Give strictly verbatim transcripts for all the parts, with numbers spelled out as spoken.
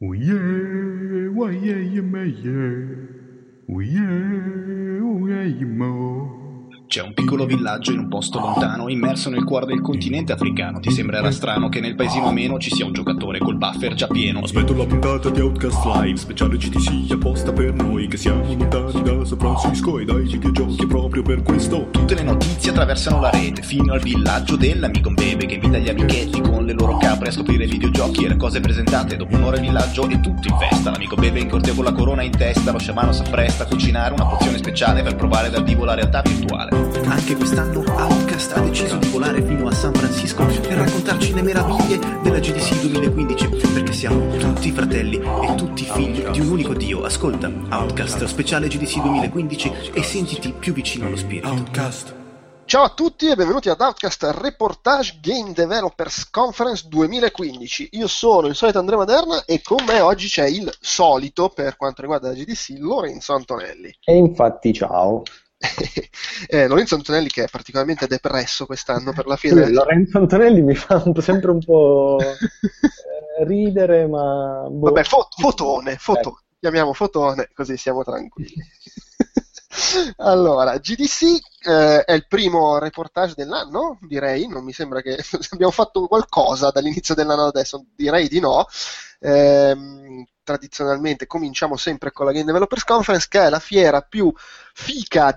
Oh yeah, why yeah, yeah, my yeah. Oh yeah, oh yeah, yeah, mo. C'è un piccolo villaggio in un posto lontano, immerso nel cuore del continente africano. Ti sembrerà strano che nel paesino ameno ci sia un giocatore col buffer già pieno. Aspetto la puntata di Outcast Live, speciale G D C apposta per noi che siamo lontani da San Francisco e dai videogiochi proprio per questo. Tutte le notizie attraversano la rete, fino al villaggio dell'amico Bebe che invita gli amichetti con le loro capre a scoprire videogiochi e le cose presentate. Dopo un'ora il villaggio è tutto in festa. L'amico Bebe in corteo con la corona in testa, lo sciamano s'appresta a cucinare una pozione speciale per provare dal vivo la realtà virtuale. Anche quest'anno Outcast ha deciso di volare fino a San Francisco per raccontarci le meraviglie della G D C duemilaquindici, perché siamo tutti fratelli e tutti figli di un unico Dio. Ascolta Outcast speciale G D C duemilaquindici e sentiti più vicino allo spirito. Outcast. Ciao a tutti e benvenuti ad Outcast Reportage Game Developers Conference duemilaquindici. Io sono il solito Andrea Maderna e con me oggi c'è il solito, per quanto riguarda la G D C, Lorenzo Antonelli. E infatti ciao. eh, Lorenzo Antonelli che è particolarmente depresso quest'anno per la fine. Sì, Lorenzo Antonelli mi fa un po', sempre un po' eh, ridere, ma... Boh. Vabbè, fo- fotone, fotone. Eh. Chiamiamo fotone, così siamo tranquilli. Allora, G D C eh, è il primo reportage dell'anno, direi, non mi sembra che abbiamo fatto qualcosa dall'inizio dell'anno ad adesso, direi di no. Eh, tradizionalmente cominciamo sempre con la Game Developers Conference, che è la fiera più fica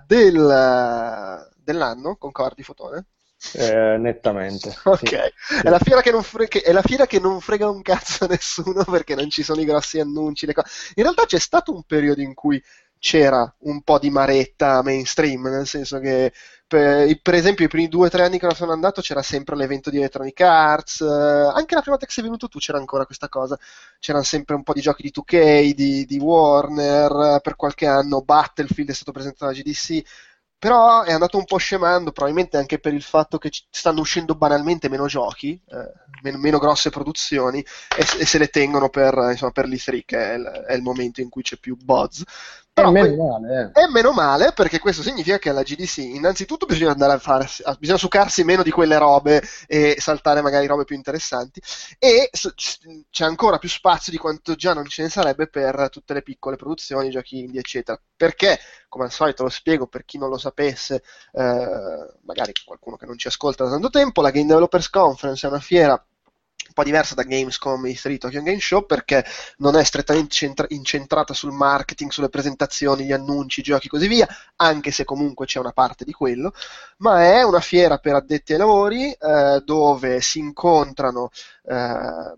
del, dell'anno, concordi Fotone? Eh, nettamente. Ok, sì. È, la fiera che non fre- è la fiera che non frega un cazzo a nessuno perché non ci sono i grossi annunci, le co- in realtà c'è stato un periodo in cui c'era un po' di maretta mainstream, nel senso che per, per esempio i primi due o tre anni che sono andato c'era sempre l'evento di Electronic Arts, eh, anche la prima volta che sei venuto tu c'era ancora questa cosa, c'erano sempre un po' di giochi di due K, di, di Warner, per qualche anno Battlefield è stato presentato alla G D C, però è andato un po' scemando, probabilmente anche per il fatto che stanno uscendo banalmente meno giochi, eh, meno, meno grosse produzioni, e, e se le tengono per, insomma, per l'E tre, che è il, è il momento in cui c'è più buzz. Però è meno que- male, eh. È meno male, perché quesso significa che alla G D C innanzitutto bisogna andare a fare, bisogna succarsi meno di quelle robe e saltare magari robe più interessanti, e c'è ancora più spazio di quanto già non ce ne sarebbe per tutte le piccole produzioni, giochi indie eccetera, perché come al solito lo spiego per chi non lo sapesse, eh, magari qualcuno che non ci ascolta da tanto tempo, la Game Developers Conference è una fiera un po' diversa da Gamescom e tre Tokyo Game Show, perché non è strettamente centra- incentrata sul marketing, sulle presentazioni, gli annunci, i giochi e così via, anche se comunque c'è una parte di quello, ma è una fiera per addetti ai lavori, eh, dove si incontrano eh,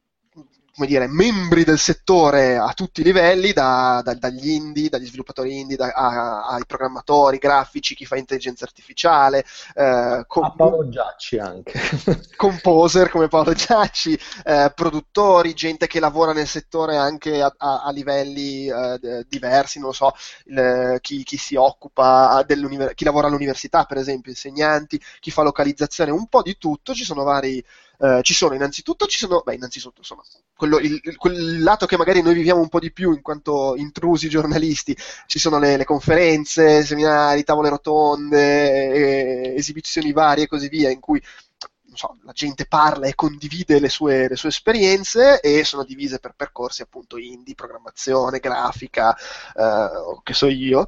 come dire, membri del settore a tutti i livelli, da, da, dagli indie, dagli sviluppatori indie, da, a, ai programmatori, grafici, chi fa intelligenza artificiale, eh, com- a Paolo Giacci anche. composer come Paolo Giacci, eh, produttori, gente che lavora nel settore anche a, a, a livelli eh, diversi, non lo so, il, chi, chi si occupa dell'università, chi lavora all'università per esempio, insegnanti, chi fa localizzazione, un po' di tutto, ci sono vari... Uh, ci sono innanzitutto, ci sono, beh innanzitutto insomma, quello, il, quel lato che magari noi viviamo un po' di più in quanto intrusi giornalisti, ci sono le, le conferenze, seminari, tavole rotonde, eh, esibizioni varie e così via, in cui non so, la gente parla e condivide le sue, le sue esperienze, e sono divise per percorsi appunto indie, programmazione, grafica, eh, che so io,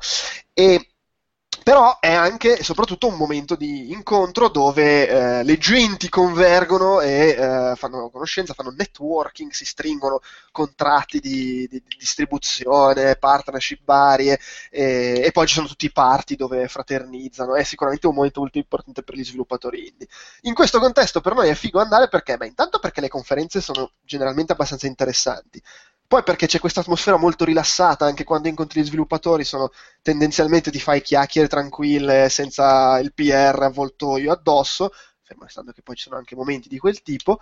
e però è anche e soprattutto un momento di incontro dove eh, le genti convergono e eh, fanno conoscenza, fanno networking, si stringono contratti di, di, di distribuzione, partnership varie, e, e poi ci sono tutti i party dove fraternizzano. È sicuramente un momento molto importante per gli sviluppatori indie. In questo contesto per noi è figo andare perché? Beh, intanto perché le conferenze sono generalmente abbastanza interessanti. Poi perché c'è questa atmosfera molto rilassata, anche quando incontri gli sviluppatori sono tendenzialmente ti fai chiacchiere tranquille senza il P R avvoltoio addosso, fermo restando che poi ci sono anche momenti di quel tipo,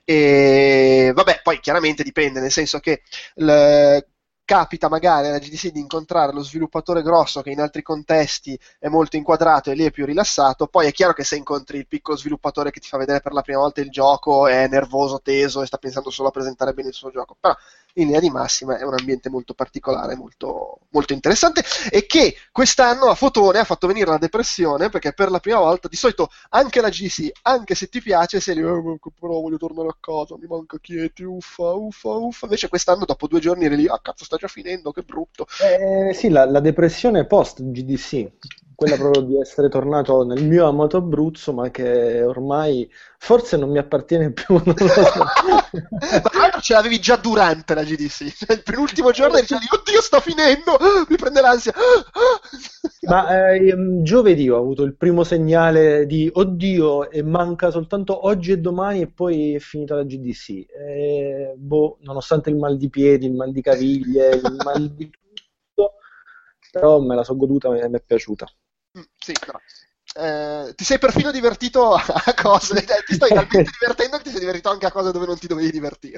e vabbè, poi chiaramente dipende, nel senso che l... capita magari alla G D C di incontrare lo sviluppatore grosso che in altri contesti è molto inquadrato e lì è più rilassato. Poi è chiaro che se incontri il piccolo sviluppatore che ti fa vedere per la prima volta il gioco è nervoso, teso e sta pensando solo a presentare bene il suo gioco, però in linea di massima è un ambiente molto particolare, molto, molto interessante, e che quest'anno a Fotone ha fatto venire la depressione, perché per la prima volta, di solito anche la G D C, anche se ti piace, sei lì, oh, però voglio tornare a casa, mi manca Chieti, uffa, uffa, uffa, invece quest'anno dopo due giorni eri lì, ah cazzo sta già finendo, che brutto. Eh, sì, la, la depressione post G D C, quella proprio di essere tornato nel mio amato Abruzzo, ma che ormai forse non mi appartiene più, non lo so. Ma tra l'altro ce l'avevi già durante la G D C, cioè, il penultimo giorno eri già lì, oddio sta finendo, mi prende l'ansia. Ma eh, giovedì ho avuto il primo segnale di oddio e manca soltanto oggi e domani e poi è finita la G D C. E, boh, nonostante il mal di piedi, il mal di caviglie, il mal di tutto, però me la sono goduta e mi è piaciuta. Mm, sì, però. Eh, ti sei perfino divertito a cose, eh, ti stai talmente divertendo che ti sei divertito anche a cose dove non ti dovevi divertire.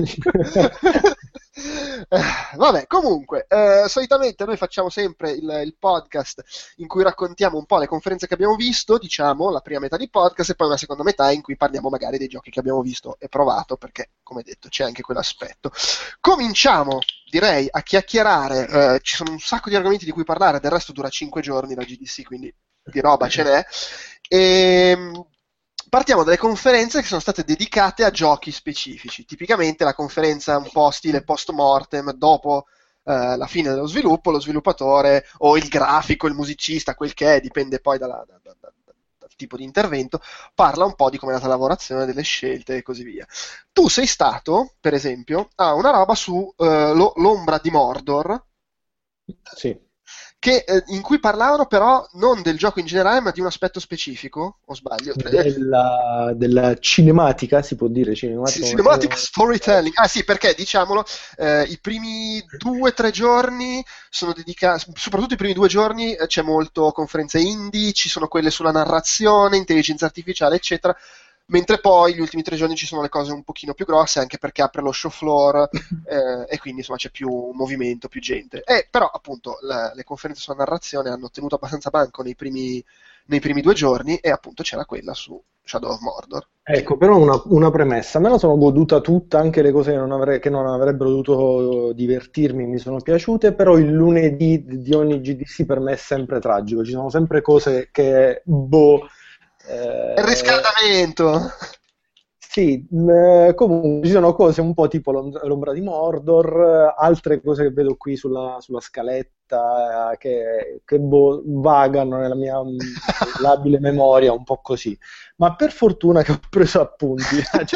eh, vabbè, comunque, eh, solitamente noi facciamo sempre il, il podcast in cui raccontiamo un po' le conferenze che abbiamo visto, diciamo, la prima metà di podcast, e poi una seconda metà in cui parliamo magari dei giochi che abbiamo visto e provato, perché, come detto, c'è anche quell'aspetto. Cominciamo, direi, a chiacchierare, eh, ci sono un sacco di argomenti di cui parlare, del resto dura cinque giorni la G D C, quindi di roba ce n'è, e partiamo dalle conferenze che sono state dedicate a giochi specifici. Tipicamente la conferenza un po' stile post-mortem, dopo eh, la fine dello sviluppo, lo sviluppatore o il grafico, il musicista, quel che è, dipende poi dalla, da, da, da, dal tipo di intervento, parla un po' di come è andata la lavorazione, delle scelte e così via. Tu sei stato, per esempio, a una roba su eh, lo, l'ombra di Mordor, Sì. che, eh, in cui parlavano però non del gioco in generale, ma di un aspetto specifico, o sbaglio? Della, della cinematica, si può dire cinematica? Sì, cinematic storytelling. Ah sì, perché diciamolo, eh, i primi due o tre giorni sono dedicati, soprattutto i primi due giorni eh, c'è molto conferenze indie, ci sono quelle sulla narrazione, intelligenza artificiale, eccetera. Mentre poi gli ultimi tre giorni ci sono le cose un pochino più grosse, anche perché apre lo show floor eh, e quindi insomma c'è più movimento, più gente. E però appunto la, le conferenze sulla narrazione hanno tenuto abbastanza banco nei primi, nei primi due giorni, e appunto c'era quella su Shadow of Mordor. Ecco, però una, una premessa, me la sono goduta tutta, anche le cose che non, avrei, che non avrebbero dovuto divertirmi mi sono piaciute, però il lunedì di ogni G D C per me è sempre tragico, ci sono sempre cose che, boh... Eh, il riscaldamento. Sì, eh, comunque ci sono cose un po' tipo l'ombra di Mordor, altre cose che vedo qui sulla, sulla scaletta eh, che, che boh, vagano nella mia labile memoria, un po' così. Ma per fortuna che ho preso appunti.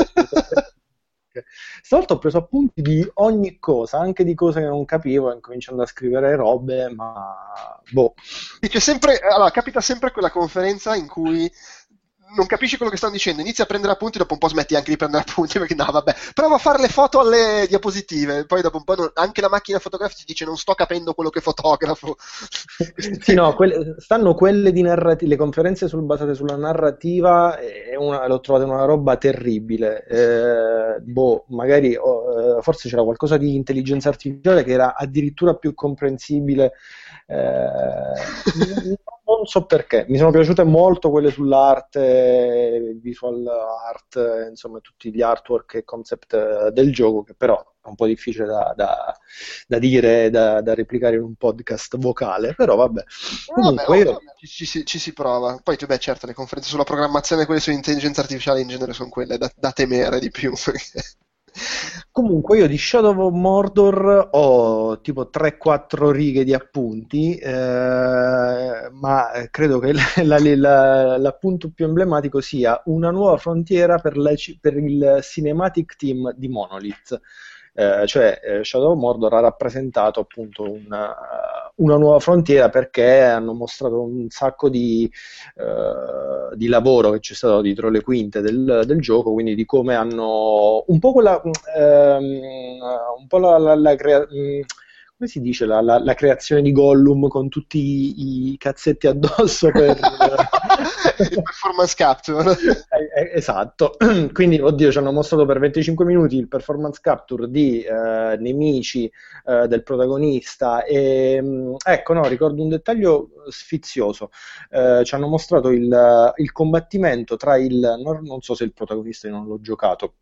Stavolta ho preso appunti di ogni cosa, anche di cose che non capivo, e incominciando a scrivere robe, ma boh. C'è sempre, allora, capita sempre quella conferenza in cui non capisci quello che stanno dicendo, inizi a prendere appunti, dopo un po' smetti anche di prendere appunti, perché no, vabbè, prova a fare le foto alle diapositive, poi dopo un po' non, anche la macchina fotografica ti dice non sto capendo quello che fotografo. Sì, no, quelle, stanno quelle di narrativa, le conferenze sul, basate sulla narrativa, è una, l'ho trovata una roba terribile, eh, boh, magari oh, forse c'era qualcosa di intelligenza artificiale che era addirittura più comprensibile. Eh, non so perché, mi sono piaciute molto quelle sull'arte, visual art, insomma tutti gli artwork e concept del gioco, che però è un po' difficile da, da, da dire, da, da replicare in un podcast vocale, però vabbè. Comunque vabbè, io... vabbè, ci, ci, ci si prova. Poi beh, certo, le conferenze sulla programmazione, quelle sull'intelligenza artificiale in genere sono quelle da, da temere di più. Comunque io di Shadow of Mordor ho tipo tre quattro righe di appunti, eh, ma credo che la, la, la, l'appunto più emblematico sia una nuova frontiera per, la, per il cinematic team di Monolith. Eh, cioè eh, Shadow of Mordor ha rappresentato appunto una, una nuova frontiera, perché hanno mostrato un sacco di, eh, di lavoro che c'è stato dietro le quinte del, del gioco, quindi di come hanno un po' quella ehm, un po' la, la, la crea- come si dice la, la, la creazione di Gollum con tutti i, i cazzetti addosso per il performance capture. Eh, esatto, quindi oddio ci hanno mostrato per venticinque minuti il performance capture di eh, nemici eh, del protagonista e mh, ecco no, ricordo un dettaglio sfizioso, eh, ci hanno mostrato il, il combattimento tra il non, non so se il protagonista, io non l'ho giocato,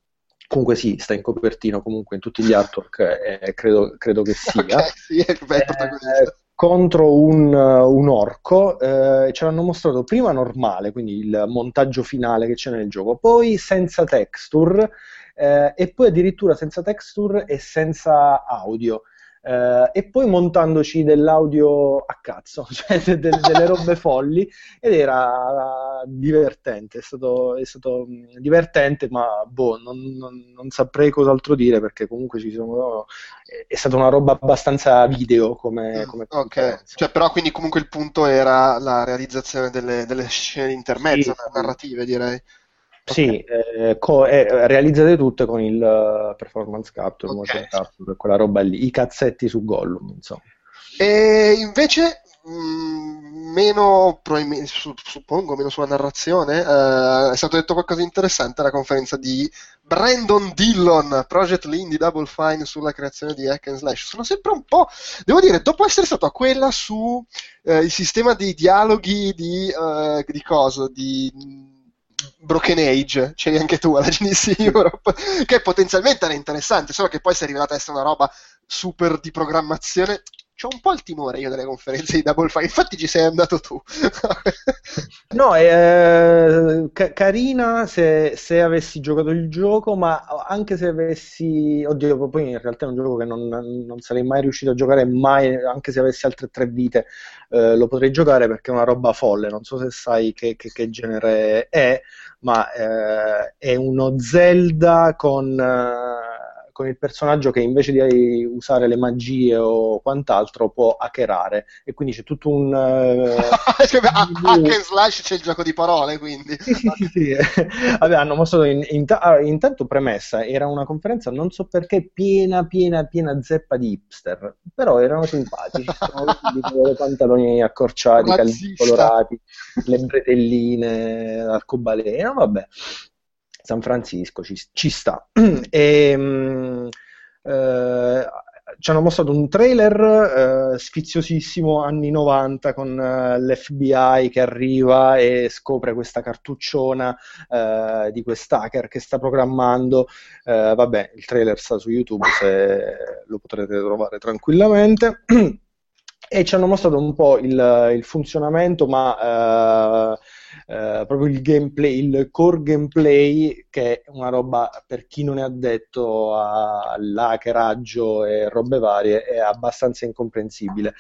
Comunque sì, sta in copertina, comunque in tutti gli artwork, eh, credo, credo che sia. Ok, sì, è il bel protagonista. Eh, contro un, un orco, eh, ce l'hanno mostrato prima normale, quindi il montaggio finale che c'è nel gioco, poi senza texture, eh, e poi addirittura senza texture e senza audio. Uh, e poi montandoci dell'audio a cazzo, cioè de- de- delle robe folli, ed era uh, divertente, è stato, è stato mh, divertente, ma boh, non, non, non saprei cos'altro dire, perché comunque ci sono, è, è stata una roba abbastanza video come, Mm, come ok, conferenza. cioè però quindi comunque il punto era la realizzazione delle, delle scene di intermezzo, Sì, sì. narrative direi. Ok, Sì, eh, co- eh, realizzate tutte con il uh, performance capture, ok. motion capture, quella roba lì, i cazzetti su Gollum, insomma. E invece, mh, meno, probabilmente, su- suppongo, meno sulla narrazione, eh, è stato detto qualcosa di interessante alla conferenza di Brandon Dillon, Project Lean di Double Fine, sulla creazione di hack and slash. Sono sempre un po', devo dire, dopo essere stato a quella su eh, il sistema di dialoghi di, eh, di cosa, di Broken Age, c'eri anche tu alla G D C Europe, che potenzialmente era interessante, solo che poi si è rivelata essere una roba super di programmazione. C'ho un po' il timore io delle conferenze di Double Fine, infatti ci sei andato tu. No, è ca- carina se, se avessi giocato il gioco, ma anche se avessi... Oddio, poi in realtà è un gioco che non, non sarei mai riuscito a giocare, mai, anche se avessi altre tre vite, eh, lo potrei giocare perché è una roba folle. Non so se sai che, che- che genere è, ma eh, è uno Zelda con... eh, con il personaggio che invece di usare le magie o quant'altro può hackerare, e quindi c'è tutto un eh, Hack and slash, c'è il gioco di parole, quindi. sì, sì, sì, sì. Vabbè, hanno mostrato in, in, ah, intanto premessa, era una conferenza non so perché piena, piena, piena zeppa di hipster, però erano simpatici, stavano lì con i pantaloni accorciati, calvi Razzista. colorati, le bretelline, l'arcobaleno, vabbè. San Francisco ci, ci sta. E, mh, eh, ci hanno mostrato un trailer eh, sfiziosissimo anni novanta con eh, l'F B I che arriva e scopre questa cartucciona eh, di quest'hacker che sta programmando. Eh, vabbè, il trailer sta su YouTube, se lo potrete trovare tranquillamente. E ci hanno mostrato un po' il, il funzionamento, ma eh, eh, proprio il gameplay, il core gameplay, che è una roba, per chi non è addetto all'hackeraggio e robe varie, è abbastanza incomprensibile.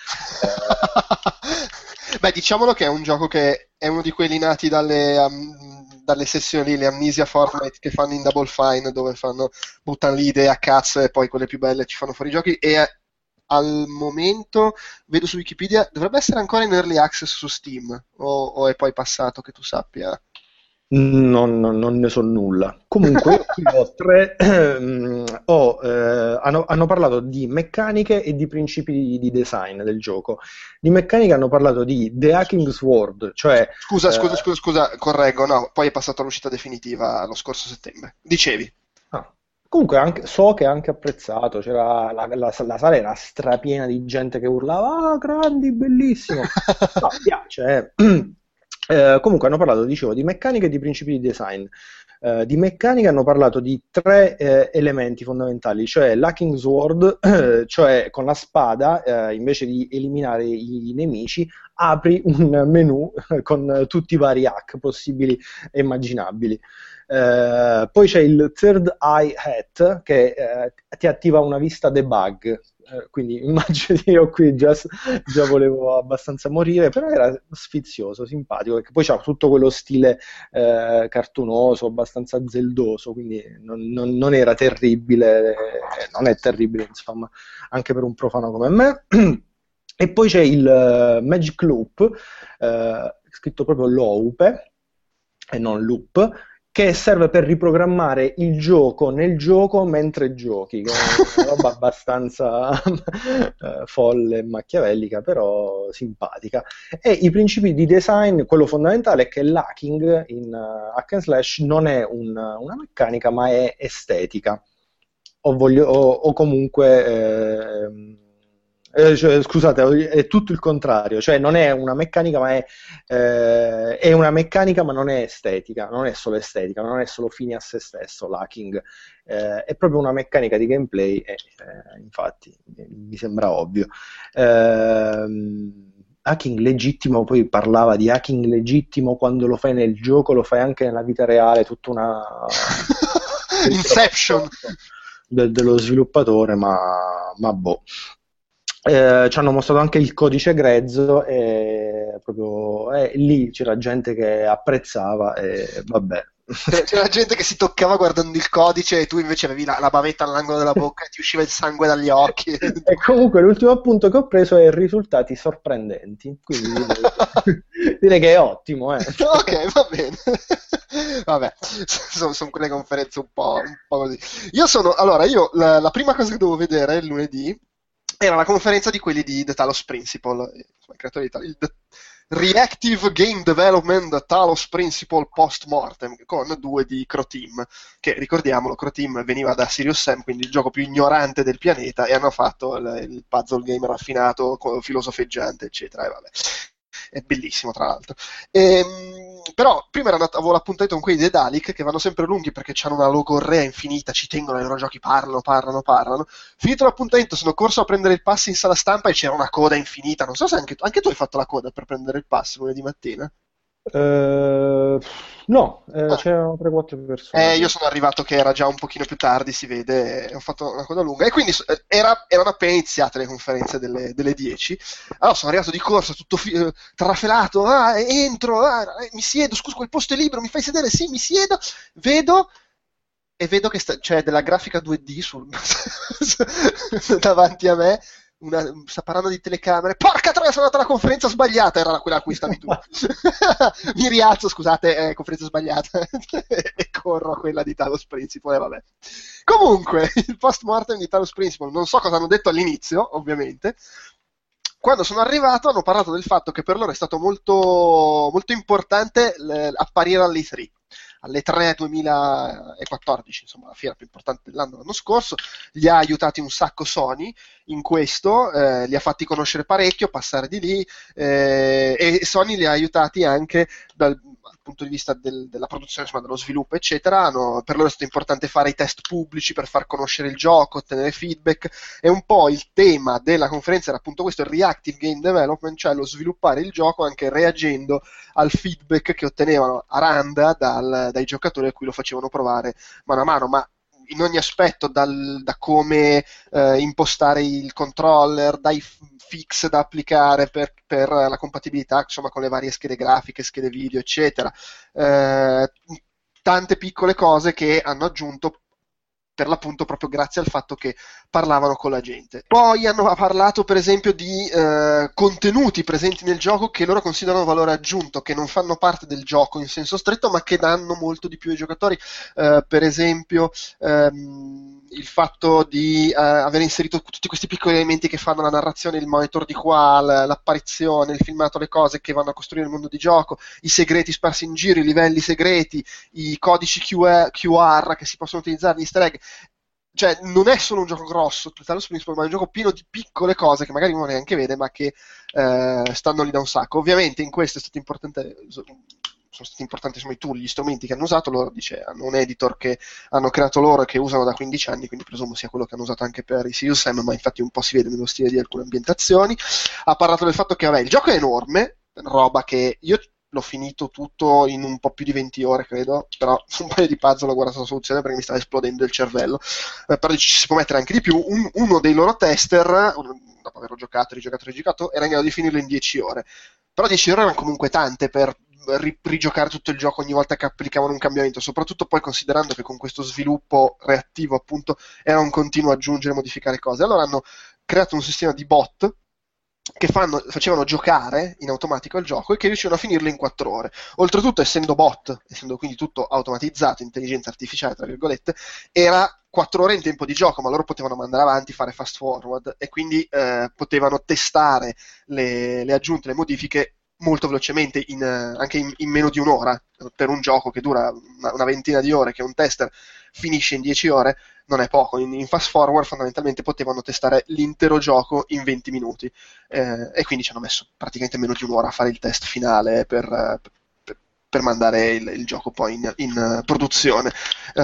Eh, Beh, diciamolo che è un gioco che è uno di quelli nati dalle, um, dalle sessioni lì, le Amnesia Fortnite che fanno in Double Fine, dove fanno, buttano le idee a cazzo e poi quelle più belle ci fanno fuori i giochi, e al momento, vedo su Wikipedia, dovrebbe essere ancora in early access su Steam, o, o è poi passato, che tu sappia? Non, non- non ne so nulla. Comunque, io qui ho tre. ehm, ho, eh, hanno, hanno parlato di meccaniche e di principi di, di design del gioco. Di meccaniche hanno parlato di The Hacking Sword, cioè. Scusa, scusa, eh, scusa, scusa, correggo, no, poi è passato all'uscita definitiva lo scorso settembre. Dicevi. ah, Comunque anche- so che è anche apprezzato. C'era la, la- la sala era strapiena di gente che urlava: Ah, grandi, bellissimo! No, piace, eh. Eh, comunque hanno parlato, dicevo, di meccanica e di principi di design. Eh, di meccanica hanno parlato di tre eh, elementi fondamentali, cioè l'hacking sword, eh, cioè con la spada, eh, invece di eliminare i nemici, apri un menu con tutti i vari hack possibili e immaginabili. Eh, poi c'è il Third Eye Hat che eh, ti attiva una vista debug. Eh, quindi immagino io qui già, già volevo abbastanza morire, però era sfizioso, simpatico, perché poi c'ha tutto quello stile eh, cartunoso, abbastanza zeldoso, quindi non, non- non era terribile, eh, non è terribile, insomma, anche per un profano come me. E poi c'è il eh, Magic Loop, eh, scritto proprio Loupe, e non loop, che serve per riprogrammare il gioco nel gioco mentre giochi, che è una roba abbastanza eh, folle e machiavellica, però simpatica. E i principi di design, quello fondamentale è che l'hacking in uh, hack and slash non è un- una meccanica, ma è estetica. O, voglio- o- o comunque ehm, Eh, cioè, scusate, è tutto il contrario, cioè non è una meccanica, ma è, eh, è una meccanica, ma non è estetica, non è solo estetica, non è solo fine a se stesso l'hacking, eh, è proprio una meccanica di gameplay, e, eh, infatti mi sembra ovvio. Eh, hacking legittimo, poi parlava di hacking legittimo quando lo fai nel gioco, lo fai anche nella vita reale, tutta una Inception de- dello sviluppatore, ma, ma boh. Eh, ci hanno mostrato anche il codice grezzo e proprio eh, lì c'era gente che apprezzava e vabbè. C'era gente che si toccava guardando il codice e tu invece avevi la, la bavetta all'angolo della bocca e ti usciva il sangue dagli occhi. E comunque l'ultimo appunto che ho preso è risultati sorprendenti, quindi direi, direi che è ottimo. Eh. Ok, va bene. Vabbè, sono, sono quelle conferenze un po', un po' così. Io sono, allora, io la, la prima cosa che devo vedere il lunedì era la conferenza di quelli di The Talos Principle, insomma, i creatori di Talos, il The Reactive Game Development The Talos Principle Post-Mortem, con due di Croteam, che ricordiamolo, Croteam veniva da Serious Sam, quindi il gioco più ignorante del pianeta, e hanno fatto il, il puzzle game raffinato, filosofeggiante, eccetera, e vabbè. È bellissimo, tra l'altro. Ehm, però prima era andato, avevo l'appuntamento con quelli dei Dalek, che vanno sempre lunghi perché hanno una logorrea infinita, ci tengono ai loro giochi, parlano, parlano, parlano. Finito l'appuntamento sono corso a prendere il pass in sala stampa e c'era una coda infinita. Non so se anche tu, anche tu hai fatto la coda per prendere il pass lunedì mattina. Uh, no, eh, ah. c'erano tre quattro persone. Eh, io sono arrivato che era già un pochino più tardi, si vede, e ho fatto una coda lunga. E quindi era, erano appena iniziate le conferenze delle, delle dieci. Allora sono arrivato di corsa, tutto fi- trafelato, ah, entro, ah, mi siedo, scusa, quel posto è libero, mi fai sedere? Sì, mi siedo, vedo... E vedo che sta, c'è della grafica due D sul, davanti a me. Una, sta parlando di telecamere, porca troia, sono andato alla conferenza sbagliata, era quella a cui stavi tu. Mi rialzo, scusate, eh, conferenza sbagliata e corro a quella di Talos Principle, eh, vabbè. Comunque, il post-mortem di Talos Principle, non so cosa hanno detto all'inizio, ovviamente. Quando sono arrivato hanno parlato del fatto che per loro è stato molto, molto importante l- apparire all'E tre. Alle tre duemilaquattordici, insomma la fiera più importante dell'anno l'anno scorso, li ha aiutati un sacco Sony in questo, eh, li ha fatti conoscere parecchio, passare di lì, eh, e Sony li ha aiutati anche dal, dal punto di vista del, della produzione, insomma dello sviluppo eccetera. Hanno, per loro è stato importante fare i test pubblici per far conoscere il gioco, ottenere feedback, e un po' il tema della conferenza era appunto questo, il reactive game development, cioè lo sviluppare il gioco anche reagendo al feedback che ottenevano a randa dal, dai giocatori a cui lo facevano provare mano a mano, ma in ogni aspetto, dal, da come eh, impostare il controller, dai fix da applicare per, per la compatibilità, insomma, con le varie schede grafiche, schede video, eccetera. Eh, tante piccole cose che hanno aggiunto per l'appunto proprio grazie al fatto che parlavano con la gente. Poi hanno parlato per esempio di eh, contenuti presenti nel gioco che loro considerano valore aggiunto, che non fanno parte del gioco in senso stretto ma che danno molto di più ai giocatori, eh, per esempio ehm, il fatto di eh, aver inserito tutti questi piccoli elementi che fanno la narrazione, il monitor di qua, l'apparizione, il filmato, le cose che vanno a costruire il mondo di gioco, i segreti sparsi in giro, i livelli segreti, i codici Q R che si possono utilizzare, gli easter egg. Cioè non è solo un gioco grosso, ma è un gioco pieno di piccole cose che magari uno neanche vede ma che eh, stanno lì da un sacco. Ovviamente in questo è stato importante, sono stati importanti insomma, i tool, gli strumenti che hanno usato. Loro dice hanno un editor che hanno creato loro e che usano da quindici anni, quindi presumo sia quello che hanno usato anche per i Serious Sam, ma infatti un po' si vede nello stile di alcune ambientazioni. Ha parlato del fatto che vabbè, il gioco è enorme, roba che io l'ho finito tutto in un po' più di venti ore, credo, però un paio di puzzle ho guardato la soluzione perché mi stava esplodendo il cervello. Eh, però ci si può mettere anche di più. Un, uno dei loro tester, dopo averlo giocato, rigiocato, rigiocato, era in grado di finirlo in dieci ore. Però dieci ore erano comunque tante per ri- rigiocare tutto il gioco ogni volta che applicavano un cambiamento, soprattutto poi considerando che con questo sviluppo reattivo appunto era un continuo aggiungere e modificare cose. Allora hanno creato un sistema di bot che fanno, facevano giocare in automatico il gioco e che riuscivano a finirlo in quattro ore. Oltretutto, essendo bot, essendo quindi tutto automatizzato, intelligenza artificiale tra virgolette, era quattro ore in tempo di gioco, ma loro potevano mandare avanti, fare fast forward e quindi eh, potevano testare le, le aggiunte, le modifiche molto velocemente, in, anche in, in meno di un'ora, per un gioco che dura una, una ventina di ore, che un tester finisce in dieci ore. non è poco. In, in Fast Forward fondamentalmente potevano testare l'intero gioco in venti minuti, eh, e quindi ci hanno messo praticamente meno di un'ora a fare il test finale per, per, per mandare il, il gioco poi in, in produzione.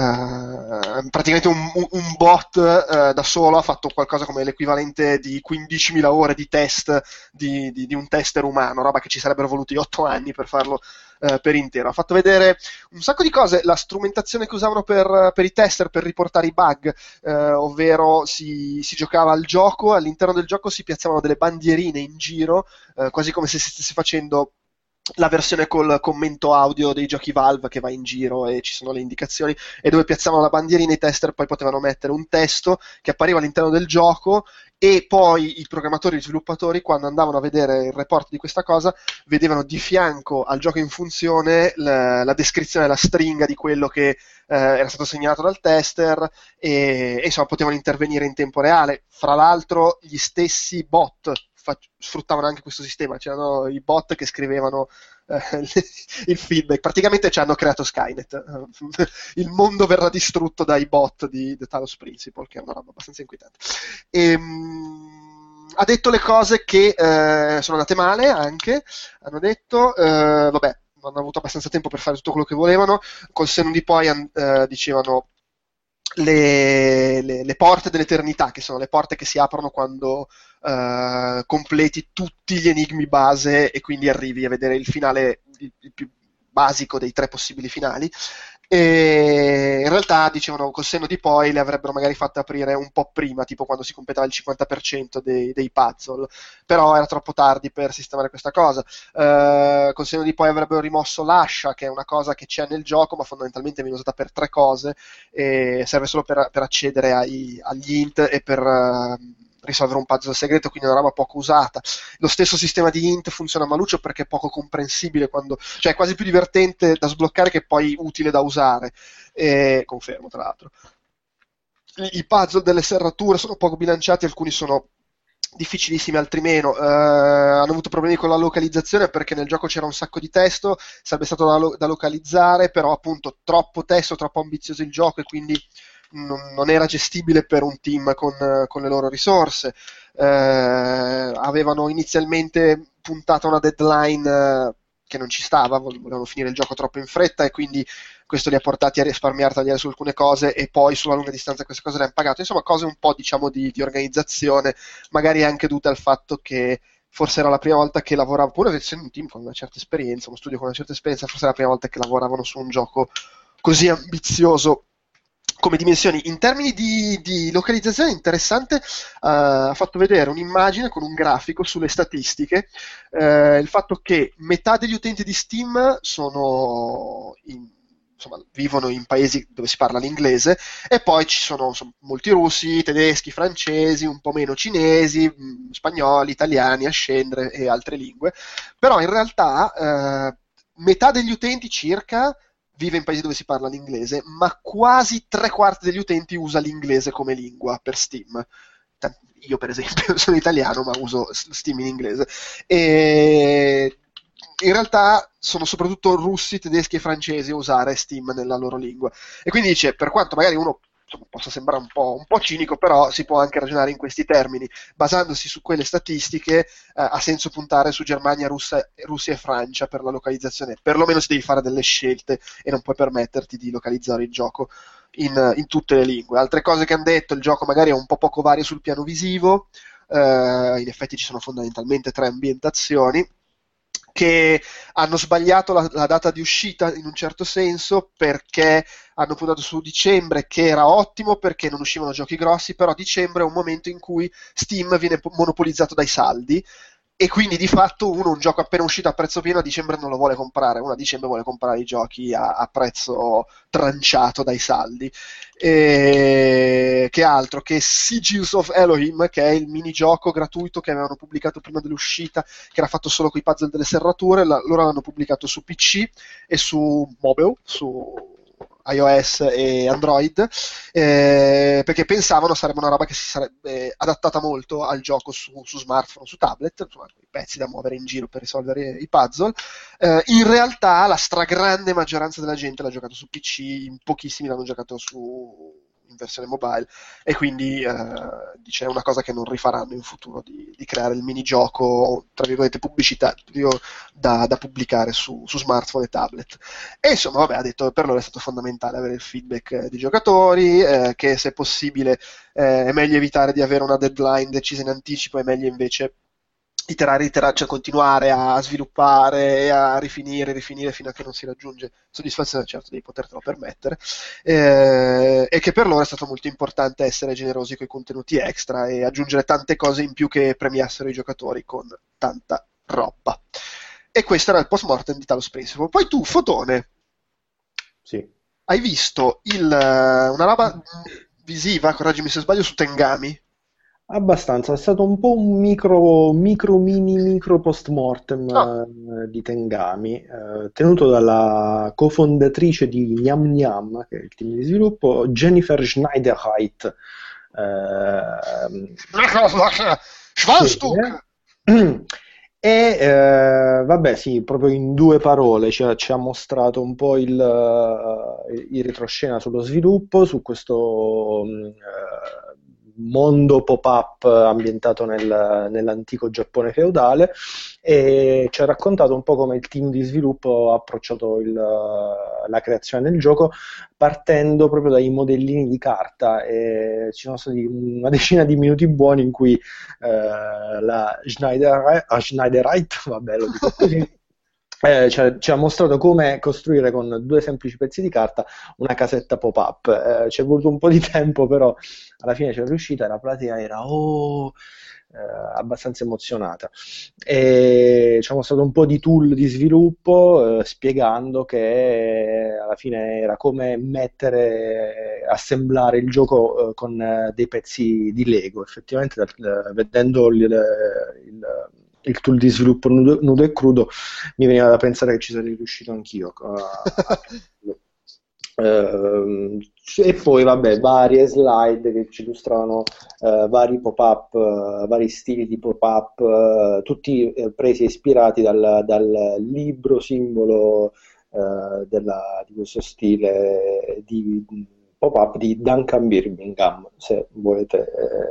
Uh, praticamente un, un, un bot uh, da solo ha fatto qualcosa come l'equivalente di quindicimila ore di test di, di, di un tester umano, roba che ci sarebbero voluti otto anni per farlo uh, per intero. Ha fatto vedere un sacco di cose, la strumentazione che usavano per, per i tester per riportare i bug, uh, ovvero si, si giocava al gioco, all'interno del gioco si piazzavano delle bandierine in giro, uh, quasi come se si stesse facendo la versione col commento audio dei giochi Valve, che va in giro e ci sono le indicazioni, e dove piazzavano la bandierina i tester poi potevano mettere un testo che appariva all'interno del gioco, e poi i programmatori e i sviluppatori, quando andavano a vedere il report di questa cosa, vedevano di fianco al gioco in funzione la, la descrizione, la stringa di quello che eh, era stato segnalato dal tester, e, e insomma potevano intervenire in tempo reale. Fra l'altro gli stessi bot sfruttavano anche questo sistema, c'erano i bot che scrivevano eh, il feedback, praticamente ci hanno creato Skynet. Il mondo verrà distrutto dai bot di The Talos Principle, che è una roba abbastanza inquietante. E, mh, ha detto le cose che eh, sono andate male anche, hanno detto, eh, vabbè, non hanno avuto abbastanza tempo per fare tutto quello che volevano, col senno di poi eh, dicevano Le, le, le porte dell'eternità, che sono le porte che si aprono quando uh, completi tutti gli enigmi base e quindi arrivi a vedere il finale il, il più basico dei tre possibili finali. E in realtà, dicevano, col senno di poi le avrebbero magari fatte aprire un po' prima, tipo quando si completava il cinquanta per cento dei, dei puzzle, però era troppo tardi per sistemare questa cosa. Uh, col senno di poi avrebbero rimosso l'ascia, che è una cosa che c'è nel gioco ma fondamentalmente viene usata per tre cose e serve solo per, per accedere ai, agli int e per uh, risolvere un puzzle segreto, quindi è una roba poco usata. Lo stesso sistema di int funziona maluccio perché è poco comprensibile, quando, cioè è quasi più divertente da sbloccare che poi utile da usare, e confermo tra l'altro. I puzzle delle serrature sono poco bilanciati, alcuni sono difficilissimi, altri meno. Uh, hanno avuto problemi con la localizzazione perché nel gioco c'era un sacco di testo, sarebbe stato da, lo- da localizzare, però appunto troppo testo, troppo ambizioso il gioco e quindi non, non era gestibile per un team con, con le loro risorse. Uh, avevano inizialmente puntato una deadline uh, che non ci stava, volevano finire il gioco troppo in fretta e quindi questo li ha portati a risparmiare, tagliare su alcune cose e poi sulla lunga distanza queste cose le hanno pagate. Insomma, cose un po' diciamo di, di organizzazione, magari anche dovute al fatto che forse era la prima volta che lavoravano, pur essendo un team con una certa esperienza, uno studio con una certa esperienza, forse era la prima volta che lavoravano su un gioco così ambizioso come dimensioni. In termini di, di localizzazione interessante, uh, ha fatto vedere un'immagine con un grafico sulle statistiche, uh, il fatto che metà degli utenti di Steam sono in, insomma, vivono in paesi dove si parla l'inglese, e poi ci sono insomma, molti russi, tedeschi, francesi, un po' meno cinesi, mh, spagnoli, italiani a scendere e altre lingue, però in realtà uh, metà degli utenti circa vive in paesi dove si parla l'inglese, ma quasi tre quarti degli utenti usa l'inglese come lingua per Steam. Io per esempio sono italiano ma uso Steam in inglese, e in realtà sono soprattutto russi, tedeschi e francesi a usare Steam nella loro lingua, e quindi dice, per quanto magari uno insomma, possa sembrare un po', un po' cinico, però si può anche ragionare in questi termini. Basandosi su quelle statistiche, eh, ha senso puntare su Germania, Russia, Russia e Francia per la localizzazione. Perlomeno si devi fare delle scelte e non puoi permetterti di localizzare il gioco in, in tutte le lingue. Altre cose che hanno detto, il gioco magari è un po' poco vario sul piano visivo, eh, in effetti ci sono fondamentalmente tre ambientazioni, che hanno sbagliato la, la data di uscita in un certo senso, perché hanno puntato su dicembre, che era ottimo perché non uscivano giochi grossi, però dicembre è un momento in cui Steam viene monopolizzato dai saldi, e quindi di fatto uno un gioco appena uscito a prezzo pieno a dicembre non lo vuole comprare, uno a dicembre vuole comprare i giochi a, a prezzo tranciato dai saldi. E che altro? Che Sigils of Elohim, che è il minigioco gratuito che avevano pubblicato prima dell'uscita, che era fatto solo con i puzzle delle serrature, la, loro l'hanno pubblicato su P C e su mobile, su iOS e Android, eh, perché pensavano sarebbe una roba che si sarebbe adattata molto al gioco su, su smartphone, su tablet, insomma, i pezzi da muovere in giro per risolvere i puzzle. Eh, in realtà la stragrande maggioranza della gente l'ha giocato su P C, in pochissimi l'hanno giocato su, in versione mobile, e quindi eh, dice è una cosa che non rifaranno in futuro, di, di creare il minigioco, tra virgolette, pubblicitario da, da pubblicare su, su smartphone e tablet. E insomma, vabbè, ha detto per loro è stato fondamentale avere il feedback eh, dei giocatori, eh, che se possibile eh, è meglio evitare di avere una deadline decisa in anticipo, è meglio invece iterare, iterare, cioè continuare a sviluppare e a rifinire, rifinire fino a che non si raggiunge soddisfazione, certo devi potertelo permettere, eh, e che per loro è stato molto importante essere generosi con i contenuti extra e aggiungere tante cose in più che premiassero i giocatori con tanta roba. E questo era il post mortem di Talos Principle. Poi tu, Fotone, sì, hai visto il, una roba visiva, correggimi se sbaglio, su Tengami? abbastanza, è stato un po' un micro, micro mini micro post mortem Ah. eh, di Tengami, eh, tenuto dalla cofondatrice di Gnam Gnam, che è il team di sviluppo, Jennifer Schneiderheit. Eh, Schwanzstück! E eh, vabbè, sì, proprio in due parole ci ha, ci ha mostrato un po' il, uh, il retroscena sullo sviluppo, su questo uh, mondo pop-up ambientato nel, nell'antico Giappone feudale, e ci ha raccontato un po' come il team di sviluppo ha approcciato il, la creazione del gioco, partendo proprio dai modellini di carta, e ci sono stati una decina di minuti buoni in cui eh, la Schneider, Schneidereit, vabbè, lo dico così, Eh, ci, ha, ci ha mostrato come costruire con due semplici pezzi di carta una casetta pop-up. Eh, ci è voluto un po' di tempo, però alla fine c'è riuscita, e la platea era oh, eh, abbastanza emozionata. E ci ha mostrato un po' di tool di sviluppo, eh, spiegando che alla fine era come mettere, assemblare il gioco eh, con eh, dei pezzi di Lego. Effettivamente, eh, vedendo il, il il tool di sviluppo nudo, nudo e crudo, mi veniva da pensare che ci sarei riuscito anch'io. Uh, uh, e poi, vabbè, varie slide che ci illustravano uh, vari pop-up, uh, vari stili di pop-up, uh, tutti uh, presi e ispirati dal, dal libro simbolo uh, della, di questo stile di pop-up di Duncan Birmingham, se volete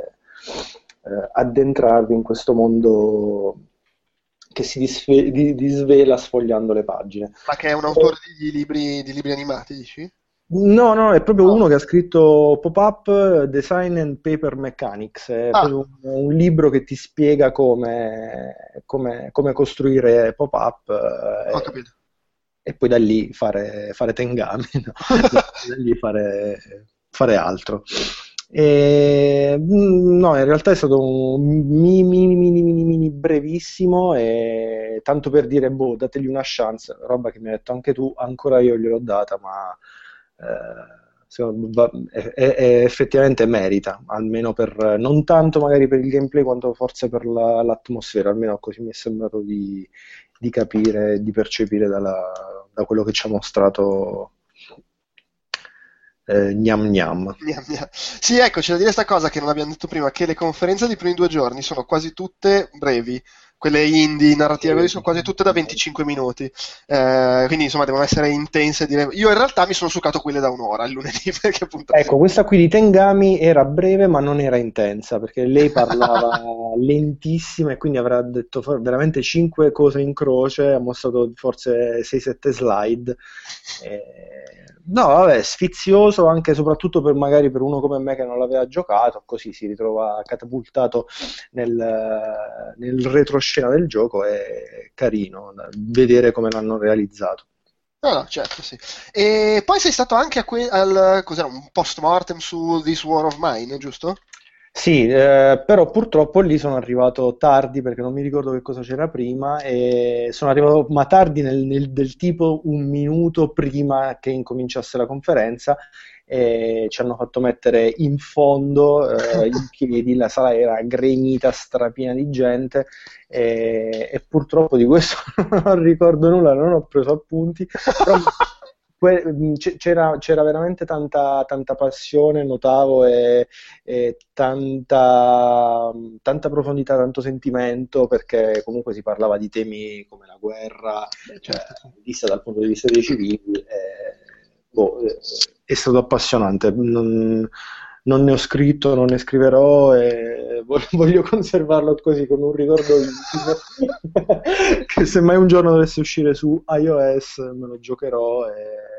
eh, eh, addentrarvi in questo mondo che si disfe- di- disvela sfogliando le pagine. Ma che è un autore di libri, di libri animati, dici? No, no, è proprio Oh. uno che ha scritto Pop-up Design and Paper Mechanics, è Ah. proprio un, un libro che ti spiega come, come, come costruire pop-up eh, Ho capito. e poi da lì fare, fare Tengami, no? Da lì fare, fare altro. E, no, in realtà è stato un mini mini mini mini mini brevissimo, e tanto per dire, boh, dategli una chance, roba che mi hai detto anche tu, ancora io gliel'ho data, ma eh, secondo- va- è- è- è- effettivamente merita, almeno per, non tanto magari per il gameplay quanto forse per la- l'atmosfera, almeno così mi è sembrato di, di capire, di percepire dalla- da quello che ci ha mostrato eh, Gnam Gnam. Gnam gnam. Sì, ecco, c'è da dire sta cosa che non abbiamo detto prima, che le conferenze dei primi due giorni sono quasi tutte brevi. Quelle indie, narrative, così, sono quasi tutte da venticinque minuti. Eh, quindi, insomma, devono essere intense. Dire... Io in realtà mi sono succato quelle da un'ora il lunedì, perché appunto... Ecco, questa qui di Tengami era breve ma non era intensa, perché lei parlava lentissima e quindi avrà detto for- veramente cinque cose in croce, ha mostrato forse sei sette slide. Eh, no, vabbè, sfizioso anche soprattutto per magari per uno come me che non l'aveva giocato, così si ritrova catapultato nel, nel retroscena del gioco, è carino da vedere come l'hanno realizzato. No, no, certo, sì. E poi sei stato anche a que- al, cos'era, un post-mortem su This War of Mine, giusto? Sì, eh, però purtroppo lì sono arrivato tardi perché non mi ricordo che cosa c'era prima, e sono arrivato ma tardi nel, nel- del tipo un minuto prima che incominciasse la conferenza, e ci hanno fatto mettere in fondo eh, in piedi, la sala era gremita, strapiena di gente, e, e purtroppo di questo non ricordo nulla, non ho preso appunti, però que- c- c'era, c'era veramente tanta, tanta passione, notavo, e, e tanta, tanta profondità, tanto sentimento, perché comunque si parlava di temi come la guerra, certo. eh, vista dal punto di vista dei civili. eh, boh, eh, è stato appassionante. Non, non ne ho scritto, non ne scriverò e voglio conservarlo così come un ricordo intimo che se mai un giorno dovesse uscire su iOS me lo giocherò e...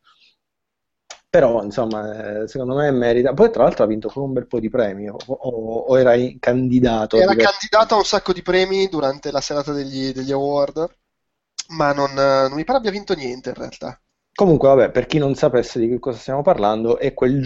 Però, insomma, secondo me merita. Poi, tra l'altro, ha vinto pure un bel po' di premi. O, o, o era candidato? Era candidato a un sacco di premi durante la serata degli, degli award, ma non, non mi pare abbia vinto niente in realtà. Comunque, vabbè, per chi non sapesse di che cosa stiamo parlando, è quel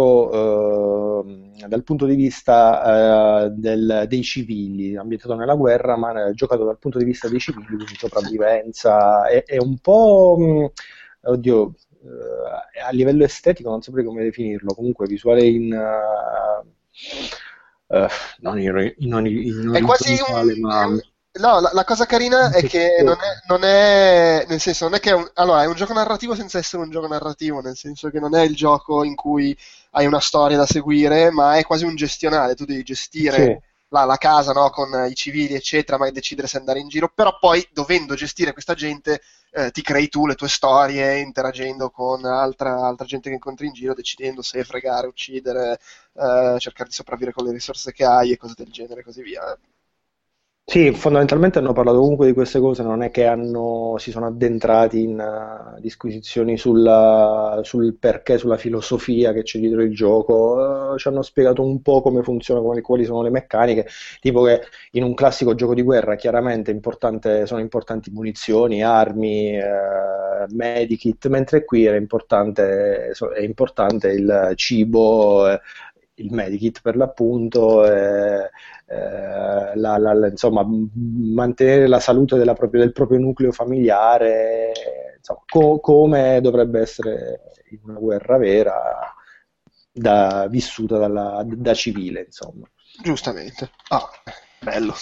gioco eh, dal punto di vista eh, del, dei civili, ambientato nella guerra, ma eh, giocato dal punto di vista dei civili, quindi sopravvivenza. È, è un po'. Mh, oddio. Uh, a livello estetico non saprei come definirlo, comunque visuale in uh, uh, non in, in, in è quasi un, ma... è un, no, la, la cosa carina è che non è, non è nel senso non è che è un, allora è un gioco narrativo senza essere un gioco narrativo, nel senso che non è il gioco in cui hai una storia da seguire, ma è quasi un gestionale, tu devi gestire sì. la, la casa, no, con i civili eccetera, ma decidere se andare in giro, però poi dovendo gestire questa gente Eh, ti crei tu le tue storie interagendo con altra, altra gente che incontri in giro, decidendo se fregare, uccidere, eh, cercare di sopravvivere con le risorse che hai e cose del genere e così via. Sì, fondamentalmente hanno parlato comunque di queste cose, non è che hanno, si sono addentrati in uh, disquisizioni sulla, sul perché, sulla filosofia che c'è dietro il gioco, uh, ci hanno spiegato un po' come funziona, quali, quali sono le meccaniche, tipo che in un classico gioco di guerra chiaramente importante, sono importanti munizioni, armi, uh, medikit, mentre qui era importante, è importante il cibo, uh, il medikit per l'appunto, eh, eh, la, la, insomma, mantenere la salute della propria, del proprio nucleo familiare, insomma, co- come dovrebbe essere in una guerra vera da, vissuta dalla, da civile, insomma. Giustamente. Ah, bello.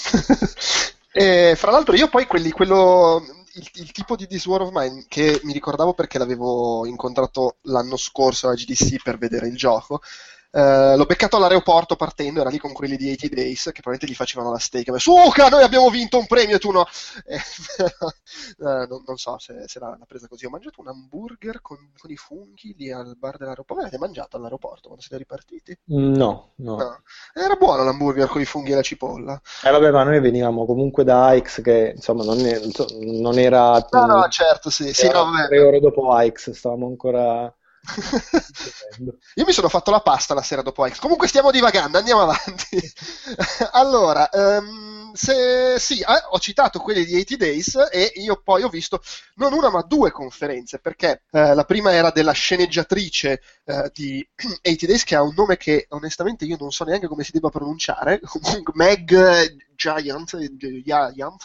E, fra l'altro io poi quelli, quello... Il, il tipo di This War of Mine che mi ricordavo perché l'avevo incontrato l'anno scorso alla G D C per vedere il gioco. Uh, l'ho beccato all'aeroporto partendo, era lì con quelli di eighty days che probabilmente gli facevano la steak. Suca, noi abbiamo vinto un premio e tu no. Eh, uh, non, non so se, se l'ha, l'ha presa così. Ho mangiato un hamburger con, con i funghi lì al bar dell'aeroporto. L'avete mangiato all'aeroporto quando siete ripartiti? No, no, no. Era buono l'hamburger con i funghi e la cipolla. Eh vabbè, ma noi venivamo comunque da Aix che insomma non, è, non era... No, no, certo, sì. sì no, vabbè. Tre ore dopo Aix stavamo ancora... Io mi sono fatto la pasta la sera dopo Aix. Comunque stiamo divagando, andiamo avanti. Allora, um, se, sì, eh, ho citato quelli di eighty days e io poi ho visto non una ma due conferenze, perché eh, la prima era della sceneggiatrice eh, di eighty days, che ha un nome che onestamente io non so neanche come si debba pronunciare, Meg Giant, Giant.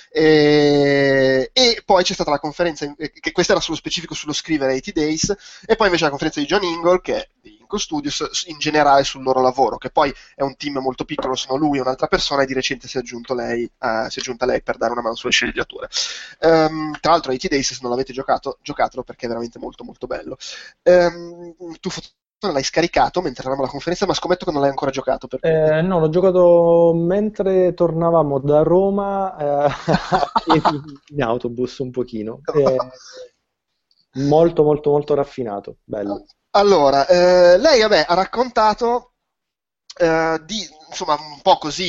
E, e poi c'è stata la conferenza, che questa era sullo specifico sullo scrivere eighty days, e poi invece la conferenza di John Ingle, che è di Inco Studios, in generale sul loro lavoro, che poi è un team molto piccolo, sono lui e un'altra persona, e di recente si è, aggiunto lei, uh, si è aggiunta lei per dare una mano sulle sceneggiature. Um, tra l'altro eighty days, se non l'avete giocato, giocatelo perché è veramente molto molto bello. Um, tu l'hai scaricato mentre eravamo alla conferenza, ma scommetto che non l'hai ancora giocato. Eh, no, l'ho giocato mentre tornavamo da Roma eh, in autobus un pochino. Eh, molto molto molto raffinato, bello. Allora, eh, lei vabbè, ha raccontato eh, di, insomma, un po' così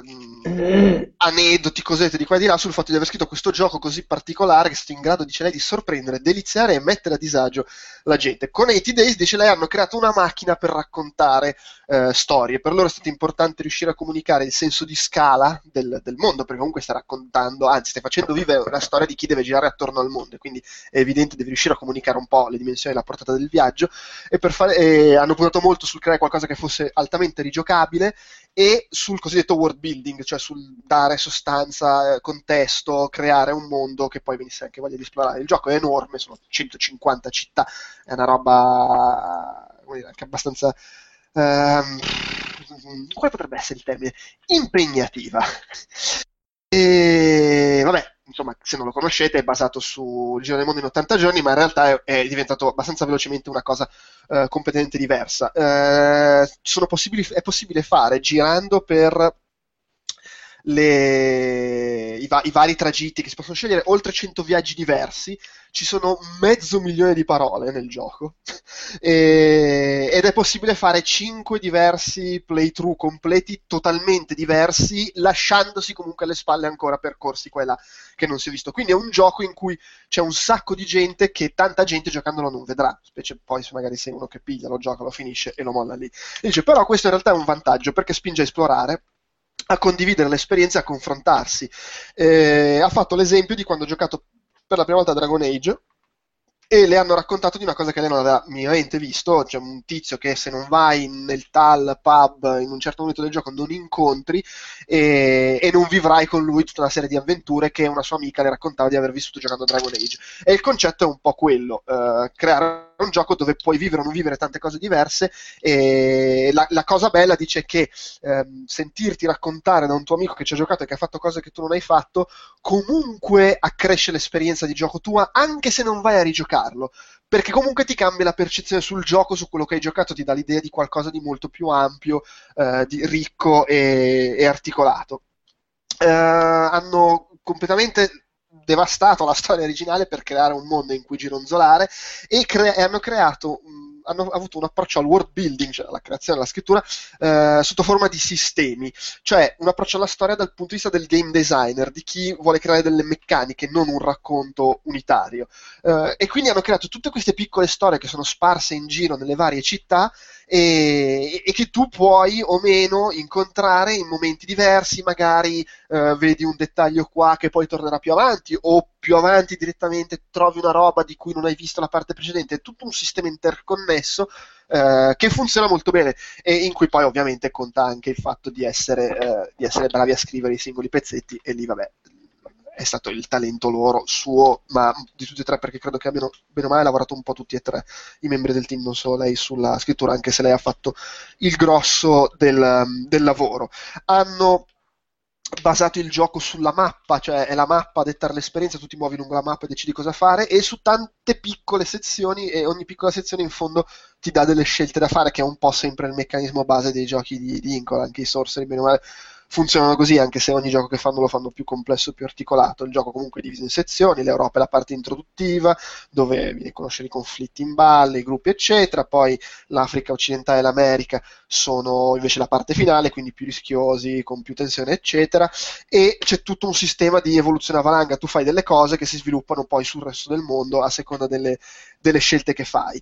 eh, aneddoti, cosette di qua e di là sul fatto di aver scritto questo gioco così particolare che è stato in grado, dice lei, di sorprendere, deliziare e mettere a disagio la gente. Con eighty days, dice lei, hanno creato una macchina per raccontare eh, storie. Per loro è stato importante riuscire a comunicare il senso di scala del, del mondo, perché comunque stai raccontando, anzi stai facendo vivere la storia di chi deve girare attorno al mondo, e quindi è evidente, devi riuscire a comunicare un po' le dimensioni e la portata del viaggio, e, per fare, e hanno puntato molto sul creare qualcosa che fosse altamente rigiocabile e sul cosiddetto world building, cioè sul dare sostanza, eh, contesto, creare un mondo che poi venisse anche voglia di esplorare. Il gioco è enorme, sono centocinquanta città, è una roba, come dire, anche abbastanza ehm, quale potrebbe essere il termine? Impegnativa. E vabbè, insomma, se non lo conoscete, è basato sul Giro del Mondo in ottanta giorni, ma in realtà è, è diventato abbastanza velocemente una cosa eh, completamente diversa. Eh, sono possibili, è possibile fare girando per le, i, va- i vari tragitti che si possono scegliere, oltre cento viaggi diversi, ci sono mezzo milione di parole nel gioco e, ed è possibile fare cinque diversi playthrough completi totalmente diversi, lasciandosi comunque alle spalle ancora percorsi qua e là che non si è visto. Quindi è un gioco in cui c'è un sacco di gente che tanta gente giocandolo non vedrà, specie poi se magari sei uno che piglia, lo gioca, lo finisce e lo molla lì. E dice, però questo in realtà è un vantaggio perché spinge a esplorare, a condividere l'esperienza, a confrontarsi. Eh, ha fatto l'esempio di quando ho giocato per la prima volta a Dragon Age e le hanno raccontato di una cosa che lei non aveva minimamente visto. C'è un tizio che se non vai nel tal pub in un certo momento del gioco non incontri e, e non vivrai con lui tutta una serie di avventure che una sua amica le raccontava di aver vissuto giocando a Dragon Age. E il concetto è un po' quello, eh, creare un gioco dove puoi vivere o non vivere tante cose diverse. E la, la cosa bella dice che ehm, sentirti raccontare da un tuo amico che ci ha giocato e che ha fatto cose che tu non hai fatto comunque accresce l'esperienza di gioco tua, anche se non vai a rigiocarlo, perché comunque ti cambia la percezione sul gioco, su quello che hai giocato, ti dà l'idea di qualcosa di molto più ampio, eh, di ricco e, e articolato. Eh, hanno completamente devastato la storia originale per creare un mondo in cui gironzolare e, cre- e hanno creato mh, hanno avuto un approccio al world building, cioè alla creazione, alla scrittura, eh, sotto forma di sistemi, cioè un approccio alla storia dal punto di vista del game designer, di chi vuole creare delle meccaniche, non un racconto unitario. Eh, e quindi hanno creato tutte queste piccole storie che sono sparse in giro nelle varie città e, e che tu puoi o meno incontrare in momenti diversi, magari eh, vedi un dettaglio qua che poi tornerà più avanti, o più avanti direttamente trovi una roba di cui non hai visto la parte precedente. È tutto un sistema interconnesso eh, che funziona molto bene e in cui poi ovviamente conta anche il fatto di essere, eh, di essere bravi a scrivere i singoli pezzetti, e lì vabbè è stato il talento loro, suo, ma di tutti e tre, perché credo che abbiano bene o male lavorato un po' tutti e tre i membri del team, non solo lei sulla scrittura, anche se lei ha fatto il grosso del, del lavoro. Hanno basato il gioco sulla mappa, cioè è la mappa a dettare l'esperienza, tu ti muovi lungo la mappa e decidi cosa fare, e su tante piccole sezioni, e ogni piccola sezione in fondo ti dà delle scelte da fare, che è un po' sempre il meccanismo base dei giochi di, di Incol. Anche i Sorcery bene o male funzionano così, anche se ogni gioco che fanno lo fanno più complesso, più articolato. Il gioco comunque è diviso in sezioni, l'Europa è la parte introduttiva, dove vieni a conoscere i conflitti in valle, i gruppi eccetera, poi l'Africa occidentale e l'America sono invece la parte finale, quindi più rischiosi, con più tensione eccetera, e c'è tutto un sistema di evoluzione a valanga. Tu fai delle cose che si sviluppano poi sul resto del mondo a seconda delle, delle scelte che fai.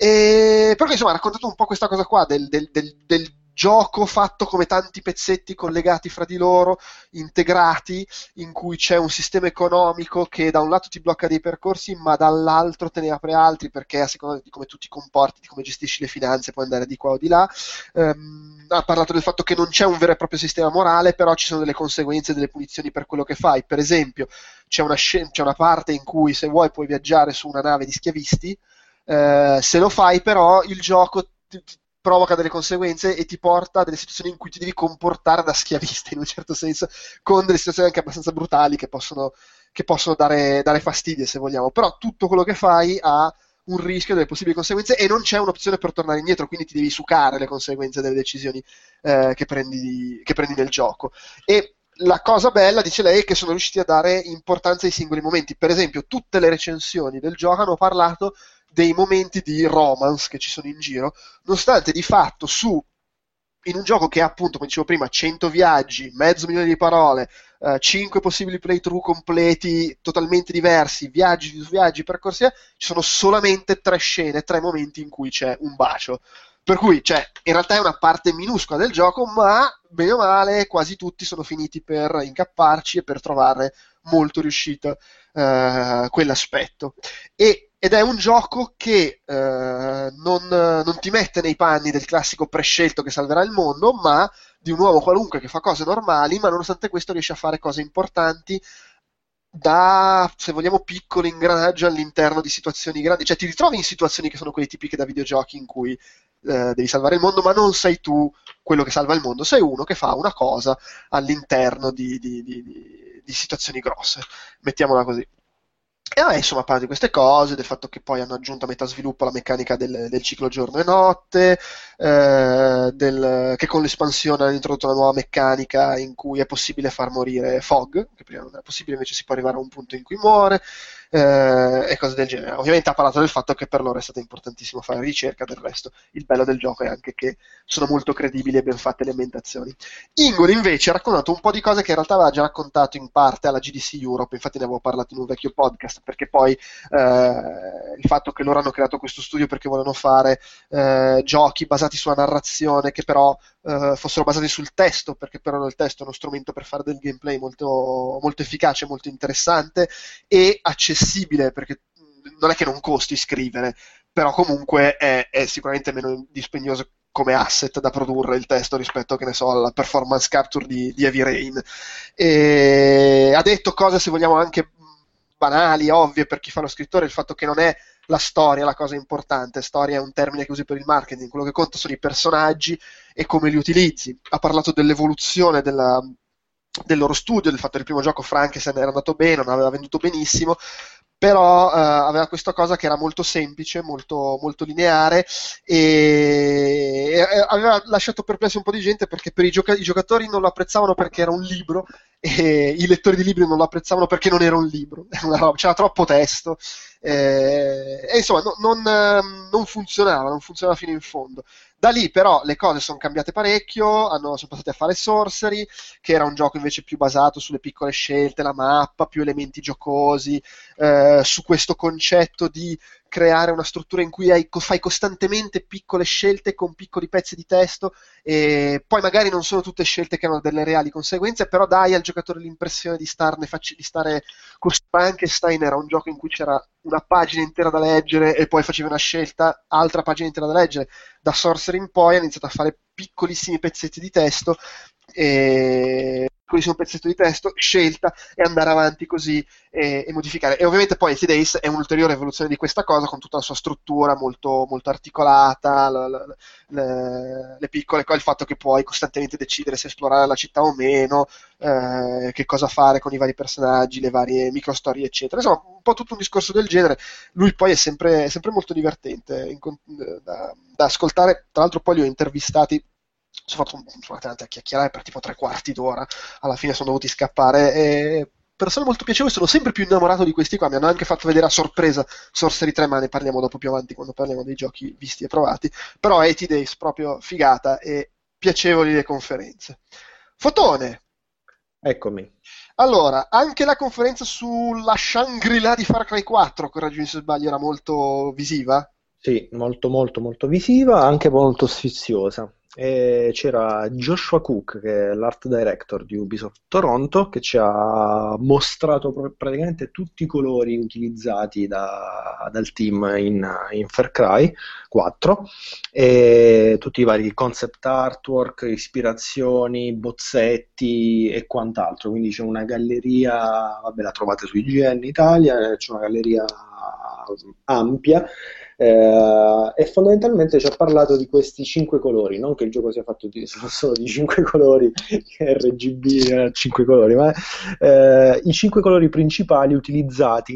E però insomma ha raccontato un po' questa cosa qua del, del, del, del gioco fatto come tanti pezzetti collegati fra di loro, integrati, in cui c'è un sistema economico che da un lato ti blocca dei percorsi, ma dall'altro te ne apre altri, perché a seconda di come tu ti comporti, di come gestisci le finanze, puoi andare di qua o di là. Um, ha parlato del fatto che non c'è un vero e proprio sistema morale, però ci sono delle conseguenze, delle punizioni per quello che fai. Per esempio c'è una, sc- c'è una parte in cui se vuoi puoi viaggiare su una nave di schiavisti, uh, se lo fai però il gioco ti, ti provoca delle conseguenze e ti porta a delle situazioni in cui ti devi comportare da schiavista, in un certo senso, con delle situazioni anche abbastanza brutali che possono, che possono dare, dare fastidio, se vogliamo. Però tutto quello che fai ha un rischio, delle possibili conseguenze, e non c'è un'opzione per tornare indietro, quindi ti devi sucare le conseguenze delle decisioni eh, che, prendi, che prendi nel gioco. E la cosa bella, dice lei, è che sono riusciti a dare importanza ai singoli momenti. Per esempio, tutte le recensioni del gioco hanno parlato dei momenti di romance che ci sono in giro, nonostante di fatto su in un gioco che ha, appunto, come dicevo prima, cento viaggi, mezzo milione di parole, eh, cinque possibili playthrough completi totalmente diversi, viaggi su viaggi, percorsi, ci sono solamente tre scene, tre momenti in cui c'è un bacio. Per cui, cioè, in realtà è una parte minuscola del gioco, ma bene o male quasi tutti sono finiti per incapparci e per trovare molto riuscito eh, quell'aspetto. E Ed è un gioco che eh, non, non ti mette nei panni del classico prescelto che salverà il mondo, ma di un uomo qualunque che fa cose normali, ma nonostante questo riesce a fare cose importanti da, se vogliamo, piccolo ingranaggio all'interno di situazioni grandi. Cioè ti ritrovi in situazioni che sono quelle tipiche da videogiochi in cui eh, devi salvare il mondo, ma non sei tu quello che salva il mondo, sei uno che fa una cosa all'interno di, di, di, di, di situazioni grosse, mettiamola così. E vabbè, insomma, parla di queste cose, del fatto che poi hanno aggiunto a metà sviluppo la meccanica del, del ciclo giorno e notte, eh, del- che con l'espansione hanno introdotto una nuova meccanica in cui è possibile far morire Fog, che prima non era possibile, invece si può arrivare a un punto in cui muore, eh, e cose del genere. Ovviamente ha parlato del fatto che per loro è stato importantissimo fare ricerca, del resto il bello del gioco è anche che sono molto credibili e ben fatte le ambientazioni. Ingol invece ha raccontato un po' di cose che in realtà aveva già raccontato in parte alla G D C Europe, infatti ne avevo parlato in un vecchio podcast, perché poi eh, il fatto che loro hanno creato questo studio perché volevano fare eh, giochi basati sulla narrazione che però eh, fossero basati sul testo, perché però il testo è uno strumento per fare del gameplay molto, molto efficace, molto interessante e accessibile, perché non è che non costi scrivere, però comunque è, è sicuramente meno dispendioso come asset da produrre il testo rispetto, che ne so, alla performance capture di, di Heavy Rain. E ha detto cose, se vogliamo, anche banali, ovvie per chi fa lo scrittore, il fatto che non è la storia la cosa importante, storia è un termine che usi per il marketing, quello che conta sono i personaggi e come li utilizzi. Ha parlato dell'evoluzione della, del loro studio, del fatto che il primo gioco Frankenstein era andato bene, non aveva venduto benissimo, però eh, aveva questa cosa che era molto semplice, molto, molto lineare e, e aveva lasciato perplessi un po' di gente, perché per i, gioca- i giocatori non lo apprezzavano perché era un libro e i lettori di libri non lo apprezzavano perché non era un libro, c'era troppo testo eh, e insomma no, non, non funzionava, non funzionava fino in fondo. Da lì però le cose sono cambiate parecchio, hanno, sono passati a fare Sorcery, che era un gioco invece più basato sulle piccole scelte, la mappa, più elementi giocosi, eh, su questo concetto di creare una struttura in cui hai, fai costantemente piccole scelte con piccoli pezzi di testo, e poi magari non sono tutte scelte che hanno delle reali conseguenze, però dai al giocatore l'impressione di starne fac- di stare con Frankenstein. Era un gioco in cui c'era una pagina intera da leggere e poi facevi una scelta, altra pagina intera da leggere. Da Sorcery in poi ha iniziato a fare piccolissimi pezzetti di testo e piccolissimo pezzetto di testo, scelta, e andare avanti così e, e modificare. E ovviamente poi eighty Days è un'ulteriore evoluzione di questa cosa, con tutta la sua struttura molto, molto articolata, la, la, le, le piccole cose, il fatto che puoi costantemente decidere se esplorare la città o meno, eh, che cosa fare con i vari personaggi, le varie microstorie eccetera. Insomma, un po' tutto un discorso del genere. Lui poi è sempre, è sempre molto divertente in, da, da ascoltare. Tra l'altro poi li ho intervistati, sono fatto sono andati a chiacchierare per tipo tre quarti d'ora, alla fine sono dovuti scappare, e persone molto piacevoli, sono sempre più innamorato di questi qua. Mi hanno anche fatto vedere a sorpresa Sorcery tre, ma ne parliamo dopo più avanti quando parliamo dei giochi visti e provati. Però eighty Days proprio figata e piacevoli le conferenze. Fotone, Eccomi. allora, anche la conferenza sulla Shangri-La di Far Cry quattro, correggimi se sbaglio, era molto visiva? Sì, molto molto molto visiva, anche molto sfiziosa. E c'era Joshua Cook, che è l'art director di Ubisoft Toronto, che ci ha mostrato pr- praticamente tutti i colori utilizzati da- dal team in, in Far Cry quattro, e tutti i vari concept artwork, ispirazioni, bozzetti e quant'altro. Quindi c'è una galleria, vabbè, la trovate su I G N Italia, c'è una galleria ampia. Eh, e fondamentalmente ci ha parlato di questi cinque colori, non che il gioco sia fatto di, solo di cinque colori, R G B, eh, cinque colori, ma eh, i cinque colori principali utilizzati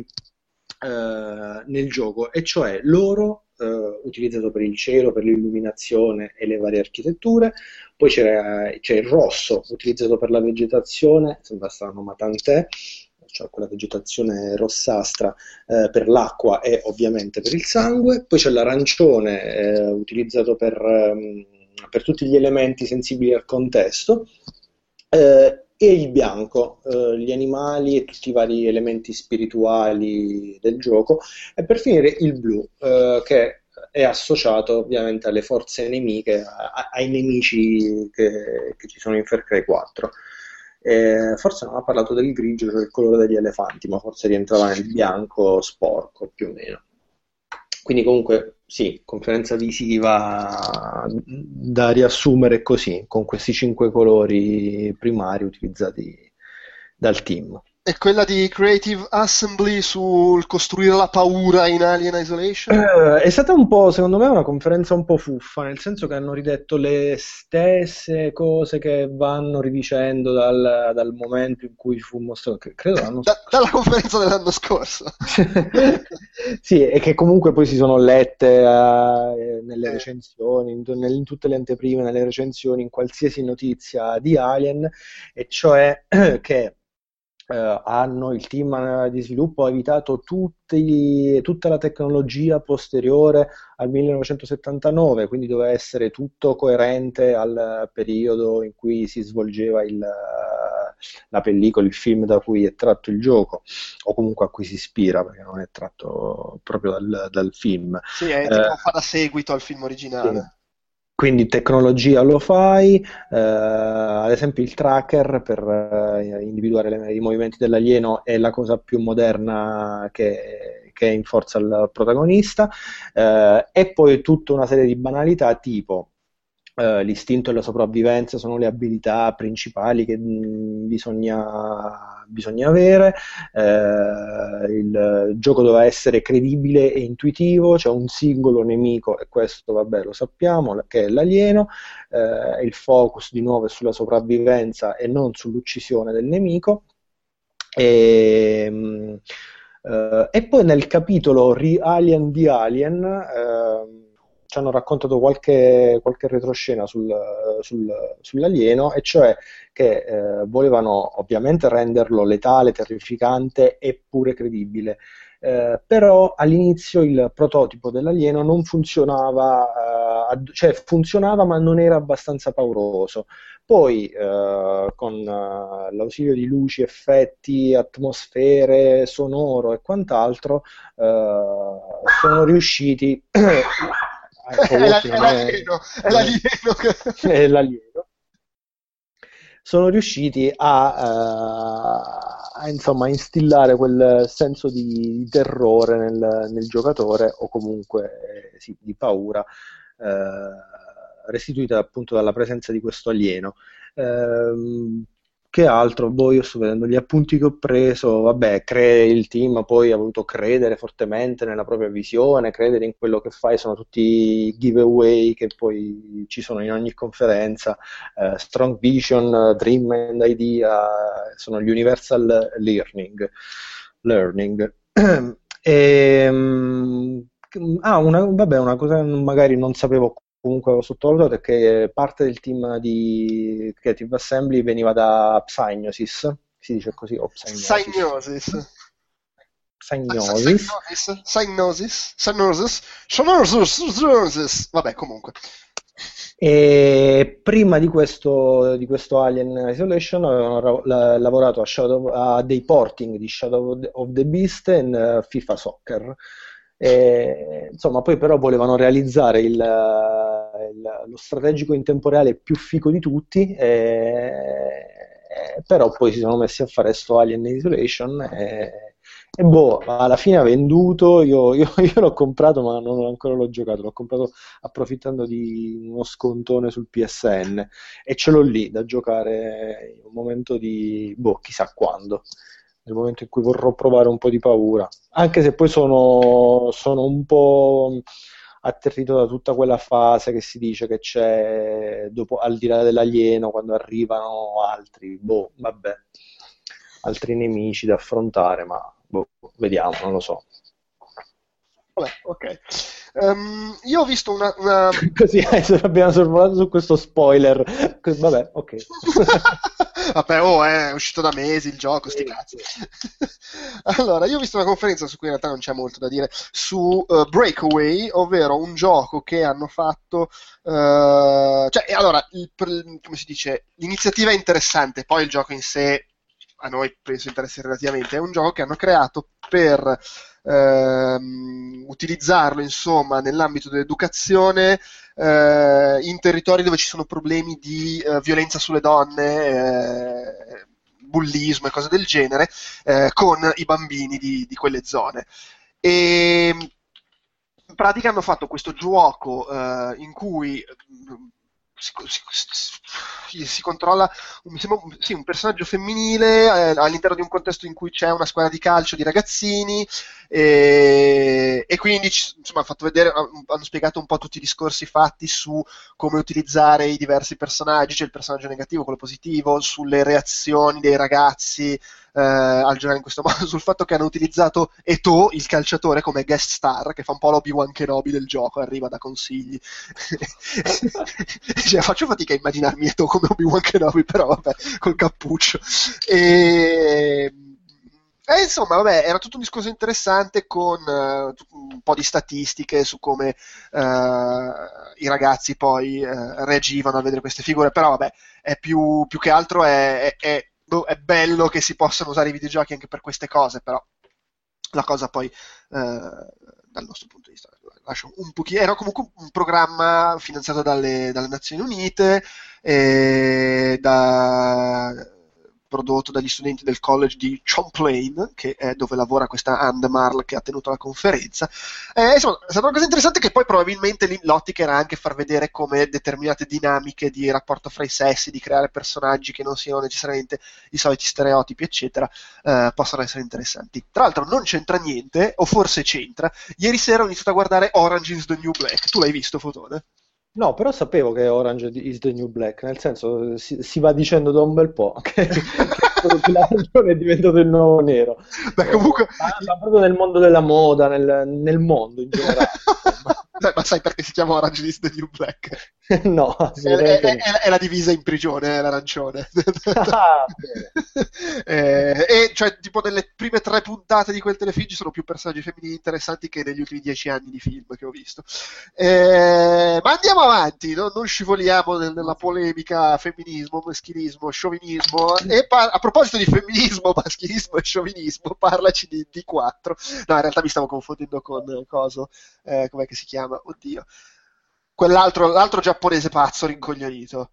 eh, nel gioco, e cioè l'oro eh, utilizzato per il cielo, per l'illuminazione e le varie architetture. Poi c'è, c'è il rosso utilizzato per la vegetazione, sembra strano ma tant'è, cioè quella vegetazione rossastra eh, per l'acqua e ovviamente per il sangue. Poi c'è l'arancione eh, utilizzato per, um, per tutti gli elementi sensibili al contesto, eh, e il bianco, eh, gli animali e tutti i vari elementi spirituali del gioco, e per finire il blu, eh, che è associato ovviamente alle forze nemiche, a, ai nemici che, che ci sono in Far Cry quattro. Eh, forse non ha parlato del grigio, cioè il colore degli elefanti, ma forse rientrava nel bianco sporco più o meno. Quindi comunque sì, conferenza visiva da riassumere così, con questi cinque colori primari utilizzati dal team. E quella di Creative Assembly sul costruire la paura in Alien Isolation? Eh, è stata un po', secondo me, una conferenza un po' fuffa, nel senso che hanno ridetto le stesse cose che vanno ridicendo dal, dal momento in cui fu mostrato, che credo l'anno Da- dalla conferenza dell'anno scorso. Sì, e che comunque poi si sono lette eh, nelle Eh. recensioni, in, nel- in tutte le anteprime, nelle recensioni, in qualsiasi notizia di Alien, e cioè che eh, hanno, il team eh, di sviluppo ha evitato tutti- tutta la tecnologia posteriore al millenovecentosettantanove, quindi doveva essere tutto coerente al periodo in cui si svolgeva il, la pellicola, il film da cui è tratto il gioco, o comunque a cui si ispira, perché non è tratto proprio dal, dal film. Sì, è Eh, tipo fa da seguito al film sì. originale. Quindi tecnologia lo fai, eh, ad esempio il tracker per eh, individuare le- i movimenti dell'alieno è la cosa più moderna che, che è in forza al protagonista, eh, e poi tutta una serie di banalità tipo eh, l'istinto e la sopravvivenza sono le abilità principali che mh, bisogna, bisogna avere. Eh, il gioco doveva essere credibile e intuitivo, c'è un singolo nemico e questo vabbè lo sappiamo, che è l'alieno. Eh, il focus di nuovo è sulla sopravvivenza e non sull'uccisione del nemico. E, mh, eh, e poi nel capitolo Re-Alien di Alien eh, ci hanno raccontato qualche, qualche retroscena sul, sul- sull'alieno, e cioè che eh, volevano ovviamente renderlo letale, terrificante eppure credibile. Eh, però all'inizio il prototipo dell'alieno non funzionava, eh, ad- cioè funzionava ma non era abbastanza pauroso. Poi eh, con eh, l'ausilio di luci, effetti, atmosfere, sonoro e quant'altro eh, sono riusciti ecco, È, la- Wolf è non è, l'alieno, è non è- l'alieno che... è l'alieno. Sono riusciti a, eh, a, insomma, instillare quel senso di, di terrore nel, nel giocatore, o comunque eh, sì, di paura, eh, restituita appunto dalla presenza di questo alieno. Ehm, che altro? Boh, io sto vedendo gli appunti che ho preso. Vabbè, cre- il team poi ha voluto credere fortemente nella propria visione, credere in quello che fai, sono tutti giveaway che poi ci sono in ogni conferenza. Eh, Strong Vision, Dream and Idea, sono gli Universal Learning. Learning. E, mm, ah, una, vabbè, una cosa che magari non sapevo, comunque avevo sottovalutato, è che parte del team di Creative Assembly veniva da Psygnosis, si dice così, o Psygnosis. Psygnosis. Psygnosis. Psygnosis. Psygnosis. Psygnosis. Psygnosis. Psygnosis. Vabbè, comunque. E prima di questo, di questo Alien Isolation avevano ra- la- lavorato a, Shadow, a dei porting di Shadow of the, of the Beast e uh, FIFA Soccer. E, insomma, poi però volevano realizzare il, il- lo strategico in tempo reale più figo di tutti, e, e però poi si sono messi a fare sto Alien Isolation e, e boh, alla fine ha venduto. Io, io- io l'ho comprato ma non ancora l'ho giocato, l'ho comprato approfittando di uno scontone sul P S N e ce l'ho lì da giocare in un momento di, boh, chissà quando, nel momento in cui vorrò provare un po' di paura, anche se poi sono, sono un po' atterrito da tutta quella fase che si dice che c'è dopo, al di là dell'alieno, quando arrivano altri, boh, vabbè, altri nemici da affrontare, ma boh, vediamo, non lo so. Vabbè, ok. Ehm, io ho visto una... una... Così adesso abbiamo sorvolato su questo spoiler. Vabbè, ok. Vabbè, oh, è uscito da mesi il gioco, sti cazzi. Allora, io ho visto una conferenza su cui in realtà non c'è molto da dire, su uh, Breakaway, ovvero un gioco che hanno fatto... uh, cioè, allora, il- per- come si dice, l'iniziativa è interessante, poi il gioco in sé a noi penso interessi relativamente. È un gioco che hanno creato per ehm, utilizzarlo, insomma, nell'ambito dell'educazione eh, in territori dove ci sono problemi di eh, violenza sulle donne, eh, bullismo e cose del genere, eh, con i bambini di, di quelle zone. E in pratica hanno fatto questo gioco eh, in cui si, si, si controlla mi sembra, sì, un personaggio femminile eh, all'interno di un contesto in cui c'è una squadra di calcio di ragazzini e, e quindi insomma, ha fatto vedere, hanno spiegato un po' tutti i discorsi fatti su come utilizzare i diversi personaggi, cioè il personaggio negativo, quello positivo, sulle reazioni dei ragazzi eh, al giocare in questo modo, sul fatto che hanno utilizzato Eto'o, il calciatore, come guest star, che fa un po' l'Obi-Wan Kenobi del gioco, arriva da consigli. Cioè, faccio fatica a immaginarmi Eto'o come Obi-Wan Kenobi, però vabbè, col cappuccio. E... E insomma, vabbè, era tutto un discorso interessante con uh, un po' di statistiche su come uh, i ragazzi poi uh, reagivano a vedere queste figure, però vabbè, è più, più che altro è, è, è, è bello che si possano usare i videogiochi anche per queste cose, però la cosa poi, uh, dal nostro punto di vista, lascio un pochino, era comunque un programma finanziato dalle, dalle Nazioni Unite, e da... prodotto dagli studenti del college di Champlain, che è dove lavora questa Anne Marl che ha tenuto la conferenza. Eh, insomma, è stata una cosa interessante, che poi probabilmente l'ottica era anche far vedere come determinate dinamiche di rapporto fra i sessi, di creare personaggi che non siano necessariamente i soliti stereotipi, eccetera, eh, possono essere interessanti. Tra l'altro non c'entra niente, o forse c'entra. Ieri sera ho iniziato a guardare Orange is the New Black. Tu l'hai visto, Fotone? No, però sapevo che Orange is the New Black, nel senso si, si va dicendo da un bel po' che, che l'arancione è diventato il nuovo nero. Beh, comunque... ma, ma proprio nel mondo della moda, nel, nel mondo in generale. Beh, ma sai perché si chiama Orange is the New Black? No, è, è, è, è la divisa in prigione, è l'arancione. Ah, eh, e cioè, tipo, nelle prime tre puntate di quel telefilm ci sono più personaggi femminili interessanti che negli ultimi dieci anni di film che ho visto. Eh, ma andiamo avanti, no? Non scivoliamo nel, nella polemica femminismo, maschilismo, sciovinismo. E par- a proposito di femminismo, maschilismo e sciovinismo, parlaci di D quattro. No, in realtà mi stavo confondendo con coso, eh, com'è che si chiama? Oddio. Quell'altro l'altro giapponese pazzo rincoglionito.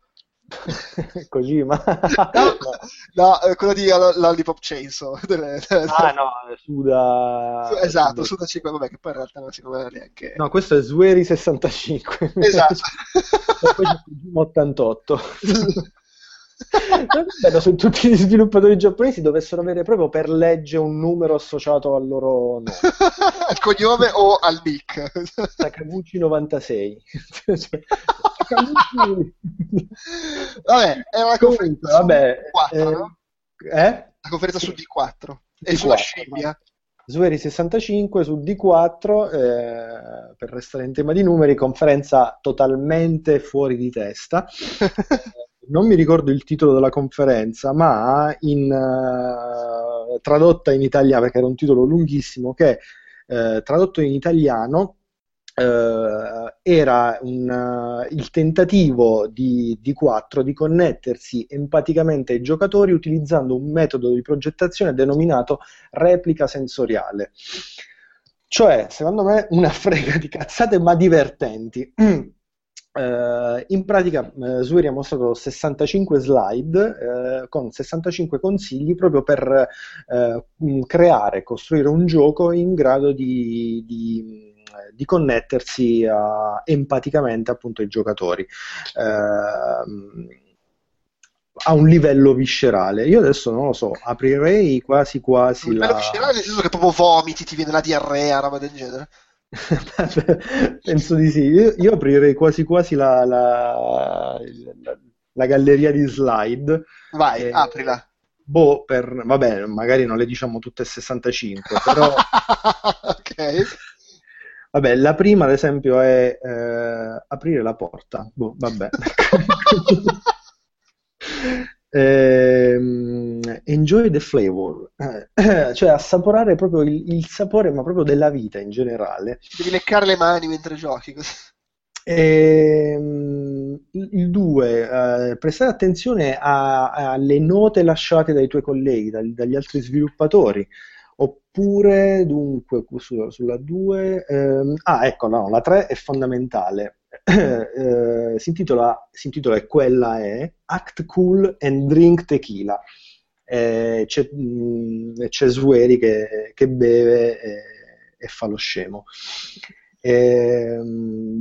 Kojima. No, no, quello di Lollipop Chainsaw. Ah no, Suda... Esatto, Suda cinque, vabbè, che poi in realtà non si chiama neanche... No, questo è Sueri sessantacinque. Esatto. E poi c'è Kojima ottantotto. Bello se tutti gli sviluppatori giapponesi dovessero avere proprio per legge un numero associato al loro nome. Al cognome o al nick. Sakaguchi novantasei. Sakaguchi... Vabbè, è una conferenza su vabbè, D quattro, eh, no? Eh? La conferenza su D quattro. D E sulla scimmia. Sueri sessantacinque su D quattro, eh, per restare in tema di numeri, conferenza totalmente fuori di testa. Non mi ricordo il titolo della conferenza, ma in, uh, tradotta in italiano, perché era un titolo lunghissimo, che uh, tradotto in italiano uh, era un, uh, il tentativo di D quattro di connettersi empaticamente ai giocatori utilizzando un metodo di progettazione denominato replica sensoriale. Cioè, secondo me, una frega di cazzate ma divertenti. Uh, in pratica uh, Sueri ha mostrato sessantacinque slide uh, con sessantacinque consigli proprio per uh, creare, costruire un gioco in grado di, di, di connettersi uh, empaticamente appunto ai giocatori uh, a un livello viscerale. Io adesso non lo so, aprirei quasi quasi un livello la... viscerale nel senso che proprio vomiti, ti viene la diarrea, roba del genere. Penso di sì. Io, io aprirei quasi quasi la, la, la, la galleria di slide. Vai, eh, aprila. Boh, per, vabbè, magari non le diciamo tutte sessantacinque, però... Ok. Vabbè, la prima ad esempio è eh, aprire la porta. Boh, vabbè. Ehm, enjoy the flavor, eh, cioè assaporare proprio il, il sapore, ma proprio della vita in generale. Devi leccare le mani mentre giochi. Ehm, il due, eh, prestare attenzione a- alle note lasciate dai tuoi colleghi, dal- dagli altri sviluppatori. Oppure, dunque, su- sulla due, ehm, ah, ecco, no, la tre è fondamentale. Eh, si intitola, si intitola e quella è Act Cool and Drink Tequila. Eh, c'è, mh, c'è Sueri che, che beve e, e fa lo scemo. Ehm,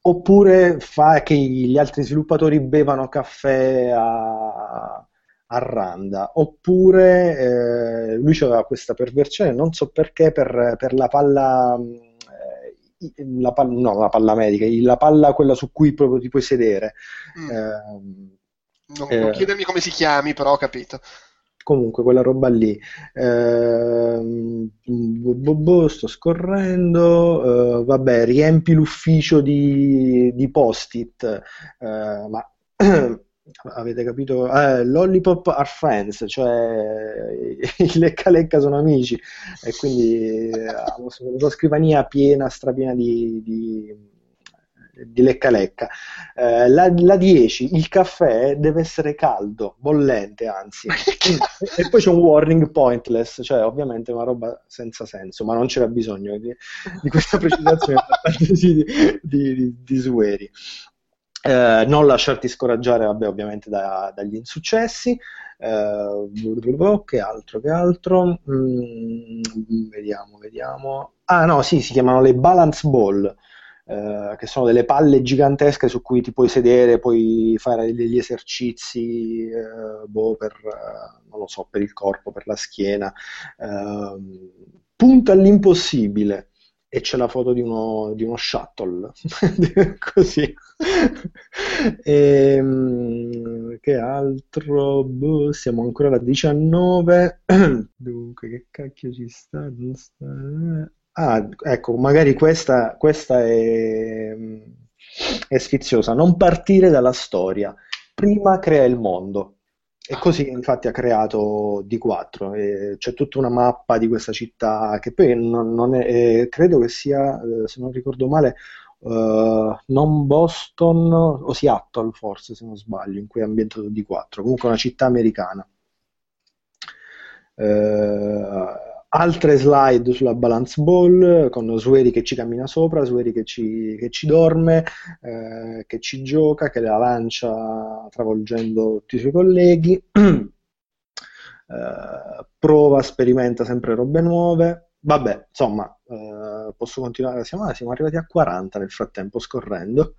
oppure fa che gli altri sviluppatori bevano caffè a, a randa, oppure eh, lui aveva questa perversione, non so perché, per, per la palla, eh, la palla, no, la palla medica, la palla quella su cui proprio ti puoi sedere. Mm. Eh, Non, eh, non chiedermi come si chiami, però ho capito. Comunque quella roba lì. Ehm, boh, boh, boh, sto scorrendo. Eh, vabbè, riempi l'ufficio di, di post-it. Eh, ma avete capito? Eh, lollipop are friends, cioè i lecca lecca sono amici, e quindi eh, la sua scrivania piena, strapiena di, di, di lecca lecca. Eh, la, la dieci, il caffè deve essere caldo, bollente anzi, e poi c'è un warning pointless, cioè ovviamente una roba senza senso, ma non c'era bisogno di, di questa precisazione da parte di, di, di, di Sueri. Eh, non lasciarti scoraggiare, vabbè, ovviamente da, dagli insuccessi. Eh, che altro, che altro? Mm, vediamo, vediamo. Ah no, sì, si chiamano le balance ball, eh, che sono delle palle gigantesche su cui ti puoi sedere, puoi fare degli esercizi, eh, boh, per, eh, non lo so, per il corpo, per la schiena. Eh, punta all'impossibile. E c'è la foto di uno, di uno shuttle, così. E, che altro? Boh, siamo ancora alla diciannove. Dunque, che cacchio ci sta? Non sta... Ah, ecco, magari questa, questa è, è sfiziosa. Non partire dalla storia. Prima crea il mondo. E così infatti ha creato D quattro, e c'è tutta una mappa di questa città che poi non, non è, eh, credo che sia, eh, se non ricordo male, eh, non Boston o Seattle forse, se non sbaglio, in cui è ambientato D quattro, comunque una città americana. Eh, altre slide sulla balance ball con Sueri che ci cammina sopra, Sueri che ci, che ci dorme, eh, che ci gioca, che la lancia travolgendo tutti i suoi colleghi, eh, prova, sperimenta sempre robe nuove. Vabbè, insomma, eh, posso continuare, siamo, siamo arrivati a quaranta nel frattempo scorrendo.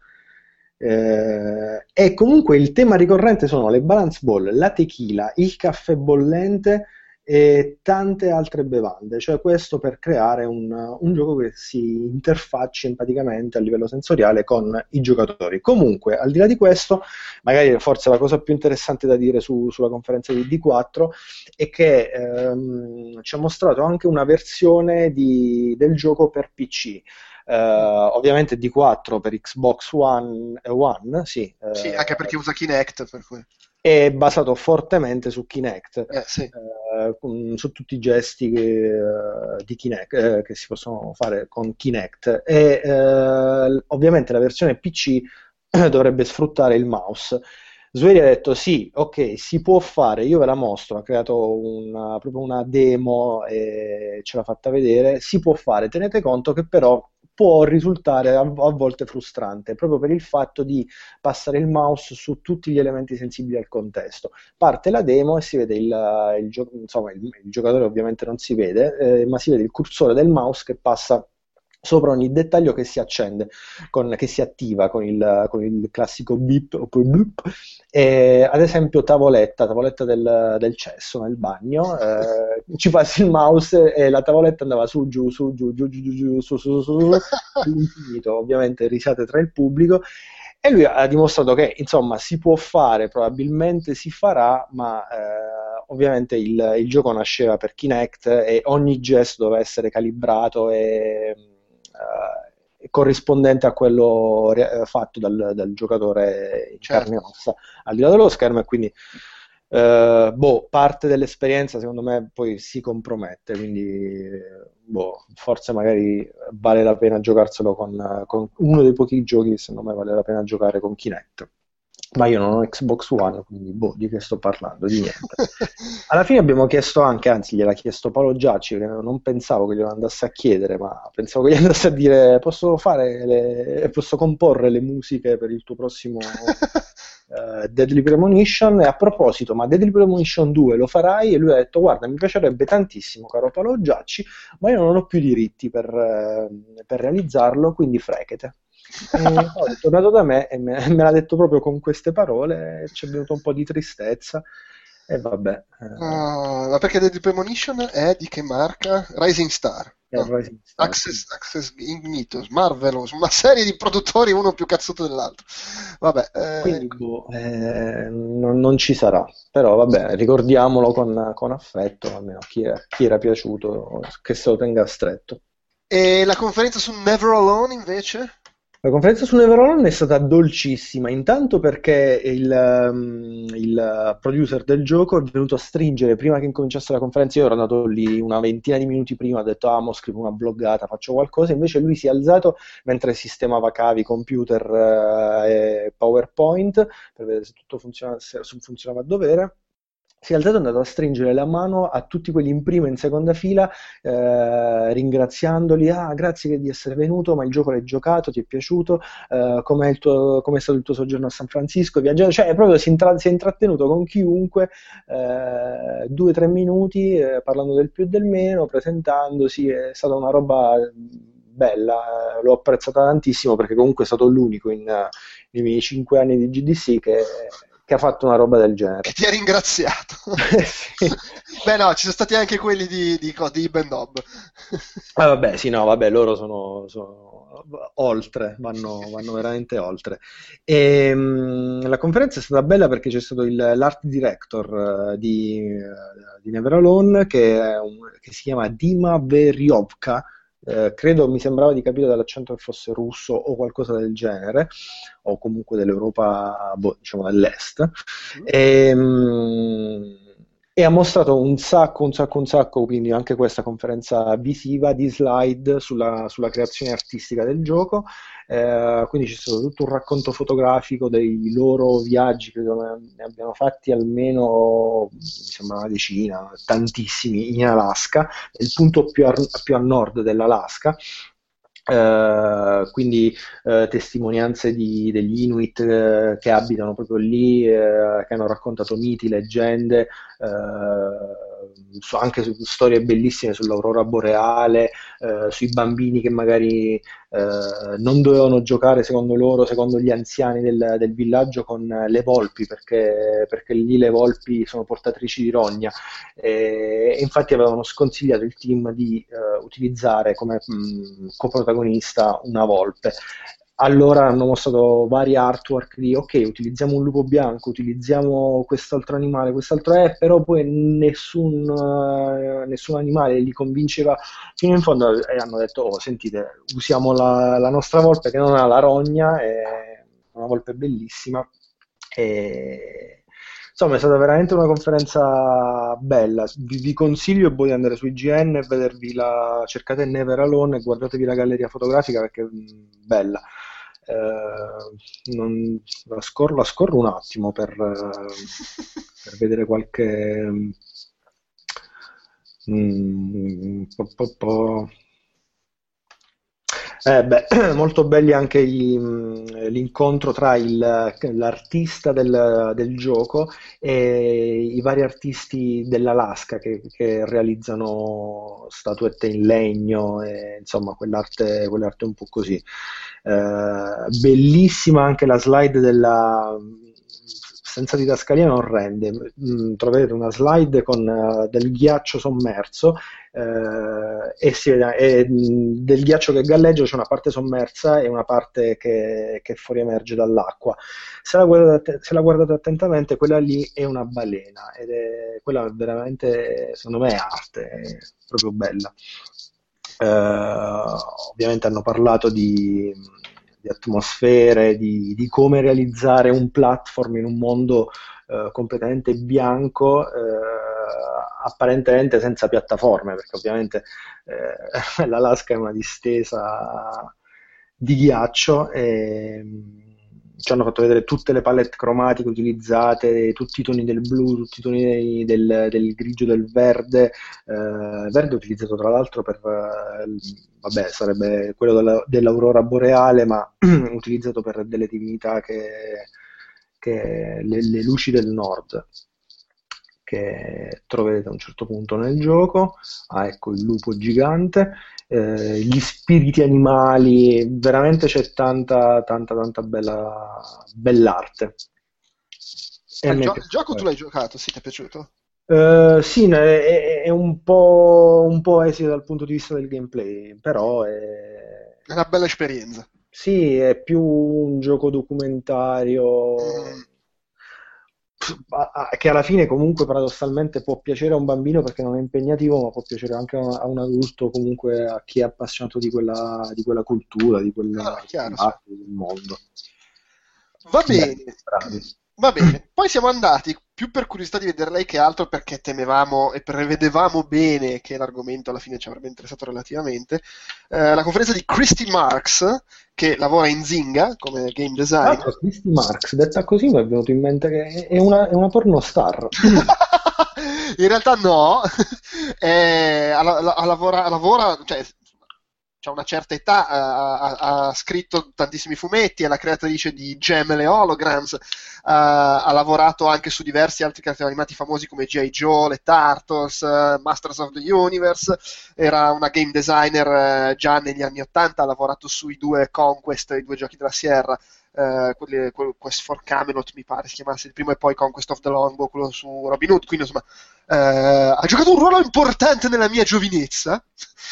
Eh, e comunque il tema ricorrente sono le balance ball, la tequila, il caffè bollente e tante altre bevande, cioè questo per creare un, un gioco che si interfacci empaticamente a livello sensoriale con i giocatori. Comunque, al di là di questo, magari forse la cosa più interessante da dire su, sulla conferenza di D quattro è che ehm, ci ha mostrato anche una versione di, del gioco per P C. Uh, ovviamente D quattro per Xbox One, One sì, uh, sì, anche perché usa Kinect, per cui è basato fortemente su Kinect, eh, sì. uh, su tutti i gesti che, uh, di Kinect, uh, che si possono fare con Kinect, e uh, ovviamente la versione P C dovrebbe sfruttare il mouse. Sueri ha detto sì, ok, si può fare, io ve la mostro, ha creato una, proprio una demo e ce l'ha fatta vedere, si può fare, tenete conto che però può risultare a, a volte frustrante, proprio per il fatto di passare il mouse su tutti gli elementi sensibili al contesto. Parte la demo e si vede il, il, gio- insomma, il, il giocatore ovviamente non si vede, eh, ma si vede il cursore del mouse che passa sopra ogni dettaglio che si accende, con, che si attiva con il, con il classico beep o bloop. E, ad esempio tavoletta, tavoletta del, del cesso nel bagno, eh, ci passi il mouse e la tavoletta andava su, giù, su, giù, giù, giù, giù, su, su, su, su, all'infinito, ovviamente risate tra il pubblico. E lui ha dimostrato che insomma si può fare, probabilmente si farà, ma eh, ovviamente il, il gioco nasceva per Kinect e ogni gesto doveva essere calibrato e Uh, corrispondente a quello re- fatto dal, dal giocatore in certo. carne e ossa al di là dello schermo, e quindi uh, boh, parte dell'esperienza secondo me poi si compromette, quindi boh, forse magari vale la pena giocarselo con, con uno dei pochi giochi che secondo me vale la pena giocare con Kinect. Ma io non ho Xbox One, quindi boh, di che sto parlando? Di niente. Alla fine abbiamo chiesto anche, anzi gliel'ha chiesto Paolo Giacci, che non pensavo che glielo andasse a chiedere, ma pensavo che gli andasse a dire posso fare le, posso comporre le musiche per il tuo prossimo uh, Deadly Premonition, e a proposito, ma Deadly Premonition due lo farai? E lui ha detto guarda, mi piacerebbe tantissimo, caro Paolo Giacci, ma io non ho più diritti per, uh, per realizzarlo, quindi frechete. E poi è tornato da me e me, me l'ha detto proprio con queste parole, ci è venuto un po' di tristezza e vabbè, Ah, ma perché The Premonition è di che marca? Rising Star. eh, è No. Rising Star. Access, Access Ignitus, Marvelous, una serie di produttori, uno più cazzuto dell'altro. Vabbè, eh, Quindi boh, eh, non, non ci sarà, però vabbè, ricordiamolo con, con affetto, almeno chi, è- chi era piaciuto, che se lo tenga stretto. e la conferenza su Never Alone invece? La conferenza su Neverland è stata dolcissima, intanto perché il, um, il producer del gioco è venuto a stringere prima che incominciasse la conferenza. Io ero andato lì una ventina di minuti prima, ho detto ah, mo scrivo una bloggata, faccio qualcosa, invece lui si è alzato mentre sistemava cavi, computer eh, e PowerPoint per vedere se tutto funziona- se funzionava a dovere. Si è alzato e è andato a stringere la mano a tutti quelli in prima e in seconda fila, eh, ringraziandoli. Ah, grazie di essere venuto, ma il gioco l'hai giocato, ti è piaciuto? Eh, com'è il tuo, com'è stato il tuo soggiorno a San Francisco? Hai viaggiato? Cioè, proprio si, intra- si è intrattenuto con chiunque, eh, due o tre minuti, eh, parlando del più e del meno, presentandosi. È stata una roba bella, eh, l'ho apprezzata tantissimo perché comunque è stato l'unico in, eh, nei miei cinque anni di G D C che che ha fatto una roba del genere. Che ti ha ringraziato. Sì. Beh no, ci sono stati anche quelli di, di, co- di Ben Dobb. Ah, vabbè, sì, no, vabbè, loro sono, sono oltre, vanno, vanno veramente oltre. E, mh, la conferenza è stata bella perché c'è stato il- l'art director eh, di, eh, di Never Alone che, è un- che si chiama Dima Veriovka. Eh, credo, mi sembrava di capire dall'accento che fosse russo o qualcosa del genere, o comunque dell'Europa, boh, diciamo dell'est. E, mh, e ha mostrato un sacco, un sacco, un sacco, quindi anche questa conferenza visiva di slide sulla, sulla creazione artistica del gioco. Eh, quindi c'è stato tutto un racconto fotografico dei loro viaggi, credo ne ne abbiano fatti almeno, mi sembra una decina, tantissimi in Alaska, il punto più a, più a nord dell'Alaska. Eh, quindi eh, testimonianze di- degli Inuit eh, che abitano proprio lì, eh, che hanno raccontato miti, leggende, eh, su- anche su storie bellissime sull'aurora boreale, eh, sui bambini che magari eh, non dovevano giocare secondo loro, secondo gli anziani del, del villaggio, con le volpi, perché, perché lì le volpi sono portatrici di rogna. E infatti avevano sconsigliato il team di eh, utilizzare come mh, coprotagonista una volpe. Allora hanno mostrato vari artwork di ok, utilizziamo un lupo bianco, utilizziamo quest'altro animale, quest'altro è, però poi nessun, eh, nessun animale li convinceva fino in fondo e hanno detto oh, sentite, usiamo la, la nostra volpe che non ha la rogna, è una volpe bellissima. E insomma, è stata veramente una conferenza bella. Vi, vi consiglio poi di andare su I G N e vedervi la. Cercate Never Alone e guardatevi la galleria fotografica perché è mm, bella. Eh, non- la, scorro, la scorro un attimo per, eh, per vedere qualche. mm, po- po- po'. Eh, beh, molto belli anche i- mh, l'incontro tra il- l'artista del, del gioco e i vari artisti dell'Alaska che, che realizzano statuette in legno e insomma quell'arte, quell'arte un po' così. Eh, bellissima anche la slide della. Senza didascalia non rende. Mm, troverete una slide con eh, del ghiaccio sommerso eh, e, si vede- e, mh, del ghiaccio che galleggia c'è una parte sommersa e una parte che, che fuori emerge dall'acqua. Se la guardate, se la guardate attentamente, quella lì è una balena ed è quella veramente, secondo me, è arte, è proprio bella. Eh, ovviamente hanno parlato di, di atmosfere, di, di come realizzare un platform in un mondo eh, completamente bianco, eh, apparentemente senza piattaforme, perché ovviamente eh, l'Alaska è una distesa di ghiaccio e ci hanno fatto vedere tutte le palette cromatiche utilizzate, tutti i toni del blu, tutti i toni del, del grigio, del verde, eh, verde utilizzato tra l'altro per, eh, vabbè, sarebbe quello della- dell'aurora boreale, ma utilizzato per delle divinità che, che le, le luci del nord, che troverete a un certo punto nel gioco. Ah, ecco il lupo gigante, eh, gli spiriti animali, veramente c'è tanta tanta tanta bella bell'arte. E a Il, me gio- piace il gioco tu l'hai questo. giocato, sì, ti è piaciuto? Eh, sì, ne- è, è un po', un po' esile dal punto di vista del gameplay, però è, È una bella esperienza. sì, è più un gioco documentario Mm. a- a- che alla fine comunque paradossalmente può piacere a un bambino perché non è impegnativo, ma può piacere anche a, a un adulto, comunque a chi è appassionato di quella, di quella cultura, di Ah, quella, chiaro, sì. dell'arte, del mondo. Va Beh, bene, bravi. va bene. Poi siamo andati più per curiosità di vedere lei che altro perché temevamo e prevedevamo bene che l'argomento alla fine ci avrebbe interessato relativamente. Eh, la conferenza di Christy Marx, che lavora in Zynga come game Tra designer. l'altro, Christy Marx, detta così, mi è venuto in mente che è una, è una pornostar. In realtà no, è, ha, ha- ha lavora, lavora, cioè, c'ha una certa età, ha, ha- ha scritto tantissimi fumetti, è la creatrice di Gem e le Holograms, ha, ha lavorato anche su diversi altri cartoni animati famosi come G I. Joe, le Turtles, eh, Masters of the Universe, era una game designer eh, già negli anni ottanta, ha lavorato sui due Conquest, i due giochi della Sierra, eh, quelli- quel- Quest for Camelot mi pare si chiamasse il primo, e poi Conquest of the Longbow, quello su Robin Hood, quindi insomma eh, ha giocato un ruolo importante nella mia giovinezza.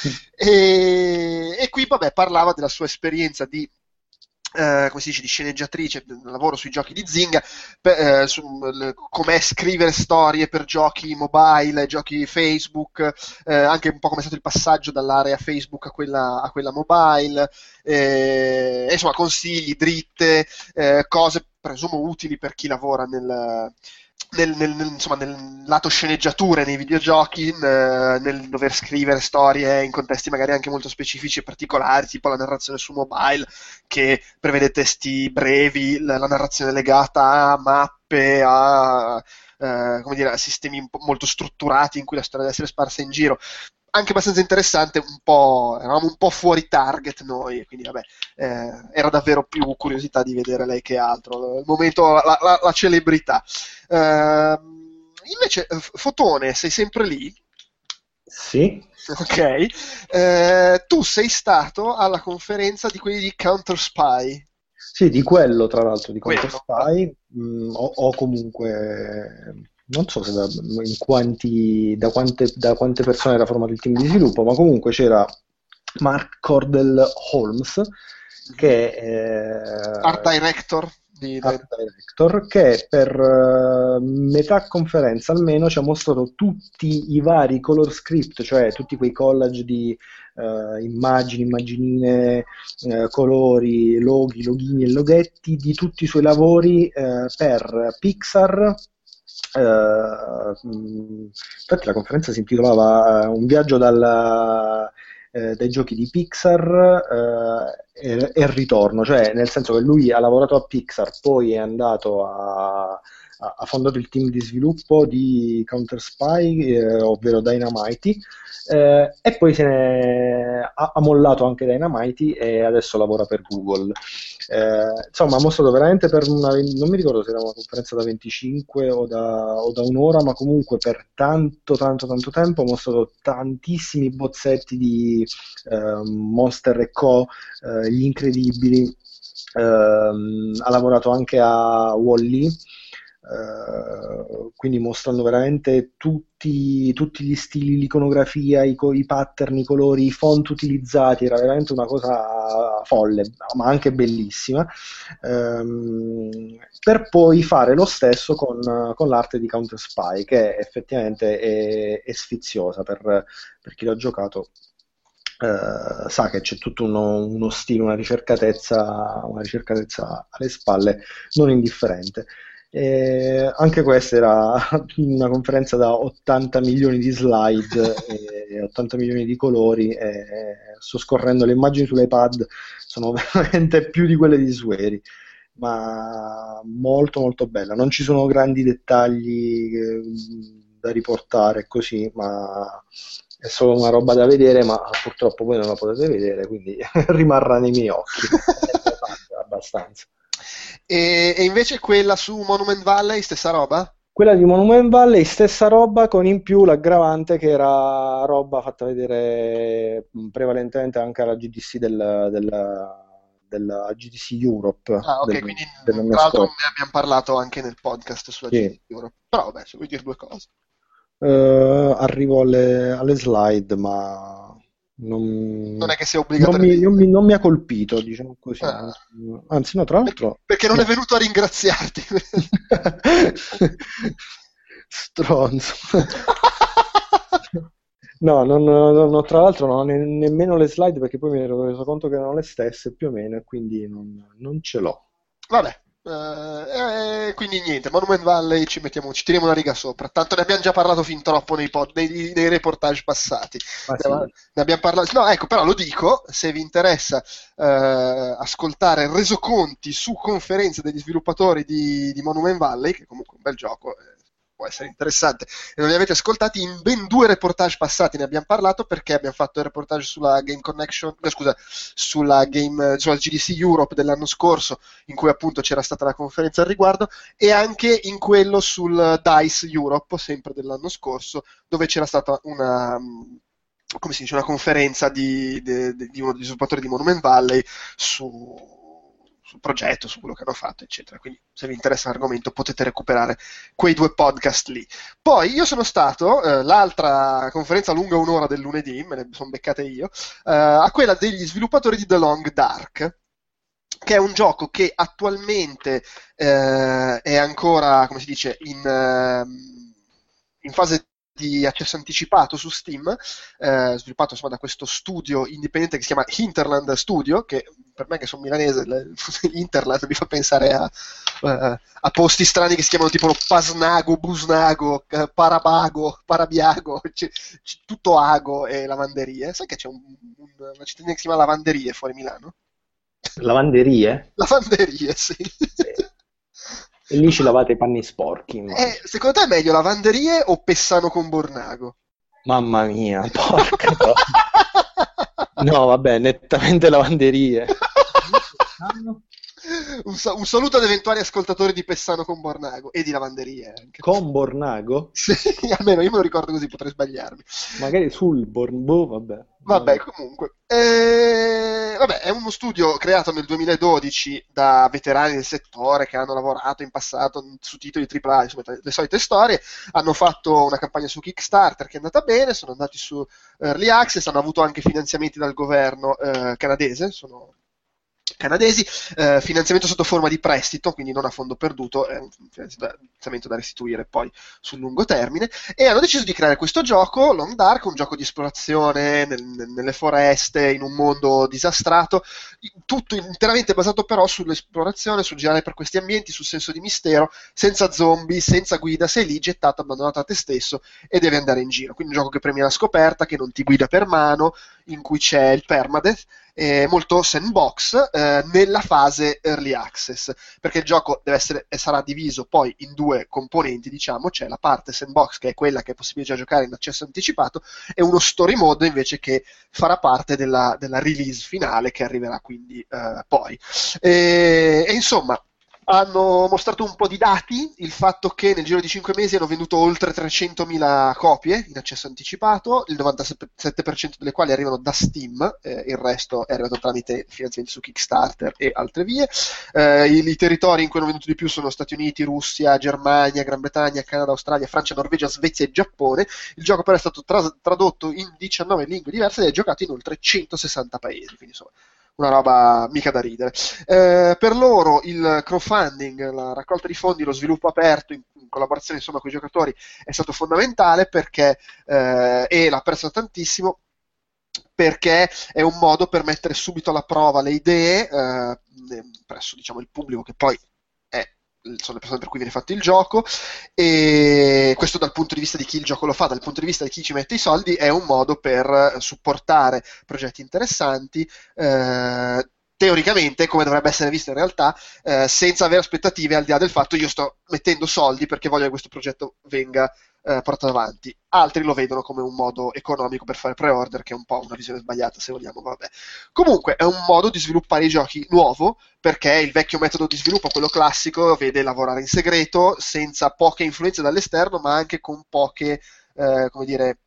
E, e qui vabbè parlava della sua esperienza di eh, come si dice, di sceneggiatrice, lavoro sui giochi di Zynga, per, eh, su, le- com'è scrivere storie per giochi mobile, giochi Facebook, eh, anche un po' come è stato il passaggio dall'area Facebook a quella, a quella mobile, eh, e insomma consigli, dritte, eh, cose presumo utili per chi lavora nel, nel, nel- nel- insomma, nel lato sceneggiature nei videogiochi, eh, nel dover scrivere storie in contesti magari anche molto specifici e particolari, tipo la narrazione su mobile, che prevede testi brevi, la, la narrazione legata a mappe, a, eh, come dire, a sistemi un po' molto strutturati in cui la storia deve essere sparsa in giro. Anche abbastanza interessante, un po', eravamo un po' fuori target noi, quindi vabbè, eh, era davvero più curiosità di vedere lei che altro. Il momento, la, la- la celebrità. Ehm, invece, F- Fotone, sei sempre lì? Sì, Ok. Eh, tu sei stato alla conferenza di quelli di Counter Spy. sì, di quello tra l'altro, di Counter Quello. Spy, mh, o, o comunque, non so se da, in quanti, da quante, da quante persone era formato il team di sviluppo, ma comunque c'era Mark Cordell Holmes, che è Art Director di, Art Director, che per eh, metà conferenza almeno ci ha mostrato tutti i vari color script, cioè tutti quei collage di eh, immagini, immaginine, eh, colori, loghi, loghini e loghetti di tutti i suoi lavori eh, per Pixar. Eh, mh, infatti la conferenza si intitolava eh, Un viaggio dalla, eh, dai giochi di Pixar eh, e, e il ritorno, cioè nel senso che lui ha lavorato a Pixar, poi è andato a, ha ha fondato il team di sviluppo di Counter Spy, eh, ovvero Dynamite, eh, e poi se ne ha, ha mollato anche Dynamite e adesso lavora per Google. Eh, insomma, ha mostrato veramente per una, non mi ricordo se era una conferenza da venticinque o da, o da un'ora, ma comunque per tanto, tanto, tanto tempo ha mostrato tantissimi bozzetti di eh, Monster e Co, eh, gli incredibili. Ehm, ha lavorato anche a Wall-E, eh, quindi mostrando veramente tutti, tutti gli stili, l'iconografia, i, co- i pattern, i colori, i font utilizzati, era veramente una cosa folle, ma anche bellissima. Ehm, per poi fare lo stesso con, con l'arte di Counter Spy, che effettivamente è, è sfiziosa per, per chi l'ha giocato. Eh, sa che c'è tutto uno, uno stile, una ricercatezza, una ricercatezza alle spalle non indifferente. E anche questa era una conferenza da ottanta milioni di slide e ottanta milioni di colori. E sto scorrendo le immagini sull'iPad, sono veramente più di quelle di Sueri, ma molto molto bella. Non ci sono grandi dettagli eh, da riportare così, ma è solo una roba da vedere, ma purtroppo voi non la potete vedere, quindi rimarrà nei miei occhi. Abbastanza. E, e invece quella su Monument Valley, stessa roba? Quella di Monument Valley, stessa roba, con in più l'aggravante che era roba fatta vedere mh, prevalentemente anche alla G D C del, del, della G D C Europe Ah, ok, del- quindi dell'anno tra l'altro scorso. ne abbiamo parlato anche nel podcast sulla Sì. G D C Europe. Però vabbè, se vuoi dire due cose. Eh, arrivo alle, alle slide, ma non, Non è che sia non mi, obbligatoriamente. non mi- non mi ha colpito, diciamo così. Ah. Anzi, no, tra Perché, l'altro... perché non no. è venuto a ringraziarti. Stronzo. No, non, non- non- tra l'altro non ho ne- nemmeno le slide perché poi mi ero reso conto che erano le stesse più o meno e quindi non, non ce l'ho. Vabbè, eh, eh, quindi niente, Monument Valley ci mettiamo, ci tiriamo una riga sopra. Tanto ne abbiamo già parlato fin troppo nei, pod- nei, nei reportage passati. Ma Ne, sì. ne abbiamo parlato. No, ecco, però lo dico, se vi interessa eh, ascoltare resoconti su conferenze degli sviluppatori di, di Monument Valley, che comunque è un bel gioco, eh, può essere interessante, e non li avete ascoltati, in ben due reportage passati ne abbiamo parlato, perché abbiamo fatto il reportage sulla Game Connection, no, scusa, sulla, Game, sulla G D C Europe dell'anno scorso, in cui appunto c'era stata la conferenza al riguardo, e anche in quello sul DICE Europe, sempre dell'anno scorso, dove c'era stata una, come si dice, una conferenza di, di, di uno degli sviluppatori di Monument Valley su sul progetto, su quello che hanno fatto, eccetera. Quindi se vi interessa l'argomento potete recuperare quei due podcast lì. Poi io sono stato, eh, l'altra conferenza lunga un'ora del lunedì, me ne sono beccate io, eh, a quella degli sviluppatori di The Long Dark, che è un gioco che attualmente eh, è ancora, come si dice, in, eh, in fase di accesso anticipato su Steam, eh, sviluppato insomma da questo studio indipendente che si chiama Hinterland Studio, che per me che sono milanese, le- Hinterland mi fa pensare a, eh, a posti strani che si chiamano tipo Pasnago, Busnago, eh, Parabago, Parabiago, c- c- tutto ago e lavanderie. Sai che c'è un- un- una cittadina che si chiama Lavanderie fuori Milano? Lavanderie? Lavanderie, sì. E lì ci lavate i panni sporchi, immagino. Eh, secondo te è meglio Lavanderie o Pessano con Bornago? Mamma mia, porca troia. No, vabbè, nettamente lavanderie. Un, sa- un saluto ad eventuali ascoltatori di Pessano con Bornago e di Lavanderie anche. Con Bornago? Sì, almeno io me lo ricordo così, potrei sbagliarmi. Magari sul Born... boh, vabbè. Vabbè, comunque. Eh, vabbè, è uno studio creato nel duemiladodici da veterani del settore che hanno lavorato in passato su titoli tripla A, insomma, le solite storie. Hanno fatto una campagna su Kickstarter che è andata bene, sono andati su Early Access, hanno avuto anche finanziamenti dal governo eh, canadese, sono canadesi, eh, finanziamento sotto forma di prestito, quindi non a fondo perduto, è un finanziamento da restituire poi sul lungo termine, e hanno deciso di creare questo gioco, Long Dark, un gioco di esplorazione nel, nelle foreste, in un mondo disastrato, tutto interamente basato però sull'esplorazione, sul girare per questi ambienti, sul senso di mistero, senza zombie, senza guida, sei lì gettato, abbandonato a te stesso e devi andare in giro. Quindi un gioco che premia la scoperta, che non ti guida per mano, in cui c'è il permadeath, eh, molto sandbox eh, nella fase early access, perché il gioco deve essere e sarà diviso poi in due componenti, diciamo, c'è la parte sandbox che è quella che è possibile già giocare in accesso anticipato e uno story mode invece che farà parte della, della release finale che arriverà quindi eh, poi e, e insomma hanno mostrato un po' di dati, il fatto che nel giro di cinque mesi hanno venduto oltre trecentomila copie in accesso anticipato, il novantasette per cento delle quali arrivano da Steam, eh, il resto è arrivato tramite finanziamenti su Kickstarter e altre vie. Eh, i, i territori in cui hanno venduto di più sono Stati Uniti, Russia, Germania, Gran Bretagna, Canada, Australia, Francia, Norvegia, Svezia e Giappone. Il gioco però è stato tra- tradotto in diciannove lingue diverse ed è giocato in oltre centosessanta paesi, quindi insomma una roba mica da ridere. Eh, per loro il crowdfunding, la raccolta di fondi, lo sviluppo aperto in, in collaborazione insomma con i giocatori è stato fondamentale perché eh, e l'ha apprezzato tantissimo perché è un modo per mettere subito alla prova le idee eh, presso diciamo il pubblico che poi è sono le persone per cui viene fatto il gioco, e questo dal punto di vista di chi il gioco lo fa, dal punto di vista di chi ci mette i soldi è un modo per supportare progetti interessanti, eh, teoricamente, come dovrebbe essere visto in realtà, eh, senza avere aspettative, al di là del fatto io sto mettendo soldi perché voglio che questo progetto venga eh, portato avanti. Altri lo vedono come un modo economico per fare pre-order, che è un po' una visione sbagliata, se vogliamo, vabbè. Comunque è un modo di sviluppare i giochi nuovo, perché il vecchio metodo di sviluppo, quello classico, vede lavorare in segreto, senza poche influenze dall'esterno, ma anche con poche, eh, come dire,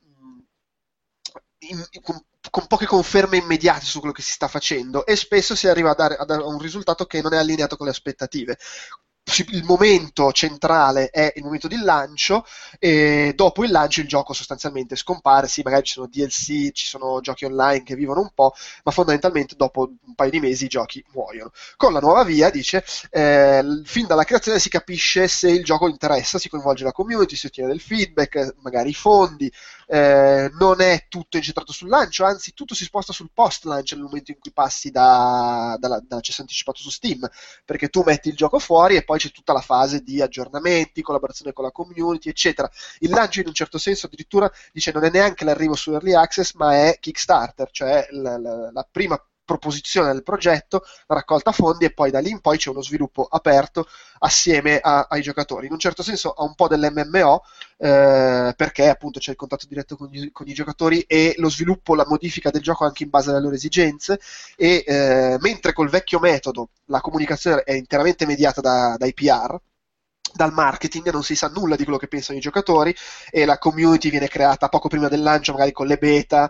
in, con, con poche conferme immediate su quello che si sta facendo, e spesso si arriva a dare, a dare un risultato che non è allineato con le aspettative. Il momento centrale è il momento di lancio, e dopo il lancio il gioco sostanzialmente scompare. Sì, magari ci sono D L C, ci sono giochi online che vivono un po', ma fondamentalmente dopo un paio di mesi i giochi muoiono. Con la nuova via, dice, eh, fin dalla creazione si capisce se il gioco interessa, si coinvolge la community, si ottiene del feedback, magari i fondi, eh, non è tutto incentrato sul lancio, anzi tutto si sposta sul post-lancio nel momento in cui passi da, dalla, dall'accesso anticipato su Steam, perché tu metti il gioco fuori e poi c'è tutta la fase di aggiornamenti, collaborazione con la community, eccetera. Il lancio in un certo senso addirittura dice non è neanche l'arrivo su Early Access, ma è Kickstarter, cioè la, la, la prima proposizione del progetto, la raccolta fondi, e poi da lì in poi c'è uno sviluppo aperto assieme a, ai giocatori. In un certo senso ha un po' dell'emme emme o, eh, perché appunto c'è il contatto diretto con gli, con i giocatori, e lo sviluppo, la modifica del gioco anche in base alle loro esigenze, e eh, mentre col vecchio metodo la comunicazione è interamente mediata da, dai P R, dal marketing, non si sa nulla di quello che pensano i giocatori, e la community viene creata poco prima del lancio, magari con le beta,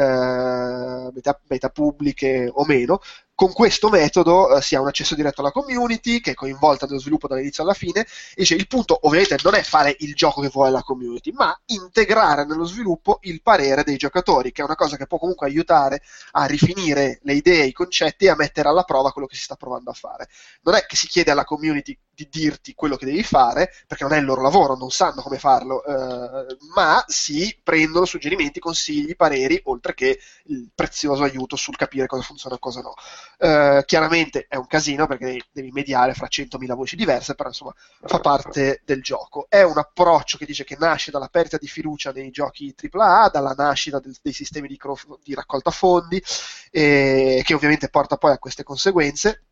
eh, beta, beta pubbliche o meno. Con questo metodo eh, si ha un accesso diretto alla community, che è coinvolta nello sviluppo dall'inizio alla fine, e cioè, il punto ovviamente non è fare il gioco che vuole la community, ma integrare nello sviluppo il parere dei giocatori, che è una cosa che può comunque aiutare a rifinire le idee, i concetti, e a mettere alla prova quello che si sta provando a fare. Non è che si chiede alla community di dirti quello che devi fare, perché non è il loro lavoro, non sanno come farlo, eh, ma si prendono suggerimenti, consigli, pareri, oltre che il prezioso aiuto sul capire cosa funziona e cosa no. Uh, chiaramente è un casino, perché devi, devi mediare fra centomila voci diverse, però insomma fa parte del gioco. È un approccio che dice che nasce dalla perdita di fiducia nei giochi tripla A, dalla nascita del, dei sistemi di, crof- di raccolta fondi, e che ovviamente porta poi a queste conseguenze.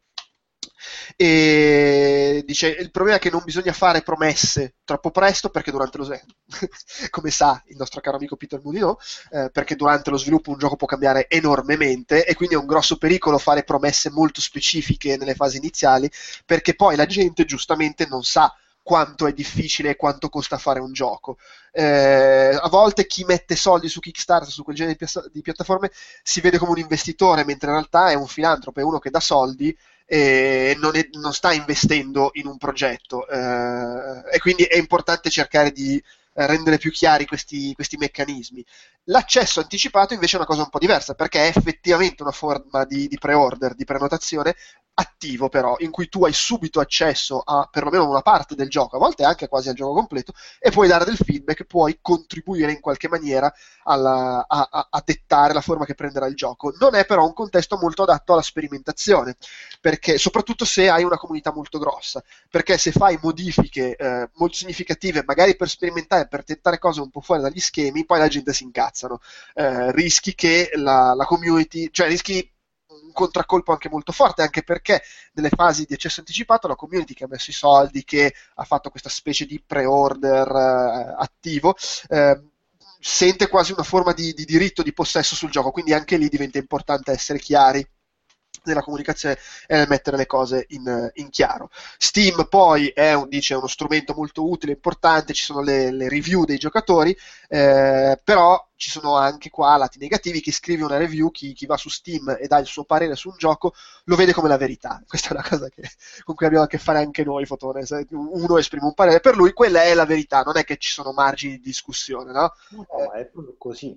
E dice il problema è che non bisogna fare promesse troppo presto, perché durante lo come sa il nostro caro amico Peter Molyneux, eh, perché durante lo sviluppo un gioco può cambiare enormemente, e quindi è un grosso pericolo fare promesse molto specifiche nelle fasi iniziali, perché poi la gente giustamente non sa quanto è difficile e quanto costa fare un gioco. Eh, a volte chi mette soldi su Kickstarter, su quel genere di, pi- di piattaforme, si vede come un investitore, mentre in realtà è un filantropo, è uno che dà soldi e non, è, non sta investendo in un progetto, eh, e quindi è importante cercare di rendere più chiari questi, questi meccanismi. L'accesso anticipato invece è una cosa un po' diversa, perché è effettivamente una forma di, di pre-order, di prenotazione attivo, però, in cui tu hai subito accesso a perlomeno una parte del gioco, a volte anche quasi al gioco completo, e puoi dare del feedback, puoi contribuire in qualche maniera alla, a, a, a dettare la forma che prenderà il gioco. Non è però un contesto molto adatto alla sperimentazione, perché soprattutto se hai una comunità molto grossa, perché se fai modifiche eh, molto significative, magari per sperimentare, per tentare cose un po' fuori dagli schemi, poi la gente si incazzano, eh, rischi che la, la community, cioè rischi un contraccolpo anche molto forte, anche perché nelle fasi di accesso anticipato la community che ha messo i soldi, che ha fatto questa specie di pre-order eh, attivo, eh, sente quasi una forma di, di diritto di possesso sul gioco, quindi anche lì diventa importante essere chiari nella comunicazione e nel mettere le cose in, in chiaro. Steam poi è un, dice, uno strumento molto utile, importante, ci sono le, le review dei giocatori, eh, però ci sono anche qua lati negativi. Chi scrive una review, chi, chi va su Steam e dà il suo parere su un gioco, lo vede come la verità. Questa è una cosa che, con cui abbiamo a che fare anche noi, Fotone. Se uno esprime un parere, per lui quella è la verità, non è che ci sono margini di discussione, no? No, ma è proprio così.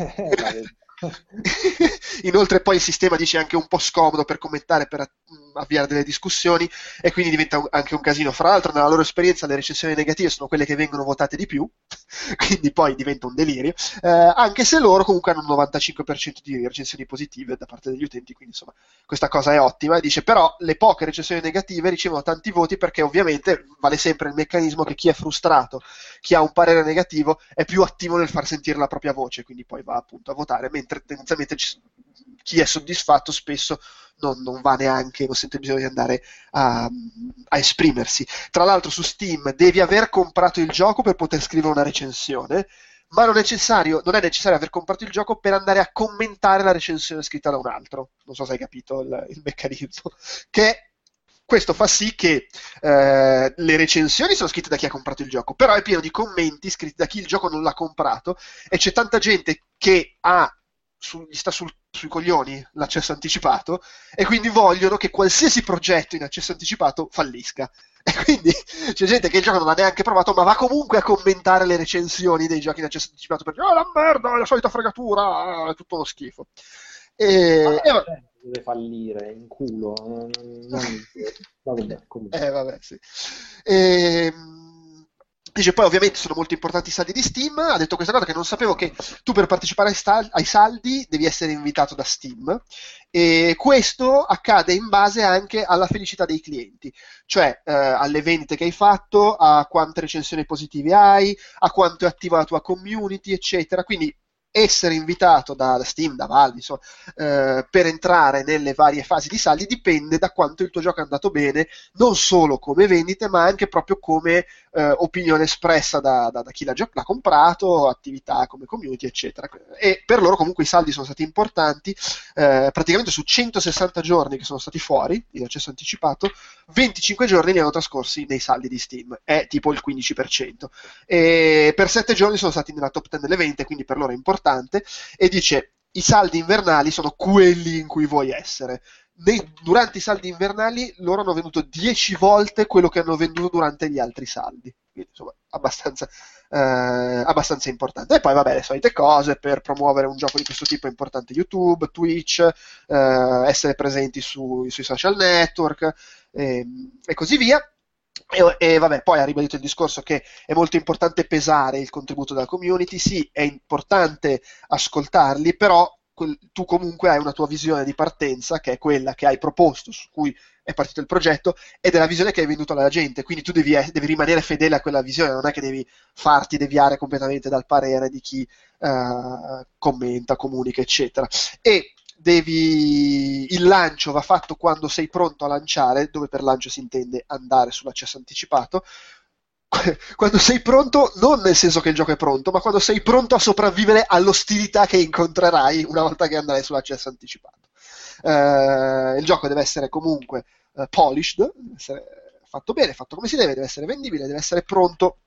Inoltre poi il sistema dice anche un po' scomodo per commentare, per avviare delle discussioni, e quindi diventa anche un casino. Fra l'altro nella loro esperienza le recensioni negative sono quelle che vengono votate di più, quindi poi diventa un delirio. Eh, anche se loro comunque hanno un novantacinque per cento di recensioni positive da parte degli utenti, quindi insomma questa cosa è ottima. E dice però le poche recensioni negative ricevono tanti voti perché ovviamente vale sempre il meccanismo che chi è frustrato, chi ha un parere negativo è più attivo nel far sentire la propria voce, quindi poi va appunto a votare, mentre tendenzialmente ci, chi è soddisfatto spesso non, non va neanche, non sente bisogno di andare a, a esprimersi. Tra l'altro su Steam devi aver comprato il gioco per poter scrivere una recensione, ma non è necessario, non è necessario aver comprato il gioco per andare a commentare la recensione scritta da un altro. Non so se hai capito il, il meccanismo. Che questo fa sì che eh, le recensioni sono scritte da chi ha comprato il gioco, però è pieno di commenti scritti da chi il gioco non l'ha comprato, e c'è tanta gente che ha su, gli sta sul, sui coglioni l'accesso anticipato, e quindi vogliono che qualsiasi progetto in accesso anticipato fallisca. E quindi c'è gente che il gioco non ha neanche provato, ma va comunque a commentare le recensioni dei giochi in accesso anticipato per dire: oh, la merda, la solita fregatura, è tutto uno schifo. E, ah, e va- deve fallire in culo. Non, non... vabbè, comunque. Eh, vabbè, sì. E, dice poi ovviamente sono molto importanti i saldi di Steam. Ha detto questa cosa che non sapevo, che tu per partecipare ai, stal- ai saldi devi essere invitato da Steam, e questo accade in base anche alla felicità dei clienti, cioè eh, alle vendite che hai fatto, a quante recensioni positive hai, a quanto è attiva la tua community, eccetera. Quindi essere invitato da, da Steam, da Valve, insomma, eh, per entrare nelle varie fasi di saldi dipende da quanto il tuo gioco è andato bene, non solo come vendite, ma anche proprio come eh, opinione espressa da, da, da chi l'ha, gio- l'ha comprato, attività come community, eccetera. E per loro comunque i saldi sono stati importanti. Eh, praticamente su centosessanta giorni che sono stati fuori in accesso anticipato, venticinque giorni li hanno trascorsi nei saldi di Steam, è tipo il quindici per cento, e per sette giorni sono stati nella top dieci delle vendite, quindi per loro è importante. E dice: i saldi invernali sono quelli in cui vuoi essere. Nei, durante i saldi invernali loro hanno venduto dieci volte quello che hanno venduto durante gli altri saldi, quindi insomma abbastanza, eh, abbastanza importante. E poi vabbè, le solite cose per promuovere un gioco di questo tipo: è importante YouTube, Twitch, eh, essere presenti su, sui social network, e, e così via. E, e vabbè, poi ha ribadito il discorso che è molto importante pesare il contributo della community. Sì, è importante ascoltarli, però quel, tu comunque hai una tua visione di partenza, che è quella che hai proposto, su cui è partito il progetto, ed è la visione che hai venduto alla gente, quindi tu devi, devi rimanere fedele a quella visione, non è che devi farti deviare completamente dal parere di chi uh, commenta, comunica, eccetera. E devi il lancio va fatto quando sei pronto a lanciare, dove per lancio si intende andare sull'accesso anticipato, quando sei pronto, non nel senso che il gioco è pronto, ma quando sei pronto a sopravvivere all'ostilità che incontrerai una volta che andrai sull'accesso anticipato. Uh, il gioco deve essere comunque uh, polished, deve essere fatto bene, fatto come si deve, deve essere vendibile, deve essere pronto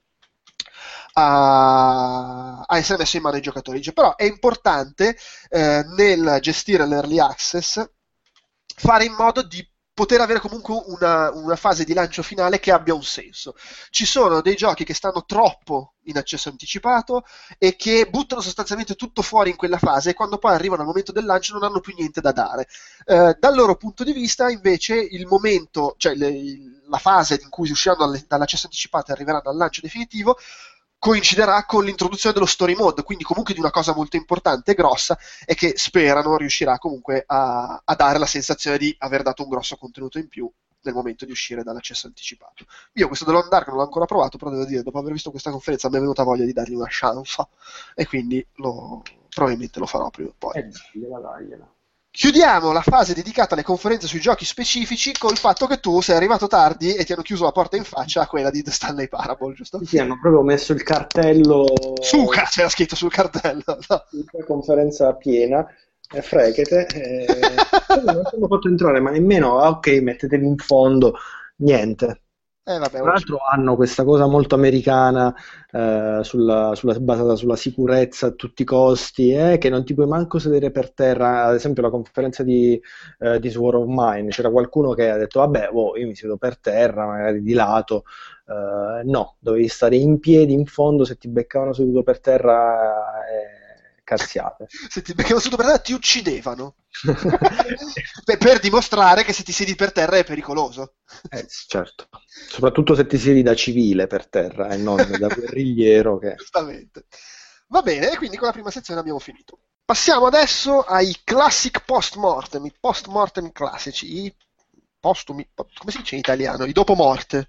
A, a essere messo in mano ai giocatori. Dice, però è importante eh, nel gestire l'early access fare in modo di poter avere comunque una, una fase di lancio finale che abbia un senso. Ci sono dei giochi che stanno troppo in accesso anticipato e che buttano sostanzialmente tutto fuori in quella fase, e quando poi arrivano al momento del lancio non hanno più niente da dare. Eh, dal loro punto di vista invece il momento, cioè le, la fase in cui usciranno dall'accesso anticipato e arriveranno al lancio definitivo coinciderà con l'introduzione dello story mode, quindi comunque di una cosa molto importante e grossa, e che sperano riuscirà comunque a, a dare la sensazione di aver dato un grosso contenuto in più nel momento di uscire dall'accesso anticipato. Io questo The Long Dark non l'ho ancora provato, però devo dire, dopo aver visto questa conferenza mi è venuta voglia di dargli una chance, e quindi lo, probabilmente lo farò prima o poi. Eh, dagliela, dagliela. Chiudiamo la fase dedicata alle conferenze sui giochi specifici col fatto che tu sei arrivato tardi e ti hanno chiuso la porta in faccia a quella di The Stanley Parable, giusto? Sì, hanno proprio messo il cartello Suca, c'era scritto sul cartello, no? Una conferenza piena, eh, fregate, eh, non sono fatto entrare, ma nemmeno, ah, ok, mettetevi in fondo, niente. Eh, vabbè, Tra l'altro hanno questa cosa molto americana, eh, sulla, sulla, basata sulla sicurezza a tutti i costi, eh, che non ti puoi manco sedere per terra. Ad esempio la conferenza di, eh, di Sword of Mine, c'era qualcuno che ha detto vabbè, oh, io mi siedo per terra, magari di lato. Uh, no, dovevi stare in piedi in fondo, se ti beccavano seduto per terra, eh, cazziate. Se ti beccavano seduto per terra ti uccidevano. per, per dimostrare che se ti siedi per terra è pericoloso. Eh, certo, soprattutto se ti siedi da civile per terra e non da guerrigliero che... Giustamente. Va bene, e quindi con la prima sezione abbiamo finito. Passiamo adesso ai classic post-mortem, i post-mortem classici, i postumi, come si dice in italiano? I dopo morte.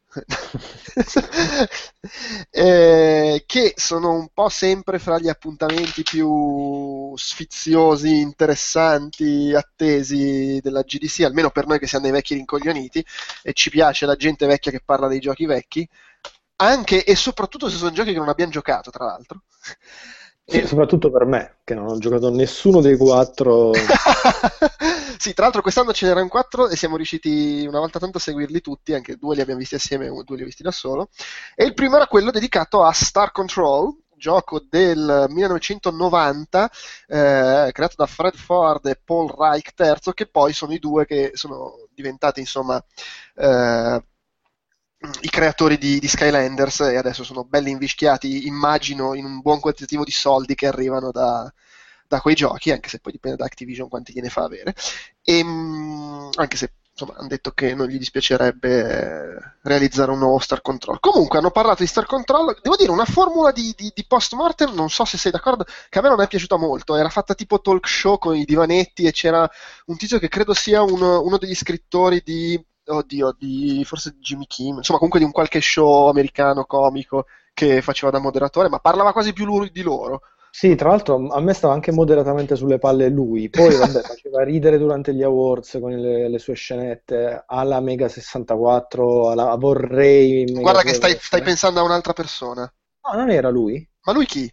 eh, che sono un po' sempre fra gli appuntamenti più sfiziosi, interessanti, attesi della G D C, almeno per noi che siamo dei vecchi rincoglioniti e ci piace la gente vecchia che parla dei giochi vecchi, anche e soprattutto se sono giochi che non abbiamo giocato, tra l'altro. Sì, e... soprattutto per me, che non ho giocato nessuno dei quattro. Sì, tra l'altro quest'anno ce n'erano quattro e siamo riusciti una volta tanto a seguirli tutti, anche due li abbiamo visti assieme, due li ho visti da solo. E il primo era quello dedicato a Star Control, gioco del millenovecentonovanta, eh, creato da Fred Ford e Paul Reich terzo, che poi sono i due che sono diventati, insomma, eh, i creatori di, di Skylanders, e adesso sono belli invischiati, immagino, in un buon quantitativo di soldi che arrivano da, da quei giochi, anche se poi dipende da Activision quanti gliene fa avere, e, mh, anche se insomma hanno detto che non gli dispiacerebbe realizzare un nuovo Star Control. Comunque hanno parlato di Star Control, devo dire una formula di, di, di post-mortem, non so se sei d'accordo, che a me non è piaciuta molto, era fatta tipo talk show con i divanetti e c'era un tizio che credo sia uno, uno degli scrittori di oddio, di forse Jimmy Kimmel, insomma comunque di un qualche show americano comico che faceva da moderatore, ma parlava quasi più lui di loro. Sì, tra l'altro a me stava anche moderatamente sulle palle lui, poi vabbè faceva ridere durante gli awards con le, le sue scenette alla Mega sessantaquattro, alla vorrei Mega Guarda che stai, stai pensando a un'altra persona. No, non era lui? Ma lui chi?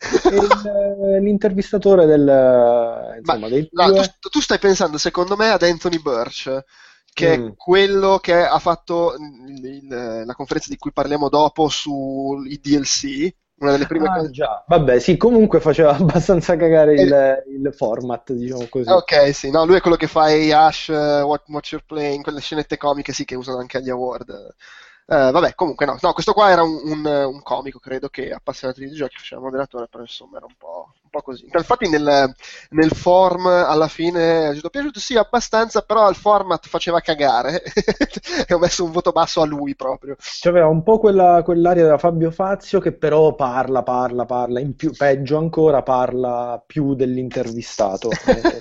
Il, l'intervistatore del, insomma, ma, dei no, due... tu, tu stai pensando secondo me ad Anthony Birch, che mm. è quello che ha fatto il, il, la conferenza di cui parliamo dopo sui D L C, una delle prime ah, cose. Già. Vabbè, sì, comunque faceva abbastanza cagare il, eh, il format, diciamo così. Ok, sì, no, lui è quello che fa i Ash, uh, what, what You're Playing, quelle scenette comiche, sì, che usano anche agli award. Uh, vabbè, comunque no, no, questo qua era un, un, un comico, credo, che appassionato di videogiochi, faceva moderatore, però insomma era un po', un po' così. Infatti nel, nel form alla fine è piaciuto, sì, abbastanza, però il format faceva cagare e ho messo un voto basso a lui proprio. C'aveva un po' quella, quell'aria da Fabio Fazio che però parla, parla, parla, in più, peggio ancora parla più dell'intervistato.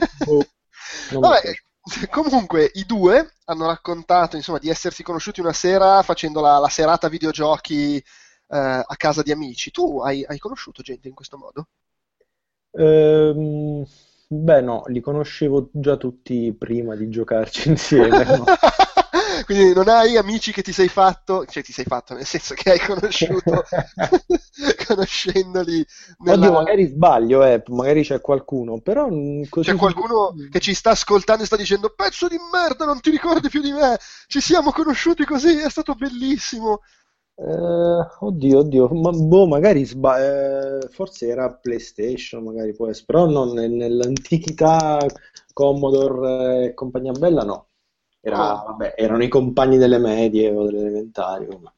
non Vabbè, comunque i due hanno raccontato insomma di essersi conosciuti una sera facendo la, la serata videogiochi eh, a casa di amici. Tu hai, hai conosciuto gente in questo modo? Ehm, beh no, li conoscevo già tutti prima di giocarci insieme. No? Quindi non hai amici che ti sei fatto, cioè ti sei fatto nel senso che hai conosciuto conoscendoli nella... Oddio, magari sbaglio, eh, magari c'è qualcuno, però così c'è qualcuno si... che ci sta ascoltando e sta dicendo pezzo di merda, non ti ricordi più di me, ci siamo conosciuti così, è stato bellissimo. Eh, oddio, oddio, ma, boh, magari sba- eh, forse era PlayStation, magari può essere, però non, nell'antichità Commodore e compagnia bella no. Era, oh. vabbè, erano i compagni delle medie o delle elementari. Ma...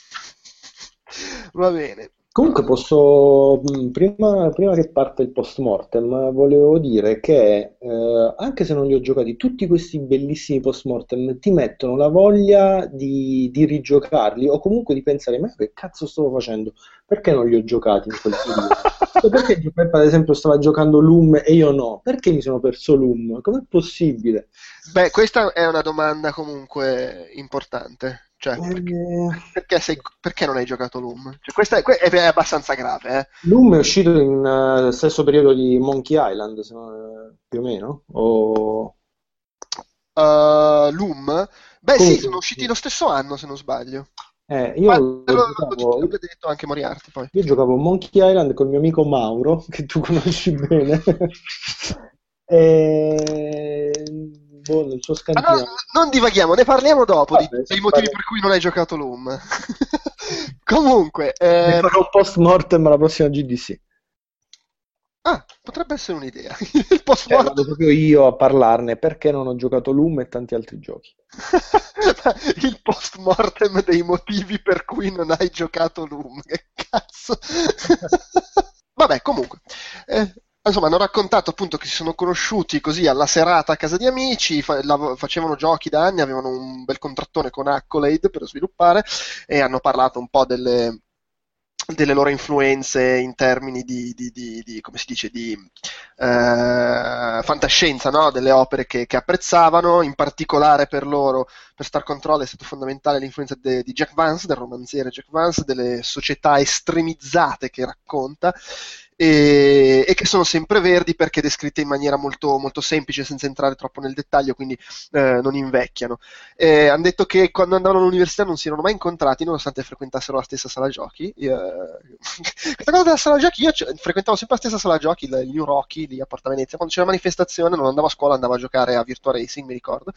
Va bene. Comunque posso, prima, prima che parte il post-mortem, volevo dire che eh, anche se non li ho giocati, tutti questi bellissimi post-mortem ti mettono la voglia di, di rigiocarli o comunque di pensare, ma che cazzo stavo facendo? Perché non li ho giocati in quel periodo? Cioè, perché Giuseppe ad esempio stava giocando Loom e io no? Perché mi sono perso Loom? Com'è possibile? Beh, questa è una domanda comunque importante. Cioè, perché, perché, sei, perché non hai giocato Loom? Cioè, questa è, è abbastanza grave. Eh? Loom è uscito in uh, stesso periodo di Monkey Island, se non, più o meno? O... Uh, Loom? Beh, comunque, sì, sono usciti lo stesso anno, se non sbaglio. Eh, io Ma lo, giocavo, l'ho detto anche Moriarty poi. Io giocavo Monkey Island col mio amico Mauro, che tu conosci bene. e... Boh, nel suo Ma no, non divaghiamo, ne parliamo dopo. Vabbè, di, dei motivi fare... per cui non hai giocato Loom. Comunque, eh... ne farò un post-mortem alla prossima G D C. Ah, potrebbe essere un'idea. Il post-mortem. Eh, vado proprio io a parlarne perché non ho giocato Loom e tanti altri giochi. Il post-mortem dei motivi per cui non hai giocato Loom. Che cazzo? Vabbè, comunque. Eh, insomma, hanno raccontato appunto che si sono conosciuti così alla serata a casa di amici, fa- la- facevano giochi da anni, avevano un bel contrattone con Accolade per sviluppare e hanno parlato un po' delle... delle loro influenze in termini di, di, di, di come si dice, di eh, fantascienza, no? Delle opere che, che apprezzavano. In particolare per loro, per Star Control, è stato fondamentale l'influenza de, di Jack Vance, del romanziere Jack Vance, delle società estremizzate che racconta, e, e che sono sempreverdi perché descritte in maniera molto, molto semplice, senza entrare troppo nel dettaglio, quindi eh, non invecchiano. Eh, hanno detto che quando andavano all'università non si erano mai incontrati, nonostante frequentassero la stessa sala giochi. Io, questa cosa della sala giochi, io c- frequentavo sempre la stessa sala giochi, il, il New Rocky, lì a Porta Venezia. Quando c'era la manifestazione non andavo a scuola, andavo a giocare a Virtua Racing, mi ricordo.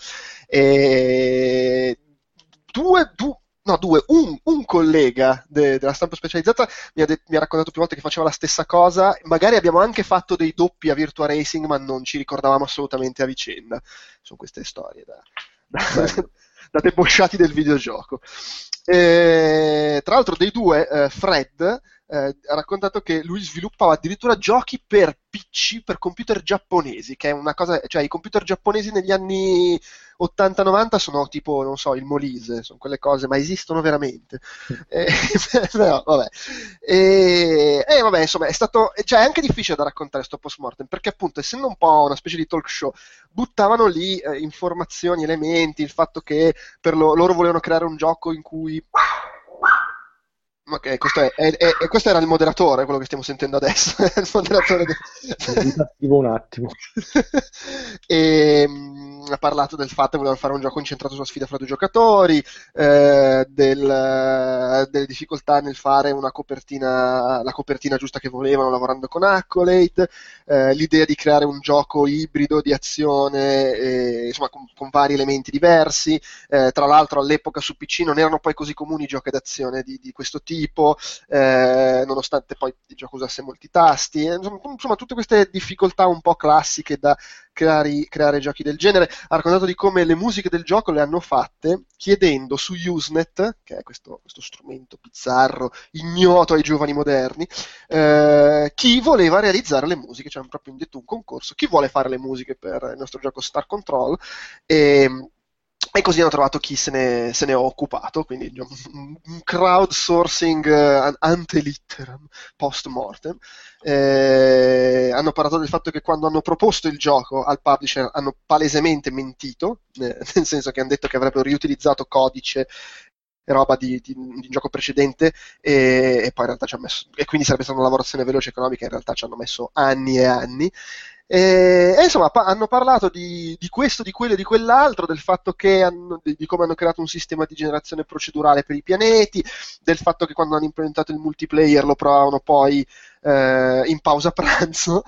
E due, du- no, due, un, un collega de- della stampa specializzata mi ha, de- mi ha raccontato più volte che faceva la stessa cosa. Magari abbiamo anche fatto dei doppi a Virtua Racing, ma non ci ricordavamo assolutamente a vicenda. Sono queste storie da, da, da debosciati del videogioco. E, tra l'altro dei due, eh, Fred eh, ha raccontato che lui sviluppava addirittura giochi per P C, per computer giapponesi, che è una cosa, cioè i computer giapponesi negli anni ottanta novanta sono tipo, non so, il Molise, sono quelle cose, ma esistono veramente. E, però, vabbè. E, e vabbè, insomma, è stato, cioè è anche difficile da raccontare sto post mortem, perché appunto, essendo un po' una specie di talk show, buttavano lì eh, informazioni, elementi, il fatto che per lo, loro volevano creare un gioco in cui... Ok, questo, è, è, è, questo era il moderatore, quello che stiamo sentendo adesso. Il moderatore del... un attimo. E, mh, ha parlato del fatto che volevano fare un gioco incentrato sulla sfida fra due giocatori, eh, del, delle difficoltà nel fare una copertina, la copertina giusta che volevano lavorando con Accolade, eh, l'idea di creare un gioco ibrido di azione, eh, insomma con, con vari elementi diversi. Eh, tra l'altro all'epoca su P C non erano poi così comuni i giochi d'azione di, di questo tipo. Tipo, eh, nonostante poi il gioco usasse molti tasti, eh, insomma, insomma tutte queste difficoltà un po' classiche da creare, creare giochi del genere. Ha raccontato di come le musiche del gioco le hanno fatte chiedendo su Usenet, che è questo, questo strumento bizzarro, ignoto ai giovani moderni, eh, chi voleva realizzare le musiche. Cioè hanno proprio indetto un concorso, chi vuole fare le musiche per il nostro gioco Star Control, e E così hanno trovato chi se ne, se ne è occupato, quindi un, un crowdsourcing uh, ante litteram, post mortem. Eh, hanno parlato del fatto che quando hanno proposto il gioco al publisher hanno palesemente mentito, eh, nel senso che hanno detto che avrebbero riutilizzato codice e roba di, di, di un gioco precedente, e, e poi in realtà ci hanno messo, e quindi sarebbe stata una lavorazione veloce economica, in realtà ci hanno messo anni e anni. E, e insomma pa- hanno parlato di, di questo, di quello e di quell'altro, del fatto che hanno, di, di come hanno creato un sistema di generazione procedurale per i pianeti, del fatto che quando hanno implementato il multiplayer lo provavano poi eh, in pausa pranzo,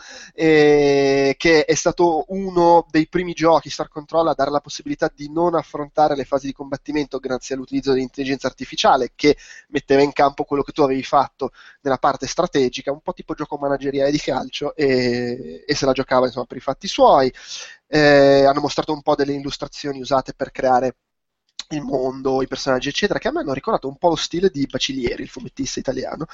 e che è stato uno dei primi giochi Star Control a dare la possibilità di non affrontare le fasi di combattimento grazie all'utilizzo dell'intelligenza artificiale, che metteva in campo quello che tu avevi fatto nella parte strategica, un po' tipo gioco manageriale di calcio, e, e se la giocava insomma per i fatti suoi. Eh, hanno mostrato un po' delle illustrazioni usate per creare il mondo, i personaggi eccetera, che a me hanno ricordato un po' lo stile di Bacilieri, il fumettista italiano,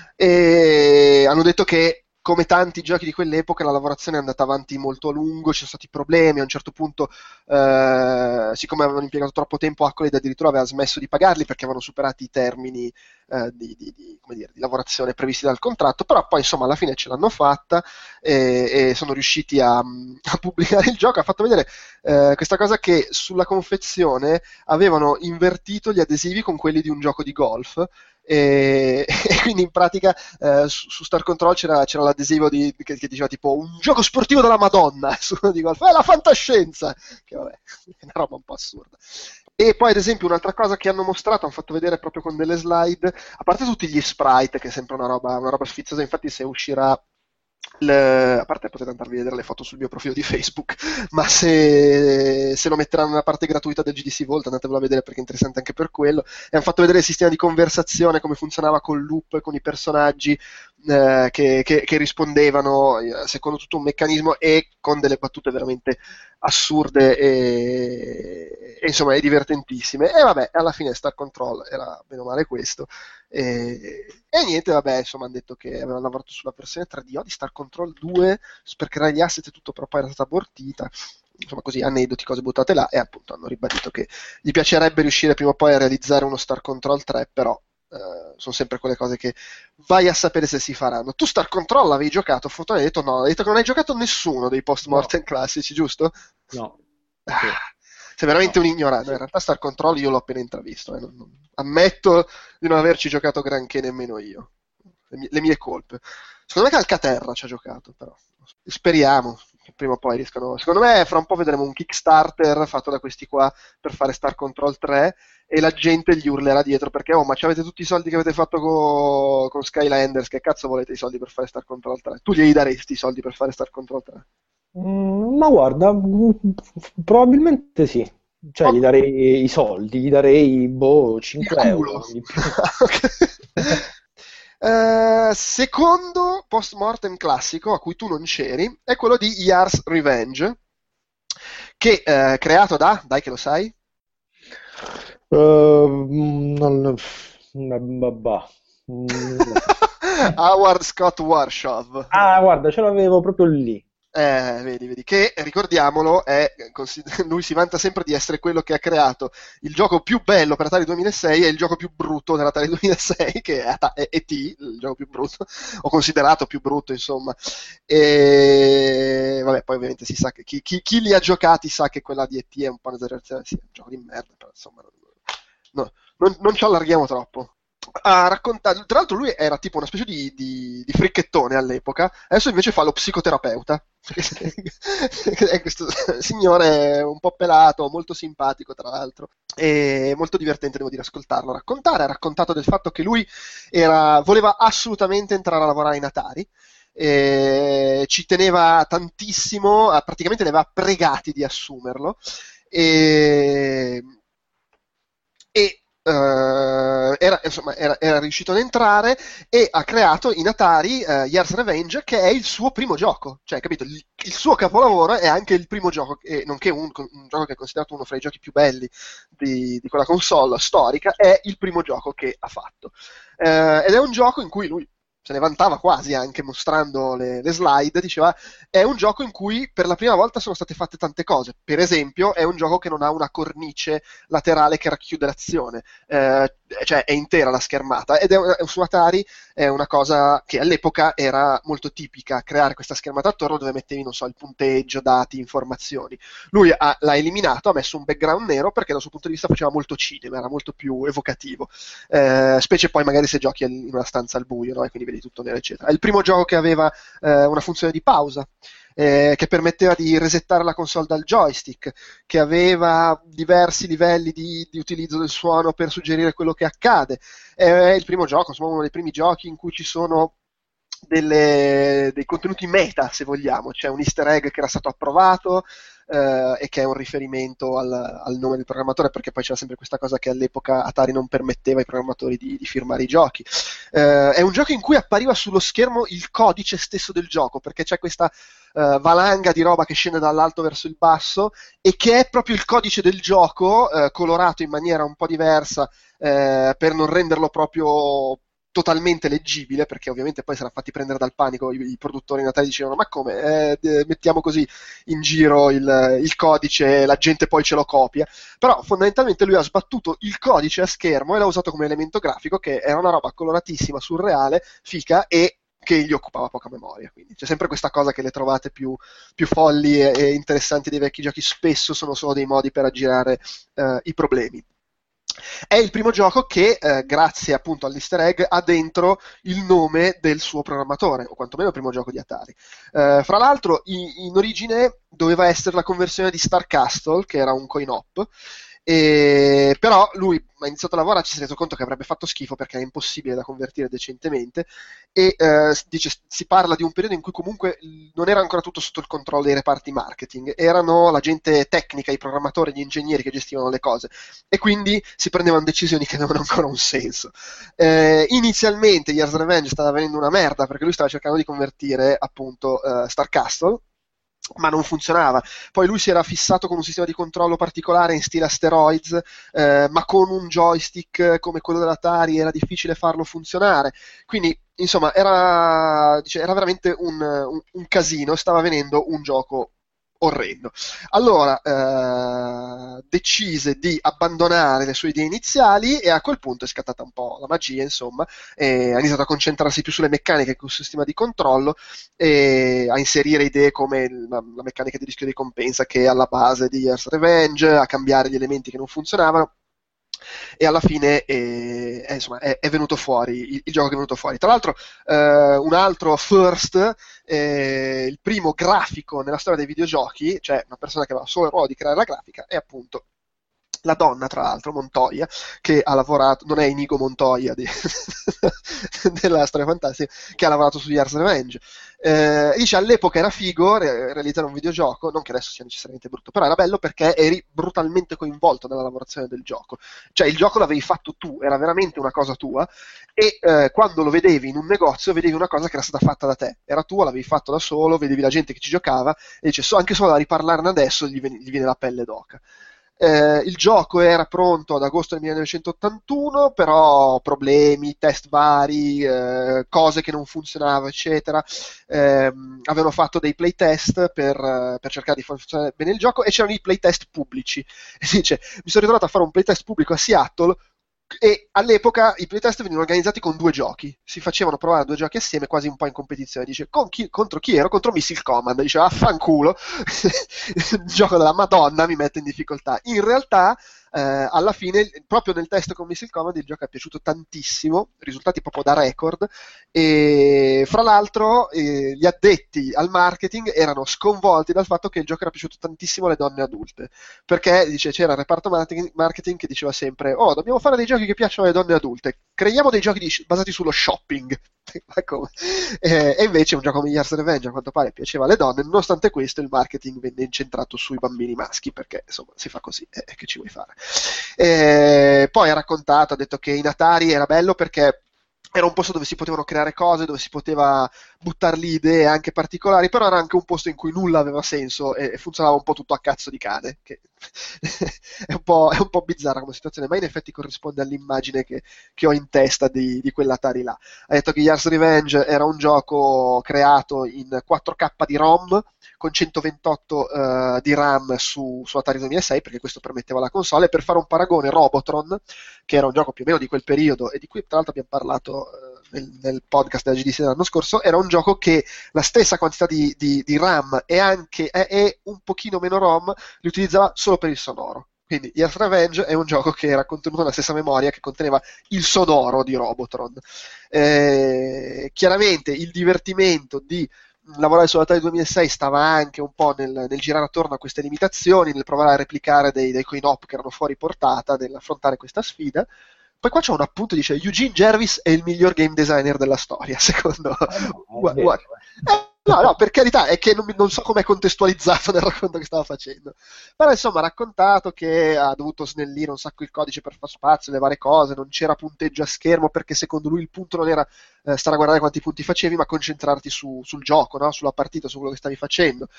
e hanno detto che come tanti giochi di quell'epoca la lavorazione è andata avanti molto a lungo, ci sono stati problemi, a un certo punto eh, siccome avevano impiegato troppo tempo, Accolade addirittura aveva smesso di pagarli perché avevano superato i termini eh, di, di, di, come dire, di lavorazione previsti dal contratto, però poi insomma alla fine ce l'hanno fatta e, e sono riusciti a, a pubblicare il gioco. Ha fatto vedere eh, questa cosa che sulla confezione avevano invertito gli adesivi con quelli di un gioco di golf. E, e quindi in pratica eh, su, su Star Control c'era, c'era l'adesivo di, che, che diceva tipo un gioco sportivo della Madonna su di golf, è la fantascienza, che vabbè è una roba un po' assurda. E poi ad esempio un'altra cosa che hanno mostrato, hanno fatto vedere proprio con delle slide, a parte tutti gli sprite, che è sempre una roba, una roba sfiziosa, infatti se uscirà Le, a parte potete andarvi a vedere le foto sul mio profilo di Facebook, ma se, se lo metteranno nella parte gratuita del G D C Vault andatevelo a vedere perché è interessante anche per quello. E hanno fatto vedere il sistema di conversazione, come funzionava col loop, con i personaggi eh, che, che, che rispondevano eh, secondo tutto un meccanismo, e con delle battute veramente assurde e, e insomma è divertentissime. E vabbè, alla fine Star Control era bene o male questo. E, e niente, vabbè, insomma hanno detto che avevano lavorato sulla versione tre D O di Star Control due per creare gli asset e tutto, però poi era stata abortita, insomma così, aneddoti, cose buttate là, e appunto hanno ribadito che gli piacerebbe riuscire prima o poi a realizzare uno Star Control tre, però Uh, sono sempre quelle cose che vai a sapere se si faranno. Tu Star Control l'avevi giocato, Fotone? Hai detto no, hai detto che non hai giocato nessuno dei post-mortem no. classici, giusto? No. Ah, sei veramente no. un ignorante. In realtà Star Control io l'ho appena intravisto, eh. non, non, ammetto di non averci giocato granché nemmeno io, le mie, le mie colpe. Secondo me Calcaterra ci ha giocato, però speriamo che prima o poi riescano. Secondo me fra un po' vedremo un Kickstarter fatto da questi qua per fare Star Control tre e la gente gli urlerà dietro perché oh ma ci avete tutti i soldi che avete fatto co- con Skylanders, che cazzo volete i soldi per fare Star Control tre? Tu glieli daresti i soldi per fare Star Control tre? Mm, ma guarda, probabilmente sì, cioè oh. gli darei i soldi, gli darei boh cinque euro di più. Uh, secondo post-mortem classico a cui tu non c'eri è quello di Yars' Revenge, che uh, creato da, dai che lo sai? Uh, non, babà. Howard Scott Warshaw. Ah, guarda, ce l'avevo proprio lì. Eh, vedi, vedi, che ricordiamolo, è, lui si vanta sempre di essere quello che ha creato il gioco più bello per Atari duemilasei e il gioco più brutto dell'Atari duemilasei, che è E T, il gioco più brutto, o considerato più brutto, insomma. E vabbè, poi ovviamente si sa che chi, chi, chi li ha giocati sa che quella di E T è un po' un'esagerazione, sì, è un gioco di merda, però insomma, no, non, non ci allarghiamo troppo. Ha raccontato, tra l'altro lui era tipo una specie di, di, di fricchettone all'epoca, adesso invece fa lo psicoterapeuta. È questo signore un po' pelato, molto simpatico tra l'altro, e molto divertente, devo dire, ascoltarlo raccontare. Ha raccontato del fatto che lui era, voleva assolutamente entrare a lavorare in Atari, e ci teneva tantissimo, praticamente li aveva pregati di assumerlo, e, e Uh, era, insomma, era, era riuscito ad entrare e ha creato in Atari uh, Yars' Revenge, che è il suo primo gioco, cioè, capito, il, il suo capolavoro è anche il primo gioco, e nonché un, un gioco che è considerato uno fra i giochi più belli di, di quella console storica, è il primo gioco che ha fatto, uh, ed è un gioco in cui lui se ne vantava quasi, anche mostrando le, le slide, diceva è un gioco in cui per la prima volta sono state fatte tante cose. Per esempio è un gioco che non ha una cornice laterale che racchiude l'azione, eh, cioè è intera la schermata, ed è, è su Atari è una cosa che all'epoca era molto tipica, creare questa schermata attorno dove mettevi, non so, il punteggio, dati, informazioni. Lui ha, l'ha eliminato, ha messo un background nero perché dal suo punto di vista faceva molto cinema, era molto più evocativo, eh, specie poi magari se giochi in una stanza al buio, no? E quindi vedi tutto nero eccetera. È il primo gioco che aveva eh, una funzione di pausa, eh, che permetteva di resettare la console dal joystick, che aveva diversi livelli di, di utilizzo del suono per suggerire quello che accade. È il primo gioco, insomma uno dei primi giochi in cui ci sono delle, dei contenuti meta, se vogliamo. C'è un easter egg che era stato approvato Uh, e che è un riferimento al, al nome del programmatore, perché poi c'era sempre questa cosa che all'epoca Atari non permetteva ai programmatori di, di firmare i giochi. Uh, è un gioco in cui appariva sullo schermo il codice stesso del gioco, perché c'è questa uh, valanga di roba che scende dall'alto verso il basso e che è proprio il codice del gioco, uh, colorato in maniera un po' diversa uh, per non renderlo proprio totalmente leggibile, perché ovviamente poi si erano fatti prendere dal panico i, i produttori in Atari, dicevano ma come, eh, mettiamo così in giro il, il codice, la gente poi ce lo copia, però fondamentalmente lui ha sbattuto il codice a schermo e l'ha usato come elemento grafico, che era una roba coloratissima, surreale, fica e che gli occupava poca memoria. Quindi c'è sempre questa cosa che le trovate più, più folli e, e interessanti dei vecchi giochi spesso sono solo dei modi per aggirare eh, i problemi. È il primo gioco che, eh, grazie appunto all'easter egg, ha dentro il nome del suo programmatore, o quantomeno il primo gioco di Atari. Eh, fra l'altro, in, in origine doveva essere la conversione di Star Castle, che era un coin-op, e, però lui ha iniziato a lavorare, ci si è reso conto che avrebbe fatto schifo perché era impossibile da convertire decentemente, e eh, dice, si parla di un periodo in cui comunque non era ancora tutto sotto il controllo dei reparti marketing, erano la gente tecnica, i programmatori, gli ingegneri che gestivano le cose, e quindi si prendevano decisioni che avevano ancora un senso. Eh, inizialmente Yars' Revenge stava venendo una merda perché lui stava cercando di convertire appunto uh, Star Castle, ma non funzionava. Poi lui si era fissato con un sistema di controllo particolare in stile Asteroids, eh, ma con un joystick come quello dell'Atari era difficile farlo funzionare. Quindi, insomma, era, dice, era veramente un, un, un casino. Stava venendo un gioco orrendo. Allora eh, decise di abbandonare le sue idee iniziali e a quel punto è scattata un po' la magia, insomma, e ha iniziato a concentrarsi più sulle meccaniche che sul sistema di controllo e a inserire idee come la, la meccanica di rischio di ricompensa che è alla base di Year's Revenge, a cambiare gli elementi che non funzionavano. E alla fine è, è, insomma, è, è venuto fuori il, il gioco che è venuto fuori. Tra l'altro eh, un altro first, eh, il primo grafico nella storia dei videogiochi, cioè una persona che aveva solo il ruolo di creare la grafica, è appunto la donna, tra l'altro, Montoya, che ha lavorato, non è Inigo Montoya di, della storia fantastica, che ha lavorato su Year's Revenge. Eh, dice all'epoca era figo re- realizzare un videogioco, non che adesso sia necessariamente brutto, però era bello perché eri brutalmente coinvolto nella lavorazione del gioco, cioè il gioco l'avevi fatto tu, era veramente una cosa tua e eh, quando lo vedevi in un negozio vedevi una cosa che era stata fatta da te, era tua, l'avevi fatto da solo, vedevi la gente che ci giocava e dice so, anche solo da riparlarne adesso gli viene, gli viene la pelle d'oca. Eh, il gioco era pronto ad agosto del millenovecentottantuno, però problemi, test vari, eh, cose che non funzionavano, eccetera. Eh, avevano fatto dei playtest per, per cercare di far funzionare bene il gioco e c'erano i playtest pubblici. E dice, mi sono ritrovato a fare un playtest pubblico a Seattle e all'epoca i playtest venivano organizzati con due giochi, si facevano provare due giochi assieme quasi un po' in competizione. Dice con chi, contro chi ero? Contro Missile Command. Dice affanculo, il gioco della Madonna mi mette in difficoltà. In realtà eh, alla fine proprio nel test con Missile Command il gioco è piaciuto tantissimo, risultati proprio da record e fra l'altro eh, gli addetti al marketing erano sconvolti dal fatto che il gioco era piaciuto tantissimo alle donne adulte, perché dice c'era il reparto marketing, marketing che diceva sempre oh dobbiamo fare dei giochi che piacciono alle donne adulte, creiamo dei giochi di, basati sullo shopping. eh, e invece un gioco come Year's Revenge a quanto pare piaceva alle donne, nonostante questo il marketing venne incentrato sui bambini maschi perché insomma si fa così, eh, che ci vuoi fare. Eh, poi ha raccontato, ha detto che in Atari era bello perché era un posto dove si potevano creare cose, dove si poteva buttare lì idee anche particolari, però era anche un posto in cui nulla aveva senso e funzionava un po' tutto a cazzo di cane, che è, un po', è un po' bizzarra come situazione, ma in effetti corrisponde all'immagine che, che ho in testa di, di quell'Atari là. Ha detto che Year's Revenge era un gioco creato in quattro K di ROM, con centoventotto uh, di RAM su, su Atari duemilasei, perché questo permetteva la console, e per fare un paragone Robotron, che era un gioco più o meno di quel periodo, e di cui tra l'altro abbiamo parlato uh, nel, nel podcast della G D C dell'anno scorso, era un gioco che la stessa quantità di, di, di RAM e anche e, e un pochino meno ROM li utilizzava solo per il sonoro. Quindi Year's Revenge è un gioco che era contenuto nella stessa memoria che conteneva il sonoro di Robotron. Eh, chiaramente il divertimento di lavorare sull'Atari duemilasei stava anche un po' nel, nel girare attorno a queste limitazioni, nel provare a replicare dei, dei coin-op che erano fuori portata, nell'affrontare questa sfida. Poi qua c'è un appunto, dice Eugene Jervis è il miglior game designer della storia, secondo... No, eh, no, no, per carità, è che non, non so com'è contestualizzato nel racconto che stava facendo. Però insomma ha raccontato che ha dovuto snellire un sacco il codice per far spazio, le varie cose, non c'era punteggio a schermo perché secondo lui il punto non era eh, stare a guardare quanti punti facevi, ma concentrarti su, sul gioco, no? Sulla partita, su quello che stavi facendo.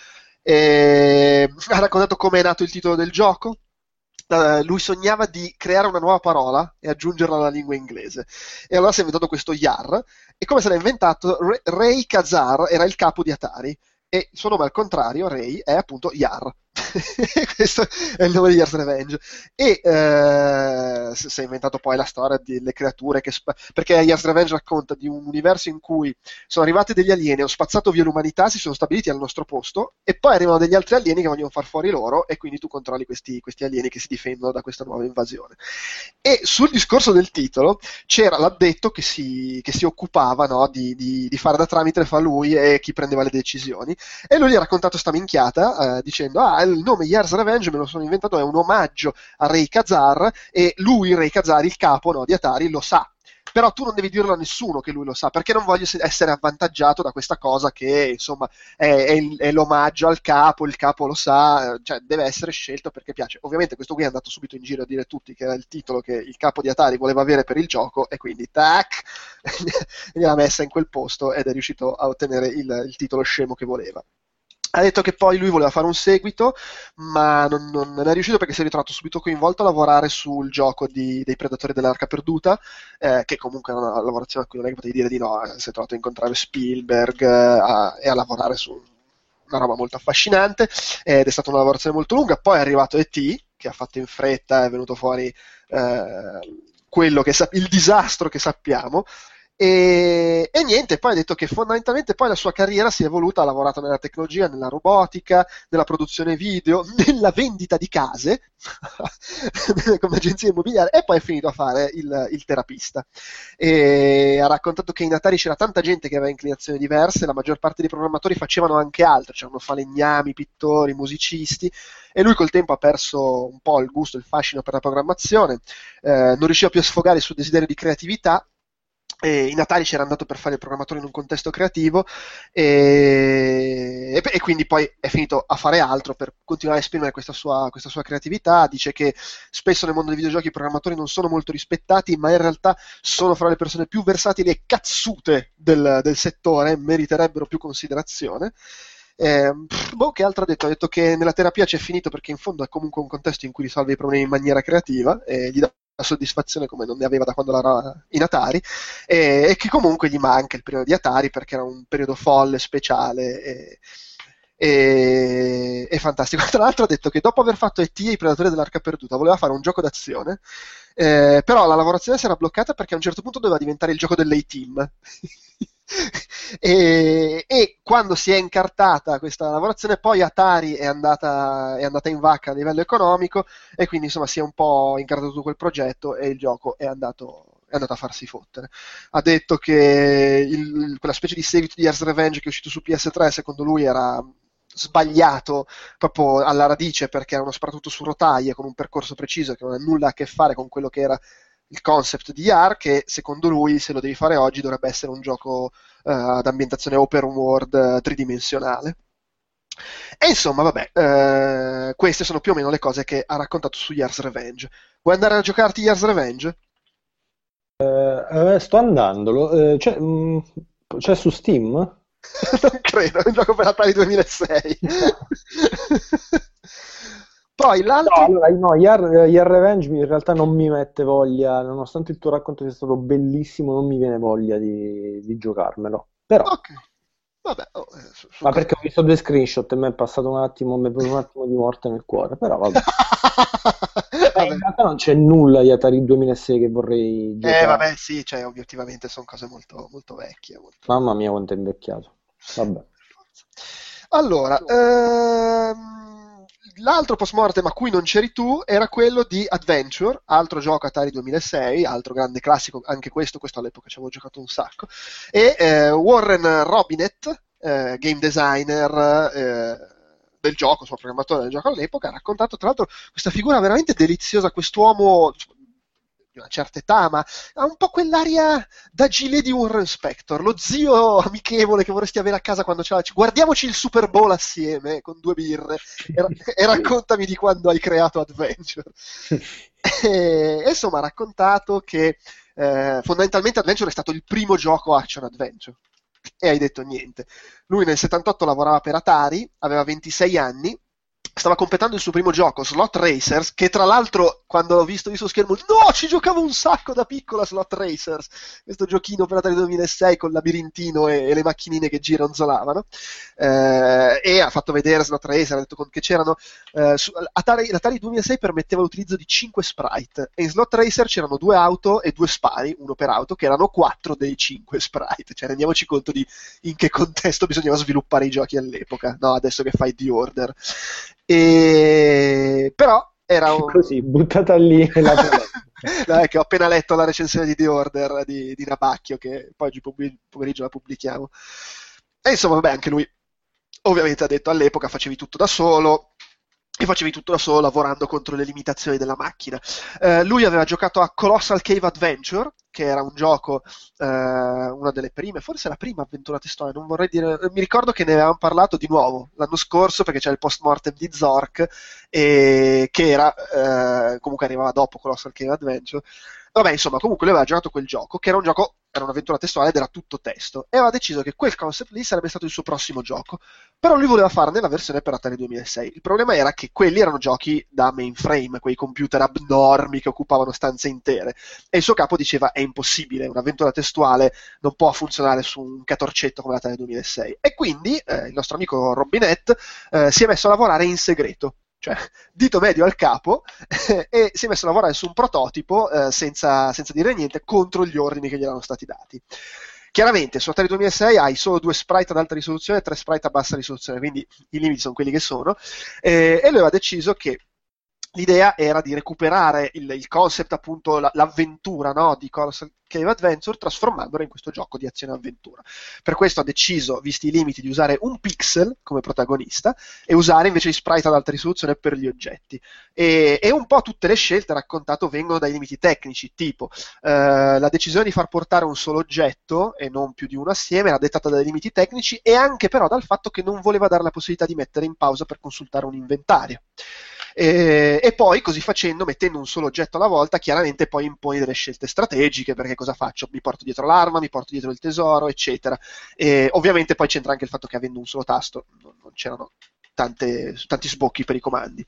E... ha raccontato come è nato il titolo del gioco. Uh, lui sognava di creare una nuova parola e aggiungerla alla lingua inglese e allora si è inventato questo Yar e come se l'ha inventato Re- Ray Kazar era il capo di Atari e il suo nome al contrario, Ray, è appunto Yar. Questo è il nome di Year's Revenge e eh, si è inventato poi la storia delle creature che sp- perché Year's Revenge racconta di un universo in cui sono arrivati degli alieni, hanno spazzato via l'umanità, si sono stabiliti al nostro posto e poi arrivano degli altri alieni che vogliono far fuori loro e quindi tu controlli questi, questi alieni che si difendono da questa nuova invasione. E sul discorso del titolo c'era l'addetto che si, che si occupava, no, di, di, di fare da tramite fra lui e chi prendeva le decisioni e lui gli ha raccontato sta minchiata eh, dicendo ah il nome Year's Revenge me lo sono inventato, è un omaggio a Ray Kazar e lui, Ray Kazar, il capo, no, di Atari, lo sa. Però tu non devi dirlo a nessuno che lui lo sa, perché non voglio essere avvantaggiato da questa cosa che, insomma, è, è, il, è l'omaggio al capo, il capo lo sa, cioè deve essere scelto perché piace. Ovviamente questo qui è andato subito in giro a dire a tutti che era il titolo che il capo di Atari voleva avere per il gioco e quindi, tac, gliel'ha messa in quel posto ed è riuscito a ottenere il, il titolo scemo che voleva. Ha detto che poi lui voleva fare un seguito, ma non, non, non è riuscito perché si è ritrovato subito coinvolto a lavorare sul gioco di, dei Predatori dell'Arca Perduta, eh, che comunque è una lavorazione a cui non è che potevi dire di no, eh, si è trovato a incontrare Spielberg eh, a, e a lavorare su una roba molto affascinante, ed è stata una lavorazione molto lunga. Poi è arrivato E T, che ha fatto in fretta, è venuto fuori eh, quello che sa- il disastro che sappiamo. E, e niente, poi ha detto che fondamentalmente poi la sua carriera si è evoluta, ha lavorato nella tecnologia, nella robotica, nella produzione video, nella vendita di case come agenzia immobiliare, e poi è finito a fare il, il terapista. E ha raccontato che in Atari c'era tanta gente che aveva inclinazioni diverse, la maggior parte dei programmatori facevano anche altro, c'erano falegnami, pittori, musicisti, e lui col tempo ha perso un po' il gusto, il fascino per la programmazione, eh, non riusciva più a sfogare il suo desiderio di creatività. E in Atari c'era andato per fare il programmatore in un contesto creativo, e, e quindi poi è finito a fare altro per continuare a esprimere questa sua, questa sua creatività. Dice che spesso nel mondo dei videogiochi i programmatori non sono molto rispettati, ma in realtà sono fra le persone più versatili e cazzute del, del settore, meriterebbero più considerazione. Eh, boh, che altro ha detto? Ha detto che nella terapia c'è finito perché in fondo è comunque un contesto in cui risolve i problemi in maniera creativa e gli dà soddisfazione come non ne aveva da quando era in Atari, e, e che comunque gli manca il periodo di Atari perché era un periodo folle, speciale e, e, e fantastico. Tra l'altro ha detto che dopo aver fatto E T e i Predatori dell'Arca Perduta voleva fare un gioco d'azione, eh, però la lavorazione si era bloccata perché a un certo punto doveva diventare il gioco dell'A-Team. E, e quando si è incartata questa lavorazione poi Atari è andata, è andata in vacca a livello economico, e quindi insomma si è un po' incartato tutto quel progetto e il gioco è andato, è andato a farsi fottere. Ha detto che il, quella specie di seguito di Year's Revenge che è uscito su P S tre secondo lui era sbagliato proprio alla radice, perché era uno sparatutto su rotaie con un percorso preciso che non ha nulla a che fare con quello che era il concept di I R, che secondo lui, se lo devi fare oggi, dovrebbe essere un gioco uh, ad ambientazione open world uh, tridimensionale. E insomma, vabbè, uh, queste sono più o meno le cose che ha raccontato su Year's Revenge. Vuoi andare a giocarti Year's Revenge? Uh, eh, sto andandolo. Uh, c'è, mh, c'è su Steam? Non credo, è un gioco per Atari duemilasei. Poi l'altro... No, allora, no, Year, Year Revenge in realtà non mi mette voglia, nonostante il tuo racconto sia stato bellissimo, non mi viene voglia di, di giocarmelo. Però, ok, vabbè, oh, eh, su, su ma perché ho visto due screenshot e mi è passato un attimo, mi è venuto un attimo di morte nel cuore, però vabbè. vabbè. In realtà non c'è nulla di Atari duemilasei che vorrei giocare. Eh vabbè, sì, cioè obiettivamente sono cose molto, molto vecchie. Molto... Mamma mia quanto è invecchiato. Vabbè. Allora, ehm... l'altro post-mortem a cui non c'eri tu era quello di Adventure, altro gioco Atari duemilasei, altro grande classico, anche questo, questo all'epoca ci avevo giocato un sacco, e eh, Warren Robinet, eh, game designer eh, del gioco, suo programmatore del gioco all'epoca, ha raccontato tra l'altro questa figura veramente deliziosa, quest'uomo di una certa età, ma ha un po' quell'aria da gilet di Warren Spector, lo zio amichevole che vorresti avere a casa quando c'è, guardiamoci il Super Bowl assieme con due birre e, e raccontami di quando hai creato Adventure. E, e insomma ha raccontato che eh, fondamentalmente Adventure è stato il primo gioco action adventure, e hai detto niente. Lui nel settantotto lavorava per Atari, aveva ventisei anni, stava completando il suo primo gioco, Slot Racers, che tra l'altro quando l'ho visto sullo schermo, no, ci giocavo un sacco da piccola, Slot Racers, questo giochino per Atari duemilasei con il labirintino e, e le macchinine che gironzolavano, eh, e ha fatto vedere Slot Racer, ha detto che c'erano eh, su, Atari, l'Atari duemilasei permetteva l'utilizzo di cinque sprite, e in Slot Racer c'erano due auto e due spari, uno per auto, che erano quattro dei cinque sprite, cioè rendiamoci conto di in che contesto bisognava sviluppare i giochi all'epoca, no, adesso che fai The Order. E... però era un... così, buttata lì la no, è che ho appena letto la recensione di The Order di, di Nabacchio, che poi oggi pomeriggio la pubblichiamo, e insomma vabbè, anche lui ovviamente ha detto all'epoca facevi tutto da solo, e facevi tutto da solo lavorando contro le limitazioni della macchina. Eh, lui aveva giocato a Colossal Cave Adventure, che era un gioco, eh, una delle prime, forse la prima avventura testuale, non vorrei dire, mi ricordo che ne avevamo parlato di nuovo l'anno scorso perché c'è il post-mortem di Zork, e che era, eh, comunque arrivava dopo Colossal Cave Adventure. vabbè, insomma, comunque lui aveva giocato quel gioco, che era un gioco, era un'avventura testuale ed era tutto testo, e aveva deciso che quel concept lì sarebbe stato il suo prossimo gioco, però lui voleva farne la versione per Atari duemilasei. Il problema era che quelli erano giochi da mainframe, quei computer abnormi che occupavano stanze intere, e il suo capo diceva è impossibile, un'avventura testuale non può funzionare su un catorcetto come l'Atari duemilasei. E quindi eh, il nostro amico Robinette eh, si è messo a lavorare in segreto, cioè dito medio al capo, e si è messo a lavorare su un prototipo eh, senza, senza dire niente, contro gli ordini che gli erano stati dati. Chiaramente su Atari duemilasei hai solo due sprite ad alta risoluzione e tre sprite a bassa risoluzione, quindi i limiti sono quelli che sono, eh, e lui aveva deciso che l'idea era di recuperare il, il concept, appunto la, l'avventura, no, di Colossal Cave Adventure, trasformandolo in questo gioco di azione-avventura. Per questo ha deciso, visti i limiti, di usare un pixel come protagonista e usare invece gli sprite ad alta risoluzione per gli oggetti. E, e un po' tutte le scelte, raccontato, vengono dai limiti tecnici, tipo eh, la decisione di far portare un solo oggetto e non più di uno assieme era dettata dai limiti tecnici, e anche però dal fatto che non voleva dare la possibilità di mettere in pausa per consultare un inventario. E, e poi così facendo, mettendo un solo oggetto alla volta, chiaramente poi imponi delle scelte strategiche, perché cosa faccio? Mi porto dietro l'arma, mi porto dietro il tesoro, eccetera. E ovviamente poi c'entra anche il fatto che avendo un solo tasto non, non c'erano tante, tanti sbocchi per i comandi.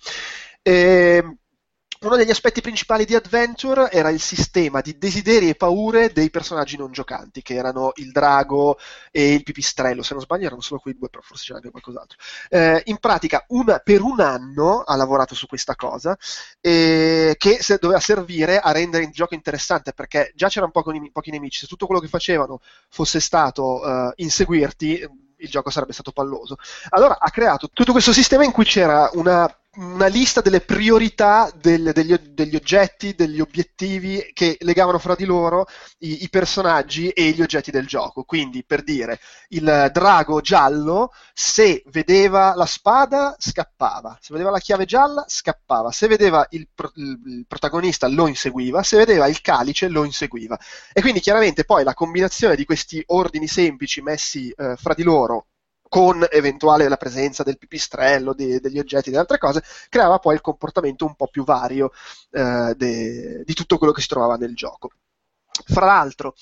E, uno degli aspetti principali di Adventure era il sistema di desideri e paure dei personaggi non giocanti, che erano il drago e il pipistrello. Se non sbaglio erano solo quei due, però forse c'era anche qualcos'altro. Eh, in pratica una, per un anno ha lavorato su questa cosa, eh, che se, doveva servire a rendere il gioco interessante, perché già c'erano pochi, pochi nemici. Se tutto quello che facevano fosse stato uh, inseguirti, il gioco sarebbe stato palloso. Allora ha creato tutto questo sistema in cui c'era una una lista delle priorità del, degli, degli oggetti, degli obiettivi che legavano fra di loro i, i personaggi e gli oggetti del gioco. Quindi, per dire, il drago giallo, se vedeva la spada scappava, se vedeva la chiave gialla scappava, se vedeva il, il, il protagonista lo inseguiva, se vedeva il calice lo inseguiva. E quindi chiaramente poi la combinazione di questi ordini semplici messi eh, fra di loro, con eventuale la presenza del pipistrello, de, degli oggetti e delle altre cose, creava poi il comportamento un po' più vario eh, de, di tutto quello che si trovava nel gioco. Fra l'altro,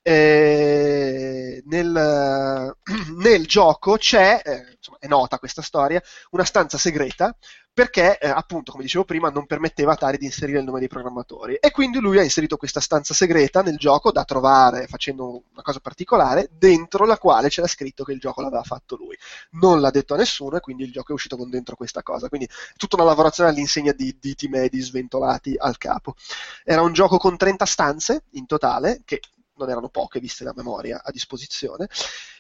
eh, nel, nel gioco c'è, eh, insomma, è nota questa storia, una stanza segreta, perché eh, appunto, come dicevo prima, non permetteva a Atari di inserire il nome dei programmatori, e quindi lui ha inserito questa stanza segreta nel gioco da trovare facendo una cosa particolare, dentro la quale c'era scritto che il gioco l'aveva fatto lui. Non l'ha detto a nessuno, e quindi il gioco è uscito con dentro questa cosa. Quindi tutta una lavorazione all'insegna di diti medi sventolati al capo. Era un gioco con trenta stanze in totale, che non erano poche viste la memoria a disposizione,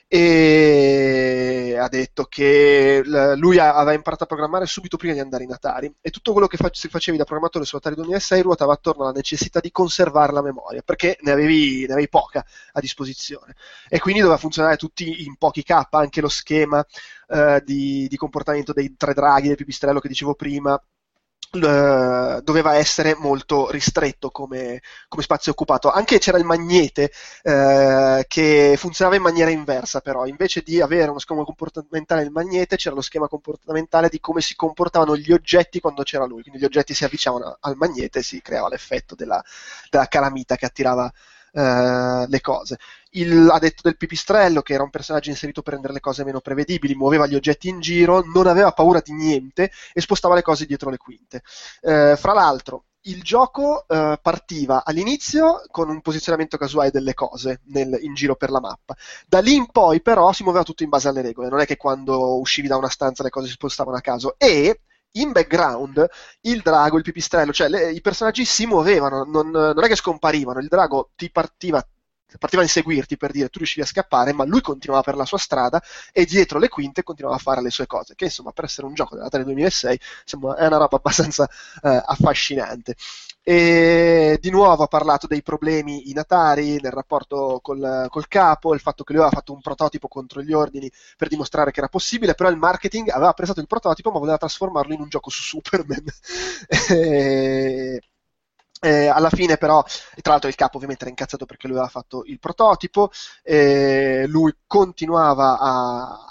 e ha detto che lui aveva imparato a programmare subito prima di andare in Atari, e tutto quello che facevi da programmatore su Atari duemilasei ruotava attorno alla necessità di conservare la memoria, perché ne avevi, ne avevi poca a disposizione, e quindi doveva funzionare tutti in pochi K. Anche lo schema eh, di, di comportamento dei tre draghi, del pipistrello che dicevo prima, Uh, doveva essere molto ristretto come, come spazio occupato. Anche c'era il magnete uh, che funzionava in maniera inversa, però invece di avere uno schema comportamentale del magnete c'era lo schema comportamentale di come si comportavano gli oggetti quando c'era lui, quindi gli oggetti si avvicinavano al magnete e si creava l'effetto della, della calamita che attirava Uh, le cose. Il, ha detto del pipistrello, che era un personaggio inserito per rendere le cose meno prevedibili, muoveva gli oggetti in giro, non aveva paura di niente e spostava le cose dietro le quinte. Uh, fra l'altro, il gioco uh, partiva all'inizio con un posizionamento casuale delle cose nel, in giro per la mappa. Da lì in poi però si muoveva tutto in base alle regole, non è che quando uscivi da una stanza le cose si spostavano a caso, e in background il drago, il pipistrello, cioè le, i personaggi si muovevano, non, non è che scomparivano. Il drago ti partiva partiva a inseguirti, per dire, tu riuscivi a scappare, ma lui continuava per la sua strada e dietro le quinte continuava a fare le sue cose, che insomma per essere un gioco dell'Atari duemilasei insomma, è una roba abbastanza eh, affascinante. E di nuovo ha parlato dei problemi in Atari nel rapporto col, col capo, il fatto che lui aveva fatto un prototipo contro gli ordini per dimostrare che era possibile, però il marketing aveva preso il prototipo ma voleva trasformarlo in un gioco su Superman. e... Eh, alla fine però, e tra l'altro il capo ovviamente era incazzato perché lui aveva fatto il prototipo, eh, lui continuava a,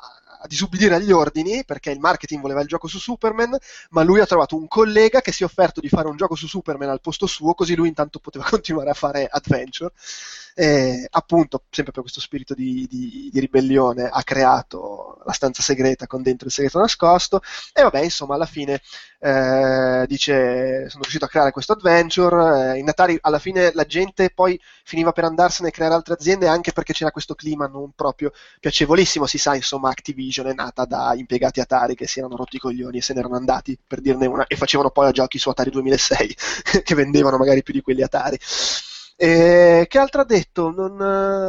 a disubbidire agli ordini, perché il marketing voleva il gioco su Superman, ma lui ha trovato un collega che si è offerto di fare un gioco su Superman al posto suo, così lui intanto poteva continuare a fare Adventure. E appunto, sempre per questo spirito di, di, di ribellione, ha creato la stanza segreta con dentro il segreto nascosto, e vabbè, insomma, alla fine eh, dice, sono riuscito a creare questo Adventure, eh, in Atari alla fine la gente poi finiva per andarsene a creare altre aziende, anche perché c'era questo clima non proprio piacevolissimo. Si sa, insomma, Activision è nata da impiegati Atari che si erano rotti i coglioni e se ne erano andati, per dirne una, e facevano poi giochi su Atari duemilasei che vendevano magari più di quelli Atari. E che altro ha detto? Non,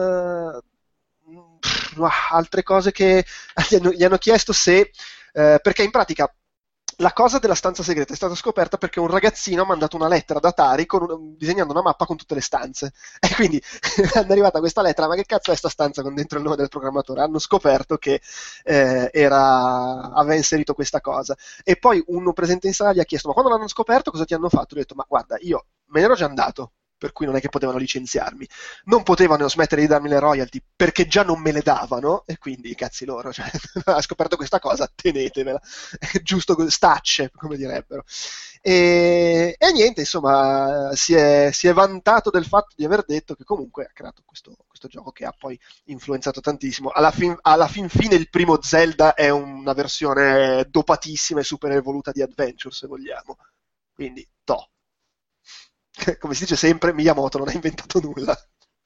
uh, altre cose che gli hanno, gli hanno chiesto se, uh, perché in pratica la cosa della stanza segreta è stata scoperta perché un ragazzino ha mandato una lettera ad Atari con un, disegnando una mappa con tutte le stanze, e quindi è arrivata questa lettera: ma che cazzo è sta stanza con dentro il nome del programmatore? Hanno scoperto che eh, era, aveva inserito questa cosa, e poi uno presente in sala gli ha chiesto: ma quando l'hanno scoperto cosa ti hanno fatto? Gli ho detto: ma guarda, io me ne ero già andato, per cui non è che potevano licenziarmi, non potevano smettere di darmi le royalty perché già non me le davano, e quindi cazzi loro, cioè, ha scoperto questa cosa, tenetevela, giusto, stacce, come direbbero. E, e niente, insomma, si è, si è vantato del fatto di aver detto che comunque ha creato questo, questo gioco che ha poi influenzato tantissimo. Alla fin, alla fin fine il primo Zelda è una versione dopatissima e super evoluta di Adventure, se vogliamo, quindi to. Come si dice sempre, Miyamoto non ha inventato nulla.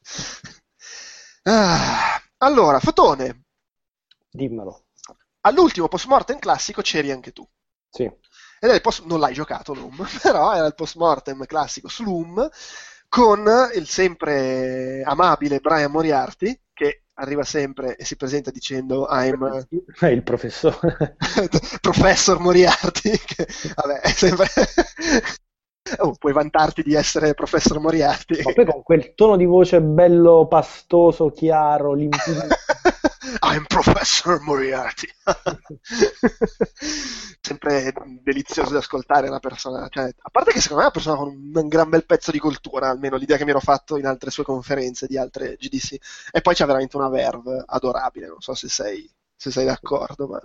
Ah, allora, Fotone, dimmelo. All'ultimo post-mortem classico c'eri anche tu. Sì. Ed è il post- non l'hai giocato Loom, però era il post-mortem classico su Loom, con il sempre amabile Brian Moriarty, che arriva sempre e si presenta dicendo I'm è il professore Professor Moriarty, che vabbè è sempre oh, puoi vantarti di essere Professor Moriarty. Ma poi con quel tono di voce bello pastoso, chiaro, limpido. I'm Professor Moriarty. Sempre delizioso da ascoltare una persona, cioè, a parte che secondo me è una persona con un gran bel pezzo di cultura, almeno l'idea che mi ero fatto in altre sue conferenze di altre G D C, e poi c'ha veramente una verve adorabile, non so se sei, se sei d'accordo, ma...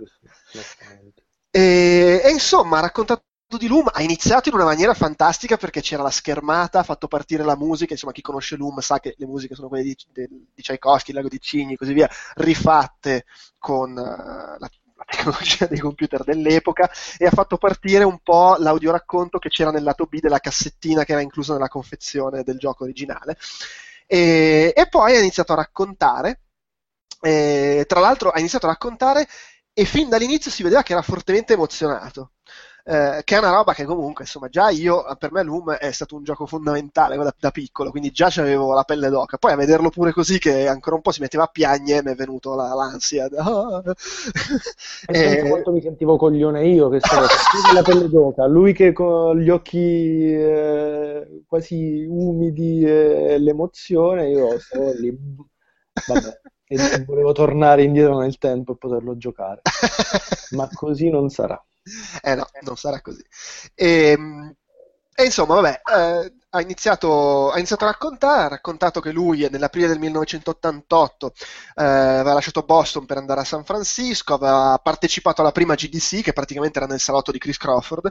e, e insomma ha raccontato di Loom, ha iniziato in una maniera fantastica perché c'era la schermata, ha fatto partire la musica, insomma chi conosce Loom sa che le musiche sono quelle di, di, di Tchaikovsky, il Lago di Cigni e così via, rifatte con uh, la, la tecnologia dei computer dell'epoca, e ha fatto partire un po' l'audioracconto che c'era nel lato B della cassettina che era inclusa nella confezione del gioco originale, e, e poi ha iniziato a raccontare, e, tra l'altro ha iniziato a raccontare e fin dall'inizio si vedeva che era fortemente emozionato. Eh, che è una roba che comunque, insomma, già io, per me Loom è stato un gioco fondamentale da, da piccolo, quindi già c'avevo la pelle d'oca. Poi a vederlo pure così, che ancora un po' si metteva a piagne, mi è venuto la, l'ansia. Ah. E quanto mi sentivo coglione io, che stavo con la pelle d'oca, lui che con gli occhi eh, quasi umidi e l'emozione, io stavo lì, vabbè, e volevo tornare indietro nel tempo e poterlo giocare, ma così non sarà. Eh no, non sarà così. E, e insomma, vabbè, eh, ha, iniziato, ha iniziato a raccontare, ha raccontato che lui nell'aprile del millenovecentottantotto eh, aveva lasciato Boston per andare a San Francisco, aveva partecipato alla prima G D C, che praticamente era nel salotto di Chris Crawford,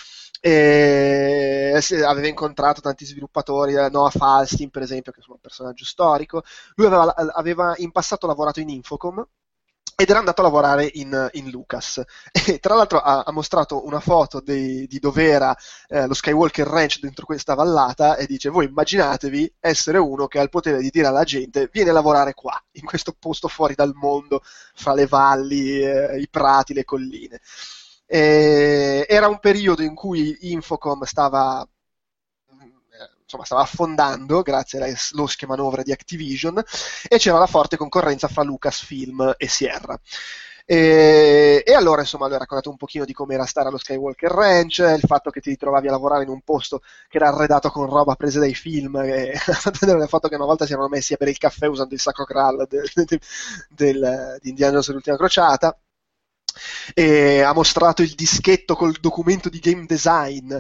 e aveva incontrato tanti sviluppatori, Noah Falstein per esempio, che è un personaggio storico. Lui aveva, aveva in passato lavorato in Infocom ed era andato a lavorare in, in Lucas, e tra l'altro ha, ha mostrato una foto di, di dove era eh, lo Skywalker Ranch dentro questa vallata, e dice: voi immaginatevi essere uno che ha il potere di dire alla gente vieni a lavorare qua, in questo posto fuori dal mondo, fra le valli, eh, i prati, le colline. E era un periodo in cui Infocom stava insomma stava affondando grazie alle losche manovre di Activision, e c'era la forte concorrenza fra Lucasfilm e Sierra. E, e allora insomma lui ha raccontato un pochino di come era stare allo Skywalker Ranch, il fatto che ti ritrovavi a lavorare in un posto che era arredato con roba presa dai film, e il fatto che una volta si erano messi a bere il caffè usando il sacro Graal del, del, del, di Indiana Jones l'ultima crociata. E ha mostrato il dischetto col documento di game design,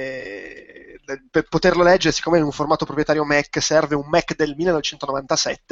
che per poterlo leggere, siccome è in un formato proprietario Mac, serve un Mac del millenovecentonovantasette,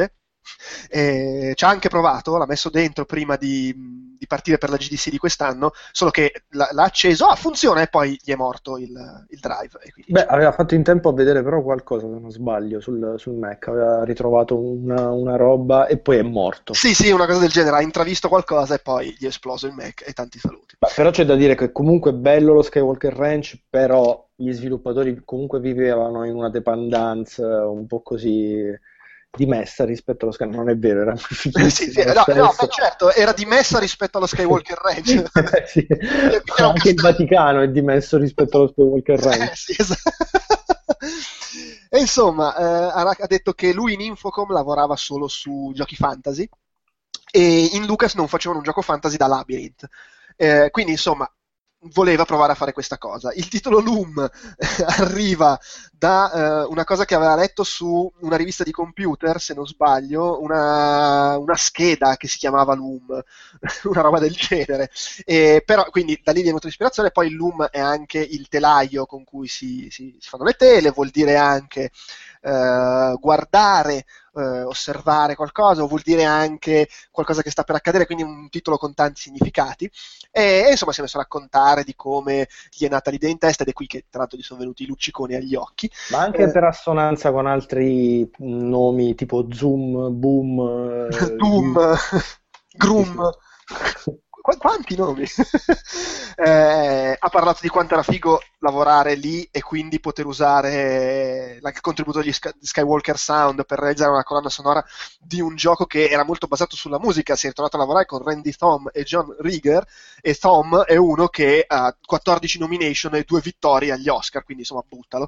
E ci ha anche provato, l'ha messo dentro prima di, di partire per la G D C di quest'anno, solo che l'ha, l'ha acceso, ah funziona, e poi gli è morto il, il drive. E quindi, Beh, aveva fatto in tempo a vedere però qualcosa, se non sbaglio, sul, sul Mac, aveva ritrovato una, una roba e poi è morto. Sì, sì, una cosa del genere, ha intravisto qualcosa e poi gli è esploso il Mac, e tanti saluti. Beh, però c'è da dire che comunque è bello lo Skywalker Ranch, però gli sviluppatori comunque vivevano in una dependance un po' così dimessa rispetto allo Skywalker. Non è vero, era Sì, fighissimo sì, lo no, no, stesso. beh, certo, era dimessa rispetto allo Skywalker Ranch. Sì. Era un Anche il castello. Vaticano è dimesso rispetto allo Skywalker Eh, Ranch. sì, esatto. E insomma, eh, ha ha detto che lui in Infocom lavorava solo su giochi fantasy e in Lucas non facevano un gioco fantasy da Labyrinth. Eh, quindi insomma voleva provare a fare questa cosa. Il titolo Loom arriva da eh, una cosa che aveva letto su una rivista di computer, se non sbaglio, una, una scheda che si chiamava Loom, una roba del genere. E, però, quindi da lì viene molto ispirazione. Poi il Loom è anche il telaio con cui si, si, si fanno le tele, vuol dire anche eh, guardare, eh, osservare qualcosa, o vuol dire anche qualcosa che sta per accadere, quindi un titolo con tanti significati. E, e insomma si è messo a raccontare di come gli è nata l'idea in testa, ed è qui che tra l'altro gli sono venuti i lucciconi agli occhi. Ma anche Eh, per assonanza con altri nomi tipo Zoom, Boom, eh, Doom, Groom, Qu- quanti nomi? Eh, ha parlato di quanto era figo lavorare lì e quindi poter usare la- il contributo degli Sky- Skywalker Sound per realizzare una colonna sonora di un gioco che era molto basato sulla musica. Si è ritrovato a lavorare con Randy Thom e John Rieger, e Thom è uno che ha quattordici nomination e due vittorie agli Oscar, quindi insomma buttalo.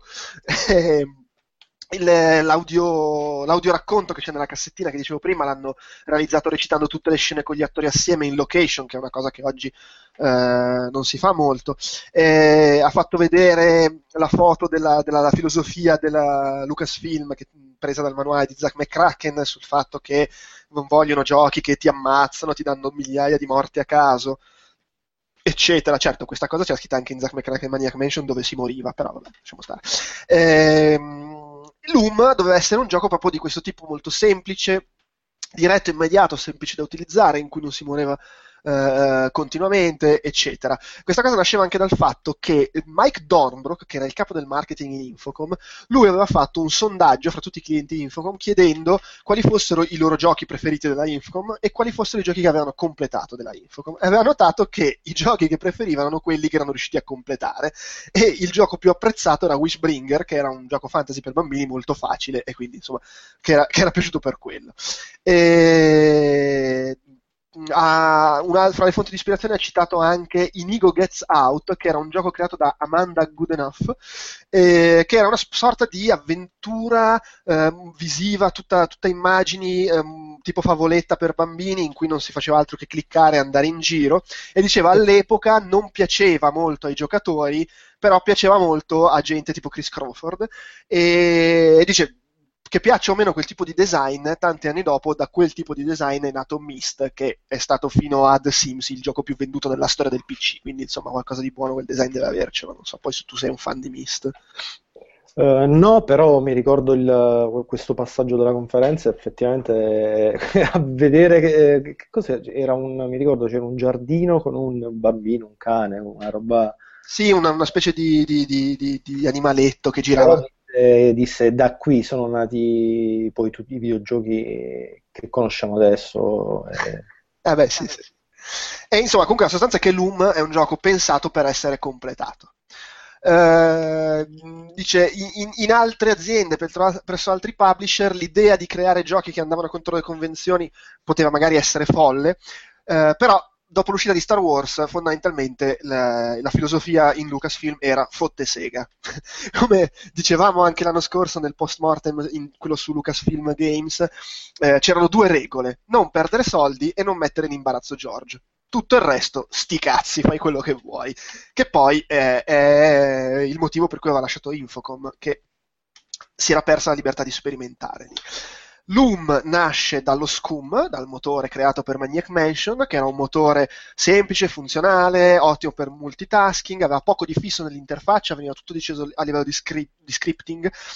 Il, l'audio, l'audio racconto che c'è nella cassettina che dicevo prima l'hanno realizzato recitando tutte le scene con gli attori assieme in location, che è una cosa che oggi eh, non si fa molto. Eh, ha fatto vedere la foto della, della la filosofia della Lucasfilm, che, presa dal manuale di Zack McCracken, sul fatto che non vogliono giochi che ti ammazzano, ti danno migliaia di morti a caso, eccetera. Certo, questa cosa c'era scritta anche in Zack McCracken Maniac Mansion, dove si moriva, però vabbè, lasciamo stare. Ehm, Loom doveva essere un gioco proprio di questo tipo, molto semplice, diretto, immediato, semplice da utilizzare, in cui non si muoveva eh, continuamente, eccetera. Questa cosa nasceva anche dal fatto che Mike Dornbrook, che era il capo del marketing in Infocom, lui aveva fatto un sondaggio fra tutti i clienti di Infocom chiedendo quali fossero i loro giochi preferiti della Infocom e quali fossero i giochi che avevano completato della Infocom. E aveva notato che i giochi che preferivano erano quelli che erano riusciti a completare, e il gioco più apprezzato era Wishbringer, che era un gioco fantasy per bambini molto facile, e quindi insomma che era, che era piaciuto per quello. E ha, una, fra le fonti di ispirazione ha citato anche Inigo Gets Out, che era un gioco creato da Amanda Goodenough, eh, che era una sorta di avventura eh, visiva, tutta, tutta immagini, eh, tipo favoletta per bambini, in cui non si faceva altro che cliccare e andare in giro, e diceva all'epoca non piaceva molto ai giocatori, però piaceva molto a gente tipo Chris Crawford, e, e dice che piaccia o meno quel tipo di design. Tanti anni dopo, da quel tipo di design è nato Myst, che è stato fino a The Sims il gioco più venduto nella storia del P C, quindi insomma qualcosa di buono quel design deve avercelo. Non so poi se tu sei un fan di Myst. Uh, no, però mi ricordo il, questo passaggio della conferenza, effettivamente eh, a vedere che, che cos'è, era un, mi ricordo c'era un giardino con un bambino, un cane, una roba. Sì, una, una specie di, di, di, di, di animaletto che girava. Però disse, disse da qui sono nati poi tutti i videogiochi che conosciamo adesso. E... Eh beh, sì, sì. E insomma, comunque la sostanza è che Loom è un gioco pensato per essere completato. Uh, dice in, in altre aziende, per, presso altri publisher, l'idea di creare giochi che andavano contro le convenzioni poteva magari essere folle, uh, però dopo l'uscita di Star Wars fondamentalmente la, la filosofia in Lucasfilm era fotte sega. Come dicevamo anche l'anno scorso nel post-mortem, in quello su Lucasfilm Games, eh, c'erano due regole: non perdere soldi e non mettere in imbarazzo George. Tutto il resto, sti cazzi, fai quello che vuoi. Che poi è, è il motivo per cui aveva lasciato Infocom, che si era persa la libertà di sperimentare lì. Loom nasce dallo Scum, dal motore creato per Maniac Mansion, che era un motore semplice, funzionale, ottimo per multitasking, aveva poco di fisso nell'interfaccia, veniva tutto deciso a livello di, script, di scripting,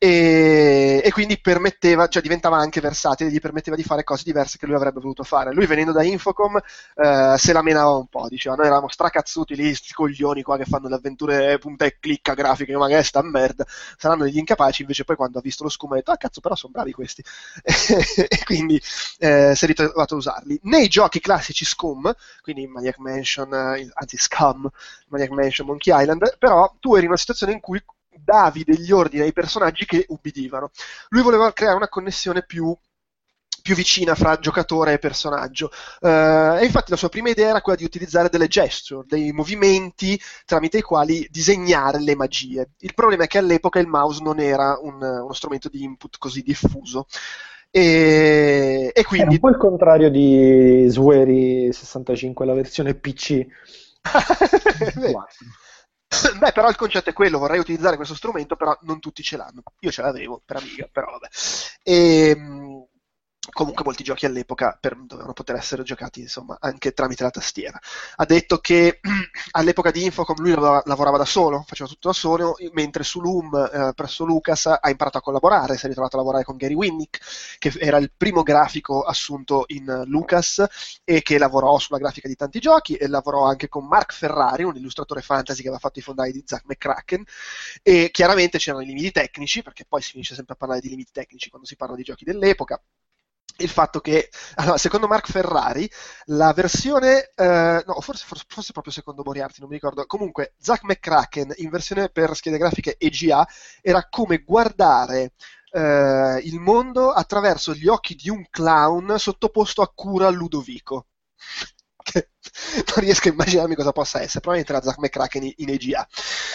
E, e quindi permetteva, cioè diventava anche versatile, gli permetteva di fare cose diverse che lui avrebbe voluto fare. Lui venendo da Infocom eh, se la menava un po', diceva noi eravamo stracazzuti lì, sti coglioni qua che fanno le avventure punta e clicca grafiche, ma che è sta merda, saranno degli incapaci. Invece poi quando ha visto lo Scum ha detto ah cazzo però sono bravi questi e quindi eh, si è ritrovato a usarli. Nei giochi classici Scum, quindi Maniac Mansion, eh, anzi Scum, Maniac Mansion, Monkey Island, però tu eri in una situazione in cui davi degli ordini ai personaggi che ubbidivano. Lui voleva creare una connessione più, più vicina fra giocatore e personaggio, uh, e infatti la sua prima idea era quella di utilizzare delle gesture, dei movimenti tramite i quali disegnare le magie. Il problema è che all'epoca il mouse non era un, uno strumento di input così diffuso. E, e quindi... Era un po' il contrario di Swery sessantacinque, la versione P C. Beh, però il concetto è quello, vorrei utilizzare questo strumento, però non tutti ce l'hanno. Io ce l'avevo per Amiga, però vabbè. E, comunque molti giochi all'epoca per, dovevano poter essere giocati insomma anche tramite la tastiera. Ha detto che all'epoca di Infocom lui lavorava, lavorava da solo, faceva tutto da solo, mentre su Loom eh, presso Lucas ha imparato a collaborare, si è ritrovato a lavorare con Gary Winnick, che era il primo grafico assunto in Lucas e che lavorò sulla grafica di tanti giochi, e lavorò anche con Mark Ferrari, un illustratore fantasy che aveva fatto i fondali di Zack McCracken, e chiaramente c'erano i limiti tecnici, perché poi si finisce sempre a parlare di limiti tecnici quando si parla di giochi dell'epoca. Il fatto che, allora, secondo Mark Ferrari, la versione, eh, no, forse, forse, forse proprio secondo Moriarty, non mi ricordo, comunque Zack McCracken in versione per schede grafiche E G A era come guardare eh, il mondo attraverso gli occhi di un clown sottoposto a cura a Ludovico. Che non riesco a immaginarmi cosa possa essere, probabilmente era Zack McCracken in, in E G A.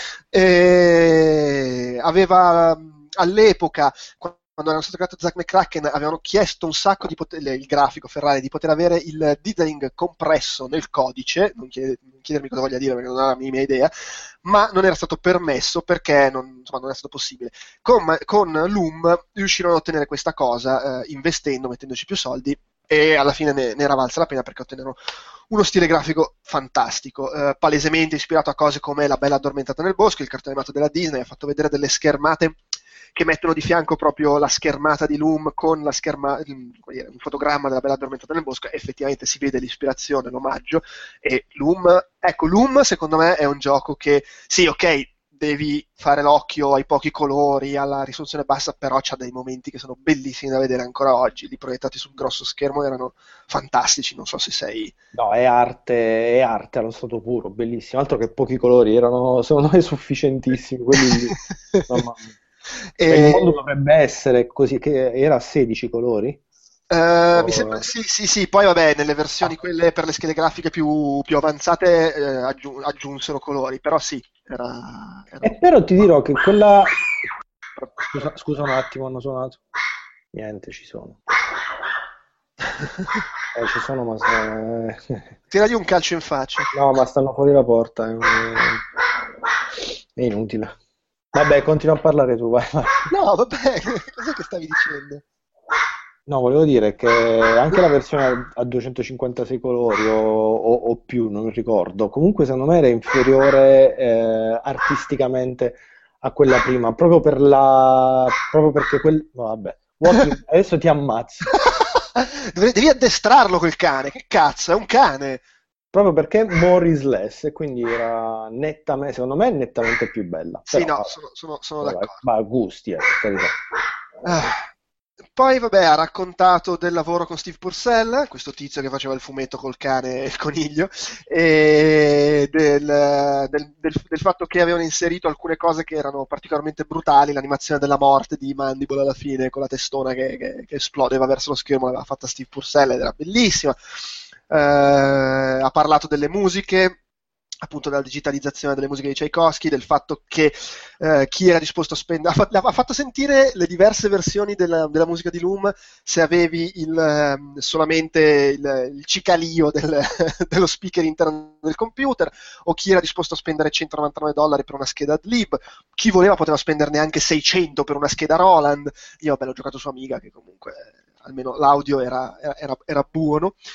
E aveva all'epoca, quando era stato creato Zack McCracken, avevano chiesto un sacco di poter, il grafico Ferrari, di poter avere il dithering compresso nel codice, non, chied, non chiedermi cosa voglia dire perché non ho la minima idea, ma non era stato permesso perché non, insomma, non era stato possibile. Con, con Loom riuscirono a ottenere questa cosa, eh, investendo, mettendoci più soldi, e alla fine ne, ne era valsa la pena perché ottennero uno stile grafico fantastico, eh, palesemente ispirato a cose come La Bella Addormentata nel Bosco, il cartone animato della Disney. Ha fatto vedere delle schermate che mettono di fianco proprio la schermata di Loom con la scherma, un fotogramma della Bella Addormentata nel Bosco. Effettivamente si vede l'ispirazione, l'omaggio, e Loom, ecco, Loom secondo me è un gioco che, sì, ok, devi fare l'occhio ai pochi colori, alla risoluzione bassa, però c'ha dei momenti che sono bellissimi da vedere ancora oggi, li proiettati sul grosso schermo erano fantastici. Non so se sei... No, è arte, è arte allo stato puro, bellissimo, altro che pochi colori, erano secondo me sufficientissimi quelli lì. Mamma mia. E... il mondo dovrebbe essere così, che era a sedici colori? Uh, oh. Mi sembra, sì, sì, sì, poi vabbè, nelle versioni quelle per le schede grafiche più, più avanzate eh, aggiun- aggiunsero colori, però sì, era, era... E però ti dirò che quella... Scusa, scusa un attimo, hanno suonato. Niente, ci sono. Eh, ci sono, ma... Se... Tiragli un calcio in faccia. No, ma stanno fuori la porta, è, è inutile. Vabbè, continua a parlare tu, vai, vai. No, vabbè, cos'è che stavi dicendo? No, volevo dire che anche la versione a duecentocinquantasei colori o, o, o più, non ricordo, comunque secondo me era inferiore eh, artisticamente a quella prima, proprio per la... proprio perché quel... no, vabbè, Walking... adesso ti ammazzo. Devi addestrarlo quel cane, che cazzo, è un cane! Proprio perché more is less, e quindi era nettamente, secondo me è nettamente più bella. Sì, però, no, sono, sono, sono vabbè, d'accordo. Ma gusti, eh, per carità. Ah. Poi, vabbè, ha raccontato del lavoro con Steve Purcell, questo tizio che faceva il fumetto col cane e il coniglio, e del, del, del, del fatto che avevano inserito alcune cose che erano particolarmente brutali, l'animazione della morte di Mandible alla fine, con la testona che, che, che esplodeva verso lo schermo, l'aveva fatta Steve Purcell ed era bellissima. Uh, ha parlato delle musiche, appunto della digitalizzazione delle musiche di Tchaikovsky, del fatto che uh, chi era disposto a spendere, ha, fa- ha fatto sentire le diverse versioni della, della musica di Loom se avevi il, uh, solamente il, il cicalio del, dello speaker interno del computer, o chi era disposto a spendere centonovantanove dollari per una scheda Adlib, chi voleva poteva spenderne anche seicento per una scheda Roland. Io vabbè l'ho giocato su Amiga, che comunque almeno l'audio era, era, era buono.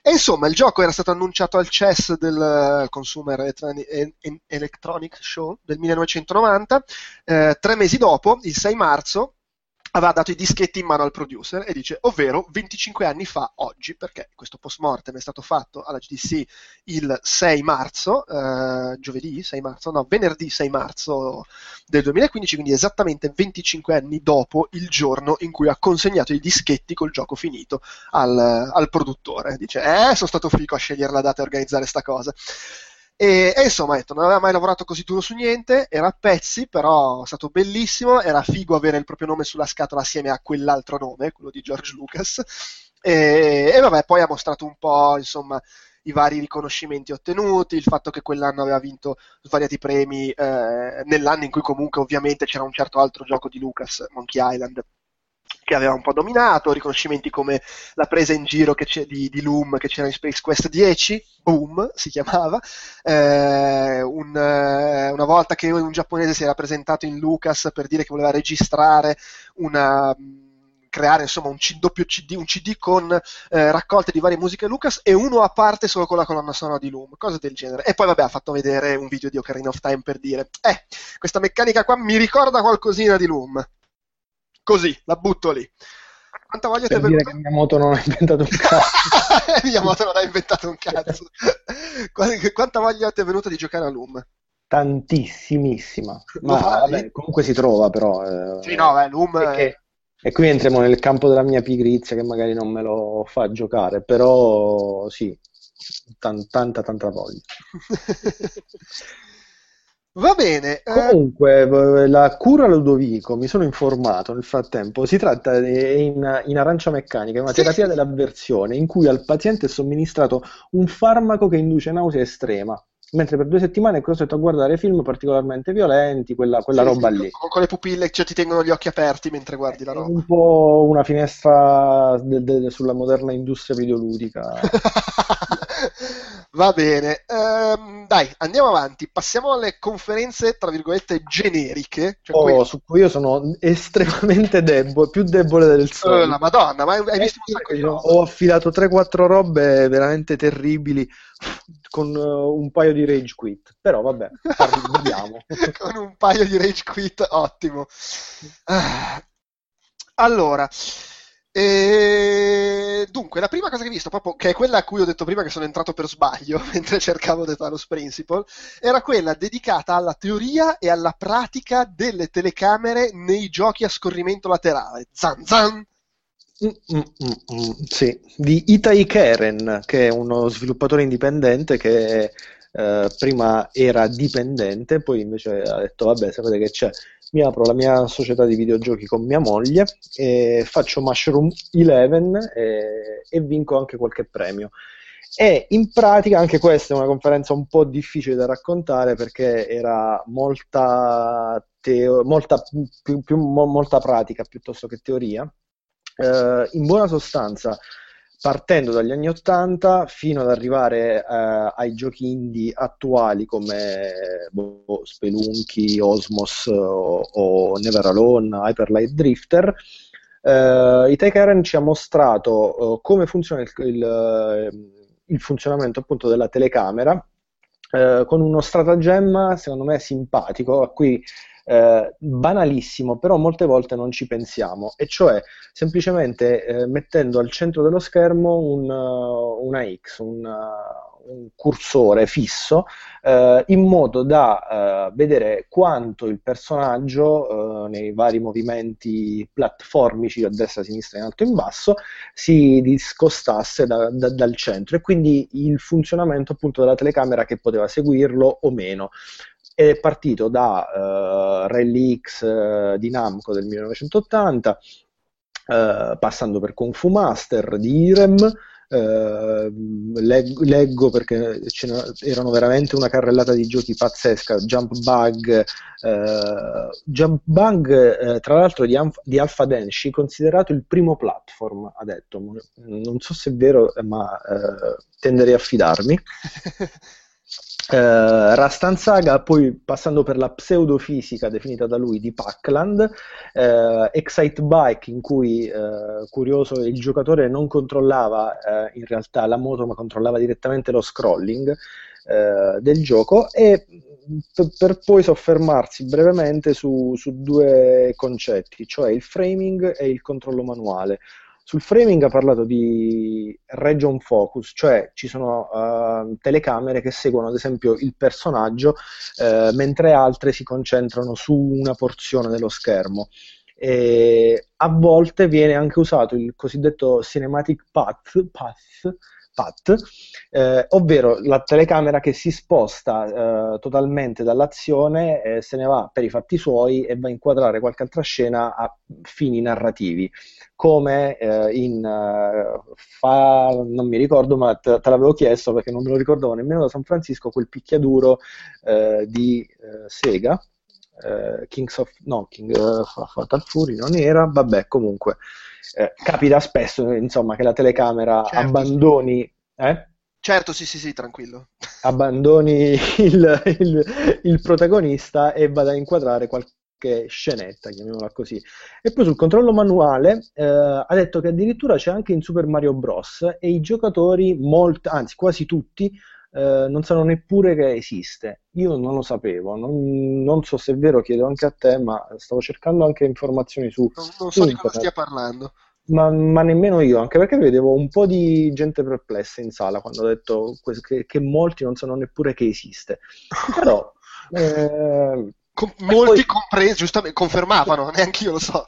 E insomma, il gioco era stato annunciato al C E S del Consumer Electronic Show del millenovecentonovanta, eh, tre mesi dopo, il sei marzo, aveva dato i dischetti in mano al producer e dice, ovvero venticinque anni fa oggi, perché questo post mortem è stato fatto alla G D C il sei marzo, eh, giovedì sei marzo, no, venerdì sei marzo del duemilaquindici, quindi esattamente venticinque anni dopo il giorno in cui ha consegnato i dischetti col gioco finito al, al produttore. Dice, eh, sono stato fico a scegliere la data e organizzare sta cosa. E, e insomma, detto, non aveva mai lavorato così duro su niente, era a pezzi, però è stato bellissimo, era figo avere il proprio nome sulla scatola assieme a quell'altro nome, quello di George Lucas, e, e vabbè, poi ha mostrato un po', insomma, i vari riconoscimenti ottenuti, il fatto che quell'anno aveva vinto svariati premi, eh, nell'anno in cui comunque ovviamente c'era un certo altro gioco di Lucas, Monkey Island, che aveva un po' dominato, riconoscimenti come la presa in giro che c'è di, di Loom che c'era in Space Quest dieci, Boom si chiamava, eh, un, eh, una volta che un giapponese si era presentato in Lucas per dire che voleva registrare una... creare insomma un C- doppio C D, un C D con eh, raccolte di varie musiche Lucas e uno a parte solo con la colonna sonora di Loom, cose del genere. E poi vabbè ha fatto vedere un video di Ocarina of Time per dire, eh, questa meccanica qua mi ricorda qualcosina di Loom. Così, la butto lì. Quanta voglia ti è Per dire venuta? che Miyamoto non ha inventato un cazzo. Miyamoto non ha inventato un cazzo. Qu- Quanta voglia ti è venuta di giocare a Loom? Tantissimissima. Lo Ma fai? vabbè, comunque si trova però. eh, Sì, no, beh, Loom è è... che- E qui entriamo nel campo della mia pigrizia che magari non me lo fa giocare, però sì, tan- tanta tanta voglia. Va bene. eh, Comunque, v- la cura Ludovico, mi sono informato nel frattempo, si tratta di, in, in arancia meccanica, è una Sì, terapia sì. dell'avversione in cui al paziente è somministrato un farmaco che induce nausea estrema, mentre per due settimane è costretto a guardare film particolarmente violenti, quella, quella Sì, roba sì, lì. con, con le pupille, cioè ti tengono gli occhi aperti mentre guardi la È roba. un po' una finestra de- de- sulla moderna industria videoludica. Va bene, Ehm, dai, andiamo avanti. Passiamo alle conferenze, tra virgolette, generiche. Cioè Oh, quelle... su cui io sono estremamente debole, più debole del Eh, la solito. Madonna, ma hai hai Eh visto un sì, sacco perché di diciamo, roba. ho affilato tre quattro robe veramente terribili con eh, un paio di rage quit, però vabbè, parli- vediamo. Con un paio di rage quit, ottimo. Ah, allora, eh, dunque, la prima cosa che ho visto, proprio, che è quella a cui ho detto prima che sono entrato per sbaglio mentre cercavo The Talos Principle, era quella dedicata alla teoria e alla pratica delle telecamere nei giochi a scorrimento laterale. Zan zan! Mm, mm, mm, mm, sì, di Itai Keren, che è uno sviluppatore indipendente che eh, prima era dipendente, poi invece ha detto, vabbè, sapete che c'è, mi apro la mia società di videogiochi con mia moglie e faccio Mushroom undici e, e vinco anche qualche premio. E in pratica anche questa è una conferenza un po' difficile da raccontare perché era molta, teo- molta, più, più- mo- molta pratica piuttosto che teoria. Eh, in buona sostanza, partendo dagli anni ottanta fino ad arrivare eh, ai giochi indie attuali come boh, Spelunky, Osmos o, o Never Alone, Hyper Light Drifter, eh, Itai Karen ci ha mostrato eh, come funziona il, il, il funzionamento appunto della telecamera eh, con uno stratagemma secondo me simpatico a cui eh, banalissimo, però molte volte non ci pensiamo, e cioè semplicemente eh, mettendo al centro dello schermo un, uh, una X, un, uh, un cursore fisso, eh, in modo da uh, vedere quanto il personaggio uh, nei vari movimenti platformici a destra, a sinistra, in alto e in basso si discostasse da, da, dal centro, e quindi il funzionamento appunto della telecamera che poteva seguirlo o meno. Ed è partito da uh, Rally X uh, di Namco del millenovecentottanta, uh, passando per Kung Fu Master di Irem, uh, leg- leggo perché ce ne erano veramente una carrellata di giochi pazzesca, Jump Bug, uh, Jump Bug uh, tra l'altro di, Anf- di Alpha Denshi, considerato il primo platform, ha detto, non so se è vero, ma uh, tenderei a fidarmi. Uh, Rastan Saga, poi passando per la pseudofisica definita da lui di Pac-Land, uh, Excite Bike, in cui, uh, curioso, il giocatore non controllava uh, in realtà la moto, ma controllava direttamente lo scrolling uh, del gioco, e p- per poi soffermarsi brevemente su, su due concetti, cioè il framing e il controllo manuale. Sul framing ha parlato di region focus, cioè ci sono uh, telecamere che seguono ad esempio il personaggio, uh, mentre altre si concentrano su una porzione dello schermo. E a volte viene anche usato il cosiddetto cinematic path, path, path eh, ovvero la telecamera che si sposta eh, totalmente dall'azione, eh, se ne va per i fatti suoi e va a inquadrare qualche altra scena a fini narrativi, come eh, in uh, fa, non mi ricordo, ma te, te l'avevo chiesto perché non me lo ricordavo nemmeno da San Francisco, quel picchiaduro eh, di eh, Sega, eh, Kings of no, King, uh, Fatal Fury non era, vabbè, comunque eh, capita spesso, insomma, che la telecamera Certo, abbandoni eh? Certo, sì, sì, sì, tranquillo. abbandoni il, il, il protagonista e vada a inquadrare qualche scenetta, chiamiamola così. E poi sul controllo manuale eh, ha detto che addirittura c'è anche in Super Mario Bros. E i giocatori, molt, anzi quasi tutti, eh, non sanno neppure che esiste. Io non lo sapevo, non, non so se è vero, chiedo anche a te, ma stavo cercando anche informazioni su, Non, non su so di cosa internet. stia parlando. Ma, ma nemmeno io, anche perché vedevo un po' di gente perplessa in sala quando ho detto que- che, che molti non sanno neppure che esiste. Però eh, Com- e molti poi- compresi, giustamente, confermavano, neanche io lo so.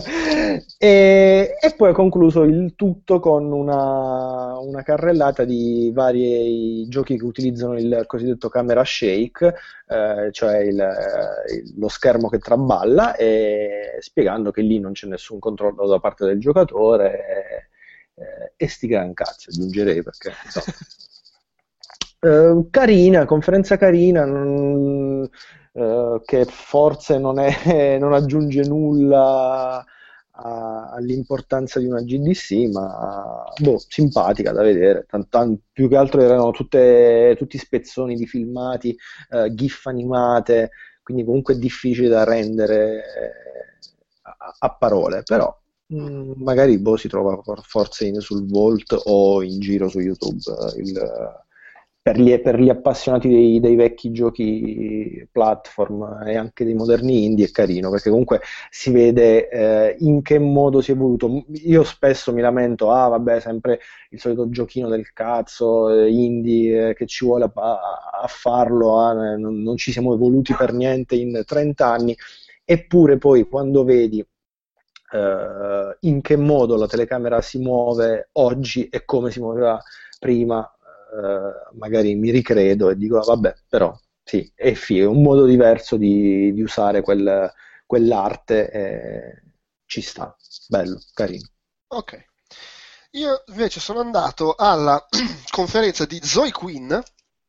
e, e poi ho concluso il tutto con una, una carrellata di vari giochi che utilizzano il cosiddetto camera shake, eh, cioè il- il- lo schermo che traballa, e spiegando che lì non c'è nessun controllo da parte del giocatore, e, e- e sti gran cazzo, aggiungerei, perché insomma. Eh, carina, conferenza carina, non- eh, che forse non è- non aggiunge nulla a- all'importanza di una G D C, ma boh, simpatica da vedere. Tan- tan- più che altro erano tutte, tutti spezzoni di filmati, eh, GIF animate, quindi comunque difficili da rendere eh, a, a parole, però mh, magari boh, si trova for- forse in- sul Vault o in giro su YouTube, eh, il per gli, per gli appassionati dei, dei vecchi giochi platform e anche dei moderni indie è carino, perché comunque si vede eh, in che modo si è evoluto. Io spesso mi lamento, ah vabbè, sempre il solito giochino del cazzo, eh, indie, eh, che ci vuole a, a farlo, ah, non, non ci siamo evoluti per niente in trenta anni, eppure poi quando vedi eh, in che modo la telecamera si muove oggi e come si muoveva prima, eh, magari mi ricredo e dico, ah, vabbè, però sì, è, fi- è un modo diverso di, di usare quel- quell'arte, e ci sta, bello, carino. Ok. Io invece sono andato alla conferenza di Zoe Quinn,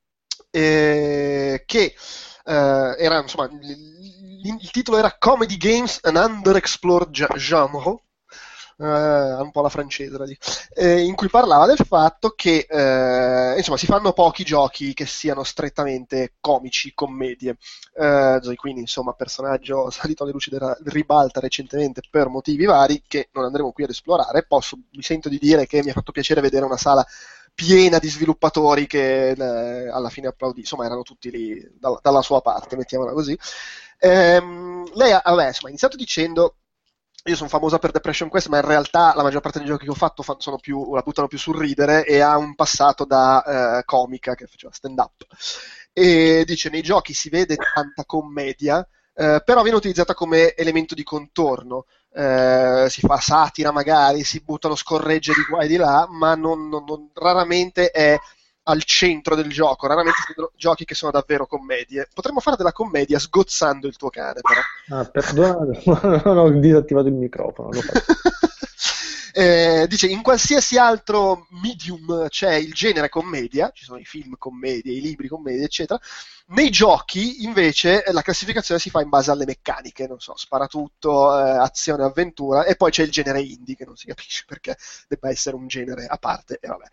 eh, che eh, era, insomma, il, il titolo era Comedy Games, an Underexplored Ge- Genre, eh, un po' la francese, da dire, eh, in cui parlava del fatto che eh, insomma, si fanno pochi giochi che siano strettamente comici, commedie. Eh, Zoe Quinn, insomma, personaggio salito alle luci della ribalta recentemente per motivi vari che non andremo qui ad esplorare. Posso, mi sento di dire che mi ha fatto piacere vedere una sala piena di sviluppatori che eh, alla fine applaudì, insomma erano tutti lì dalla, dalla sua parte, mettiamola così. Ehm, lei ha, vabbè, insomma, ha iniziato dicendo: io sono famosa per Depression Quest, ma in realtà la maggior parte dei giochi che ho fatto fa- sono più, la buttano più sul ridere, e ha un passato da eh, comica che faceva stand-up. E dice: nei giochi si vede tanta commedia, eh, però viene utilizzata come elemento di contorno. Eh, si fa satira magari, si buttano scorregge di qua e di là, ma non, non- non- raramente è al centro del gioco, raramente sono giochi che sono davvero commedie. Potremmo fare della commedia sgozzando il tuo cane, però. Ah, perdona, non ho disattivato il microfono, lo faccio. Eh, dice: in qualsiasi altro medium c'è il genere commedia, ci sono i film commedie, i libri commedie, eccetera, Nei giochi, invece, la classificazione si fa in base alle meccaniche, non so, sparatutto, eh, azione, avventura, e poi c'è il genere indie, che non si capisce perché debba essere un genere a parte, e vabbè.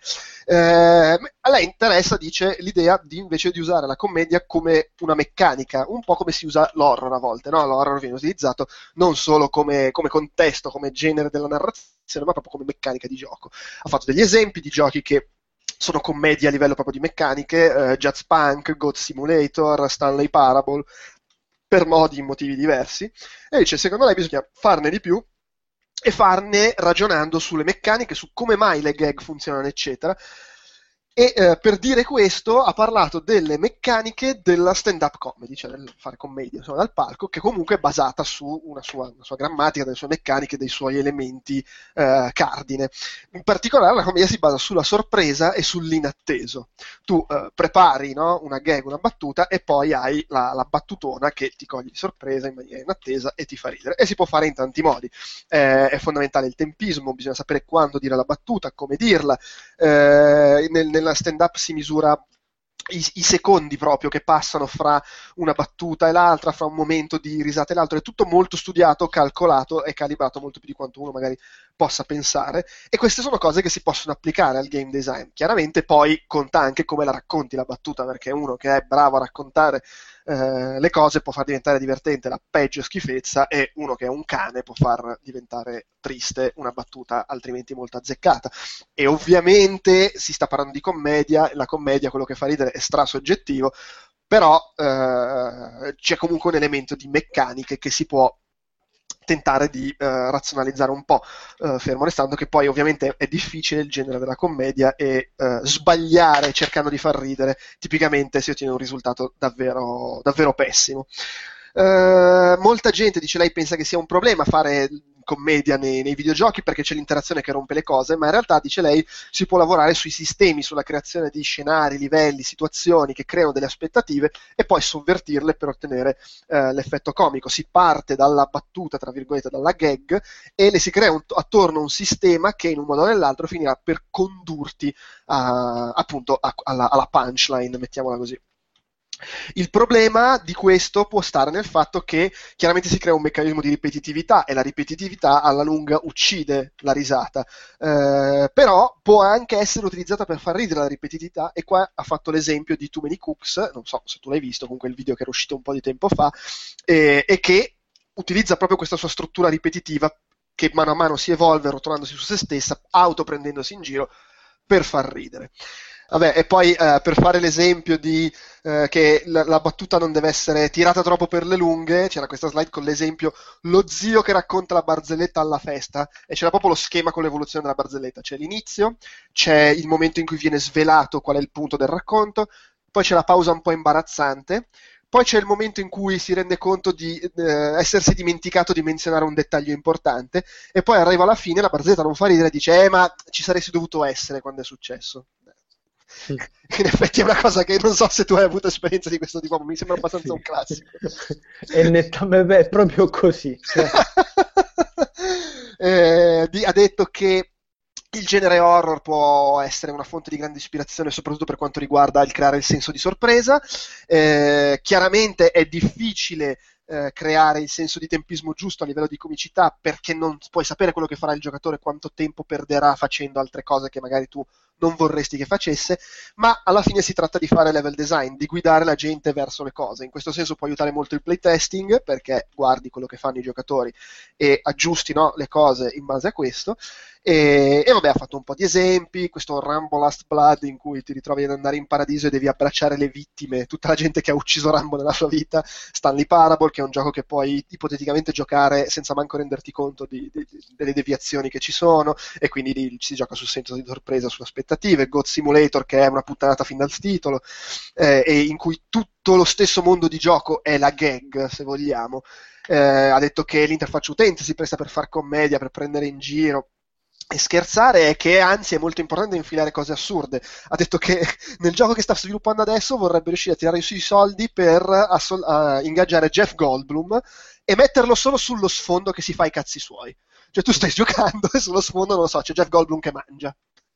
Eh, a lei interessa, dice, l'idea di invece di usare la commedia come una meccanica, un po' come si usa l'horror a volte, no? L'horror viene utilizzato non solo come, come contesto, come genere della narrazione, ma proprio come meccanica di gioco. Ha fatto degli esempi di giochi che sono commedie a livello proprio di meccaniche, eh, Jazz Punk, Goat Simulator, Stanley Parable, per modi e motivi diversi, e dice, secondo lei bisogna farne di più e farne ragionando sulle meccaniche, su come mai le gag funzionano, eccetera. E eh, per dire questo ha parlato delle meccaniche della stand-up comedy, cioè del fare commedia insomma, dal palco, che comunque è basata su una sua, una sua grammatica, delle sue meccaniche, dei suoi elementi eh, cardine. In particolare la commedia si basa sulla sorpresa e sull'inatteso. Tu eh, prepari, no, una gag, una battuta, e poi hai la, la battutona che ti coglie di sorpresa in maniera inattesa e ti fa ridere. E si può fare in tanti modi. Eh, è fondamentale il tempismo, bisogna sapere quando dire la battuta, come dirla. Eh, nel, nella stand-up si misura i, i secondi proprio che passano fra una battuta e l'altra, fra un momento di risata e l'altro, è tutto molto studiato, calcolato e calibrato molto più di quanto uno magari possa pensare, e queste sono cose che si possono applicare al game design. Chiaramente poi conta anche come la racconti la battuta, perché uno che è bravo a raccontare eh, le cose può far diventare divertente la peggio schifezza, e uno che è un cane può far diventare triste una battuta altrimenti molto azzeccata. E ovviamente si sta parlando di commedia, la commedia, quello che fa ridere è strasoggettivo, però eh, c'è comunque un elemento di meccaniche che si può tentare di eh, razionalizzare un po', eh, fermo restando che poi ovviamente è difficile il genere della commedia, e eh, sbagliare cercando di far ridere tipicamente si ottiene un risultato davvero, davvero pessimo. Eh, molta gente, dice lei, pensa che sia un problema fare commedia nei, nei videogiochi perché c'è l'interazione che rompe le cose, ma in realtà, dice lei, si può lavorare sui sistemi, sulla creazione di scenari, livelli, situazioni che creano delle aspettative e poi sovvertirle per ottenere eh, l'effetto comico. Si parte dalla battuta, tra virgolette, dalla gag, e le si crea un, attorno un sistema che in un modo o nell'altro finirà per condurti a, appunto a, alla, alla punchline, mettiamola così. Il problema di questo può stare nel fatto che chiaramente si crea un meccanismo di ripetitività, e la ripetitività alla lunga uccide la risata, eh, però può anche essere utilizzata per far ridere la ripetitività, e qua ha fatto l'esempio di Too Many Cooks, non so se tu l'hai visto, comunque il video che era uscito un po' di tempo fa, eh, e che utilizza proprio questa sua struttura ripetitiva che mano a mano si evolve rotolandosi su se stessa, autoprendendosi in giro per far ridere. Vabbè, e poi eh, per fare l'esempio di eh, che la, la battuta non deve essere tirata troppo per le lunghe, c'era questa slide con l'esempio lo zio che racconta la barzelletta alla festa, e c'era proprio lo schema con l'evoluzione della barzelletta. C'è l'inizio, c'è il momento in cui viene svelato qual è il punto del racconto, poi c'è la pausa un po' imbarazzante, poi c'è il momento in cui si rende conto di eh, essersi dimenticato di menzionare un dettaglio importante, e poi arriva alla fine, la barzelletta non fa ridere e dice eh ma ci saresti dovuto essere quando è successo. In effetti è una cosa che non so se tu hai avuto esperienza di questo tipo, ma mi sembra abbastanza sì. un classico. È, nettamente, è proprio così. Cioè. eh, di, ha detto che il genere horror può essere una fonte di grande ispirazione, soprattutto per quanto riguarda il creare il senso di sorpresa. Eh, chiaramente è difficile eh, creare il senso di tempismo giusto a livello di comicità, perché non puoi sapere quello che farà il giocatore, quanto tempo perderà facendo altre cose che magari tu non vorresti che facesse, ma alla fine si tratta di fare level design, di guidare la gente verso le cose. In questo senso può aiutare molto il playtesting, perché guardi quello che fanno i giocatori e aggiusti, no, le cose in base a questo. E, e vabbè, ha fatto un po' di esempi, questo Rambo Last Blood in cui ti ritrovi ad andare in paradiso e devi abbracciare le vittime, tutta la gente che ha ucciso Rambo nella sua vita. Stanley Parable, che è un gioco che puoi ipoteticamente giocare senza manco renderti conto di, di, di, delle deviazioni che ci sono, e quindi lì ci si gioca sul senso di sorpresa, sulle aspettative. Goat Simulator, che è una puttanata fin dal titolo, eh, e in cui tutto lo stesso mondo di gioco è la gag, se vogliamo. Eh, ha detto che l'interfaccia utente si presta per far commedia, per prendere in giro e scherzare, e che anzi è molto importante infilare cose assurde. Ha detto che nel gioco che sta sviluppando adesso vorrebbe riuscire a tirare sui soldi per assol- uh, ingaggiare Jeff Goldblum e metterlo solo sullo sfondo che si fa i cazzi suoi. Cioè tu stai giocando e sullo sfondo, non lo so, c'è Jeff Goldblum che mangia.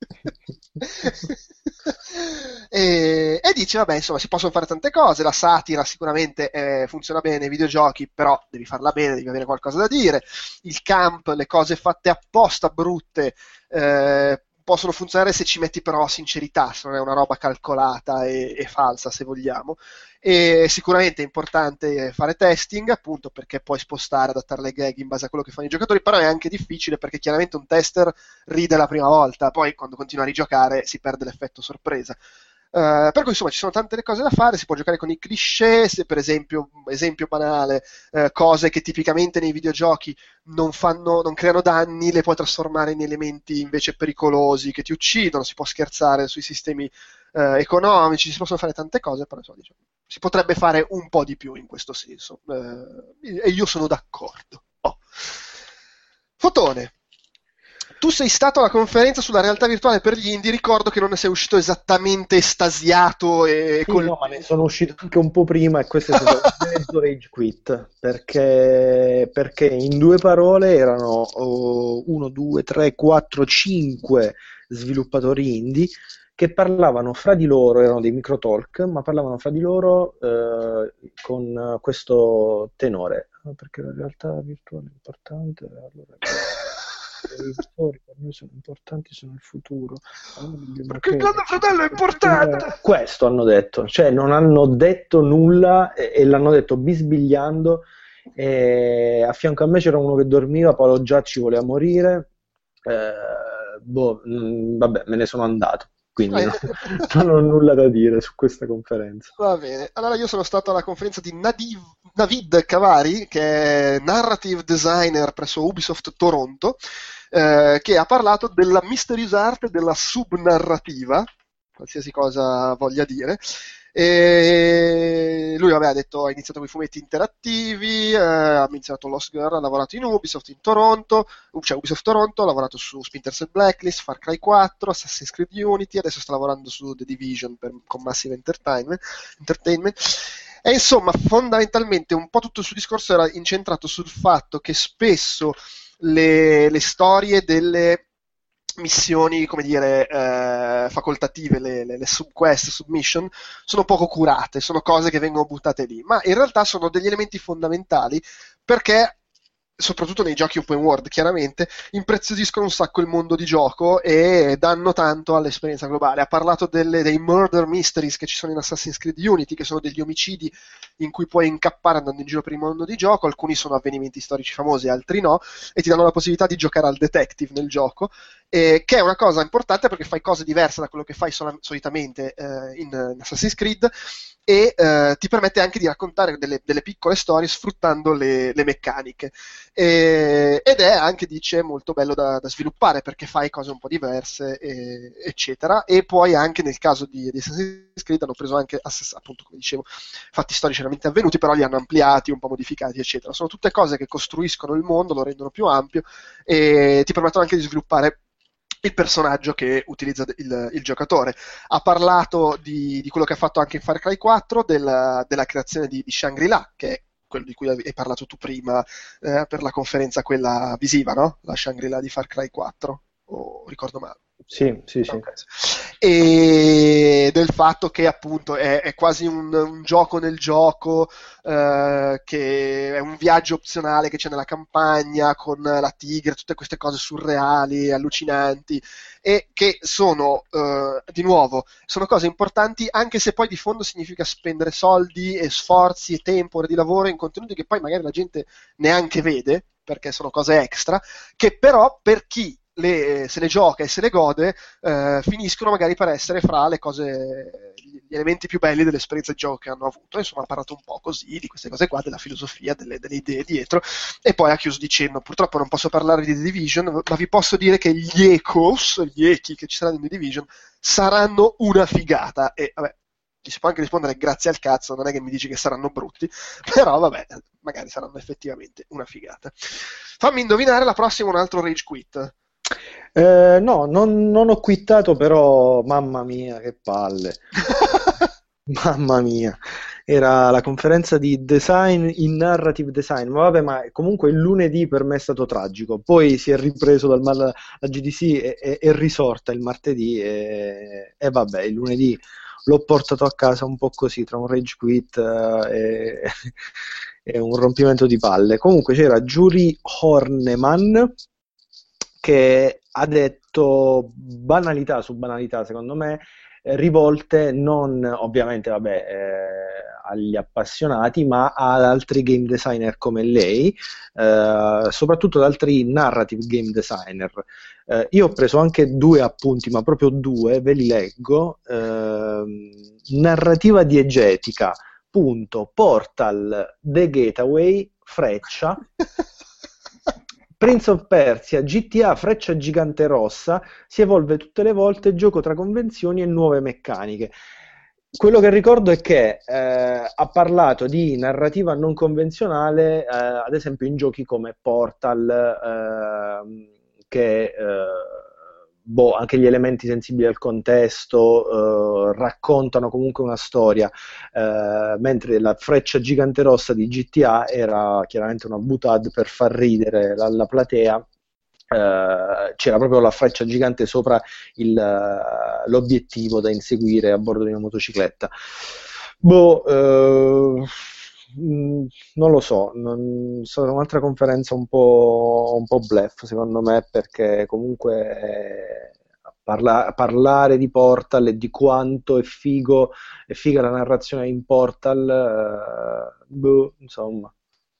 e, e dice, vabbè, insomma, si possono fare tante cose, la satira sicuramente eh, funziona bene nei videogiochi, però devi farla bene, devi avere qualcosa da dire, il camp, le cose fatte apposta brutte, eh, possono funzionare se ci metti però sincerità, se non è una roba calcolata e, e falsa, se vogliamo. E sicuramente è importante fare testing, appunto perché puoi spostare, adattare le gag in base a quello che fanno i giocatori, però è anche difficile perché chiaramente un tester ride la prima volta, poi quando continua a rigiocare si perde l'effetto sorpresa. Uh, per cui insomma ci sono tante cose da fare, si può giocare con i cliché, se per esempio, esempio banale, uh, cose che tipicamente nei videogiochi non fanno, non creano danni, le puoi trasformare in elementi invece pericolosi che ti uccidono, si può scherzare sui sistemi uh, economici, si possono fare tante cose, però insomma, diciamo, si potrebbe fare un po' di più in questo senso, uh, e io sono d'accordo. Oh. Fotone, tu sei stato alla conferenza sulla realtà virtuale per gli indie, ricordo che non ne sei uscito esattamente estasiato e sì, col... no, ma ne sono uscito anche un po' prima e questo è stato un mezzo rage quit, perché, perché in due parole erano oh, uno, due, tre, quattro, cinque sviluppatori indie che parlavano fra di loro, erano dei microtalk, ma parlavano fra di loro eh, con questo tenore, perché la realtà virtuale è importante, allora... i visori per noi sono importanti, sono il futuro, perché il grande fratello è importante, questo hanno detto, cioè non hanno detto nulla e, e l'hanno detto bisbigliando, e a fianco a me c'era uno che dormiva, Paolo Giacci voleva morire, eh, boh, mh, vabbè, me ne sono andato, quindi no, non ho nulla da dire su questa conferenza. Va bene, allora io sono stato alla conferenza di Nadiv, Navid Kavari, che è narrative designer presso Ubisoft Toronto, eh, che ha parlato della mysterious art della subnarrativa, qualsiasi cosa voglia dire. E lui vabbè, ha detto ha iniziato con i fumetti interattivi, eh, ha iniziato Lost Girl, ha lavorato in Ubisoft in Toronto, cioè Ubisoft Toronto, ha lavorato su Splinter Cell Blacklist, Far Cry quattro, Assassin's Creed Unity, adesso sta lavorando su The Division per, con Massive Entertainment, Entertainment. E insomma fondamentalmente un po' tutto il suo discorso era incentrato sul fatto che spesso le, le storie delle missioni, come dire, eh, facoltative, le, le, le subquest, submission, sono poco curate, sono cose che vengono buttate lì, ma in realtà sono degli elementi fondamentali perché, soprattutto nei giochi open world, chiaramente, impreziosiscono un sacco il mondo di gioco e danno tanto all'esperienza globale. Ha parlato delle, dei murder mysteries che ci sono in Assassin's Creed Unity, che sono degli omicidi in cui puoi incappare andando in giro per il mondo di gioco, alcuni sono avvenimenti storici famosi, altri no, e ti danno la possibilità di giocare al detective nel gioco, eh, che è una cosa importante perché fai cose diverse da quello che fai sol- solitamente eh, in, in Assassin's Creed, e eh, ti permette anche di raccontare delle, delle piccole storie sfruttando le, le meccaniche, e, ed è anche, dice, molto bello da, da sviluppare perché fai cose un po' diverse e, eccetera, e poi anche nel caso di, di Assassin's Creed hanno preso anche, appunto come dicevo, fatti storici veramente avvenuti, però li hanno ampliati, un po' modificati eccetera, sono tutte cose che costruiscono il mondo, lo rendono più ampio e ti permettono anche di sviluppare il personaggio che utilizza il, il giocatore. Ha parlato di, di quello che ha fatto anche in Far Cry quattro, della, della creazione di, di Shangri-La, che è quello di cui hai parlato tu prima eh, per la conferenza quella visiva, no? La Shangri-La di Far Cry quattro, o ricordo male? Sì, sì, sì. Okay. E del fatto che appunto è, è quasi un, un gioco nel gioco, eh, che è un viaggio opzionale che c'è nella campagna con la tigre, tutte queste cose surreali, allucinanti, e che sono, eh, di nuovo, sono cose importanti anche se poi di fondo significa spendere soldi e sforzi e tempo, ore di lavoro in contenuti che poi magari la gente neanche vede, perché sono cose extra, che però per chi Le, se le gioca e se le gode eh, finiscono magari per essere fra le cose, gli elementi più belli dell'esperienza di gioco che hanno avuto. Insomma, ha parlato un po' così di queste cose qua, della filosofia, delle, delle idee dietro, e poi ha chiuso dicendo: purtroppo non posso parlare di The Division, ma vi posso dire che gli ecos, gli echi che ci saranno in The Division saranno una figata. E vabbè, ci si può anche rispondere grazie al cazzo, non è che mi dici che saranno brutti, però vabbè, magari saranno effettivamente una figata. Fammi indovinare, la prossima un altro rage quit. Eh, no, non, non ho quittato, però mamma mia che palle. Mamma mia. era la conferenza di design in narrative design, ma vabbè, ma comunque il lunedì per me è stato tragico, poi si è ripreso dal mal la G D C e, e, e risorta il martedì e, e vabbè, il lunedì l'ho portato a casa un po' così, tra un rage quit uh, e, e un rompimento di palle. Comunque c'era Juri Horneman che ha detto banalità su banalità, secondo me, eh, rivolte non ovviamente vabbè, eh, agli appassionati, ma ad altri game designer come lei, eh, soprattutto ad altri narrative game designer. Eh, io ho preso anche due appunti, ma proprio due, ve li leggo. Eh, narrativa diegetica, punto, Portal, The Gateway, Freccia, Prince of Persia, G T A, Freccia Gigante Rossa, si evolve tutte le volte, gioco tra convenzioni e nuove meccaniche. Quello che ricordo è che eh, ha parlato di narrativa non convenzionale, eh, ad esempio in giochi come Portal, eh, che eh, boh, anche gli elementi sensibili al contesto eh, raccontano comunque una storia, eh, mentre la Freccia Gigante Rossa di G T A era chiaramente una boutade per far ridere la, la platea. Uh, c'era proprio la freccia gigante sopra il, uh, l'obiettivo da inseguire a bordo di una motocicletta. Boh, uh, mh, non lo so, non, sarà un'altra conferenza un po', un po' bluff secondo me, perché comunque eh, parla, parlare di Portal e di quanto è figo è figa la narrazione in Portal, uh, boh, insomma.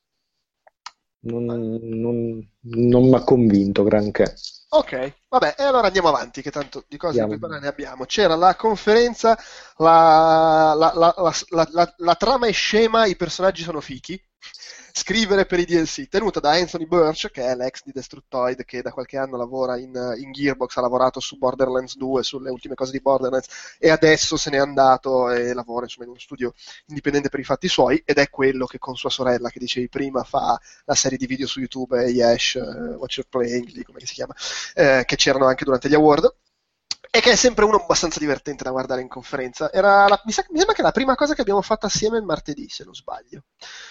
Non, non, non mi ha convinto granché. Ok, vabbè, e allora andiamo avanti, che tanto di cose Andiamo. di cui parlare ne abbiamo. C'era la conferenza, la, la, la, la, la, la, la trama è scema, i personaggi sono fichi. Scrivere per i D L C, tenuta da Anthony Burch, che è l'ex di Destructoid, che da qualche anno lavora in, in Gearbox, ha lavorato su Borderlands due, sulle ultime cose di Borderlands, e adesso se n'è andato e lavora insomma, in uno studio indipendente per i fatti suoi, ed è quello che con sua sorella, che dicevi prima, fa la serie di video su YouTube, Yesh, uh, What You're Playing, lì, come si chiama, eh, che c'erano anche durante gli award. E che è sempre uno abbastanza divertente da guardare in conferenza. Era la, mi, sa, mi sembra che è la prima cosa che abbiamo fatto assieme il martedì, se non sbaglio.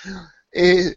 E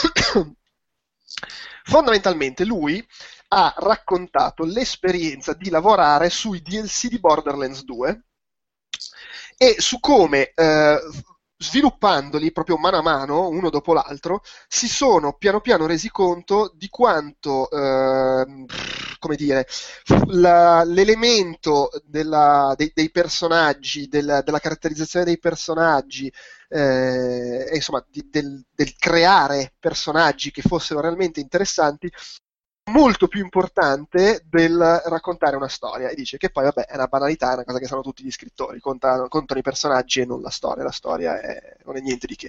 fondamentalmente lui ha raccontato l'esperienza di lavorare sui D L C di Borderlands due e su come eh, sviluppandoli proprio mano a mano, uno dopo l'altro, si sono piano piano resi conto di quanto, eh, come dire, la, l'elemento della, dei, dei personaggi, della, della caratterizzazione dei personaggi, eh, e insomma di, del, del creare personaggi che fossero realmente interessanti, molto più importante del raccontare una storia. E dice che poi vabbè è una banalità, è una cosa che sanno tutti gli scrittori, contano, contano i personaggi e non la storia, la storia è, non è niente di che.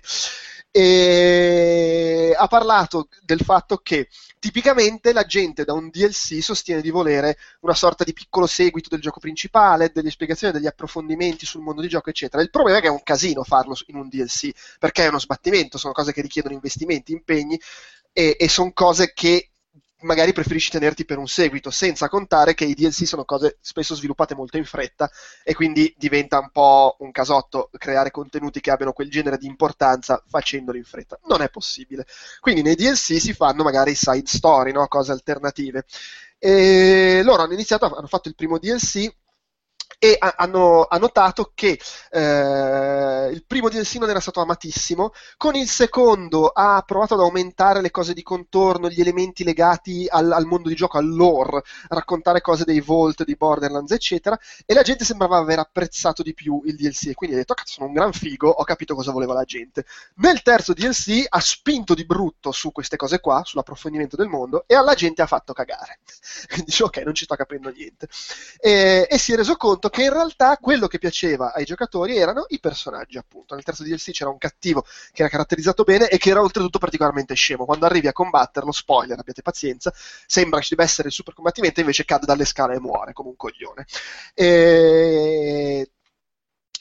E ha parlato del fatto che tipicamente la gente da un D L C sostiene di volere una sorta di piccolo seguito del gioco principale, delle spiegazioni, degli approfondimenti sul mondo di gioco eccetera. Il problema è che è un casino farlo in un D L C, perché è uno sbattimento, sono cose che richiedono investimenti, impegni e, e sono cose che magari preferisci tenerti per un seguito, senza contare che i D L C sono cose spesso sviluppate molto in fretta e quindi diventa un po' un casotto creare contenuti che abbiano quel genere di importanza facendoli in fretta. Non è possibile. Quindi nei D L C si fanno magari side story, no? Cose alternative. E loro hanno iniziato, hanno fatto il primo D L C e hanno, hanno notato che eh, il primo D L C non era stato amatissimo, con il secondo ha provato ad aumentare le cose di contorno, gli elementi legati al, al mondo di gioco, al lore, raccontare cose dei Vault, di Borderlands eccetera, e la gente sembrava aver apprezzato di più il D L C e quindi ha detto cazzo sono un gran figo, ho capito cosa voleva la gente. Nel terzo D L C ha spinto di brutto su queste cose qua, sull'approfondimento del mondo, e alla gente ha fatto cagare. Quindi dice ok, non ci sto capendo niente. E, e si è reso conto che in realtà quello che piaceva ai giocatori erano i personaggi, appunto. Nel terzo D L C c'era un cattivo che era caratterizzato bene e che era oltretutto particolarmente scemo. Quando arrivi a combatterlo, spoiler, abbiate pazienza, sembra che ci debba essere il super combattimento, invece cade dalle scale e muore come un coglione. E...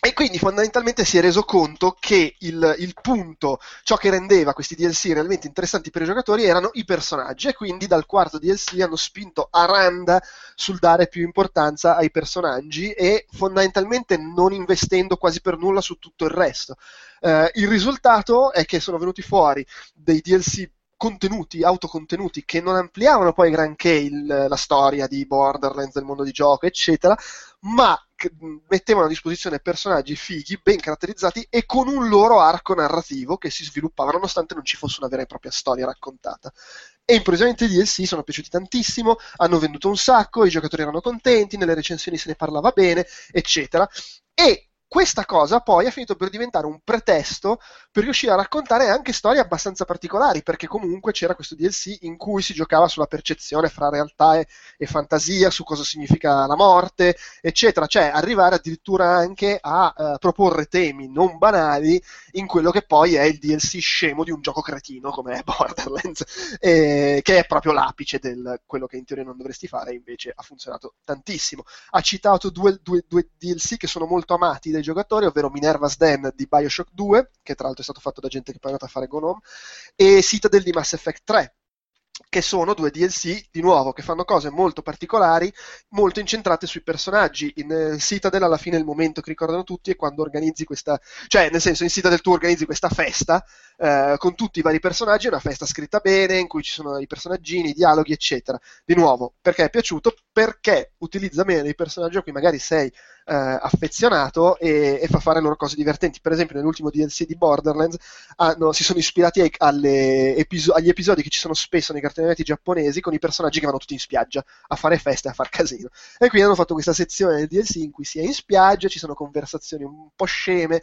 E quindi fondamentalmente si è reso conto che il, il punto, ciò che rendeva questi D L C realmente interessanti per i giocatori erano i personaggi, e quindi dal quarto D L C hanno spinto a randa sul dare più importanza ai personaggi e fondamentalmente non investendo quasi per nulla su tutto il resto. Eh, il risultato è che sono venuti fuori dei D L C contenuti, autocontenuti, che non ampliavano poi granché il, la storia di Borderlands, del mondo di gioco, eccetera, ma mettevano a disposizione personaggi fighi, ben caratterizzati e con un loro arco narrativo che si sviluppava nonostante non ci fosse una vera e propria storia raccontata. E improvvisamente i D L C sono piaciuti tantissimo, hanno venduto un sacco, i giocatori erano contenti, nelle recensioni se ne parlava bene, eccetera. E questa cosa poi ha finito per diventare un pretesto per riuscire a raccontare anche storie abbastanza particolari, perché comunque c'era questo D L C in cui si giocava sulla percezione fra realtà e, e fantasia, su cosa significa la morte, eccetera, cioè arrivare addirittura anche a uh, proporre temi non banali in quello che poi è il D L C scemo di un gioco cretino come è Borderlands, eh, che è proprio l'apice del quello che in teoria non dovresti fare, e invece ha funzionato tantissimo. Ha citato due, due, due D L C che sono molto amati dai giocatori, ovvero Minerva's Den di Bioshock due, che tra l'altro è stato fatto da gente che poi è andata a fare Gone Home, e Citadel di Mass Effect tre, che sono due D L C, di nuovo, che fanno cose molto particolari, molto incentrate sui personaggi. In eh, Citadel, alla fine, il momento che ricordano tutti è quando organizzi questa, cioè nel senso, in Citadel tu organizzi questa festa eh, con tutti i vari personaggi, è una festa scritta bene, in cui ci sono i personaggini, i dialoghi, eccetera. Di nuovo, perché è piaciuto? Perché utilizza bene dei personaggi a cui magari sei eh, affezionato e, e fa fare loro cose divertenti. Per esempio nell'ultimo D L C di Borderlands hanno, si sono ispirati ai, alle episo- agli episodi che ci sono spesso nei cartoni animati giapponesi, con i personaggi che vanno tutti in spiaggia a fare feste e a far casino, e quindi hanno fatto questa sezione del D L C in cui si è in spiaggia, ci sono conversazioni un po' sceme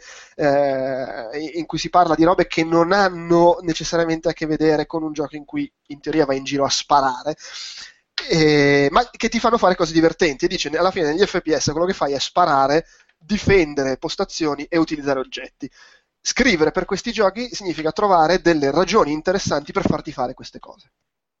eh, in cui si parla di robe che non hanno necessariamente a che vedere con un gioco in cui in teoria vai in giro a sparare, Eh, ma che ti fanno fare cose divertenti. E dice, alla fine negli F P S quello che fai è sparare, difendere postazioni e utilizzare oggetti. Scrivere per questi giochi significa trovare delle ragioni interessanti per farti fare queste cose.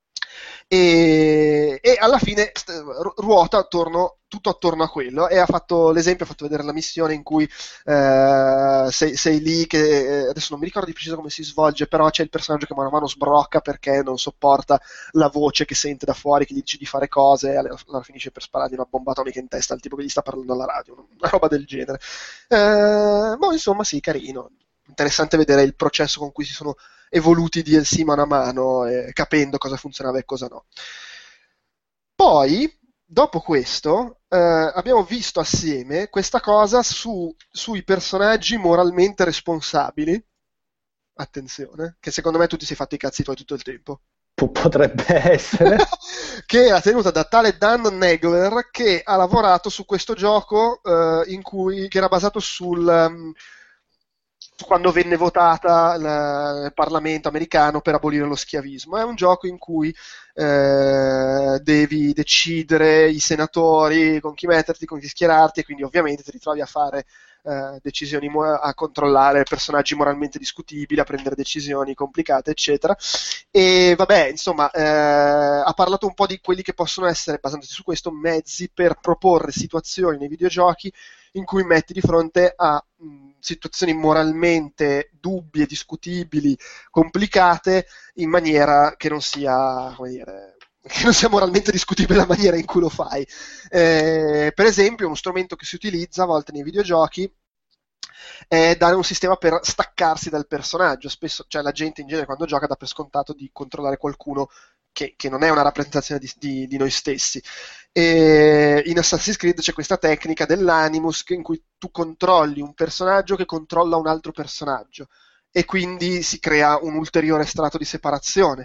E, e alla fine st- ruota attorno, tutto attorno a quello, e ha fatto l'esempio, ha fatto vedere la missione in cui eh, sei, sei lì che, adesso non mi ricordo di preciso come si svolge, però c'è il personaggio che mano a mano sbrocca perché non sopporta la voce che sente da fuori che gli dice di fare cose, e allora, allora finisce per sparargli una bomba atomica in testa al tipo che gli sta parlando alla radio, una roba del genere. Eh, ma insomma sì, carino, interessante vedere il processo con cui si sono evoluti i D L C mano a mano, eh, capendo cosa funzionava e cosa no. Poi, dopo questo, eh, abbiamo visto assieme questa cosa su, sui personaggi moralmente responsabili, attenzione, che secondo me tu ti sei fatti i cazzi tuoi tutto il tempo. Potrebbe essere. Che era tenuta da tale Dan Nagler, che ha lavorato su questo gioco eh, in cui, che era basato sul... Um, quando venne votata la, il Parlamento americano per abolire lo schiavismo. È un gioco in cui eh, devi decidere i senatori con chi metterti, con chi schierarti, e quindi ovviamente ti ritrovi a fare eh, decisioni, a controllare personaggi moralmente discutibili, a prendere decisioni complicate, eccetera. E vabbè, insomma, eh, ha parlato un po' di quelli che possono essere, basandosi su questo, mezzi per proporre situazioni nei videogiochi in cui metti di fronte a mh, situazioni moralmente dubbie, discutibili, complicate, in maniera che non sia, come dire, che non sia moralmente discutibile la maniera in cui lo fai. Eh, per esempio, uno strumento che si utilizza a volte nei videogiochi è dare un sistema per staccarsi dal personaggio. Spesso, cioè, la gente in genere quando gioca dà per scontato di controllare qualcuno che, che non è una rappresentazione di, di, di noi stessi. E in Assassin's Creed c'è questa tecnica dell'Animus in cui tu controlli un personaggio che controlla un altro personaggio, e quindi si crea un ulteriore strato di separazione.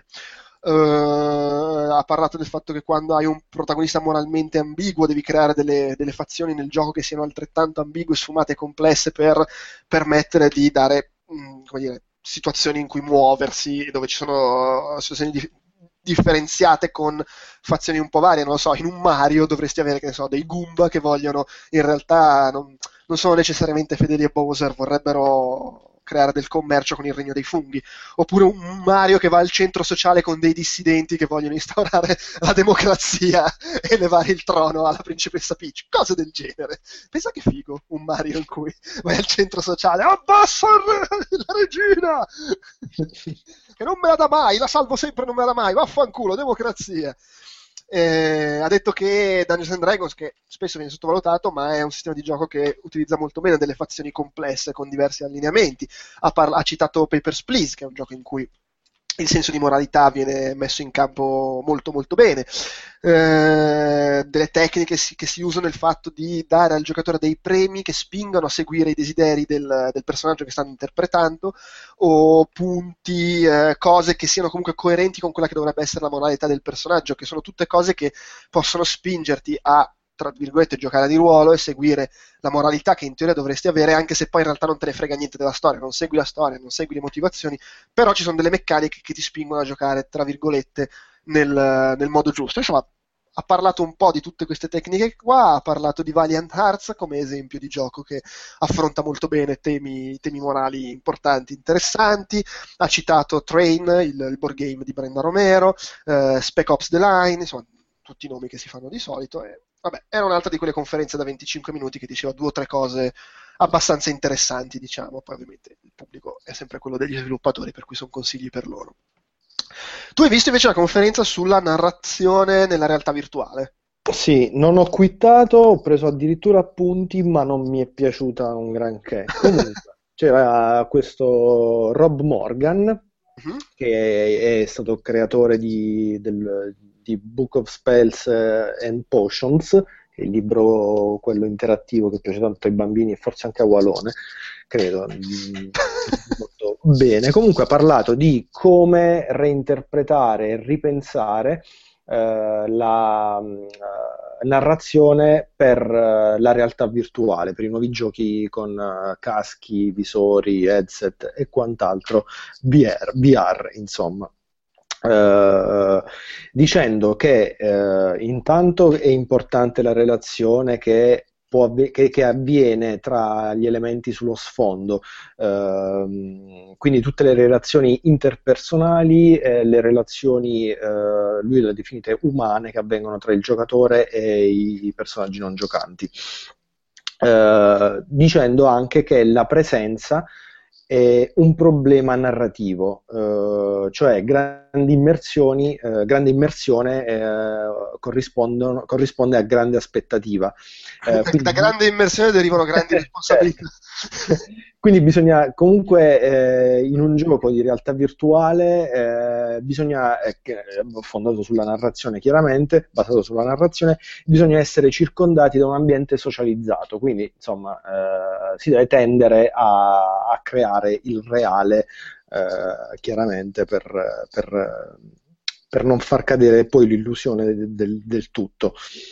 Uh, ha parlato del fatto che quando hai un protagonista moralmente ambiguo devi creare delle, delle fazioni nel gioco che siano altrettanto ambigue, sfumate e complesse per permettere di dare mh, come dire, situazioni in cui muoversi, dove ci sono situazioni di, differenziate con fazioni un po' varie. Non lo so, in un Mario dovresti avere, che ne so, dei Goomba che vogliono, in realtà non, non sono necessariamente fedeli a Bowser, vorrebbero creare del commercio con il regno dei funghi, oppure un Mario che va al centro sociale con dei dissidenti che vogliono instaurare la democrazia e levare il trono alla principessa Peach, cose del genere. Pensa che figo un Mario in cui vai al centro sociale, abbassa il re, la regina che non me la dà mai, la salvo sempre, non me la dà mai, vaffanculo, democrazia. Eh, ha detto che Dungeons and Dragons, che spesso viene sottovalutato, ma è un sistema di gioco che utilizza molto bene delle fazioni complesse con diversi allineamenti. Ha, parla- ha citato Papers, Please, che è un gioco in cui il senso di moralità viene messo in campo molto molto bene, eh, delle tecniche si, che si usano, il fatto di dare al giocatore dei premi che spingono a seguire i desideri del, del personaggio che stanno interpretando, o punti, eh, cose che siano comunque coerenti con quella che dovrebbe essere la moralità del personaggio, che sono tutte cose che possono spingerti a, tra virgolette, giocare di ruolo e seguire la moralità che in teoria dovresti avere, anche se poi in realtà non te ne frega niente della storia, non segui la storia, non segui le motivazioni, però ci sono delle meccaniche che ti spingono a giocare, tra virgolette, nel, nel modo giusto. Insomma, ha parlato un po' di tutte queste tecniche qua, ha parlato di Valiant Hearts come esempio di gioco che affronta molto bene temi, temi morali importanti, interessanti, ha citato Train, il, il board game di Brenda Romero, eh, Spec Ops The Line, insomma, tutti i nomi che si fanno di solito, e vabbè, era un'altra di quelle conferenze da venticinque minuti che diceva due o tre cose abbastanza interessanti, diciamo. Poi ovviamente il pubblico è sempre quello degli sviluppatori, per cui sono consigli per loro. Tu hai visto invece la conferenza sulla narrazione nella realtà virtuale? Sì, non ho quittato, ho preso addirittura appunti, ma non mi è piaciuta un granché. Comunque, c'era questo Rob Morgan, uh-huh. che è stato creatore di, del, di Book of Spells and Potions, che è il libro, quello interattivo che piace tanto ai bambini e forse anche a Walone, credo, molto bene. Comunque ha parlato di come reinterpretare e ripensare eh, la uh, narrazione per uh, la realtà virtuale, per i nuovi giochi con uh, caschi, visori, headset e quant'altro, V R, V R insomma. Uh, dicendo che uh, intanto è importante la relazione che, può avve- che, che avviene tra gli elementi sullo sfondo, uh, quindi tutte le relazioni interpersonali, eh, le relazioni, uh, lui le ha definite umane, che avvengono tra il giocatore e i personaggi non giocanti, uh, dicendo anche che la presenza è un problema narrativo, eh, cioè grandi immersioni, eh, grande immersione eh, corrispondono, corrisponde a grande aspettativa. Eh, quindi, da grande immersione derivano grandi responsabilità. Quindi bisogna comunque eh, in un gioco di realtà virtuale eh, bisogna, eh, fondato sulla narrazione chiaramente, basato sulla narrazione, bisogna essere circondati da un ambiente socializzato, quindi insomma eh, si deve tendere a, a creare il reale eh, chiaramente per, per, per non far cadere poi l'illusione del, del, del tutto.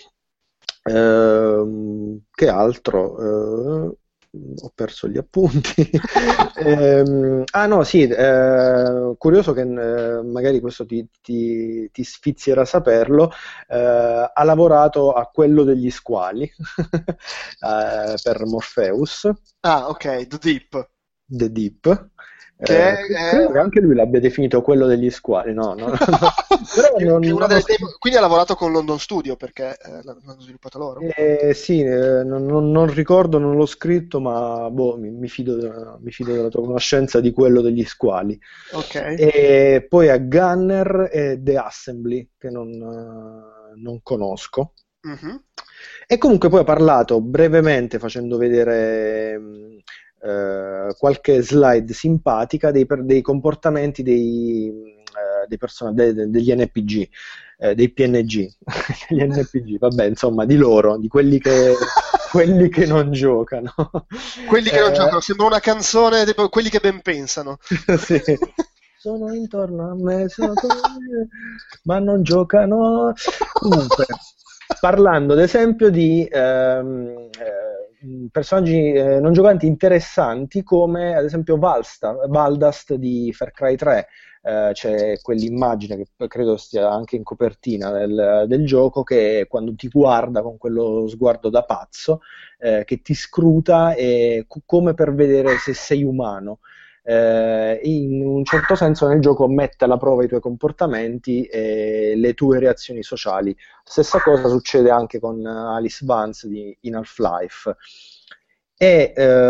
Eh, che altro? Eh, ho perso gli appunti. eh, ah no sì, eh, curioso che eh, magari questo ti, ti, ti sfizierà saperlo, eh, ha lavorato a quello degli squali eh, per Morpheus. Ah ok, The Deep. The Deep. Che eh, è... credo che anche lui l'abbia definito quello degli squali, no, no, no. Però non, che una non delle temi... Quindi ha lavorato con London Studio, perché eh, l'hanno sviluppato loro? Eh, sì, eh, non, non, non ricordo, non l'ho scritto, ma boh, mi, mi, fido, mi fido della tua conoscenza di quello degli squali. Okay. E poi a Gunner e The Assembly, che non, non conosco. Mm-hmm. E comunque poi ha parlato brevemente, facendo vedere eh, qualche slide simpatica dei, dei comportamenti dei, eh, dei person- de- degli N P G, eh, dei P N G, degli N P G, vabbè, insomma, di loro, di quelli che, quelli che non giocano. Quelli che eh, non giocano, sembra una canzone di quelli che ben pensano. Sì. Sono intorno a me, sono me, ma non giocano. Comunque, parlando ad esempio di ehm, eh, personaggi eh, non giocanti interessanti, come ad esempio Valsta, Valdast di Far Cry tre, eh, c'è quell'immagine che credo stia anche in copertina del, del gioco, che quando ti guarda con quello sguardo da pazzo, eh, che ti scruta, e, come per vedere se sei umano. eh, in un certo senso nel gioco mette alla prova i tuoi comportamenti e le tue reazioni sociali. Stessa cosa succede anche con Alice Vance di, in Half-Life. E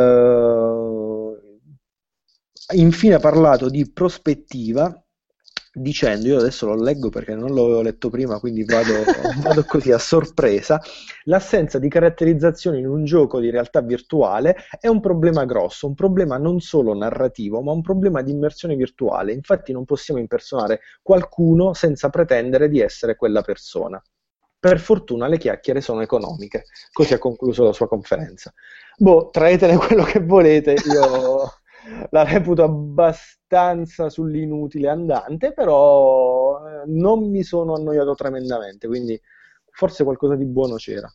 eh, infine ha parlato di prospettiva, dicendo, io adesso lo leggo perché non l'avevo letto prima, quindi vado, vado così a sorpresa: l'assenza di caratterizzazione in un gioco di realtà virtuale è un problema grosso, un problema non solo narrativo, ma un problema di immersione virtuale. Infatti non possiamo impersonare qualcuno senza pretendere di essere quella persona. Per fortuna le chiacchiere sono economiche. Così ha concluso la sua conferenza. Boh, traetene quello che volete, io la reputo abbastanza sull'inutile andante, però eh, non mi sono annoiato tremendamente, quindi forse qualcosa di buono c'era.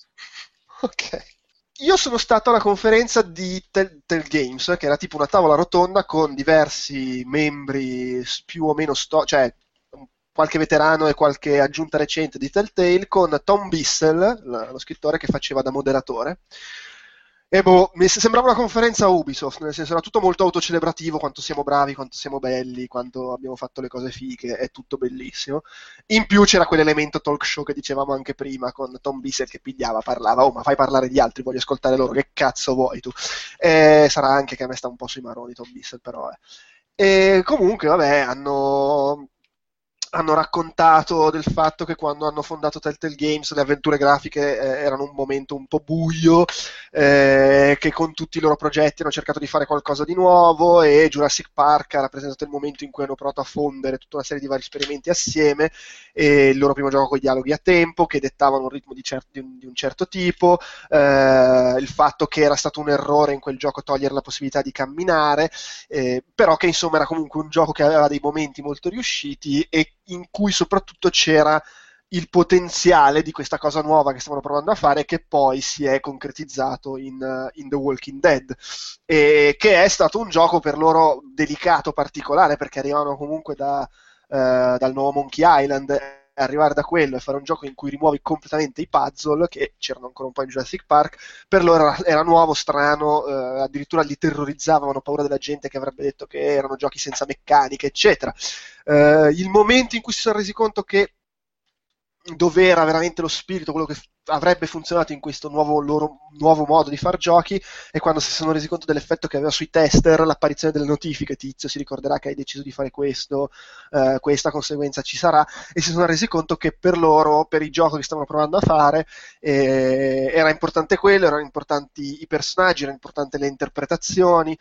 Ok. Io sono stato alla conferenza di Telltale Games, che era tipo una tavola rotonda con diversi membri più o meno sto- cioè qualche veterano e qualche aggiunta recente di Telltale, con Tom Bissell, lo scrittore, che faceva da moderatore. E boh, mi sembrava una conferenza Ubisoft, nel senso era tutto molto autocelebrativo, quanto siamo bravi, quanto siamo belli, quanto abbiamo fatto le cose fighe, è tutto bellissimo. In più c'era quell'elemento talk show che dicevamo anche prima, con Tom Bissell che pigliava, parlava: oh, ma fai parlare gli altri, voglio ascoltare loro, che cazzo vuoi tu? E sarà anche che a me sta un po' sui maroni Tom Bissell, però è. E comunque, vabbè, hanno... hanno raccontato del fatto che quando hanno fondato Telltale Games le avventure grafiche eh, erano un momento un po' buio, eh, che con tutti i loro progetti hanno cercato di fare qualcosa di nuovo, e Jurassic Park ha rappresentato il momento in cui hanno provato a fondere tutta una serie di vari esperimenti assieme, e il loro primo gioco con i dialoghi a tempo che dettavano un ritmo di, cer- di, un, di un certo tipo, eh, il fatto che era stato un errore in quel gioco togliere la possibilità di camminare, eh, però che insomma era comunque un gioco che aveva dei momenti molto riusciti e in cui soprattutto c'era il potenziale di questa cosa nuova che stavano provando a fare, che poi si è concretizzato in, uh, in The Walking Dead, e che è stato un gioco per loro delicato, particolare, perché arrivavano comunque da, uh, dal nuovo Monkey Island. Arrivare da quello e fare un gioco in cui rimuovi completamente i puzzle, che c'erano ancora un po' in Jurassic Park, per loro era, era nuovo, strano, eh, addirittura li terrorizzavano, avevano paura della gente che avrebbe detto che erano giochi senza meccanica, eccetera. Eh, il momento in cui si sono resi conto che dov'era veramente lo spirito, quello che f- avrebbe funzionato in questo nuovo loro nuovo modo di far giochi, è quando si sono resi conto dell'effetto che aveva sui tester l'apparizione delle notifiche: tizio si ricorderà che hai deciso di fare questo, eh, questa conseguenza ci sarà, e si sono resi conto che per loro, per il gioco che stavano provando a fare, eh, era importante quello, erano importanti i personaggi, erano importanti le interpretazioni,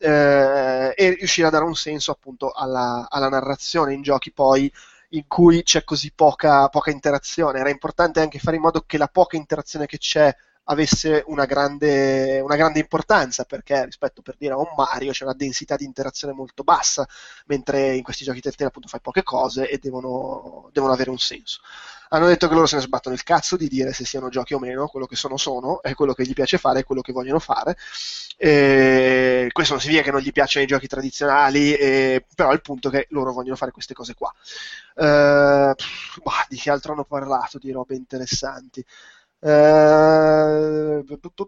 eh, e riuscire a dare un senso appunto alla, alla narrazione in giochi poi in cui c'è così poca, poca interazione. Era importante anche fare in modo che la poca interazione che c'è avesse una grande, una grande importanza, perché rispetto, per dire, a un Mario c'è una densità di interazione molto bassa, mentre in questi giochi Telltale appunto fai poche cose e devono, devono avere un senso. Hanno detto che loro se ne sbattono il cazzo di dire se siano giochi o meno, quello che sono sono, è quello che gli piace fare, è quello che vogliono fare. E questo non significa che non gli piacciono i giochi tradizionali, e... però il punto è che loro vogliono fare queste cose qua. Uh, bah, di che altro hanno parlato di robe interessanti? Uh,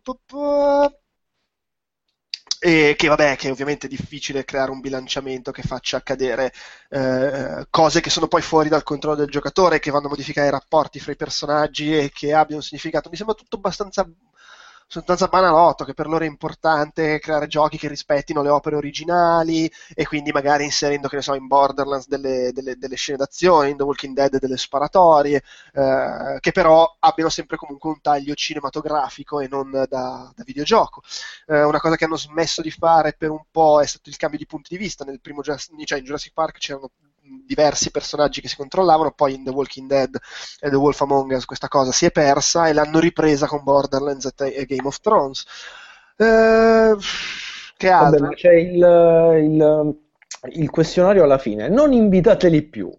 e che vabbè, che ovviamente è difficile creare un bilanciamento che faccia accadere eh, cose che sono poi fuori dal controllo del giocatore, che vanno a modificare i rapporti fra i personaggi e che abbiano un significato. Mi sembra tutto abbastanza abbastanza banalotto, che per loro è importante creare giochi che rispettino le opere originali, e quindi magari inserendo, che ne so, in Borderlands delle, delle, delle scene d'azione, in The Walking Dead delle sparatorie, eh, che però abbiano sempre comunque un taglio cinematografico e non da, da videogioco. Eh, una cosa che hanno smesso di fare per un po' è stato il cambio di punti di vista. Nel primo, cioè in Jurassic Park c'erano diversi personaggi che si controllavano, poi in The Walking Dead e The Wolf Among Us questa cosa si è persa e l'hanno ripresa con Borderlands e Game of Thrones. Eh, che altro? Vabbè, ma c'è il, il, il questionario alla fine: non invitateli più.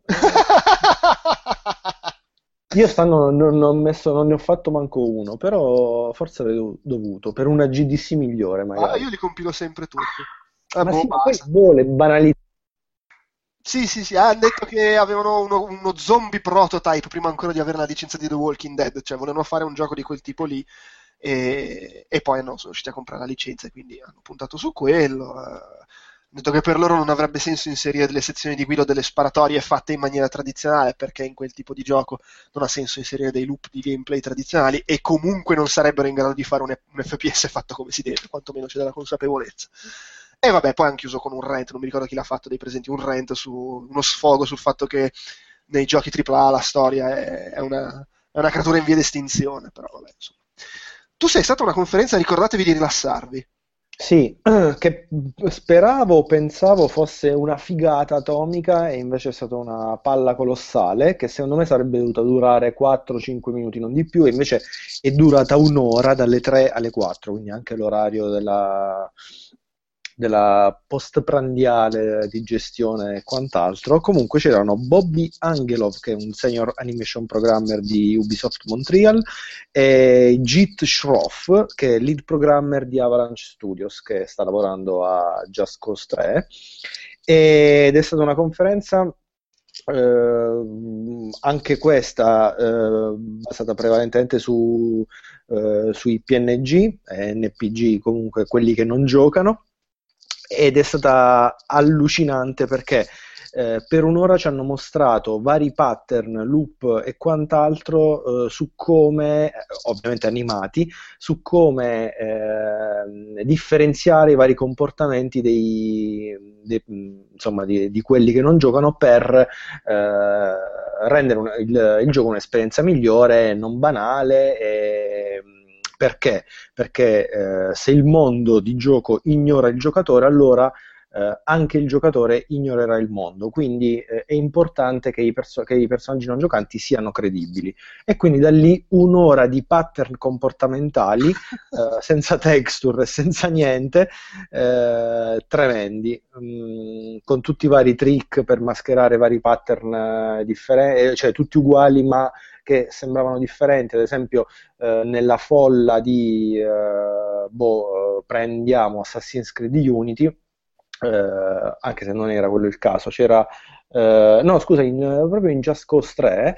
Io stanno non, non, ho messo, non ne ho fatto manco uno, però forse avrei dovuto, per una G D C migliore magari. Ah, io li compilo sempre tutti. Ah, ma boh, sì, ma poi vuole banalizzare. Sì, sì, sì, hanno detto che avevano uno, uno zombie prototype prima ancora di avere la licenza di The Walking Dead, cioè volevano fare un gioco di quel tipo lì, e, e poi no, sono riusciti a comprare la licenza e quindi hanno puntato su quello. detto che per loro non avrebbe senso inserire delle sezioni di guida o delle sparatorie fatte in maniera tradizionale, perché in quel tipo di gioco non ha senso inserire dei loop di gameplay tradizionali, e comunque non sarebbero in grado di fare un, un F P S fatto come si deve, quantomeno c'è della consapevolezza. E vabbè, poi hanno chiuso con un rant, non mi ricordo chi l'ha fatto dei presenti, un rant su uno sfogo sul fatto che nei giochi tripla A la storia è, è, una, è una creatura in via di estinzione, però vabbè, insomma. Tu sei stata a una conferenza, ricordatevi di rilassarvi. Sì, che speravo, pensavo fosse una figata atomica e invece è stata una palla colossale che secondo me sarebbe dovuta durare quattro cinque minuti, non di più, e invece è durata un'ora dalle tre alle quattro, quindi anche l'orario della, della postprandiale di gestione e quant'altro. Comunque c'erano Bobby Angelov, che è un senior animation programmer di Ubisoft Montreal, e Jeet Shroff, che è lead programmer di Avalanche Studios, che sta lavorando a Just Cause tre, ed è stata una conferenza eh, anche questa eh, basata prevalentemente su, eh, sui P N G, N P G, comunque quelli che non giocano, ed è stata allucinante perché eh, per un'ora ci hanno mostrato vari pattern, loop e quant'altro eh, su come, ovviamente animati, su come eh, differenziare i vari comportamenti dei, dei, insomma, di, di quelli che non giocano per eh, rendere un, il, il gioco un'esperienza migliore, non banale. E, perché? Perché eh, se il mondo di gioco ignora il giocatore, allora eh, anche il giocatore ignorerà il mondo, quindi eh, è importante che i, perso- che i personaggi non giocanti siano credibili, e quindi da lì un'ora di pattern comportamentali eh, senza texture e senza niente, eh, tremendi, mh, con tutti i vari trick per mascherare vari pattern eh, differenti, cioè tutti uguali ma che sembravano differenti. Ad esempio eh, nella folla di eh, boh, eh, prendiamo Assassin's Creed Unity, eh, anche se non era quello il caso, c'era eh, no scusa in, proprio in Just Cause tre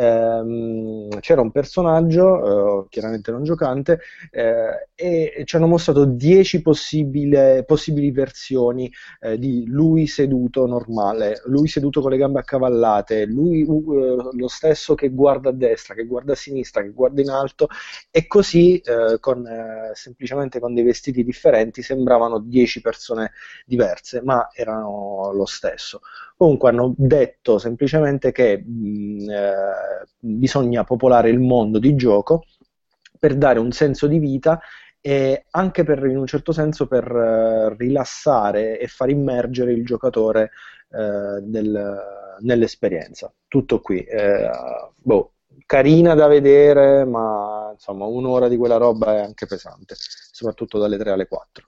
ehm, c'era un personaggio eh, chiaramente non giocante eh, e ci hanno mostrato dieci possibili, possibili versioni eh, di lui seduto normale, lui seduto con le gambe accavallate, lui uh, lo stesso che guarda a destra, che guarda a sinistra, che guarda in alto, e così eh, con, eh, semplicemente con dei vestiti differenti sembravano dieci persone diverse, ma erano lo stesso. Comunque hanno detto semplicemente che mh, eh, bisogna popolare il mondo di gioco per dare un senso di vita e anche per, in un certo senso, per eh, rilassare e far immergere il giocatore eh, del, nell'esperienza. Tutto qui. Eh, boh, carina da vedere, ma insomma un'ora di quella roba è anche pesante, soprattutto dalle tre alle quattro.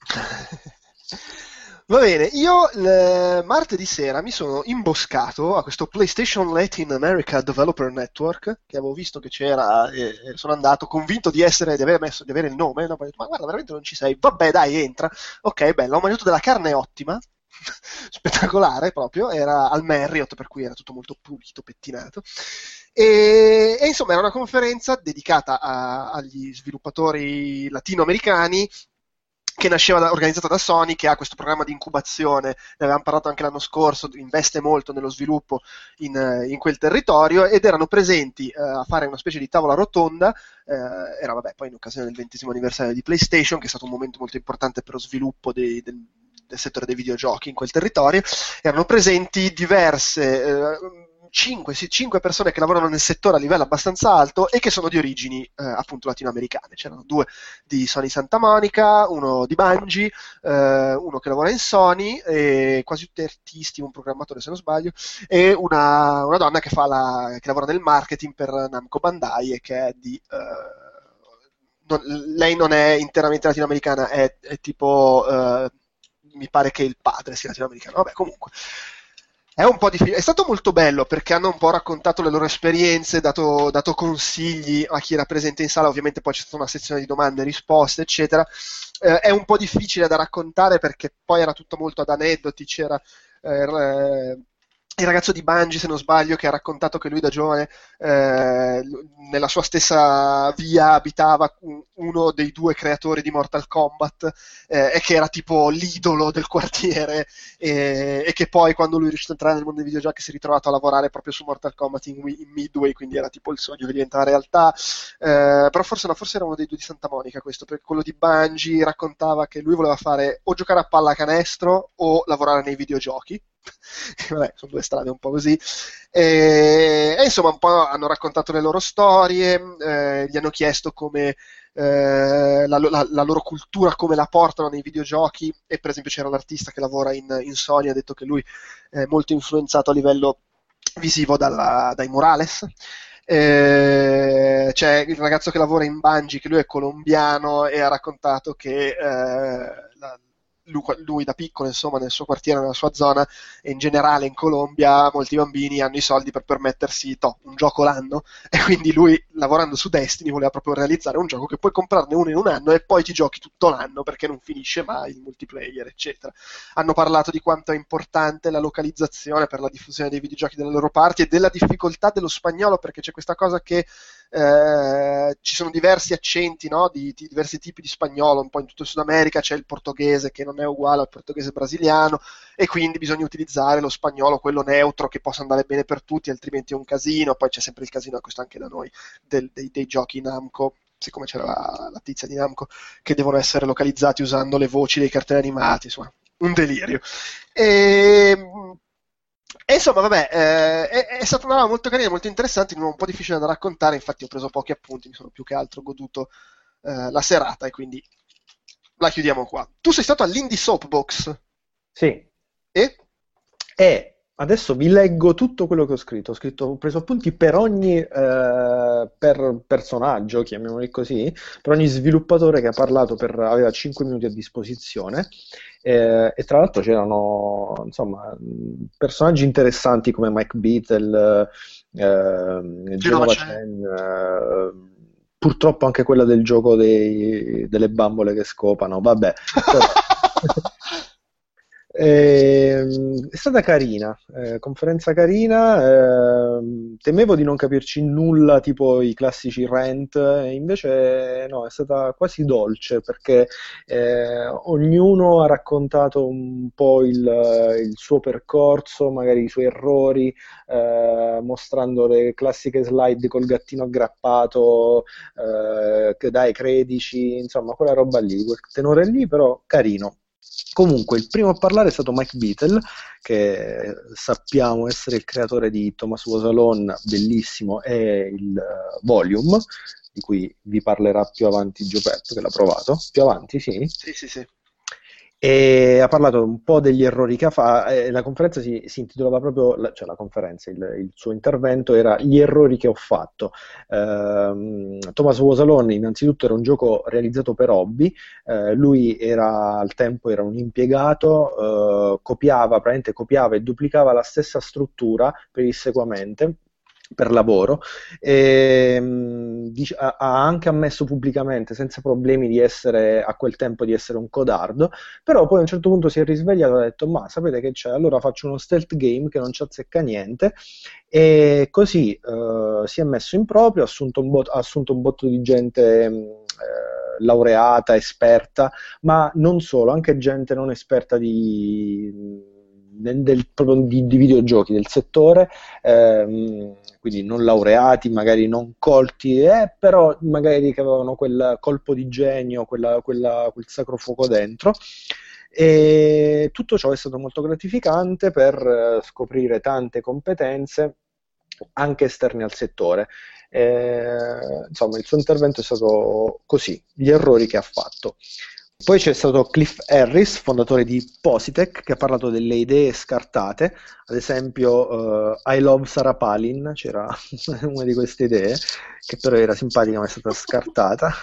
Va bene, io l- martedì sera mi sono imboscato a questo PlayStation Latin America Developer Network, che avevo visto che c'era e, e sono andato convinto di essere, di aver messo, di avere il nome, no? Poi ho detto, ma guarda, veramente non ci sei? Vabbè, dai, entra. Ok, bello, ho mangiato della carne ottima, spettacolare proprio, era al Marriott, per cui era tutto molto pulito, pettinato. E, e insomma era una conferenza dedicata a, agli sviluppatori latinoamericani, che nasceva da, organizzata da Sony, che ha questo programma di incubazione, ne avevamo parlato anche l'anno scorso, investe molto nello sviluppo in, in quel territorio, ed erano presenti eh, a fare una specie di tavola rotonda, eh, era vabbè poi in occasione del ventesimo anniversario di PlayStation, che è stato un momento molto importante per lo sviluppo dei, del, del settore dei videogiochi in quel territorio. Erano presenti diverse eh, Cinque, sì, cinque persone che lavorano nel settore a livello abbastanza alto e che sono di origini eh, appunto latinoamericane. C'erano due di Sony Santa Monica, uno di Bungie, eh, uno che lavora in Sony, e quasi tutti artisti, un programmatore se non sbaglio, e una, una donna che, fa la, che lavora nel marketing per Namco Bandai e che è di... Eh, non, lei non è interamente latinoamericana, è, è tipo... Eh, mi pare che il padre sia latinoamericano. Vabbè, comunque... È un po' difficile, è stato molto bello perché hanno un po' raccontato le loro esperienze, dato, dato consigli a chi era presente in sala. Ovviamente poi c'è stata una sezione di domande e risposte, eccetera. Eh, è un po' difficile da raccontare perché poi era tutto molto ad aneddoti, c'era, eh, il ragazzo di Bungie, se non sbaglio, che ha raccontato che lui da giovane eh, nella sua stessa via abitava uno dei due creatori di Mortal Kombat eh, e che era tipo l'idolo del quartiere e, e che poi quando lui è riuscito a entrare nel mondo dei videogiochi si è ritrovato a lavorare proprio su Mortal Kombat in, in Midway, quindi era tipo il sogno che diventava realtà, eh, però forse no, forse era uno dei due di Santa Monica questo, perché quello di Bungie raccontava che lui voleva fare o giocare a pallacanestro o lavorare nei videogiochi. Vabbè, sono due strade un po' così e, e insomma un po' hanno raccontato le loro storie, eh, gli hanno chiesto come eh, la, la, la loro cultura, come la portano nei videogiochi, e per esempio c'era l'artista che lavora in, in Sony, ha detto che lui è molto influenzato a livello visivo dalla, dai Morales. Eh, c'è il ragazzo che lavora in Bungie, che lui è colombiano e ha raccontato che eh, la, Lui, lui da piccolo, insomma, nel suo quartiere, nella sua zona e in generale in Colombia molti bambini hanno i soldi per permettersi to, un gioco l'anno, e quindi lui, lavorando su Destiny, voleva proprio realizzare un gioco che puoi comprarne uno in un anno e poi ti giochi tutto l'anno perché non finisce mai il multiplayer, eccetera. Hanno parlato di quanto è importante la localizzazione per la diffusione dei videogiochi dalle loro parti e della difficoltà dello spagnolo, perché c'è questa cosa che Eh, ci sono diversi accenti, no? di, di diversi tipi di spagnolo, un po' in tutto il Sud America c'è il portoghese che non è uguale al portoghese brasiliano e quindi bisogna utilizzare lo spagnolo, quello neutro, che possa andare bene per tutti, altrimenti è un casino. Poi c'è sempre il casino, questo anche da noi, del, dei, dei giochi Namco, siccome c'era la, la tizia di Namco, che devono essere localizzati usando le voci dei cartoni animati, insomma, un delirio. E... E insomma, vabbè, eh, è, è stata una roba molto carina, molto interessante, un po' difficile da raccontare, infatti ho preso pochi appunti, mi sono più che altro goduto eh, la serata e quindi la chiudiamo qua. Tu sei stato all'Indie Soapbox? Sì. E? E adesso vi leggo tutto quello che ho scritto. Ho scritto, ho preso appunti per ogni eh, per personaggio, chiamiamoli così, per ogni sviluppatore che ha parlato, per, aveva cinque minuti a disposizione. Eh, e tra l'altro c'erano insomma personaggi interessanti come Mike Beatle, eh, Genova Chen, eh, purtroppo anche quella del gioco dei, delle bambole che scopano, vabbè. Però... Eh, è stata carina, eh, conferenza carina, eh, temevo di non capirci nulla, tipo i classici rant, e invece no, è stata quasi dolce, perché eh, ognuno ha raccontato un po' il, il suo percorso, magari i suoi errori, eh, mostrando le classiche slide col gattino aggrappato, eh, che dai credici, insomma quella roba lì, quel tenore lì, però carino. Comunque, il primo a parlare è stato Mike Beatle, che sappiamo essere il creatore di Thomas Was Alone, bellissimo, e il uh, Volume, di cui vi parlerà più avanti Giuseppe, che l'ha provato. Più avanti, sì? Sì, sì, sì. E ha parlato un po' degli errori che ha fatto. Eh, la conferenza si, si intitolava proprio, la, cioè la conferenza, il, il suo intervento era Gli errori che ho fatto. Eh, Thomas Was Alone innanzitutto era un gioco realizzato per hobby, eh, lui era al tempo era un impiegato, eh, copiava, praticamente copiava e duplicava la stessa struttura pedissequamente per lavoro, e dice, ha, ha anche ammesso pubblicamente senza problemi di essere, a quel tempo, di essere un codardo, però poi a un certo punto si è risvegliato e ha detto ma sapete che c'è, allora faccio uno stealth game che non ci azzecca niente, e così eh, si è messo in proprio, ha assunto un, bot- ha assunto un botto di gente eh, laureata, esperta, ma non solo, anche gente non esperta di Del, del, proprio di, di videogiochi, del settore, ehm, quindi non laureati, magari non colti, eh, però magari che avevano quel colpo di genio, quella, quella, quel sacro fuoco dentro. E tutto ciò è stato molto gratificante per eh, scoprire tante competenze anche esterne al settore. Eh, insomma, il suo intervento è stato così, gli errori che ha fatto. Poi c'è stato Cliff Harris, fondatore di Positech, che ha parlato delle idee scartate, ad esempio uh, I Love Sarah Palin, c'era una di queste idee, che però era simpatica ma è stata scartata,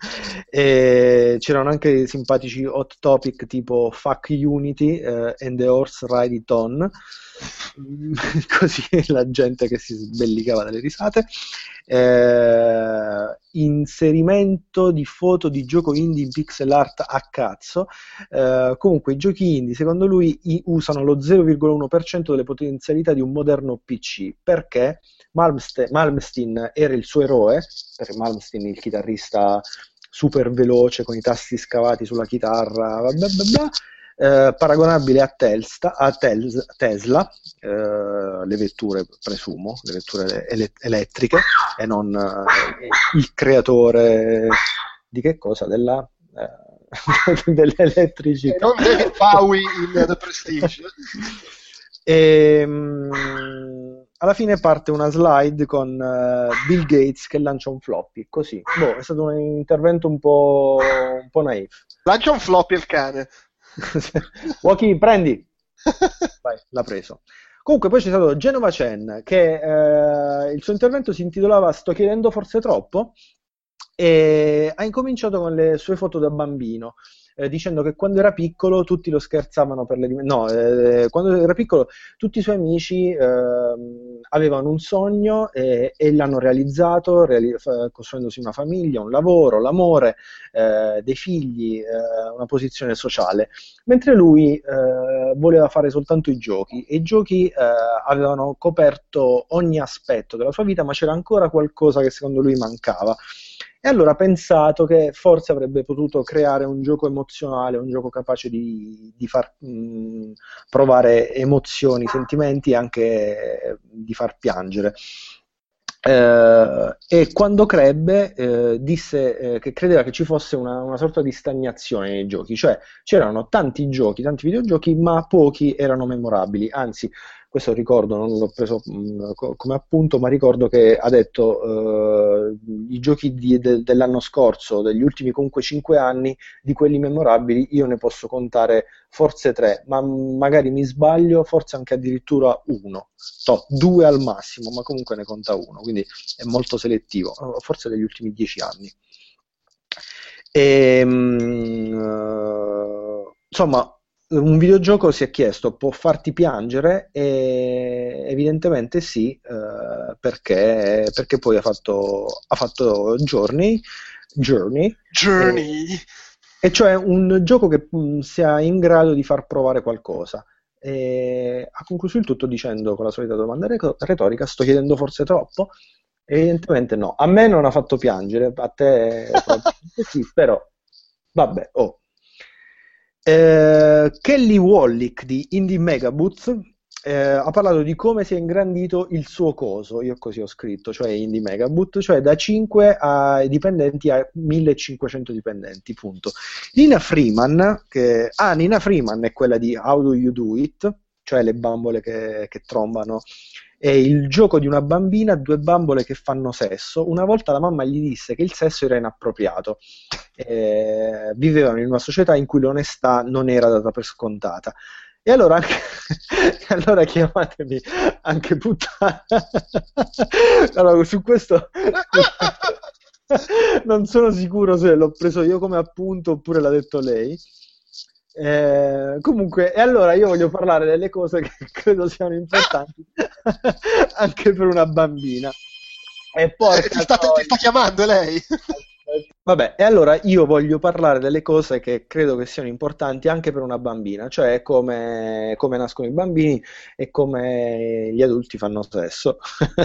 e c'erano anche simpatici hot topic tipo Fuck Unity uh, and the Horse Ride It On, così la gente che si sbellicava dalle risate. Eh, inserimento di foto di gioco indie in pixel art a cazzo. Eh, comunque i giochi indie secondo lui i- usano lo zero virgola uno per cento delle potenzialità di un moderno P C, perché Malmste- Malmsteen era il suo eroe, perché Malmsteen il chitarrista super veloce con i tasti scavati sulla chitarra, bla bla bla, eh, paragonabile a, Telsta, a Tel- Tesla, eh, le vetture, presumo, le vetture ele- elettriche, e non eh, il creatore di che cosa? Della, eh, E dell'elettricità. non David Bowie in The Prestige. E, mm, alla fine parte una slide con eh, Bill Gates che lancia un floppy, così. Boh, è stato un intervento un po', un po' naif. Lancia un floppy al cane. Waki, prendi! Vai, l'ha preso. Comunque poi c'è stato Genova Chen che eh, il suo intervento si intitolava Sto chiedendo forse troppo, e ha incominciato con le sue foto da bambino, eh, dicendo che quando era piccolo tutti lo scherzavano per le dim- no, eh, quando era piccolo tutti i suoi amici ehm, avevano un sogno e, e l'hanno realizzato, reali- fa- costruendosi una famiglia, un lavoro, l'amore, eh, dei figli, eh, una posizione sociale, mentre lui eh, voleva fare soltanto i giochi, e i giochi eh, avevano coperto ogni aspetto della sua vita, ma c'era ancora qualcosa che secondo lui mancava. E allora ha pensato che forse avrebbe potuto creare un gioco emozionale, un gioco capace di, di far mh, provare emozioni, sentimenti e anche di far piangere. Eh, e quando crebbe eh, disse eh, che credeva che ci fosse una, una sorta di stagnazione nei giochi, cioè c'erano tanti giochi, tanti videogiochi, ma pochi erano memorabili, anzi questo ricordo, non l'ho preso mh, co- come appunto, ma ricordo che ha detto eh, i giochi di- de- dell'anno scorso, degli ultimi comunque cinque anni, di quelli memorabili io ne posso contare forse tre, ma magari mi sbaglio, forse anche addirittura uno, no, due al massimo, ma comunque ne conta uno, quindi è molto selettivo, forse degli ultimi dieci anni. E, mh, eh, insomma, un videogioco si è chiesto, può farti piangere? E evidentemente sì, eh, perché, perché poi ha fatto, ha fatto Journey, Journey, e, Journey. e cioè un gioco che mh, sia in grado di far provare qualcosa. E ha concluso il tutto dicendo con la solita domanda reco- retorica: sto chiedendo forse troppo? Evidentemente no, a me non ha fatto piangere, a te probabilmente sì, però vabbè, oh. Eh, Kelly Wallick di Indie Megabooth eh, ha parlato di come si è ingrandito il suo coso, io così ho scritto, cioè Indie Megabooth, cioè da cinque a dipendenti a millecinquecento dipendenti, punto. Nina Freeman, che, ah, Nina Freeman è quella di How Do You Do It, cioè le bambole che, che trombano. È il gioco di una bambina, due bambole che fanno sesso. Una volta la mamma gli disse che il sesso era inappropriato. Eh, vivevano in una società in cui l'onestà non era data per scontata. E allora, anche, e allora chiamatemi anche puttana. Allora, su questo non sono sicuro se l'ho preso io come appunto oppure l'ha detto lei. Eh, comunque, e allora io voglio parlare delle cose che credo siano importanti anche per una bambina. E porca Ti sta, ti sta chiamando lei? Vabbè, e allora io voglio parlare delle cose che credo che siano importanti anche per una bambina, cioè come, come nascono i bambini e come gli adulti fanno sesso.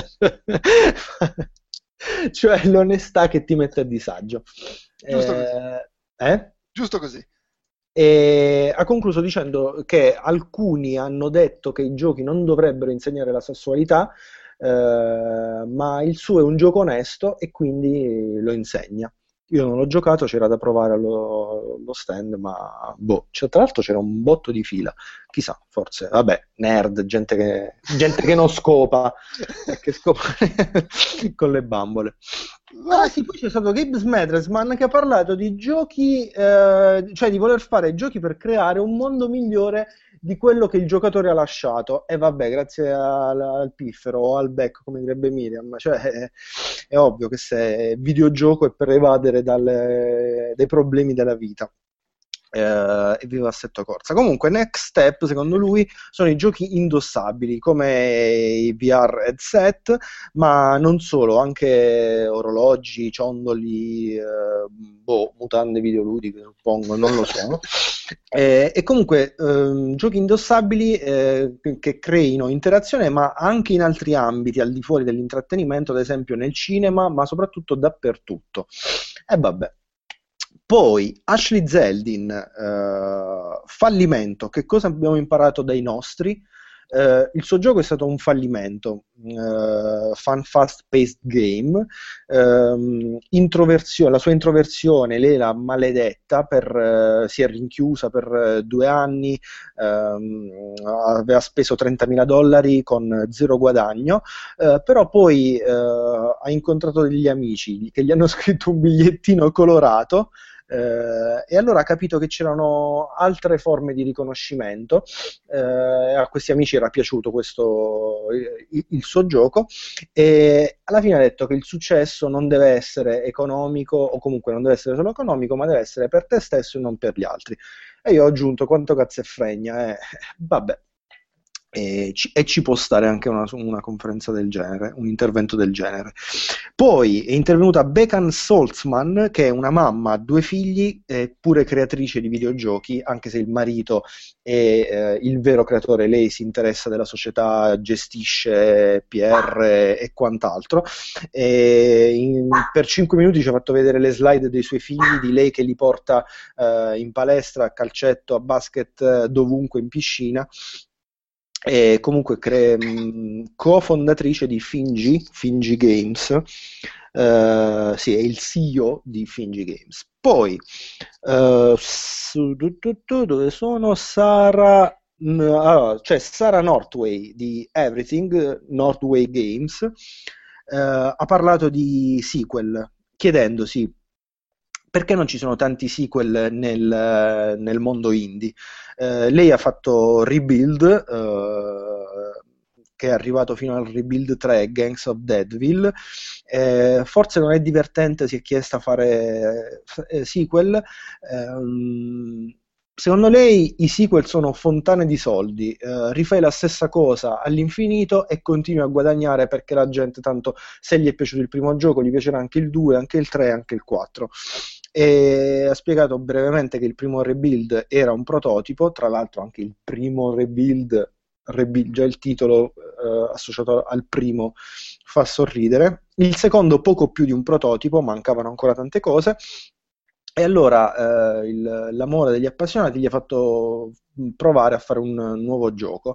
Cioè l'onestà che ti mette a disagio. Giusto così. Eh? eh? Giusto così. E ha concluso dicendo che alcuni hanno detto che i giochi non dovrebbero insegnare la sessualità, eh, ma il suo è un gioco onesto e quindi lo insegna. Io non l'ho giocato, c'era da provare allo, allo stand, ma boh, cioè, tra l'altro c'era un botto di fila, chissà, forse, vabbè, nerd, gente che, gente che non scopa, che scopa con le bambole. Ah sì, poi c'è stato Gabe Smedresman che ha parlato di giochi, eh, cioè di voler fare giochi per creare un mondo migliore di quello che il giocatore ha lasciato. E vabbè, grazie al, al piffero o al becco, come direbbe Miriam, cioè è, è ovvio che se il videogioco è per evadere dalle, dai problemi della vita. eh, e viva Assetto Corsa. Comunque Next Step secondo lui sono i giochi indossabili come i V R headset, ma non solo, anche orologi, ciondoli, eh, boh, mutande videoludiche suppongo, non lo so. Eh, e comunque ehm, giochi indossabili eh, che creino interazione, ma anche in altri ambiti al di fuori dell'intrattenimento, ad esempio nel cinema, ma soprattutto dappertutto. E vabbè. Poi Ashley Zeldin, eh, fallimento. Che cosa abbiamo imparato dai nostri? Uh, il suo gioco è stato un fallimento, uh, fun fast paced game, um, introversione, la sua introversione lei l'ha maledetta, per, uh, si è rinchiusa per uh, due anni, um, aveva speso trentamila dollari con zero guadagno, uh, però poi uh, ha incontrato degli amici che gli hanno scritto un bigliettino colorato. Uh, e allora ha capito che c'erano altre forme di riconoscimento, uh, a questi amici era piaciuto questo, il, il suo gioco, e alla fine ha detto che il successo non deve essere economico, o comunque non deve essere solo economico, ma deve essere per te stesso e non per gli altri. E io ho aggiunto quanto cazzo è fregna, eh. Vabbè. E ci, e ci può stare anche una, una conferenza del genere, un intervento del genere. Poi è intervenuta Bekan Saltzman, che è una mamma, ha due figli, è pure creatrice di videogiochi, anche se il marito è eh, il vero creatore, lei si interessa della società, gestisce P R e quant'altro. E in, per cinque minuti ci ha fatto vedere le slide dei suoi figli, di lei che li porta eh, in palestra, a calcetto, a basket, dovunque, in piscina. E comunque cre- co-fondatrice di Finji, Finji Games, uh, sì, è il C E O di Finji Games. Poi, uh, su, tu, tu, tu, dove sono? Sara, mh, allora, cioè Sara Northway di Everything, Northway Games, uh, ha parlato di sequel, chiedendosi perché non ci sono tanti sequel nel, nel mondo indie. Eh, lei ha fatto Rebuild, eh, che è arrivato fino al Rebuild tre, Gangs of Deadville. Eh, forse non è divertente, si è chiesta a fare eh, sequel. Eh, secondo lei i sequel sono fontane di soldi, eh, rifai la stessa cosa all'infinito e continui a guadagnare, perché la gente tanto, se gli è piaciuto il primo gioco, gli piacerà anche il due, anche il tre, anche il quattro. E ha spiegato brevemente che il primo Rebuild era un prototipo, tra l'altro anche il primo Rebuild, rebuild già il titolo eh, associato al primo fa sorridere, il secondo poco più di un prototipo, mancavano ancora tante cose, e allora eh, il, l'amore degli appassionati gli ha fatto provare a fare un nuovo gioco.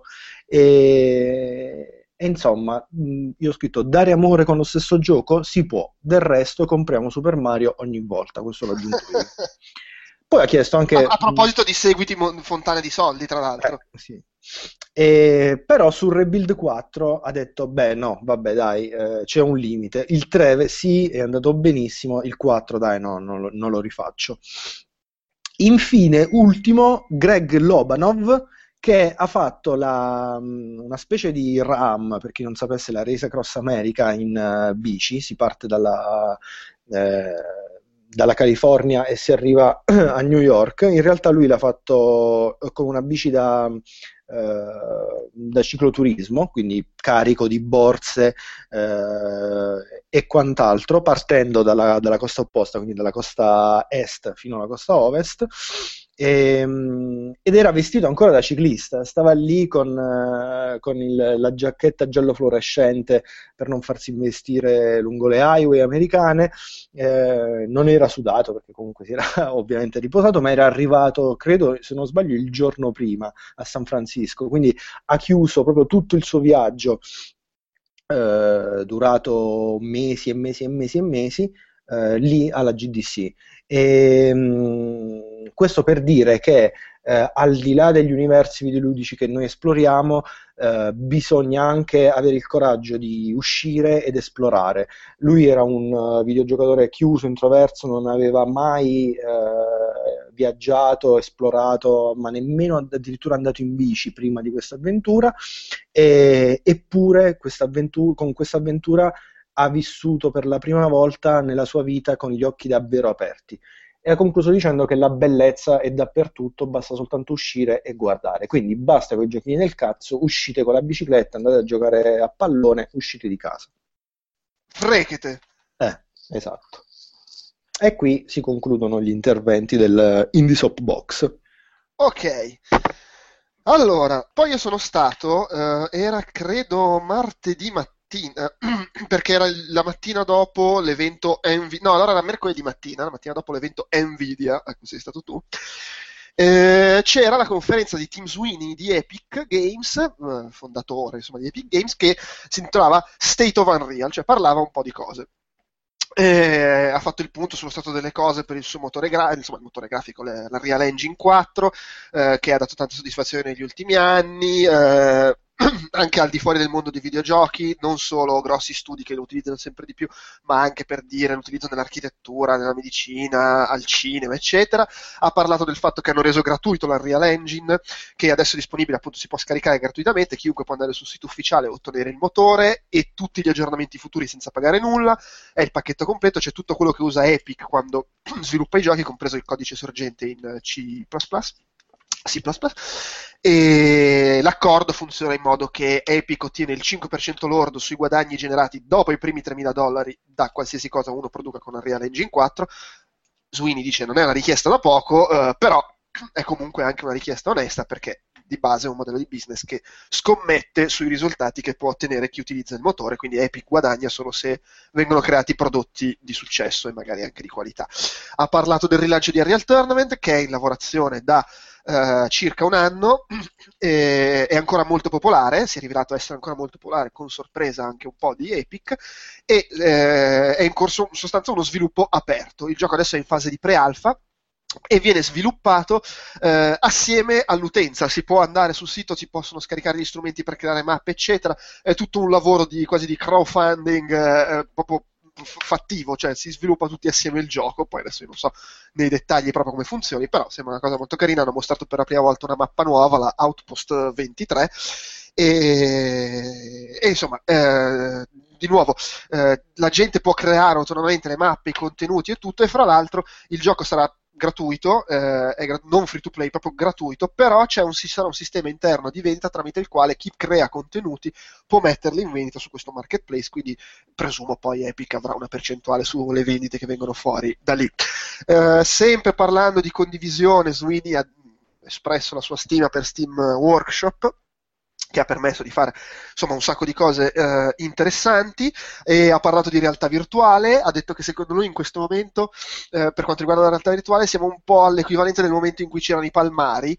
E E insomma, io ho scritto: dare amore con lo stesso gioco? Si può, del resto compriamo Super Mario ogni volta, questo l'ho aggiunto io. Poi ha chiesto anche... A, a proposito di seguiti mo- fontane di soldi, tra l'altro. Eh, sì. E, però sul Rebuild quattro ha detto: beh no, vabbè dai, eh, c'è un limite. Il tre sì, è andato benissimo, il quattro dai no, non lo, non lo rifaccio. Infine, ultimo, Greg Lobanov, che ha fatto la, una specie di RAM, per chi non sapesse, la Race Across America in uh, bici. Si parte dalla, eh, dalla California e si arriva a New York. In realtà lui l'ha fatto con una bici da, eh, da cicloturismo, quindi carico di borse eh, e quant'altro, partendo dalla, dalla costa opposta, quindi dalla costa est fino alla costa ovest. E, ed era vestito ancora da ciclista, stava lì con, uh, con il, la giacchetta giallo fluorescente per non farsi investire lungo le highway americane. Eh, non era sudato, perché comunque si era ovviamente riposato, ma era arrivato, credo, se non sbaglio, il giorno prima a San Francisco, quindi ha chiuso proprio tutto il suo viaggio eh, durato mesi e mesi e mesi e mesi eh, lì alla G D C. E, mh, questo per dire che eh, al di là degli universi videoludici che noi esploriamo, eh, bisogna anche avere il coraggio di uscire ed esplorare. Lui era un uh, videogiocatore chiuso, introverso, non aveva mai eh, viaggiato, esplorato, ma nemmeno addirittura andato in bici prima di questa avventura, e, eppure questa avventura, con questa avventura ha vissuto per la prima volta nella sua vita con gli occhi davvero aperti. e ha concluso dicendo che la bellezza è dappertutto, basta soltanto uscire e guardare. Quindi basta con i giochini nel cazzo, uscite con la bicicletta, andate a giocare a pallone, uscite di casa. Frechete! Eh, esatto. E qui si concludono gli interventi del Indie Soapbox. Ok. Allora, poi io sono stato, eh, era credo martedì mattina, perché era la mattina dopo l'evento Nvidia, no, allora era mercoledì mattina, la mattina dopo l'evento Nvidia, ecco sei stato tu, eh, c'era la conferenza di Tim Sweeney di Epic Games, eh, fondatore insomma di Epic Games, che si intitolava State of Unreal, cioè parlava un po' di cose. Eh, ha fatto il punto sullo stato delle cose per il suo motore, gra- insomma, il motore grafico, le- la Real Engine quattro, eh, che ha dato tante soddisfazioni negli ultimi anni, eh, anche al di fuori del mondo dei videogiochi, non solo grossi studi che lo utilizzano sempre di più, ma anche per dire l'utilizzo nell'architettura, nella medicina, al cinema, eccetera. Ha parlato del fatto che hanno reso gratuito la Real Engine, che adesso è disponibile, appunto si può scaricare gratuitamente, chiunque può andare sul sito ufficiale e ottenere il motore e tutti gli aggiornamenti futuri senza pagare nulla. È il pacchetto completo, c'è tutto quello che usa Epic quando sviluppa i giochi, compreso il codice sorgente in C plus plus, C plus plus, e l'accordo funziona in modo che Epic ottiene il cinque per cento lordo sui guadagni generati dopo i primi tremila dollari da qualsiasi cosa uno produca con Unreal Engine quattro. Sweeney dice non è una richiesta da poco, eh, però è comunque anche una richiesta onesta, perché di base è un modello di business che scommette sui risultati che può ottenere chi utilizza il motore, quindi Epic guadagna solo se vengono creati prodotti di successo e magari anche di qualità. Ha parlato del rilancio di Unreal Tournament, che è in lavorazione da Uh, circa un anno, eh, è ancora molto popolare, si è rivelato essere ancora molto popolare, con sorpresa anche un po' di Epic, e eh, è in corso in sostanza uno sviluppo aperto. Il gioco adesso è in fase di pre-alpha e viene sviluppato eh, assieme all'utenza. Si può andare sul sito, si possono scaricare gli strumenti per creare mappe, eccetera. È tutto un lavoro di quasi di crowdfunding, eh, proprio fattivo, cioè si sviluppa tutti assieme il gioco. Poi adesso io non so nei dettagli proprio come funzioni, però sembra una cosa molto carina. Hanno mostrato per la prima volta una mappa nuova, la Outpost ventitré, e, e insomma eh, di nuovo eh, la gente può creare autonomamente le mappe, i contenuti e tutto, e fra l'altro il gioco sarà gratuito, eh, è gra- non free to play, proprio gratuito, però c'è un, ci sarà un sistema interno di vendita tramite il quale chi crea contenuti può metterli in vendita su questo marketplace, quindi presumo poi Epic avrà una percentuale sulle vendite che vengono fuori da lì. Eh, sempre parlando di condivisione, Sweeney ha espresso la sua stima per Steam Workshop, che ha permesso di fare insomma un sacco di cose eh, interessanti, e ha parlato di realtà virtuale. Ha detto che secondo lui in questo momento eh, per quanto riguarda la realtà virtuale siamo un po' all'equivalente del momento in cui c'erano i palmari,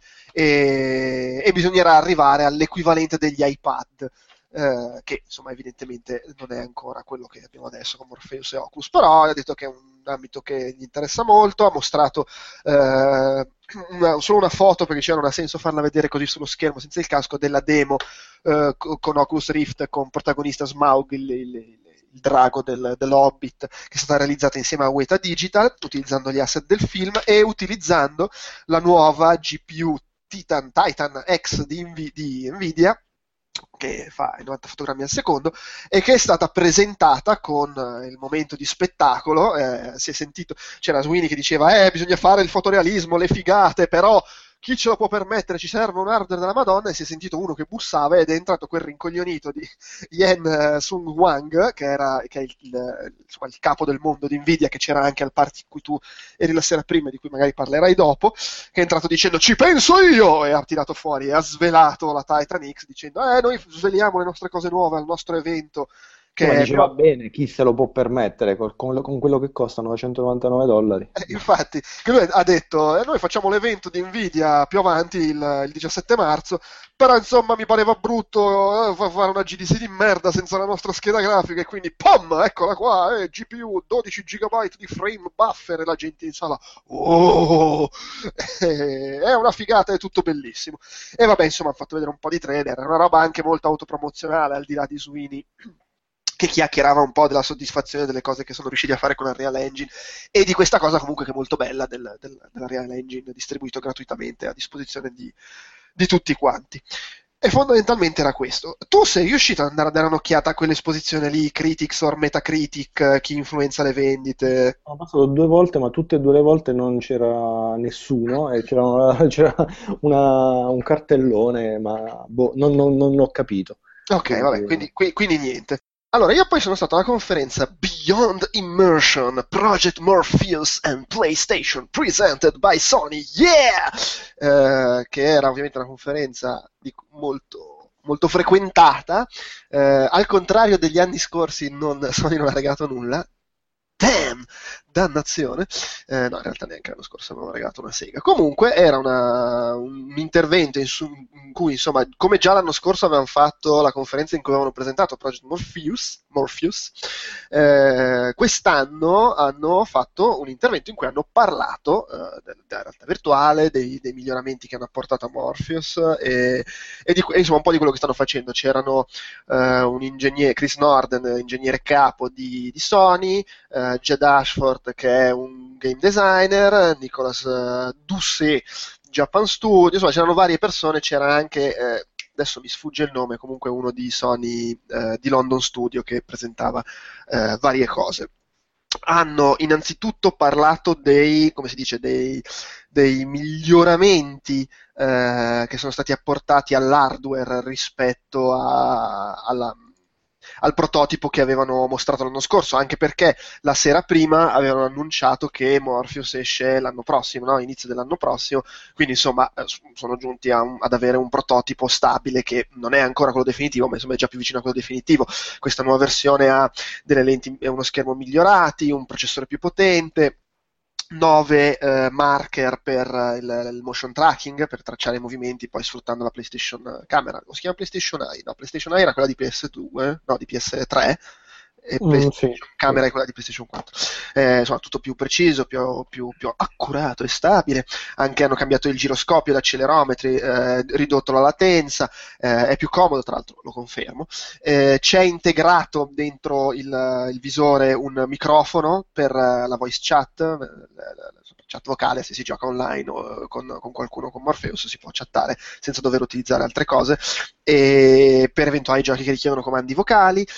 e, e bisognerà arrivare all'equivalente degli iPad, eh, che insomma evidentemente non è ancora quello che abbiamo adesso con Morpheus e Oculus, però ha detto che è un ambito che gli interessa molto. Ha mostrato eh, una, solo una foto, perché c'era non ha senso farla vedere così sullo schermo senza il casco, della demo eh, con Oculus Rift con protagonista Smaug, il, il, il drago del, dell'Hobbit, che è stata realizzata insieme a Weta Digital utilizzando gli asset del film e utilizzando la nuova G P U Titan, Titan X di, Nv- di Nvidia, che fa i novanta fotogrammi al secondo, e che è stata presentata con eh, il momento di spettacolo. Eh, si è sentito, c'era Sweeney che diceva eh bisogna fare il fotorealismo, le figate, però chi ce lo può permettere, ci serve un hardware della Madonna, e si è sentito uno che bussava ed è entrato quel rincoglionito di Yen uh, Sung Wang, che era che è il, il, insomma, il capo del mondo di Nvidia, che c'era anche al party in cui tu eri la sera prima, di cui magari parlerai dopo, che è entrato dicendo ci penso io, e ha tirato fuori e ha svelato la Titan X dicendo eh noi sveliamo le nostre cose nuove al nostro evento. Che Ma diceva però... bene, chi se lo può permettere con, con, con quello che costa novecentonovantanove dollari. Eh, infatti, che lui ha detto eh, noi facciamo l'evento di Nvidia più avanti il, il diciassette marzo, però insomma mi pareva brutto eh, fare una G D C di merda senza la nostra scheda grafica, e quindi pom, eccola qua, eh, G P U dodici giga di frame buffer, e la gente in sala oh, eh, è una figata, è tutto bellissimo. E vabbè, insomma, hanno fatto vedere un po' di trailer, è una roba anche molto autopromozionale, al di là di Sweeney che chiacchierava un po' della soddisfazione delle cose che sono riusciti a fare con Unreal Engine, e di questa cosa comunque che è molto bella del, del, dell'Unreal Engine distribuito gratuitamente a disposizione di, di tutti quanti. E fondamentalmente era questo. Tu sei riuscito ad andare a dare un'occhiata a quell'esposizione lì, Critics or Metacritic, eh, chi influenza le vendite? Ho passato due volte, ma tutte e due le volte non c'era nessuno e c'era, una- c'era una- un cartellone, ma boh, non, non- non ho capito. Ok, vabbè, Quindi, quindi, qui- quindi niente. Allora, io poi sono stato alla conferenza Beyond Immersion, Project Morpheus and PlayStation, presented by Sony, yeah! Eh, che era ovviamente una conferenza di- molto, molto frequentata. Eh, al contrario degli anni scorsi, non, Sony non ha regalato nulla. Damn! Dannazione! Eh, no, in realtà neanche l'anno scorso avevamo regalato una sega. Comunque era una- un intervento in, su- in cui, insomma, come già l'anno scorso avevamo fatto la conferenza in cui avevano presentato Project Morpheus, Morpheus eh, quest'anno hanno fatto un intervento in cui hanno parlato eh, del- della realtà virtuale, dei, dei miglioramenti che hanno apportato a Morpheus e, e di, e, insomma un po' di quello che stanno facendo. C'erano eh, un ingegnere, Chris Norden, ingegnere capo di, di Sony, eh, Jed Ashford che è un game designer, Nicolas eh, Doucet, Japan Studio, insomma c'erano varie persone, c'era anche, eh, adesso mi sfugge il nome, comunque uno di Sony, eh, di London Studio che presentava eh, varie cose. Hanno innanzitutto parlato dei, come si dice, dei, dei miglioramenti eh, che sono stati apportati all'hardware rispetto a, alla, al prototipo che avevano mostrato l'anno scorso, anche perché la sera prima avevano annunciato che Morpheus esce l'anno prossimo, no? Inizio dell'anno prossimo, quindi insomma eh, sono giunti a un, ad avere un prototipo stabile che non è ancora quello definitivo, ma insomma è già più vicino a quello definitivo. Questa nuova versione ha delle lenti e uno schermo migliorati, un processore più potente, nove eh, marker per eh, il, il motion tracking, per tracciare i movimenti poi sfruttando la PlayStation Camera. Lo si chiama PlayStation Eye? No, PlayStation Eye era quella di P S due, no, di P S tre, e mm, sì, PlayStation Camera sì. è quella di PlayStation quattro. Eh, insomma, tutto più preciso, più, più, più accurato e stabile. Anche hanno cambiato il giroscopio, gli accelerometri, eh, ridotto la latenza, eh, è più comodo, tra l'altro, lo confermo. Eh, c'è integrato dentro il, il visore un microfono per uh, la voice chat, la, la, la chat vocale, se si gioca online o con, con qualcuno con Morpheus si può chattare senza dover utilizzare altre cose, e per eventuali giochi che richiedono comandi vocali,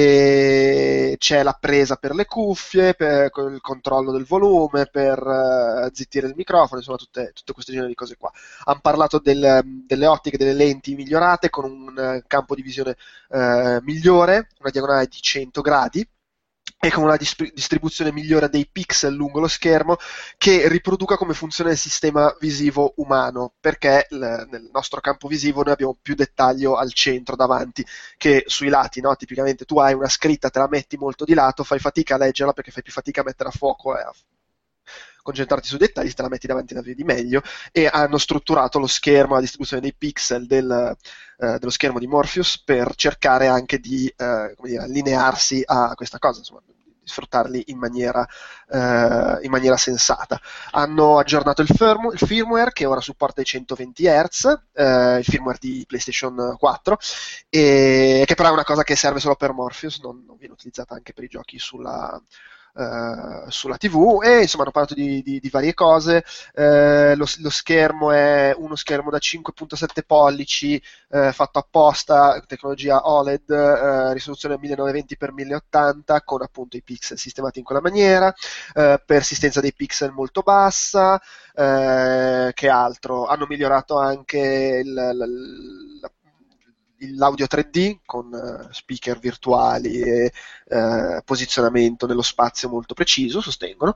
e c'è la presa per le cuffie, per il controllo del volume, per uh, zittire il microfono, insomma tutte, tutte queste generi di cose qua. Hanno parlato del, delle ottiche, delle lenti migliorate con un uh, campo di visione uh, migliore, una diagonale di cento gradi e con una dis- distribuzione migliore dei pixel lungo lo schermo che riproduca come funziona il sistema visivo umano, perché l- nel nostro campo visivo noi abbiamo più dettaglio al centro davanti che sui lati, no? Tipicamente tu hai una scritta, te la metti molto di lato, fai fatica a leggerla perché fai più fatica a mettere a fuoco e a concentrarti sui dettagli, te la metti davanti la vedi meglio, e hanno strutturato lo schermo, la distribuzione dei pixel del, eh, dello schermo di Morpheus per cercare anche di eh, come dire, allinearsi a questa cosa, insomma, di sfruttarli in maniera, eh, in maniera sensata. Hanno aggiornato il, firm- il firmware che ora supporta i centoventi hertz, eh, il firmware di PlayStation quattro, e che però è una cosa che serve solo per Morpheus, non, non viene utilizzata anche per i giochi sulla Uh, sulla tivù, e insomma hanno parlato di, di, di varie cose. Uh, lo, lo schermo è uno schermo da cinque virgola sette pollici, uh, fatto apposta, tecnologia O L E D, uh, risoluzione millenovecento venti per mille ottanta con appunto i pixel sistemati in quella maniera, uh, persistenza dei pixel molto bassa, uh, che altro? Hanno migliorato anche il, la, la l'audio tre D con uh, speaker virtuali e uh, posizionamento nello spazio molto preciso, sostengono.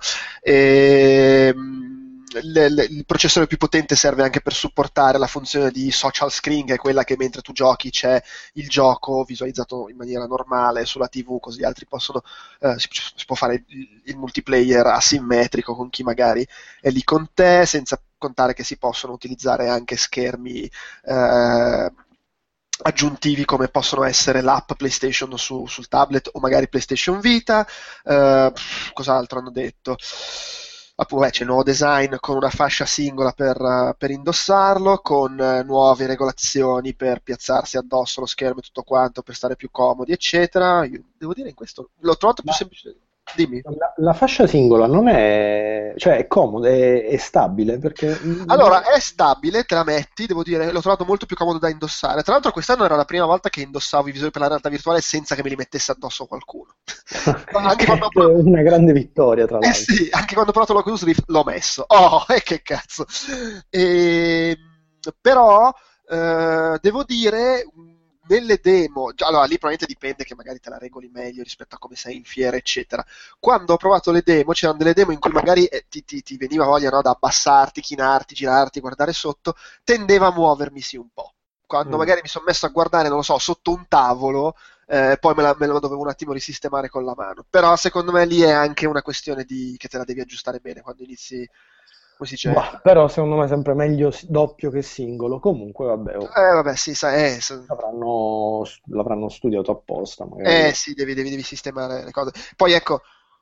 E, um, le, le, il processore più potente serve anche per supportare la funzione di social screen, che è quella che mentre tu giochi c'è il gioco visualizzato in maniera normale sulla tivù, così gli altri possono uh, si, si può fare il, il multiplayer asimmetrico con chi magari è lì con te, senza contare che si possono utilizzare anche schermi uh, aggiuntivi come possono essere l'app PlayStation su, sul tablet o magari PlayStation Vita. Uh, cos'altro hanno detto? Appunto, c'è il nuovo design con una fascia singola per, uh, per indossarlo, con uh, nuove regolazioni per piazzarsi addosso lo schermo e tutto quanto, per stare più comodi, eccetera. Io devo dire, in questo l'ho trovato più Ma semplice. Dimmi. La, la fascia singola non è, cioè è comoda, è, è stabile perché... Allora, è stabile, te la metti, devo dire, l'ho trovato molto più comodo da indossare. Tra l'altro quest'anno era la prima volta che indossavo i visori per la realtà virtuale senza che me li mettesse addosso qualcuno. Anche quando ho È provato... una grande vittoria, tra Eh l'altro. sì, anche quando ho provato l'Oculus Rift l'ho messo. Oh, e che cazzo. E... Però, eh, devo dire... nelle demo, già, allora lì probabilmente dipende che magari te la regoli meglio rispetto a come sei in fiera, eccetera. Quando ho provato le demo, c'erano delle demo in cui magari eh, ti, ti, ti veniva voglia, no, da abbassarti, chinarti, girarti, guardare sotto, tendeva a muovermi sì un po'. Quando Mm. magari mi sono messo a guardare, non lo so, sotto un tavolo, eh, poi me la, me la dovevo un attimo risistemare con la mano. Però secondo me lì è anche una questione di che te la devi aggiustare bene quando inizi, come si dice? Bah, però secondo me è sempre meglio s- doppio che singolo. Comunque, vabbè, oh, Eh vabbè, sì, sai, eh, so- l'avranno l'avranno studiato apposta, magari. eh, sì, devi, devi, devi sistemare le cose. Poi ecco,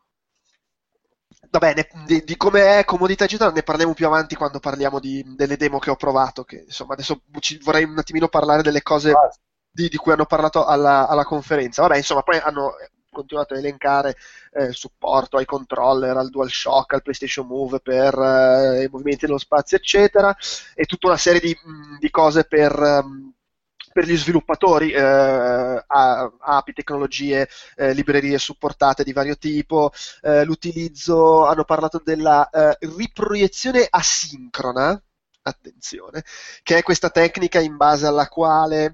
vabbè, ne- di, di come è comodità eccetera ne parliamo più avanti quando parliamo di, delle demo che ho provato, che insomma adesso ci- vorrei un attimino parlare delle cose Ah, di, di cui hanno parlato alla, alla conferenza. Vabbè, insomma, poi hanno continuato a elencare eh, il supporto ai controller, al DualShock, al PlayStation Move per eh, i movimenti nello spazio, eccetera, e tutta una serie di, mh, di cose per... ehm, per gli sviluppatori, eh, a- api, tecnologie, eh, librerie supportate di vario tipo, eh, l'utilizzo, hanno parlato della eh, riproiezione asincrona, attenzione, che è questa tecnica in base alla quale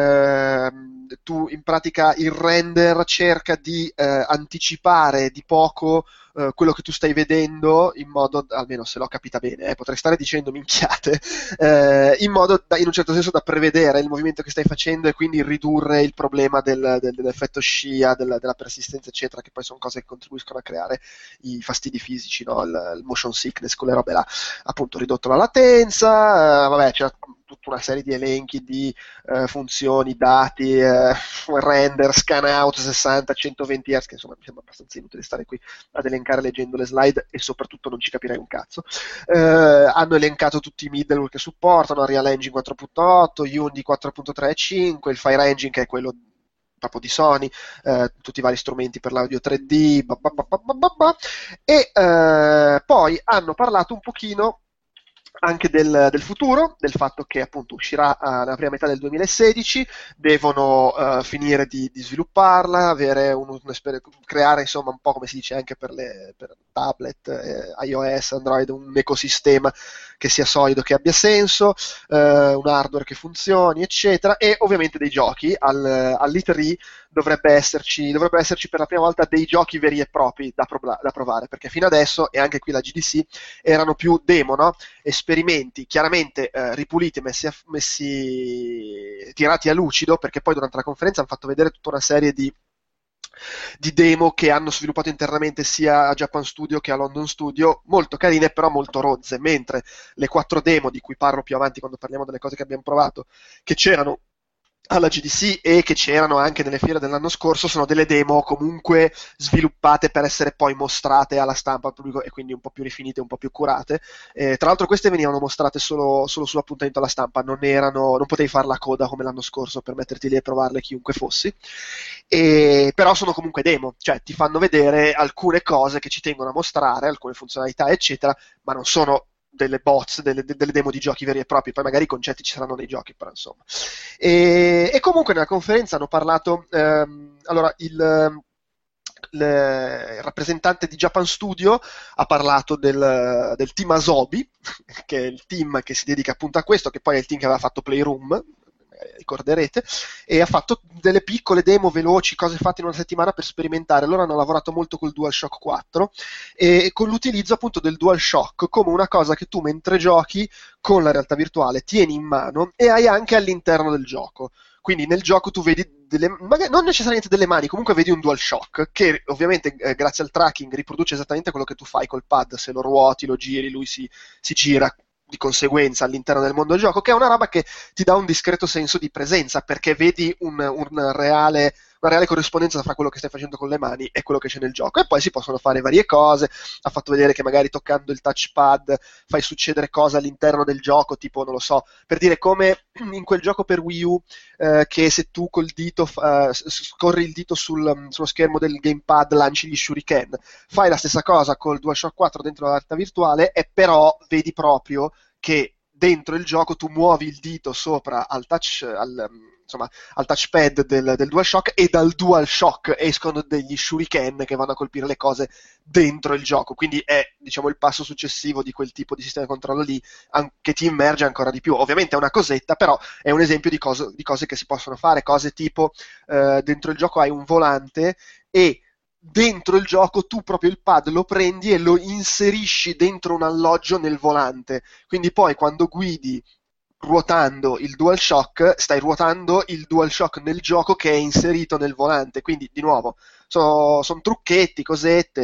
ehm, tu in pratica il render cerca di eh, anticipare di poco eh, quello che tu stai vedendo in modo, almeno se l'ho capita bene, eh, potrei stare dicendo minchiate, eh, in modo da, in un certo senso da prevedere il movimento che stai facendo e quindi ridurre il problema del, del- dell'effetto scia, del- della persistenza eccetera, che poi sono cose che contribuiscono a creare i fastidi fisici, no? il, il motion sickness, quelle robe là. Appunto ridotto la latenza, eh, vabbè c'è tutta una serie di elenchi di eh, funzioni, dati, eh, render, scan out sessanta centoventi hertz, che insomma mi sembra abbastanza inutile stare qui ad elencare leggendo le slide e soprattutto non ci capirei un cazzo. Eh, hanno elencato tutti i middleware che supportano, Unreal Engine quattro punto otto, Unity quattro punto tre e cinque, il Fire Engine che è quello proprio di Sony, eh, tutti i vari strumenti per l'audio tre D, bah, bah, bah, bah, bah, bah. E eh, poi hanno parlato un pochino anche del, del futuro, del fatto che appunto uscirà uh, nella prima metà del duemilasedici, devono uh, finire di, di svilupparla, avere un, un, creare insomma un po' come si dice anche per, le, per tablet, eh, iOS, Android, un ecosistema che sia solido, che abbia senso, uh, un hardware che funzioni, eccetera, e ovviamente dei giochi. Al, all'E tre dovrebbe esserci, dovrebbe esserci per la prima volta dei giochi veri e propri da, pro- da provare, perché fino adesso, e anche qui la G D C, erano più demo, no? Esperimenti chiaramente eh, ripuliti, messi, a, messi tirati a lucido, perché poi durante la conferenza hanno fatto vedere tutta una serie di, di demo che hanno sviluppato internamente sia a Japan Studio che a London Studio, molto carine però molto rozze, mentre le quattro demo di cui parlo più avanti quando parliamo delle cose che abbiamo provato, che c'erano alla G D C e che c'erano anche nelle fiere dell'anno scorso, sono delle demo comunque sviluppate per essere poi mostrate alla stampa, al pubblico, e quindi un po' più rifinite, un po' più curate. Eh, tra l'altro queste venivano mostrate solo, solo sull'appuntamento alla stampa, non erano, non potevi fare la coda come l'anno scorso per metterti lì e provarle chiunque fossi, e, però sono comunque demo, cioè ti fanno vedere alcune cose che ci tengono a mostrare, alcune funzionalità eccetera, ma non sono delle bots, delle, delle demo di giochi veri e propri, poi magari i concetti ci saranno nei giochi, però insomma. E, e comunque nella conferenza hanno parlato, ehm, allora il, il rappresentante di Japan Studio ha parlato del, del team Asobi, che è il team che si dedica appunto a questo, che poi è il team che aveva fatto Playroom, ricorderete, e ha fatto delle piccole demo veloci, cose fatte in una settimana per sperimentare. Loro hanno lavorato molto col DualShock quattro e con l'utilizzo appunto del DualShock come una cosa che tu mentre giochi con la realtà virtuale tieni in mano e hai anche all'interno del gioco. Quindi nel gioco tu vedi delle, magari non necessariamente delle mani, comunque vedi un DualShock che ovviamente eh, grazie al tracking riproduce esattamente quello che tu fai col pad, se lo ruoti, lo giri, lui si, si gira di conseguenza all'interno del mondo del gioco, che è una roba che ti dà un discreto senso di presenza, perché vedi un, un reale, una reale corrispondenza fra quello che stai facendo con le mani e quello che c'è nel gioco. E poi si possono fare varie cose. Ha fatto vedere che magari toccando il touchpad fai succedere cose all'interno del gioco, tipo, non lo so, per dire come in quel gioco per Wii U, eh, che se tu col dito eh, scorri il dito sul, sullo schermo del gamepad lanci gli shuriken. Fai la stessa cosa col DualShock quattro dentro la realtà virtuale, e però vedi proprio che dentro il gioco tu muovi il dito sopra al touch, al, insomma, al touchpad del, del DualShock, e dal DualShock escono degli shuriken che vanno a colpire le cose dentro il gioco. Quindi è, diciamo, il passo successivo di quel tipo di sistema di controllo lì, an- che ti immerge ancora di più. Ovviamente è una cosetta, però è un esempio di, cose, di cose che si possono fare, cose tipo eh, dentro il gioco hai un volante e dentro il gioco tu proprio il pad lo prendi e lo inserisci dentro un alloggio nel volante, quindi poi quando guidi ruotando il DualShock stai ruotando il DualShock nel gioco che è inserito nel volante. Quindi di nuovo sono son trucchetti, cosette.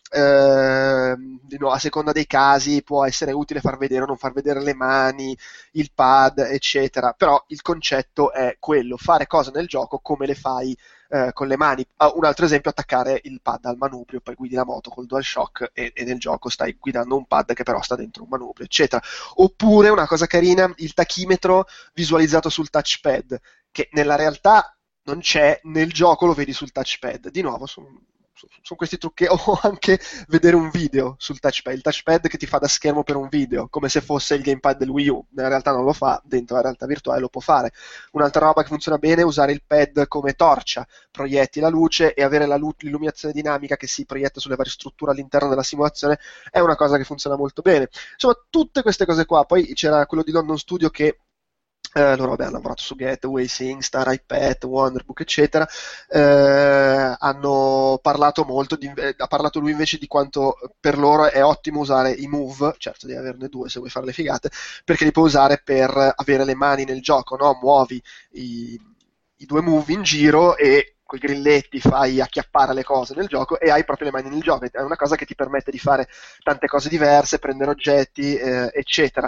Eh, di nuovo, a seconda dei casi può essere utile far vedere o non far vedere le mani, il pad, eccetera, però il concetto è quello: fare cose nel gioco come le fai eh, con le mani. Ah, un altro esempio: attaccare il pad al manubrio, poi guidi la moto col DualShock e, e nel gioco stai guidando un pad che però sta dentro un manubrio, eccetera. Oppure una cosa carina, il tachimetro visualizzato sul touchpad, che nella realtà non c'è, nel gioco lo vedi sul touchpad. Di nuovo sono sono questi trucchi. O anche vedere un video sul touchpad, il touchpad che ti fa da schermo per un video, come se fosse il gamepad del Wii U. Nella realtà non lo fa, dentro la realtà virtuale lo può fare. Un'altra roba che funziona bene è usare il pad come torcia, proietti la luce e avere la lu- l'illuminazione dinamica che si proietta sulle varie strutture all'interno della simulazione è una cosa che funziona molto bene. Insomma, tutte queste cose qua. Poi c'era quello di London Studio che Eh, loro vabbè, hanno lavorato su Gateway, SingStar, iPad, Wonderbook, eccetera. Eh, hanno parlato molto di, eh, ha parlato lui invece di quanto per loro è ottimo usare i Move, certo devi averne due se vuoi fare le figate, perché li puoi usare per avere le mani nel gioco, no? Muovi i, i due Move in giro e con i grilletti fai acchiappare le cose nel gioco e hai proprio le mani nel gioco. È una cosa che ti permette di fare tante cose diverse, prendere oggetti, eh, eccetera.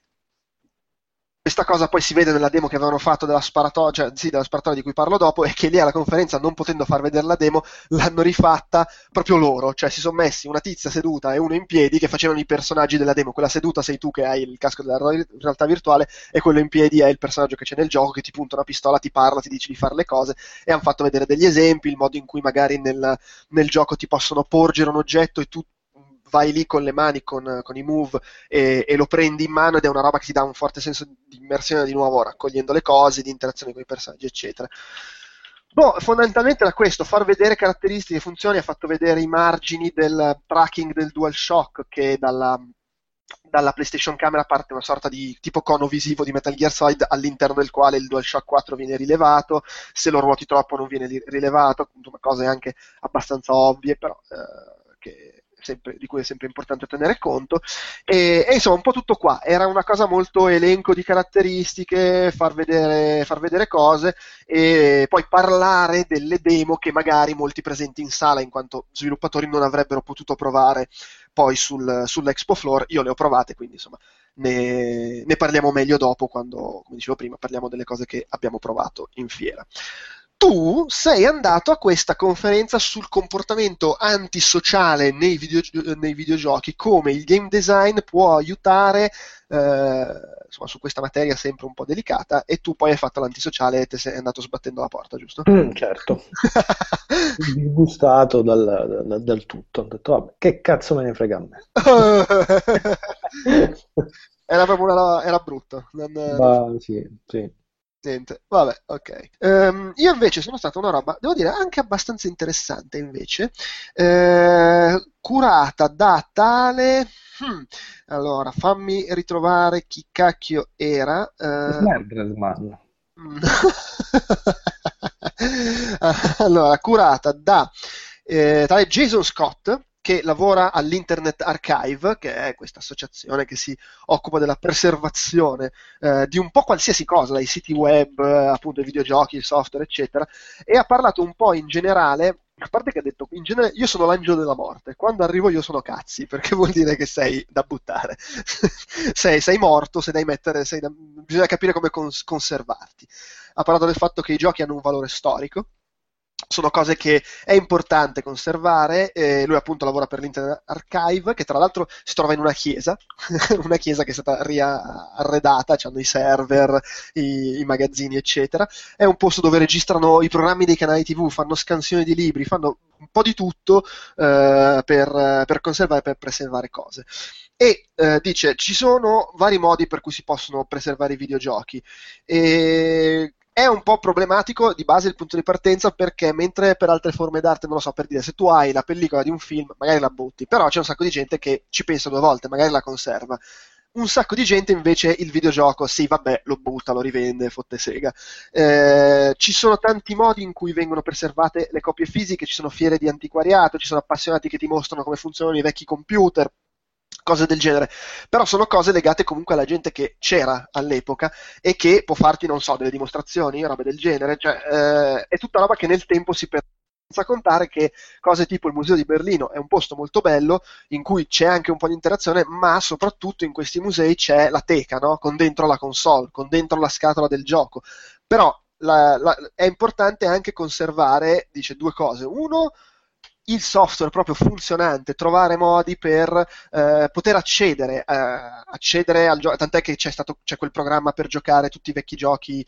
Questa cosa poi si vede nella demo che avevano fatto della sparatoria, cioè, sì, della sparatoria di cui parlo dopo, e che lì alla conferenza, non potendo far vedere la demo, l'hanno rifatta proprio loro, cioè si sono messi una tizia seduta e uno in piedi che facevano i personaggi della demo. Quella seduta sei tu che hai il casco della realtà virtuale e quello in piedi è il personaggio che c'è nel gioco, che ti punta una pistola, ti parla, ti dice di fare le cose, e hanno fatto vedere degli esempi, il modo in cui magari nel, nel gioco ti possono porgere un oggetto e tu vai lì con le mani, con, con i Move e, e lo prendi in mano, ed è una roba che ti dà un forte senso di immersione, di nuovo raccogliendo le cose, di interazione con i personaggi, eccetera. Boh, fondamentalmente era questo: far vedere caratteristiche, funzioni. Ha fatto vedere i margini del tracking del DualShock, che dalla, dalla PlayStation Camera parte una sorta di tipo cono visivo di Metal Gear Solid, all'interno del quale il DualShock quattro viene rilevato. Se lo ruoti troppo non viene rilevato, insomma cose anche abbastanza ovvie, però eh, che sempre, di cui è sempre importante tenere conto, e, e insomma un po' tutto qua. Era una cosa molto elenco di caratteristiche, far vedere, far vedere cose e poi parlare delle demo che magari molti presenti in sala, in quanto sviluppatori, non avrebbero potuto provare poi sul, sull'Expo Floor. Io le ho provate, quindi insomma ne, ne parliamo meglio dopo, quando, come dicevo prima, parliamo delle cose che abbiamo provato in fiera. Tu sei andato a questa conferenza sul comportamento antisociale nei, video, nei videogiochi, come il game design può aiutare, eh, insomma, su questa materia sempre un po' delicata, e tu poi hai fatto l'antisociale e te sei andato sbattendo la porta, giusto? Mm, certo. Disgustato dal, dal, dal tutto. Ho detto, vabbè, che cazzo me ne frega a me. Era proprio una, era brutto. Non, Ma, non... Sì, sì. Niente, vabbè, ok. Um, io invece sono stata una roba, devo dire, anche abbastanza interessante invece, eh, curata da tale... Hmm, allora, fammi ritrovare chi cacchio era. Uh... Smergresman. Allora, curata da eh, tale Jason Scott, che lavora all'Internet Archive, che è questa associazione che si occupa della preservazione eh, di un po' qualsiasi cosa, dai siti web, eh, appunto i videogiochi, il software, eccetera, e ha parlato un po' in generale, a parte che ha detto, in genere io sono l'angelo della morte, quando arrivo io sono cazzi, perché vuol dire che sei da buttare, sei, sei morto, sei da mettere, sei da... bisogna capire come cons- conservarti. Ha parlato del fatto che i giochi hanno un valore storico, sono cose che è importante conservare. Eh, lui appunto lavora per l'Internet Archive, che tra l'altro si trova in una chiesa, una chiesa che è stata riarredata, c'hanno i server, i, i magazzini eccetera. È un posto dove registrano i programmi dei canali tivù, fanno scansioni di libri, fanno un po' di tutto eh, per, per conservare e per preservare cose. E eh, dice, ci sono vari modi per cui si possono preservare i videogiochi, e è un po' problematico di base il punto di partenza, perché mentre per altre forme d'arte, non lo so, per dire, se tu hai la pellicola di un film, magari la butti, però c'è un sacco di gente che ci pensa due volte, magari la conserva. Un sacco di gente invece il videogioco, sì vabbè, lo butta, lo rivende, fotte sega. Eh, ci sono tanti modi in cui vengono preservate le copie fisiche, ci sono fiere di antiquariato, ci sono appassionati che ti mostrano come funzionano i vecchi computer, cose del genere, però sono cose legate comunque alla gente che c'era all'epoca e che può farti, non so, delle dimostrazioni, robe del genere, cioè eh, è tutta roba che nel tempo si perde. Senza contare che cose tipo il Museo di Berlino è un posto molto bello in cui c'è anche un po' di interazione, ma soprattutto in questi musei c'è la teca, no? Con dentro la console, con dentro la scatola del gioco. Però la, la, è importante anche conservare, dice, due cose. Uno, il software proprio funzionante, trovare modi per eh, poter accedere, eh, accedere al gioco, tant'è che c'è stato c'è quel programma per giocare tutti i vecchi giochi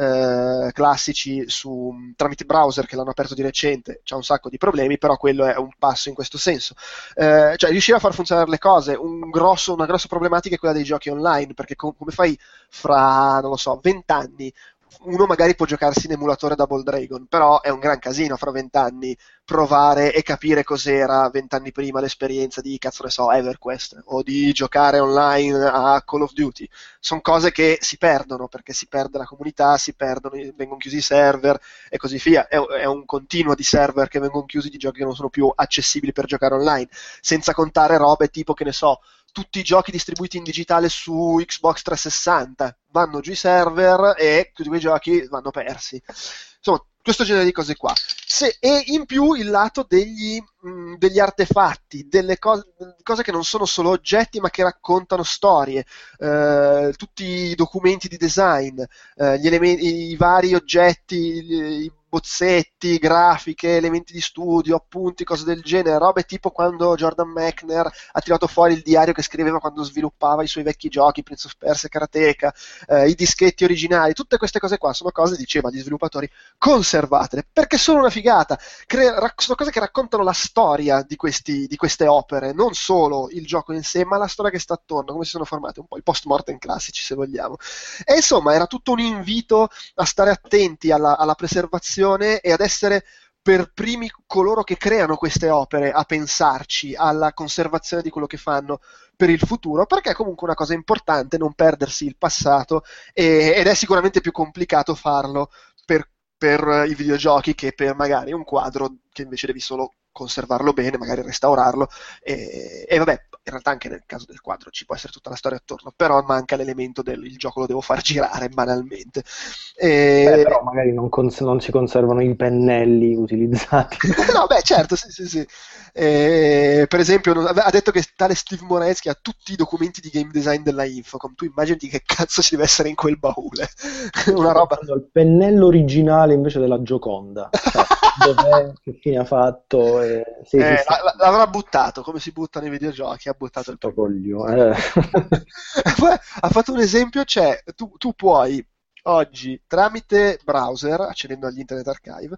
eh, classici su, tramite browser, che l'hanno aperto di recente, c'ha un sacco di problemi, però quello è un passo in questo senso. Eh, cioè riuscire a far funzionare le cose, un grosso, una grossa problematica è quella dei giochi online, perché com- come fai fra, non lo so, vent'anni? Uno magari può giocarsi in emulatore Double Dragon, però è un gran casino fra vent'anni provare e capire cos'era vent'anni prima l'esperienza di, cazzo ne so, EverQuest, o di giocare online a Call of Duty. Sono cose che si perdono, perché si perde la comunità, si perdono, vengono chiusi i server e così via. È, è un continuo di server che vengono chiusi, di giochi che non sono più accessibili per giocare online, senza contare robe tipo, che ne so, tutti i giochi distribuiti in digitale su Xbox trecentosessanta, vanno giù i server e tutti quei giochi vanno persi. Insomma, questo genere di cose qua. Se, e in più il lato degli, mh, degli artefatti, delle cose, cose che non sono solo oggetti ma che raccontano storie, eh, tutti i documenti di design, eh, gli elementi, i vari oggetti, i, i bozzetti, grafiche, elementi di studio, appunti, cose del genere, robe tipo quando Jordan Mechner ha tirato fuori il diario che scriveva quando sviluppava i suoi vecchi giochi, Prince of Persia e Karateka, eh, i dischetti originali, tutte queste cose qua sono cose, diceva gli sviluppatori, conservatele, perché sono una figata, Cre- rac- sono cose che raccontano la storia di, questi, di queste opere, non solo il gioco in sé, ma la storia che sta attorno, come si sono formate, un po' i post-mortem classici se vogliamo. E insomma era tutto un invito a stare attenti alla, alla preservazione e ad essere per primi coloro che creano queste opere a pensarci alla conservazione di quello che fanno per il futuro, perché è comunque una cosa importante non perdersi il passato, e, ed è sicuramente più complicato farlo per, per i videogiochi che per magari un quadro che invece devi solo conservarlo bene, magari restaurarlo, e, e vabbè, in realtà anche nel caso del quadro ci può essere tutta la storia attorno, però manca l'elemento del il gioco lo devo far girare banalmente. E... Beh, però magari non, cons- non si conservano i pennelli utilizzati. No, beh, certo, sì, sì, sì. E, per esempio, ha detto che tale Steve Moreski ha tutti i documenti di game design della Infocom. Tu immagini che cazzo ci deve essere in quel baule? Una roba... Il pennello originale invece della Gioconda. Cioè, dov'è, che fine ha fatto? E... Sì, eh, sì, sì. L'avrà buttato, come si buttano i videogiochi, ha buttato il coglio. Eh. Poi ha fatto un esempio, cioè, tu, tu puoi oggi, tramite browser, accedendo agli Internet Archive,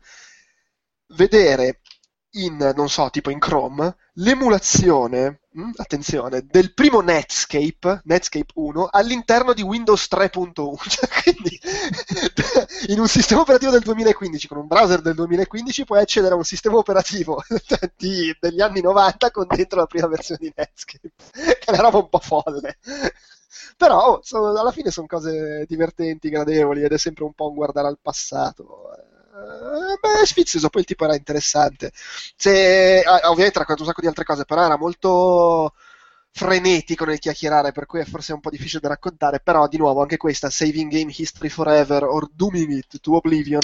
vedere in, non so, tipo in Chrome, l'emulazione, mh, attenzione, del primo Netscape, Netscape uno, all'interno di Windows tre punto uno. Cioè, quindi, in un sistema operativo del duemilaquindici, con un browser del duemilaquindici, puoi accedere a un sistema operativo di, degli anni novanta con dentro la prima versione di Netscape. Che è una roba un po' folle. Però, sono, alla fine sono cose divertenti, gradevoli, ed è sempre un po' un guardare al passato. Uh, beh, sfizioso, poi il tipo era interessante. Se, ah, ovviamente ha raccontato un sacco di altre cose, però era molto frenetico nel chiacchierare, per cui è forse un po' difficile da raccontare, però di nuovo anche questa, Saving Game History Forever or Dooming It to Oblivion,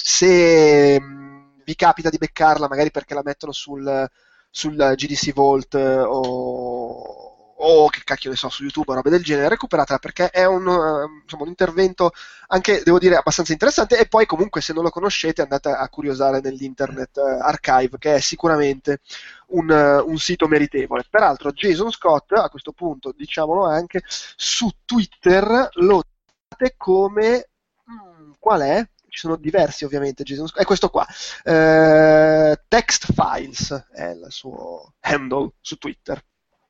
se mh, vi capita di beccarla, magari perché la mettono sul, sul G D C Vault o o che cacchio ne so, su YouTube o robe del genere, recuperatela perché è un, uh, insomma, un intervento anche, devo dire, abbastanza interessante. E poi comunque, se non lo conoscete, andate a curiosare nell'Internet uh, Archive, che è sicuramente un, uh, un sito meritevole. Peraltro Jason Scott, a questo punto diciamolo anche, su Twitter lo trovate come hmm, qual è? Ci sono diversi, ovviamente. Jason Scott è questo qua, uh, Text Files è il suo handle su Twitter.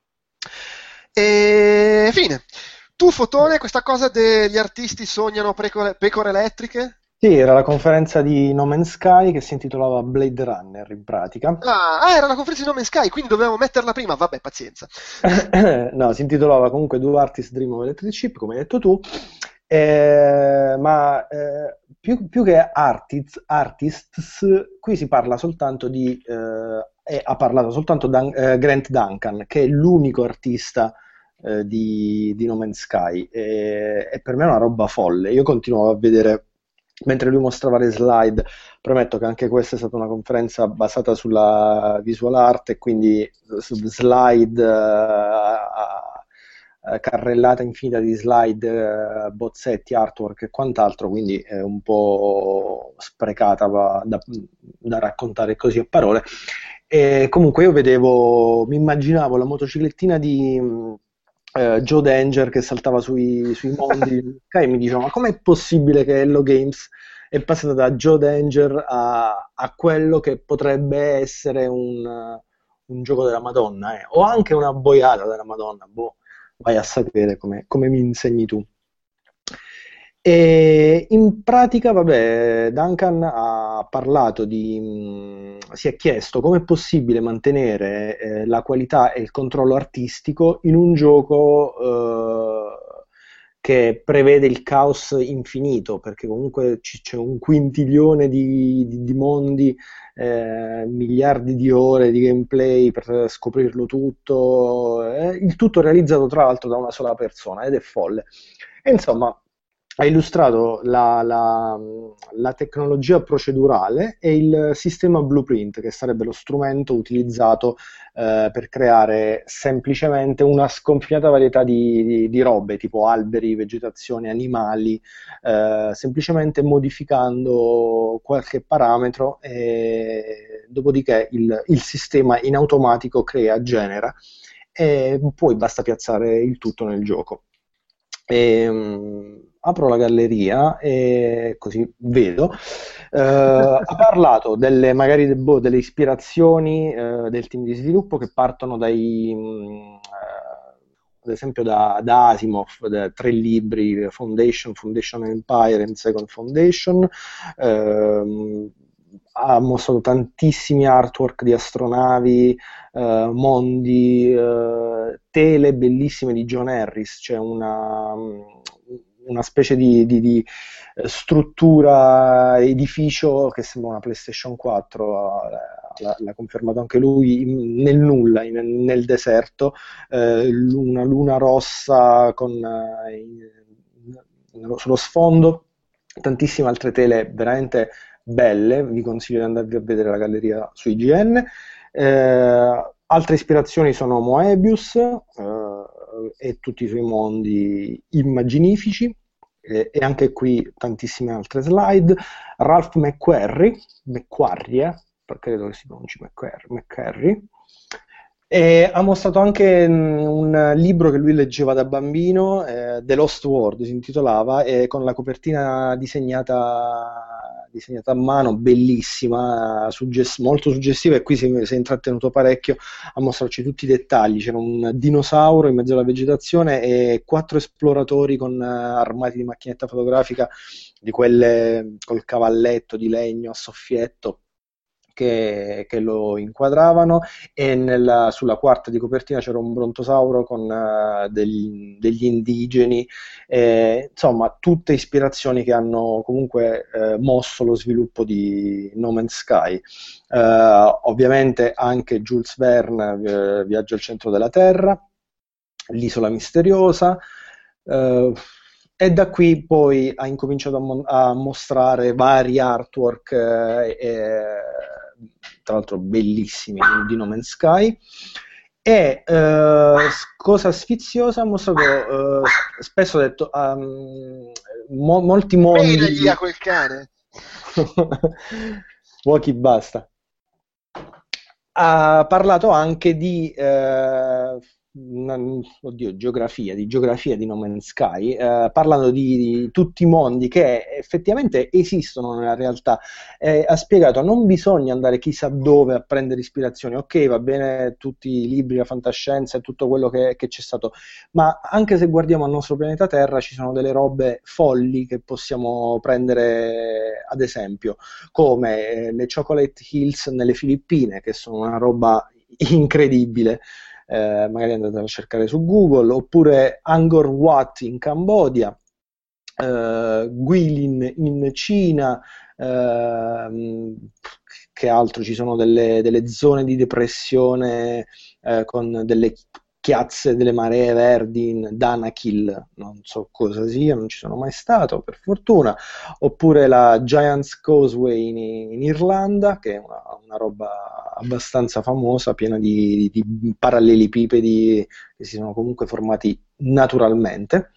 E fine. Tu, Fotone, questa cosa degli artisti sognano pecore, pecore elettriche? Sì, era la conferenza di No Man's Sky che si intitolava Blade Runner, in pratica. Ah, ah, era la conferenza di No Man's Sky, quindi dovevamo metterla prima. Vabbè, pazienza. No, si intitolava comunque Do Artists Dream of Electric Sheep, come hai detto tu. Eh, ma eh, più, più che artists, artists, qui si parla soltanto di, eh, e ha parlato soltanto Dan, eh, Grant Duncan, che è l'unico artista eh, di, di No Man's Sky, e, e per me è una roba folle. Io continuavo a vedere, mentre lui mostrava le slide, prometto che anche questa è stata una conferenza basata sulla visual art, e quindi slide uh, carrellata infinita di slide, uh, bozzetti, artwork e quant'altro, quindi è un po' sprecata da, da raccontare così a parole. E comunque io vedevo, mi immaginavo la motociclettina di uh, Joe Danger che saltava sui, sui mondi e mi dicevo, ma com'è possibile che Hello Games è passata da Joe Danger a, a quello che potrebbe essere un, un gioco della Madonna, eh? O anche una boiata della Madonna, boh. Vai a sapere come, come mi insegni tu. E in pratica, vabbè, Duncan ha parlato di, mh, si è chiesto come è possibile mantenere eh, la qualità e il controllo artistico in un gioco eh, che prevede il caos infinito, perché comunque c- c'è un quintilione di, di, di mondi, eh, miliardi di ore di gameplay per scoprirlo tutto, eh, il tutto realizzato tra l'altro da una sola persona, ed è folle. E insomma, ha illustrato la, la, la tecnologia procedurale e il sistema Blueprint, che sarebbe lo strumento utilizzato eh, per creare semplicemente una sconfinata varietà di, di, di robe, tipo alberi, vegetazione, animali, eh, semplicemente modificando qualche parametro, e dopodiché il, il sistema in automatico crea, genera, e poi basta piazzare il tutto nel gioco. E, um, apro la galleria e così vedo. Uh, ha parlato delle, magari de, boh, delle ispirazioni uh, del team di sviluppo, che partono dai, um, uh, ad esempio da, da Asimov, da tre libri, Foundation, Foundation Empire e Second Foundation. Uh, ha mostrato tantissimi artwork di astronavi, uh, mondi, uh, tele bellissime di John Harris. C'è una, una specie di, di, di struttura, edificio che sembra una PlayStation quattro, l'ha, l'ha confermato anche lui, in, nel nulla, in, nel deserto, uh, una luna rossa con uh, in, sullo sfondo, tantissime altre tele veramente belle. Vi consiglio di andarvi a vedere la galleria su I G N. Eh, altre ispirazioni sono Moebius eh, e tutti i suoi mondi immaginifici, eh, e anche qui tantissime altre slide. Ralph McQuarrie, McQuarrie, credo che si pronunci McQuarrie, McQuarrie. E ha mostrato anche un libro che lui leggeva da bambino, eh, The Lost World si intitolava, e con la copertina disegnata, disegnata a mano, bellissima, suggest- molto suggestiva, e qui si è, si è intrattenuto parecchio a mostrarci tutti i dettagli. C'era un dinosauro in mezzo alla vegetazione e quattro esploratori con uh, armati di macchinetta fotografica, di quelle col cavalletto di legno a soffietto, Che, che lo inquadravano, e nella, sulla quarta di copertina c'era un brontosauro con uh, degli, degli indigeni, eh, insomma tutte ispirazioni che hanno comunque eh, mosso lo sviluppo di No Man's Sky. Uh, ovviamente anche Jules Verne, eh, Viaggio al centro della Terra, L'isola misteriosa, uh, e da qui poi ha incominciato a, mo- a mostrare vari artwork, eh, eh, tra l'altro bellissimi, di No Man's Sky. E eh, cosa sfiziosa, ha mostrato, eh, spesso ho detto, um, mo- molti mondi... Menagli a quel cane! Wookie basta. Ha parlato anche di eh, una- oddio, geografia, di geografia di No Man's Sky, eh, parlando di, di tutti i mondi che effettivamente esistono nella realtà. Eh, ha spiegato: non bisogna andare chissà dove a prendere ispirazione, ok, va bene tutti i libri, la fantascienza e tutto quello che, che c'è stato, ma anche se guardiamo al nostro pianeta Terra ci sono delle robe folli che possiamo prendere ad esempio, come eh, le Chocolate Hills nelle Filippine, che sono una roba incredibile. Eh, magari andate a cercare su Google, oppure Angkor Wat in Cambogia, eh, Guilin in Cina, eh, che altro, ci sono delle, delle zone di depressione eh, con delle chiazze, delle maree verdi in Danakil, non so cosa sia, non ci sono mai stato per fortuna, oppure la Giant's Causeway in, in Irlanda, che è una, una roba abbastanza famosa, piena di, di, di parallelepipedi che si sono comunque formati naturalmente.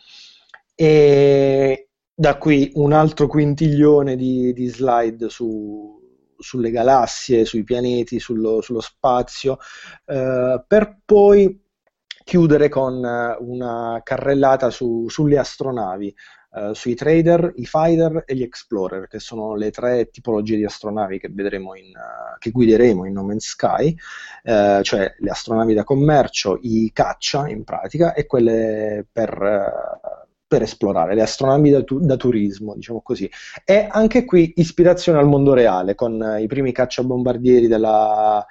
E da qui un altro quintiglione di, di slide su, sulle galassie, sui pianeti, sullo, sullo spazio, eh, per poi chiudere con una carrellata su, sulle astronavi, eh, sui trader, i fighter e gli explorer, che sono le tre tipologie di astronavi che vedremo in, uh, che guideremo in No Man's Sky, eh, cioè le astronavi da commercio, i caccia in pratica, e quelle per, uh, per esplorare, le astronavi da, tu- da turismo, diciamo così. E anche qui ispirazione al mondo reale, con uh, i primi cacciabombardieri della...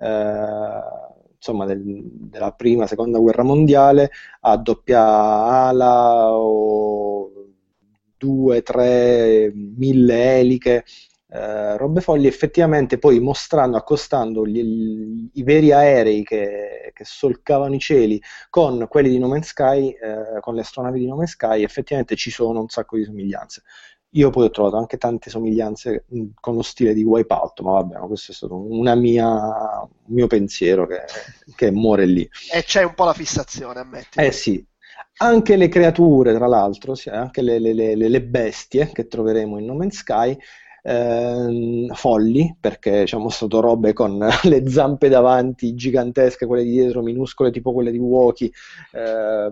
Uh, insomma del, della prima, seconda guerra mondiale, a doppia ala o due, tre, mille eliche, eh, robe folli, effettivamente poi mostrando, accostando gli, gli, i veri aerei che, che solcavano i cieli con quelli di No Man's Sky, eh, con le astronavi di No Man's Sky, effettivamente ci sono un sacco di somiglianze. Io poi ho trovato anche tante somiglianze mh, con lo stile di Wipeout, ma vabbè, ma questo è stato una mia, un mio pensiero che, che muore lì. E c'è un po' la fissazione, ammetti. Eh sì, anche le creature, tra l'altro, sì, anche le, le- le- le bestie che troveremo in No Man's Sky, ehm, folli, perché ci ha mostrato robe con le zampe davanti gigantesche, quelle di dietro minuscole, tipo quelle di Wookie, eh,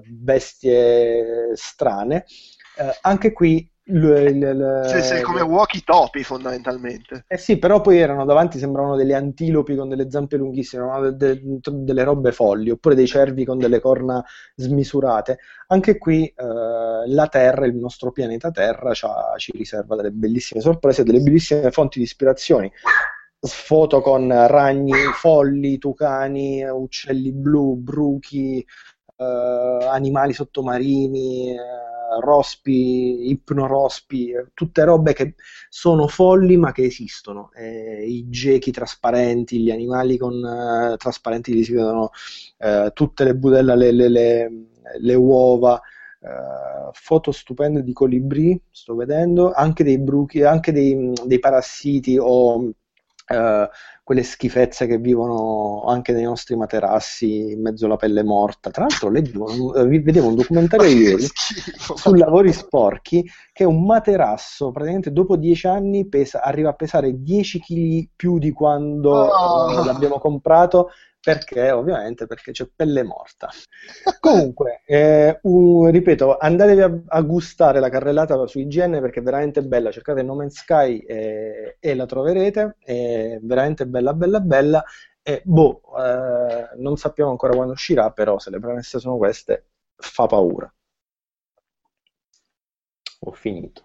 bestie strane. Eh, anche qui l- l- l- Sì, sì, come walkie-talkie fondamentalmente. eh sì, però poi erano davanti, sembravano delle antilopi con delle zampe lunghissime, erano de- de- delle robe folli, oppure dei cervi con delle corna smisurate. Anche qui eh, la Terra, il nostro pianeta Terra, c'ha- ci riserva delle bellissime sorprese, delle bellissime fonti di ispirazioni. Foto con ragni folli, tucani, uccelli blu, bruchi, eh, animali sottomarini, eh, rospi, ipnorospi, eh, tutte robe che sono folli ma che esistono. Eh, i gechi trasparenti, gli animali con, eh, trasparenti, li si vedono, eh, tutte le budella, le, le- le- le uova, eh, foto stupende di colibrì, sto vedendo, anche dei bruchi, anche dei, dei parassiti o eh, quelle schifezze che vivono anche nei nostri materassi in mezzo alla pelle morta. Tra l'altro leggevo, eh, vi- vedevo un documentario Ma che ieri schifo. su lavori sporchi, che un materasso praticamente dopo dieci anni pesa- arriva a pesare dieci chili più di quando Oh. eh, l'abbiamo comprato, perché ovviamente perché c'è pelle morta. Comunque, eh, un- ripeto, andatevi a, a gustare la carrellata su I G N perché è veramente bella. Cercate No Man's Sky e, e la troverete, è veramente bella, bella, bella. E boh, eh, non sappiamo ancora quando uscirà, però se le premesse sono queste, fa paura. Ho finito.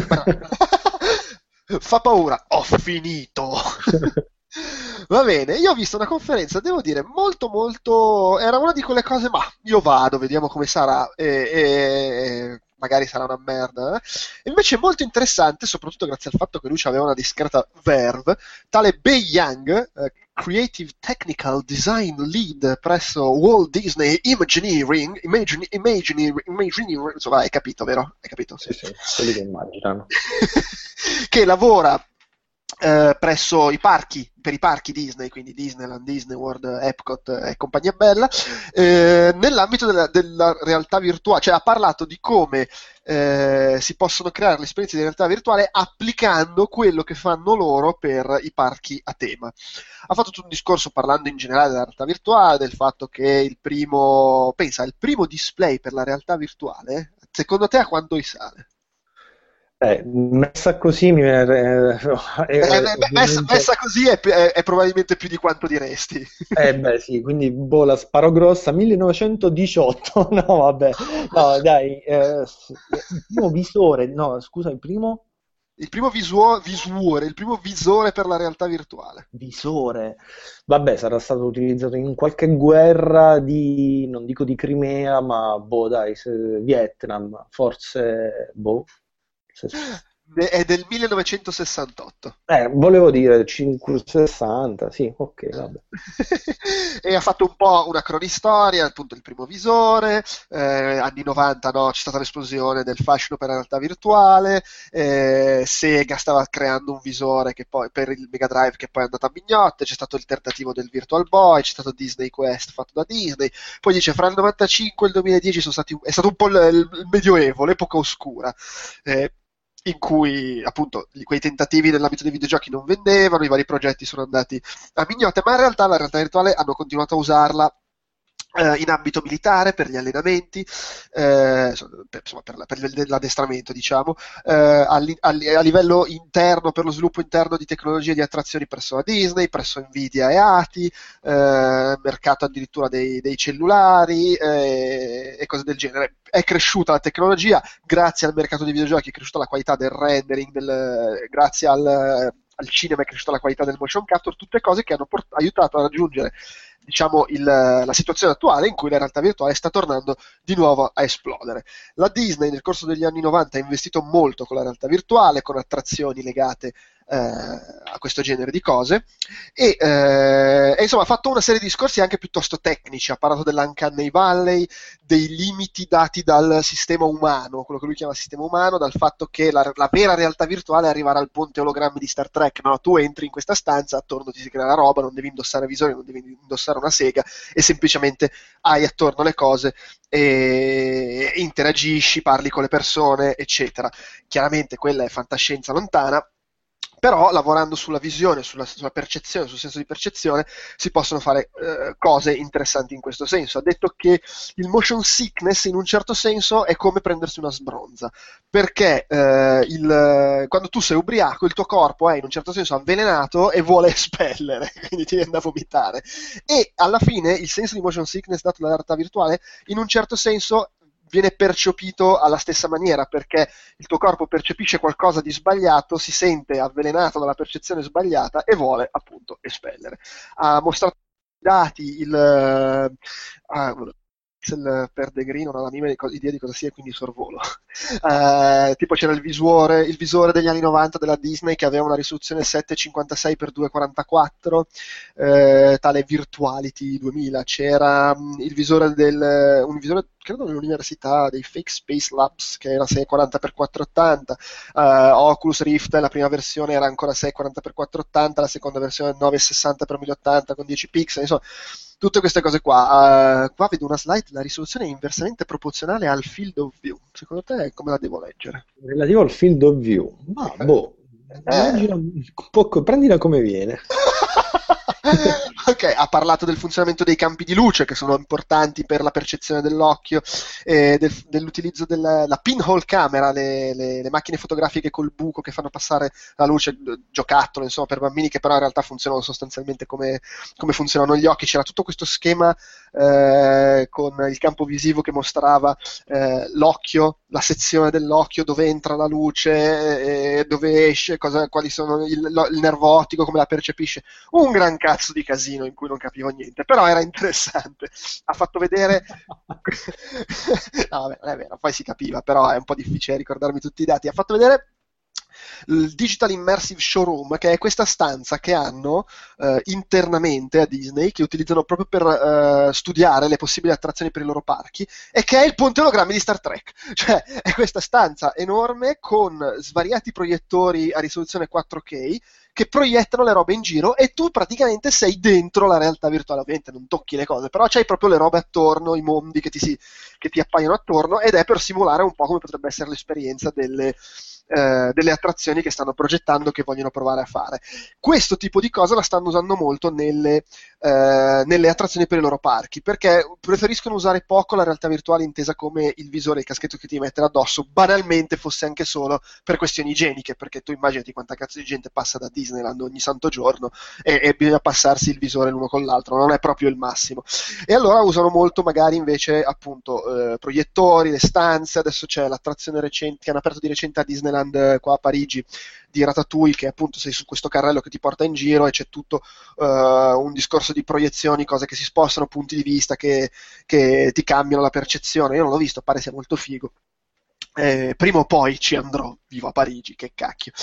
Fa paura, ho finito. Va bene, io ho visto una conferenza, devo dire, molto molto... Era una di quelle cose, ma io vado, vediamo come sarà, e, e- magari sarà una merda. eh. Invece molto interessante, soprattutto grazie al fatto che lui aveva una discreta verve, tale Bei Yang, eh, Creative Technical Design Lead presso Walt Disney Imagineering, Imagine, Imagineering, Imagineering, insomma, hai capito, vero? Hai capito? Sì, sì, quelli che immaginano. Che lavora eh, presso i parchi, per i parchi Disney, quindi Disneyland, Disney World, Epcot e compagnia bella, eh, nell'ambito della, della realtà virtuale, cioè ha parlato di come eh, si possono creare le esperienze di realtà virtuale applicando quello che fanno loro per i parchi a tema. Ha fatto tutto un discorso parlando in generale della realtà virtuale, del fatto che il primo, pensa, il primo display per la realtà virtuale, secondo te a quanto risale? Eh, messa così mi viene- eh, Eh, eh, beh, messa, ovviamente. messa così è, è- è probabilmente più di quanto diresti. Eh beh sì, quindi boh, la sparo grossa, millenovecentodiciotto, no vabbè, no dai, eh, il primo visore, no scusa, il primo Il primo visuo- visuore, il primo visore per la realtà virtuale. visore, vabbè sarà stato utilizzato in qualche guerra di, non dico di Crimea, ma boh dai, se- Vietnam, forse, boh, se- De- È del millenovecentosessantotto. eh, volevo dire cinquecentosessanta, sì, ok, vabbè. E ha fatto un po' una cronistoria, appunto il primo visore, eh, anni novanta, no, c'è stata l'esplosione del fascino per la realtà virtuale, eh, Sega stava creando un visore che poi, per il Mega Drive che poi è andato a mignotte, c'è stato il tentativo del Virtual Boy, c'è stato Disney Quest fatto da Disney, poi dice fra il novantacinque e il duemiladieci sono stati, è stato un po' il, il Medioevo, l'epoca oscura. Eh, in cui appunto quei tentativi nell'ambito dei videogiochi non vendevano, i vari progetti sono andati a mignotte, ma in realtà la realtà virtuale hanno continuato a usarla eh, in ambito militare per gli allenamenti, eh, per, insomma, per, la, per l'addestramento, diciamo, eh, a, a, a livello interno, per lo sviluppo interno di tecnologie di attrazioni presso la Disney, presso Nvidia e A T I, eh, mercato addirittura dei, dei cellulari eh, e cose del genere. È cresciuta la tecnologia, grazie al mercato dei videogiochi è cresciuta la qualità del rendering, del, grazie al, al cinema è cresciuta la qualità del motion capture, tutte cose che hanno port- aiutato a raggiungere, diciamo, il, la situazione attuale in cui la realtà virtuale sta tornando di nuovo a esplodere. La Disney nel corso degli anni novanta ha investito molto con la realtà virtuale, con attrazioni legate eh, a questo genere di cose e, eh, e insomma ha fatto una serie di discorsi anche piuttosto tecnici, ha parlato dell'Uncanny Valley, dei limiti dati dal sistema umano, quello che lui chiama sistema umano, dal fatto che la, la vera realtà virtuale è arrivare al ponte ologrammi di Star Trek, no? Tu entri in questa stanza, attorno ti si crea la roba, non devi indossare visori, non devi indossare una sega e semplicemente hai attorno le cose e interagisci, parli con le persone, eccetera. Chiaramente quella è fantascienza lontana, però lavorando sulla visione, sulla, sulla percezione, sul senso di percezione, si possono fare eh, cose interessanti in questo senso. Ha detto che il motion sickness in un certo senso è come prendersi una sbronza, perché eh, il, quando tu sei ubriaco il tuo corpo è in un certo senso avvelenato e vuole espellere, quindi ti viene da vomitare. E alla fine il senso di motion sickness dato dalla realtà virtuale in un certo senso viene percepito alla stessa maniera, perché il tuo corpo percepisce qualcosa di sbagliato, si sente avvelenato dalla percezione sbagliata e vuole appunto espellere. Ha mostrato i dati, il, ah, il Perdegrino non ha la minima idea di cosa sia, quindi sorvolo. Uh, tipo c'era il visore, il visore degli anni novanta della Disney che aveva una risoluzione sette cinquantasei per duecentoquarantaquattro, uh, tale Virtuality duemila. C'era um, il visore del un visore credo nell'università dei Fake Space Labs che era sei quaranta per quattrocentottanta, uh, Oculus Rift la prima versione era ancora sei quaranta per quattrocentottanta, la seconda versione nove sessanta per mille ottanta con dieci pixel, insomma tutte queste cose qua. Uh, qua vedo una slide, la risoluzione è inversamente proporzionale al field of view. Secondo te come la devo leggere? Relativo al field of view, ma boh, immagina, un po', prendila come viene. Ok, ha parlato del funzionamento dei campi di luce che sono importanti per la percezione dell'occhio, eh, del, dell'utilizzo della la pinhole camera, le, le, le macchine fotografiche col buco che fanno passare la luce, giocattolo insomma per bambini che però in realtà funzionano sostanzialmente come, come funzionano gli occhi. C'era tutto questo schema eh, con il campo visivo che mostrava eh, l'occhio, la sezione dell'occhio, dove entra la luce, eh, dove esce, cosa, quali sono il, il nervo ottico, come la percepisce. Un gran cazzo di casino in cui non capivo niente, però era interessante. Ha fatto vedere no vabbè, non è vero, poi si capiva, però è un po' difficile ricordarmi tutti i dati. Ha fatto vedere il Digital Immersive Showroom, che è questa stanza che hanno eh, internamente a Disney, che utilizzano proprio per eh, studiare le possibili attrazioni per i loro parchi, e che è il ponte ologrammi di Star Trek. Cioè è questa stanza enorme con svariati proiettori a risoluzione quattro K che proiettano le robe in giro e tu praticamente sei dentro la realtà virtuale. Ovviamente non tocchi le cose, però c'hai proprio le robe attorno, i mondi che ti, si, che ti appaiono attorno, ed è per simulare un po' come potrebbe essere l'esperienza delle, eh, delle attrazioni che stanno progettando, che vogliono provare a fare. Questo tipo di cosa la stanno usando molto nelle, eh, nelle attrazioni per i loro parchi, perché preferiscono usare poco la realtà virtuale intesa come il visore, il caschetto che ti mettono addosso, banalmente fosse anche solo per questioni igieniche, perché tu immaginati quanta cazzo di gente passa da Disneyland ogni santo giorno e, e bisogna passarsi il visore l'uno con l'altro, non è proprio il massimo. E allora usano molto magari invece appunto eh, proiettori, le stanze. Adesso c'è l'attrazione recente che hanno aperto di recente a Disneyland eh, qua a Parigi, di Ratatouille, che appunto sei su questo carrello che ti porta in giro e c'è tutto uh, un discorso di proiezioni, cose che si spostano, punti di vista che, che ti cambiano la percezione. Io non l'ho visto, pare sia molto figo. Eh, prima o poi ci andrò, vivo a Parigi, che cacchio.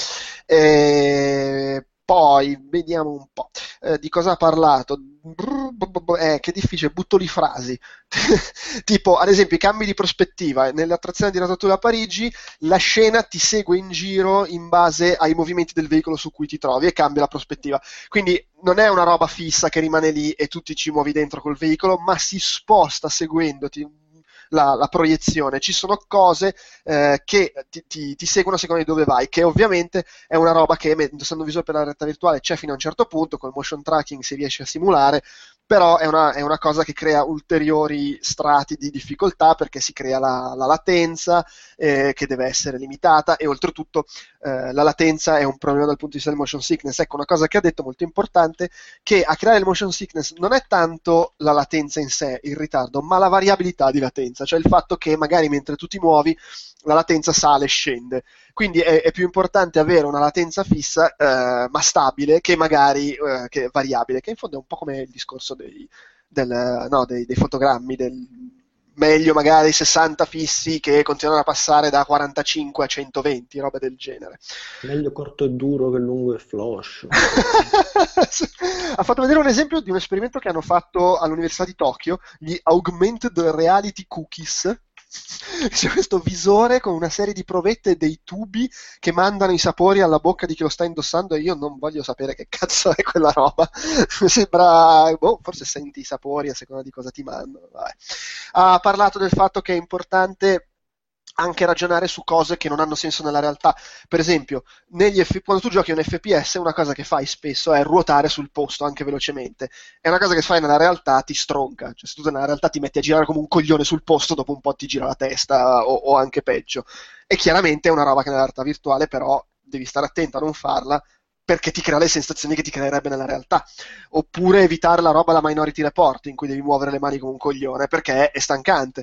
Eh, poi vediamo un po' eh, di cosa ha parlato. Eh, che difficile, butto lì frasi. Tipo, ad esempio, i cambi di prospettiva. Nell'attrazione di Ratatouille a Parigi, la scena ti segue in giro in base ai movimenti del veicolo su cui ti trovi e cambia la prospettiva. Quindi non è una roba fissa che rimane lì e tu ti ci muovi dentro col veicolo, ma si sposta seguendoti La, la proiezione. Ci sono cose eh, che ti, ti, ti seguono a seconda di dove vai, che ovviamente è una roba che, essendo visore per la realtà virtuale, c'è fino a un certo punto, col motion tracking si riesce a simulare, però è una, è una cosa che crea ulteriori strati di difficoltà, perché si crea la, la latenza eh, che deve essere limitata, e oltretutto eh, la latenza è un problema dal punto di vista del motion sickness. Ecco, una cosa che ha detto molto importante, che a creare il motion sickness non è tanto la latenza in sé, il ritardo, ma la variabilità di latenza, cioè il fatto che magari mentre tu ti muovi la latenza sale e scende. Quindi è, è più importante avere una latenza fissa eh, ma stabile, che magari eh, che è variabile, che in fondo è un po' come il discorso dei, del, no, dei, dei fotogrammi, del meglio magari sessanta fissi che continuano a passare da quarantacinque a centoventi, roba del genere. Meglio corto e duro che lungo e floscio. Ha fatto vedere un esempio di un esperimento che hanno fatto all'Università di Tokyo, gli Augmented Reality Cookies. C'è questo visore con una serie di provette e dei tubi che mandano i sapori alla bocca di chi lo sta indossando, e io non voglio sapere che cazzo è quella roba. Mi sembra, boh, forse senti i sapori a seconda di cosa ti mandano. Vabbè. Ha parlato del fatto che è importante anche ragionare su cose che non hanno senso nella realtà. Per esempio, negli F- quando tu giochi un F P S, una cosa che fai spesso è ruotare sul posto anche velocemente. È una cosa che fai nella realtà, ti stronca. Cioè, se tu nella realtà ti metti a girare come un coglione sul posto, dopo un po' ti gira la testa, o, o anche peggio. E chiaramente è una roba che nella realtà virtuale, però, devi stare attento a non farla, perché ti crea le sensazioni che ti creerebbe nella realtà. Oppure evitare la roba da Minority Report, in cui devi muovere le mani come un coglione, perché è stancante.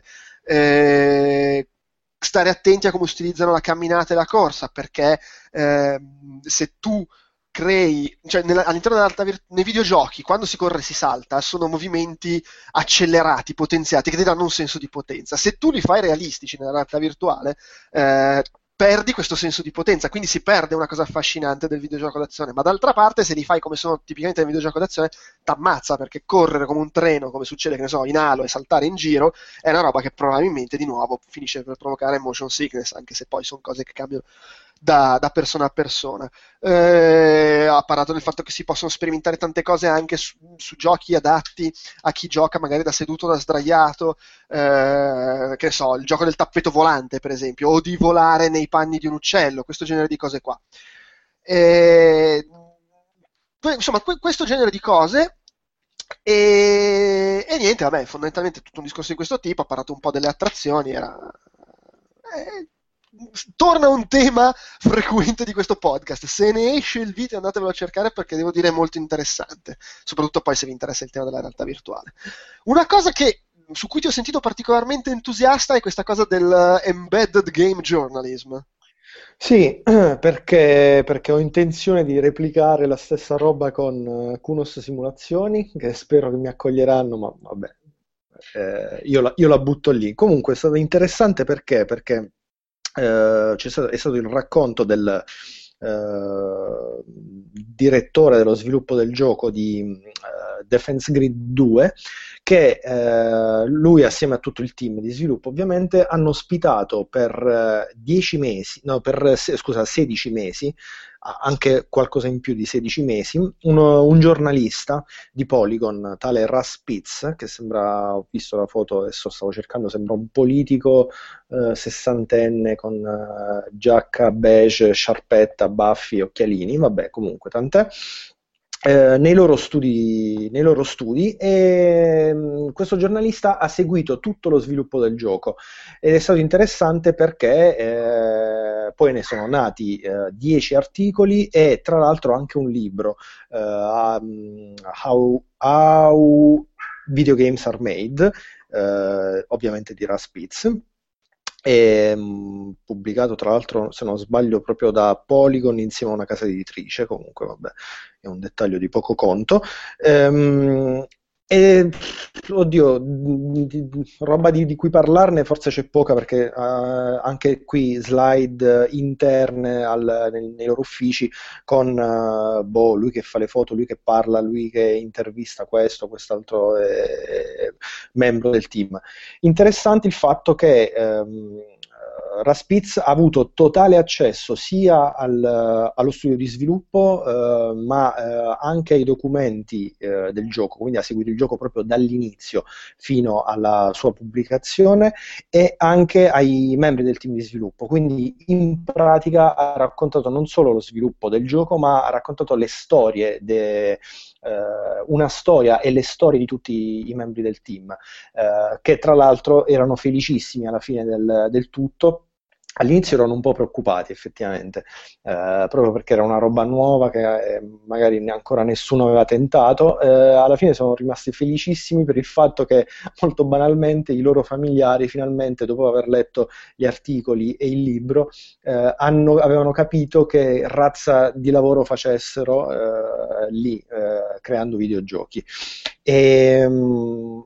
Eh... Stare attenti a come utilizzano la camminata e la corsa, perché eh, se tu crei, cioè nella, all'interno della realtà virtuale, nei videogiochi, quando si corre e si salta, sono movimenti accelerati, potenziati, che ti danno un senso di potenza. Se tu li fai realistici nella realtà virtuale, eh, perdi questo senso di potenza, quindi si perde una cosa affascinante del videogioco d'azione. Ma d'altra parte, se li fai come sono tipicamente nel videogioco d'azione, t'ammazza, perché correre come un treno, come succede, che ne so, in Halo, e saltare in giro, è una roba che probabilmente di nuovo finisce per provocare motion sickness, anche se poi sono cose che cambiano da, da persona a persona. Eh, ha parlato del fatto che si possono sperimentare tante cose anche su, su giochi adatti a chi gioca magari da seduto o da sdraiato, eh, che ne so, il gioco del tappeto volante per esempio, o di volare nei panni di un uccello, questo genere di cose qua. Eh, insomma, questo genere di cose. E, e niente, vabbè, fondamentalmente tutto un discorso di questo tipo. Ha parlato un po' delle attrazioni, era... Eh, torna un tema frequente di questo podcast. Se ne esce il video, andatevelo a cercare, perché devo dire è molto interessante, soprattutto poi se vi interessa il tema della realtà virtuale. Una cosa che su cui ti ho sentito particolarmente entusiasta è questa cosa del embedded game journalism. Sì, perché, perché ho intenzione di replicare la stessa roba con Kunos Simulazioni, che spero che mi accoglieranno, ma vabbè, eh, io, la, io la butto lì. Comunque è stato interessante perché, perché eh, c'è stato, è stato il racconto del eh, direttore dello sviluppo del gioco di eh, Defense Grid due, che eh, lui assieme a tutto il team di sviluppo ovviamente hanno ospitato per dieci mesi, no, per scusa, sedici mesi anche qualcosa in più di sedici mesi, uno, un giornalista di Polygon, tale Russ Spitz, che sembra, ho visto la foto, adesso stavo cercando, sembra un politico eh, sessantenne con eh, giacca beige, sciarpetta, baffi, occhialini, vabbè, comunque tant'è. Eh, nei loro studi, nei loro studi e mh, questo giornalista ha seguito tutto lo sviluppo del gioco ed è stato interessante perché eh, poi ne sono nati eh, dieci articoli e tra l'altro anche un libro, eh, um, How, How Video Games Are Made, eh, ovviamente di Russ Spitz, e, mh, pubblicato tra l'altro, se non sbaglio, proprio da Polygon insieme a una casa editrice. Comunque vabbè, è un dettaglio di poco conto. Ehm, e oddio, di, di, roba di, di cui parlarne forse c'è poca, perché uh, anche qui slide interne al, nei, nei loro uffici con uh, boh, lui che fa le foto, lui che parla, lui che intervista questo, quest'altro eh, membro del team. Interessante il fatto che um, Russ Spitz ha avuto totale accesso sia al, allo studio di sviluppo eh, ma eh, anche ai documenti eh, del gioco, quindi ha seguito il gioco proprio dall'inizio fino alla sua pubblicazione e anche ai membri del team di sviluppo, quindi in pratica ha raccontato non solo lo sviluppo del gioco ma ha raccontato le storie, de, eh, una storia e le storie di tutti i membri del team eh, che tra l'altro erano felicissimi alla fine del, del tutto. All'inizio erano un po' preoccupati effettivamente, eh, proprio perché era una roba nuova che eh, magari ancora nessuno aveva tentato. Eh, alla fine sono rimasti felicissimi per il fatto che molto banalmente i loro familiari finalmente, dopo aver letto gli articoli e il libro, eh, hanno, avevano capito che razza di lavoro facessero eh, lì, eh, creando videogiochi. E, mh,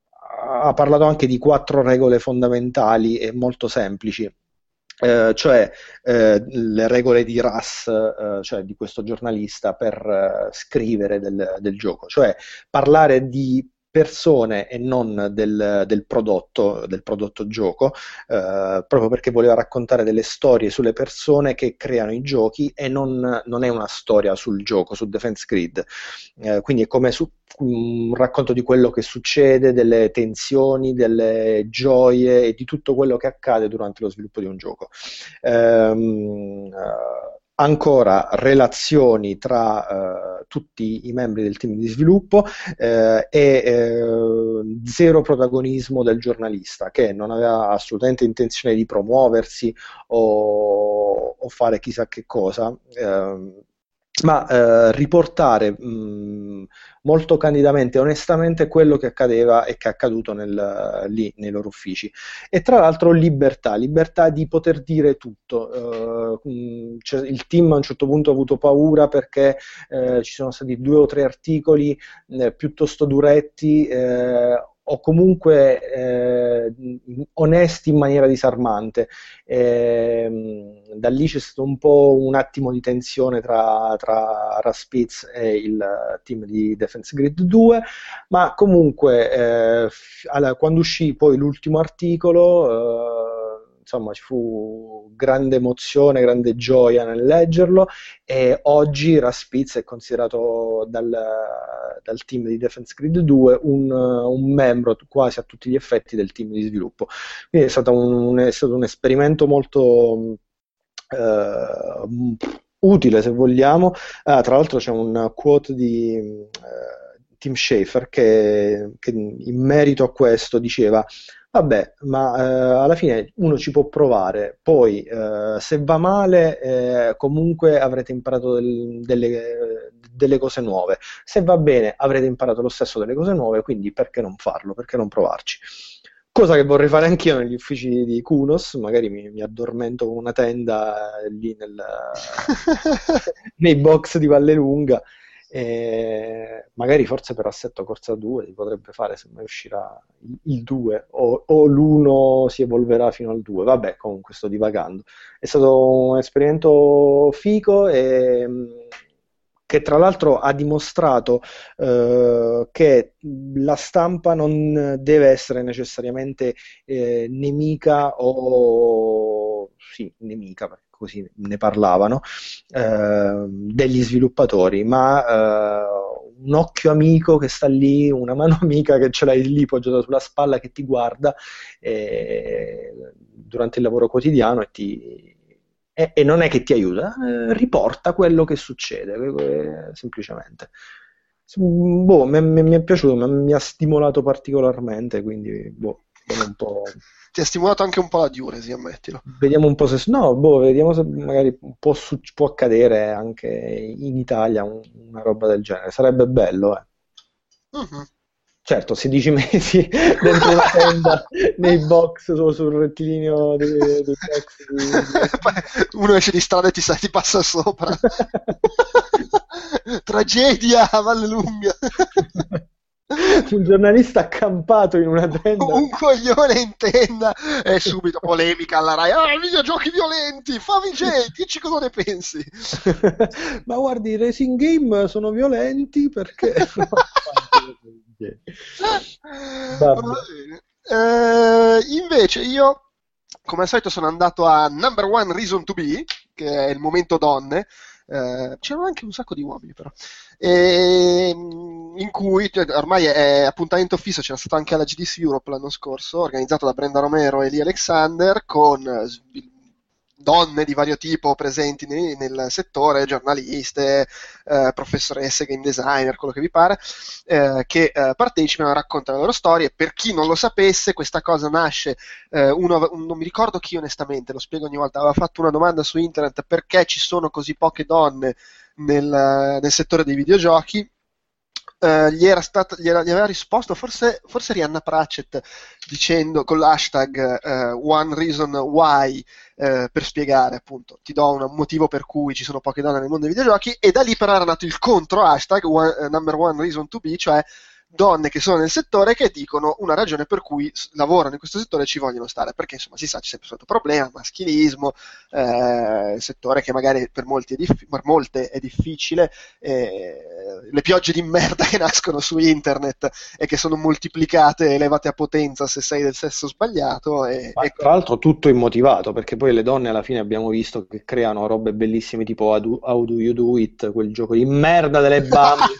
ha parlato anche di quattro regole fondamentali e molto semplici. Eh, cioè eh, le regole di Russ, eh, cioè di questo giornalista, per eh, scrivere del, del gioco, cioè parlare di persone e non del, del prodotto, del prodotto gioco, eh, proprio perché voleva raccontare delle storie sulle persone che creano i giochi e non, non è una storia sul gioco, su Defense Grid, eh, quindi è come su, un racconto di quello che succede, delle tensioni, delle gioie e di tutto quello che accade durante lo sviluppo di un gioco. Ehm, ancora relazioni tra uh, tutti i membri del team di sviluppo eh, e eh, zero protagonismo del giornalista, che non aveva assolutamente intenzione di promuoversi o, o fare chissà che cosa, eh, ma eh, riportare mh, molto candidamente e onestamente quello che accadeva e che è accaduto nel, lì nei loro uffici. E tra l'altro libertà, libertà di poter dire tutto. Uh, mh, cioè, il team a un certo punto ha avuto paura perché eh, ci sono stati due o tre articoli eh, piuttosto duretti eh, o comunque eh, onesti in maniera disarmante. E, da lì c'è stato un po' un attimo di tensione tra, tra Russ Spitz e il team di Defense Grid due, ma comunque eh, alla, quando uscì poi l'ultimo articolo eh, insomma ci fu grande emozione, grande gioia nel leggerlo, e oggi Russ Spitz è considerato dal, dal team di Defense Grid due un, un membro quasi a tutti gli effetti del team di sviluppo. Quindi è stato un, è stato un esperimento molto eh, utile, se vogliamo. Ah, tra l'altro c'è un quote di eh, Tim Schafer che, che in merito a questo diceva: vabbè, ma eh, alla fine uno ci può provare, poi eh, se va male eh, comunque avrete imparato del, delle, delle cose nuove, se va bene avrete imparato lo stesso delle cose nuove, quindi perché non farlo, perché non provarci? Cosa che vorrei fare anch'io negli uffici di Kunos, magari mi, mi addormento con una tenda eh, lì nel, nei box di Vallelunga. E magari forse per Assetto Corsa due si potrebbe fare, se mai uscirà il due o, o l'uno si evolverà fino al due. Vabbè, comunque sto divagando. È stato un esperimento figo e che tra l'altro ha dimostrato eh, che la stampa non deve essere necessariamente eh, nemica o sì, nemica, perché così ne parlavano, eh, degli sviluppatori, ma eh, un occhio amico che sta lì, una mano amica che ce l'hai lì poggiata sulla spalla che ti guarda eh, durante il lavoro quotidiano e ti e, e non è che ti aiuta, eh, riporta quello che succede, eh, semplicemente. Boh, mi, mi, mi è piaciuto, mi, mi ha stimolato particolarmente, quindi boh, un po'... Ti ha stimolato anche un po' la diuresi, ammettilo. Vediamo un po' se... No, boh, vediamo se magari può, su- può accadere anche in Italia un- una roba del genere. Sarebbe bello, eh. Mhm. Certo, sedici mesi dentro una tenda, nei box o sul rettilineo dei, dei box di... Poi uno esce di strada e ti, sa, ti passa sopra. Tragedia a Vallelunga. Un giornalista accampato in una tenda. Un coglione in tenda e subito polemica alla Rai. Ah, videogiochi violenti, Favij, dici cosa ne pensi? Ma guardi, i racing game sono violenti perché... Va bene. Eh, invece io, come al solito, sono andato a Number One Reason to Be, che è il momento donne. Eh, c'erano anche un sacco di uomini però e, in cui cioè, ormai è appuntamento fisso, c'era stato anche alla G D C Europe l'anno scorso, organizzato da Brenda Romero e Lee Alexander, con eh, donne di vario tipo presenti nel, nel settore, giornaliste, eh, professoresse, game designer, quello che vi pare, eh, che eh, partecipano e raccontano le loro storie. Per chi non lo sapesse, questa cosa nasce, eh, uno, un, non mi ricordo chi onestamente, lo spiego ogni volta, aveva fatto una domanda su internet: perché ci sono così poche donne nel, nel settore dei videogiochi? Uh, gli, era stata, gli, era, gli aveva risposto forse, forse Rihanna Pratchett, dicendo con l'hashtag uh, One Reason Why, uh, per spiegare appunto, ti do un motivo per cui ci sono poche donne nel mondo dei videogiochi, e da lì però era nato il contro hashtag one, uh, Number One Reason to Be, cioè donne che sono nel settore che dicono una ragione per cui lavorano in questo settore e ci vogliono stare, perché insomma si sa, c'è sempre stato problema, maschilismo, eh, settore che magari per molti è, dif- per molte è difficile, eh, le piogge di merda che nascono su internet e che sono moltiplicate, elevate a potenza se sei del sesso sbagliato. E, Ma e... tra l'altro tutto immotivato, perché poi le donne alla fine abbiamo visto che creano robe bellissime tipo How Do, How Do You Do It, quel gioco di merda delle bambole.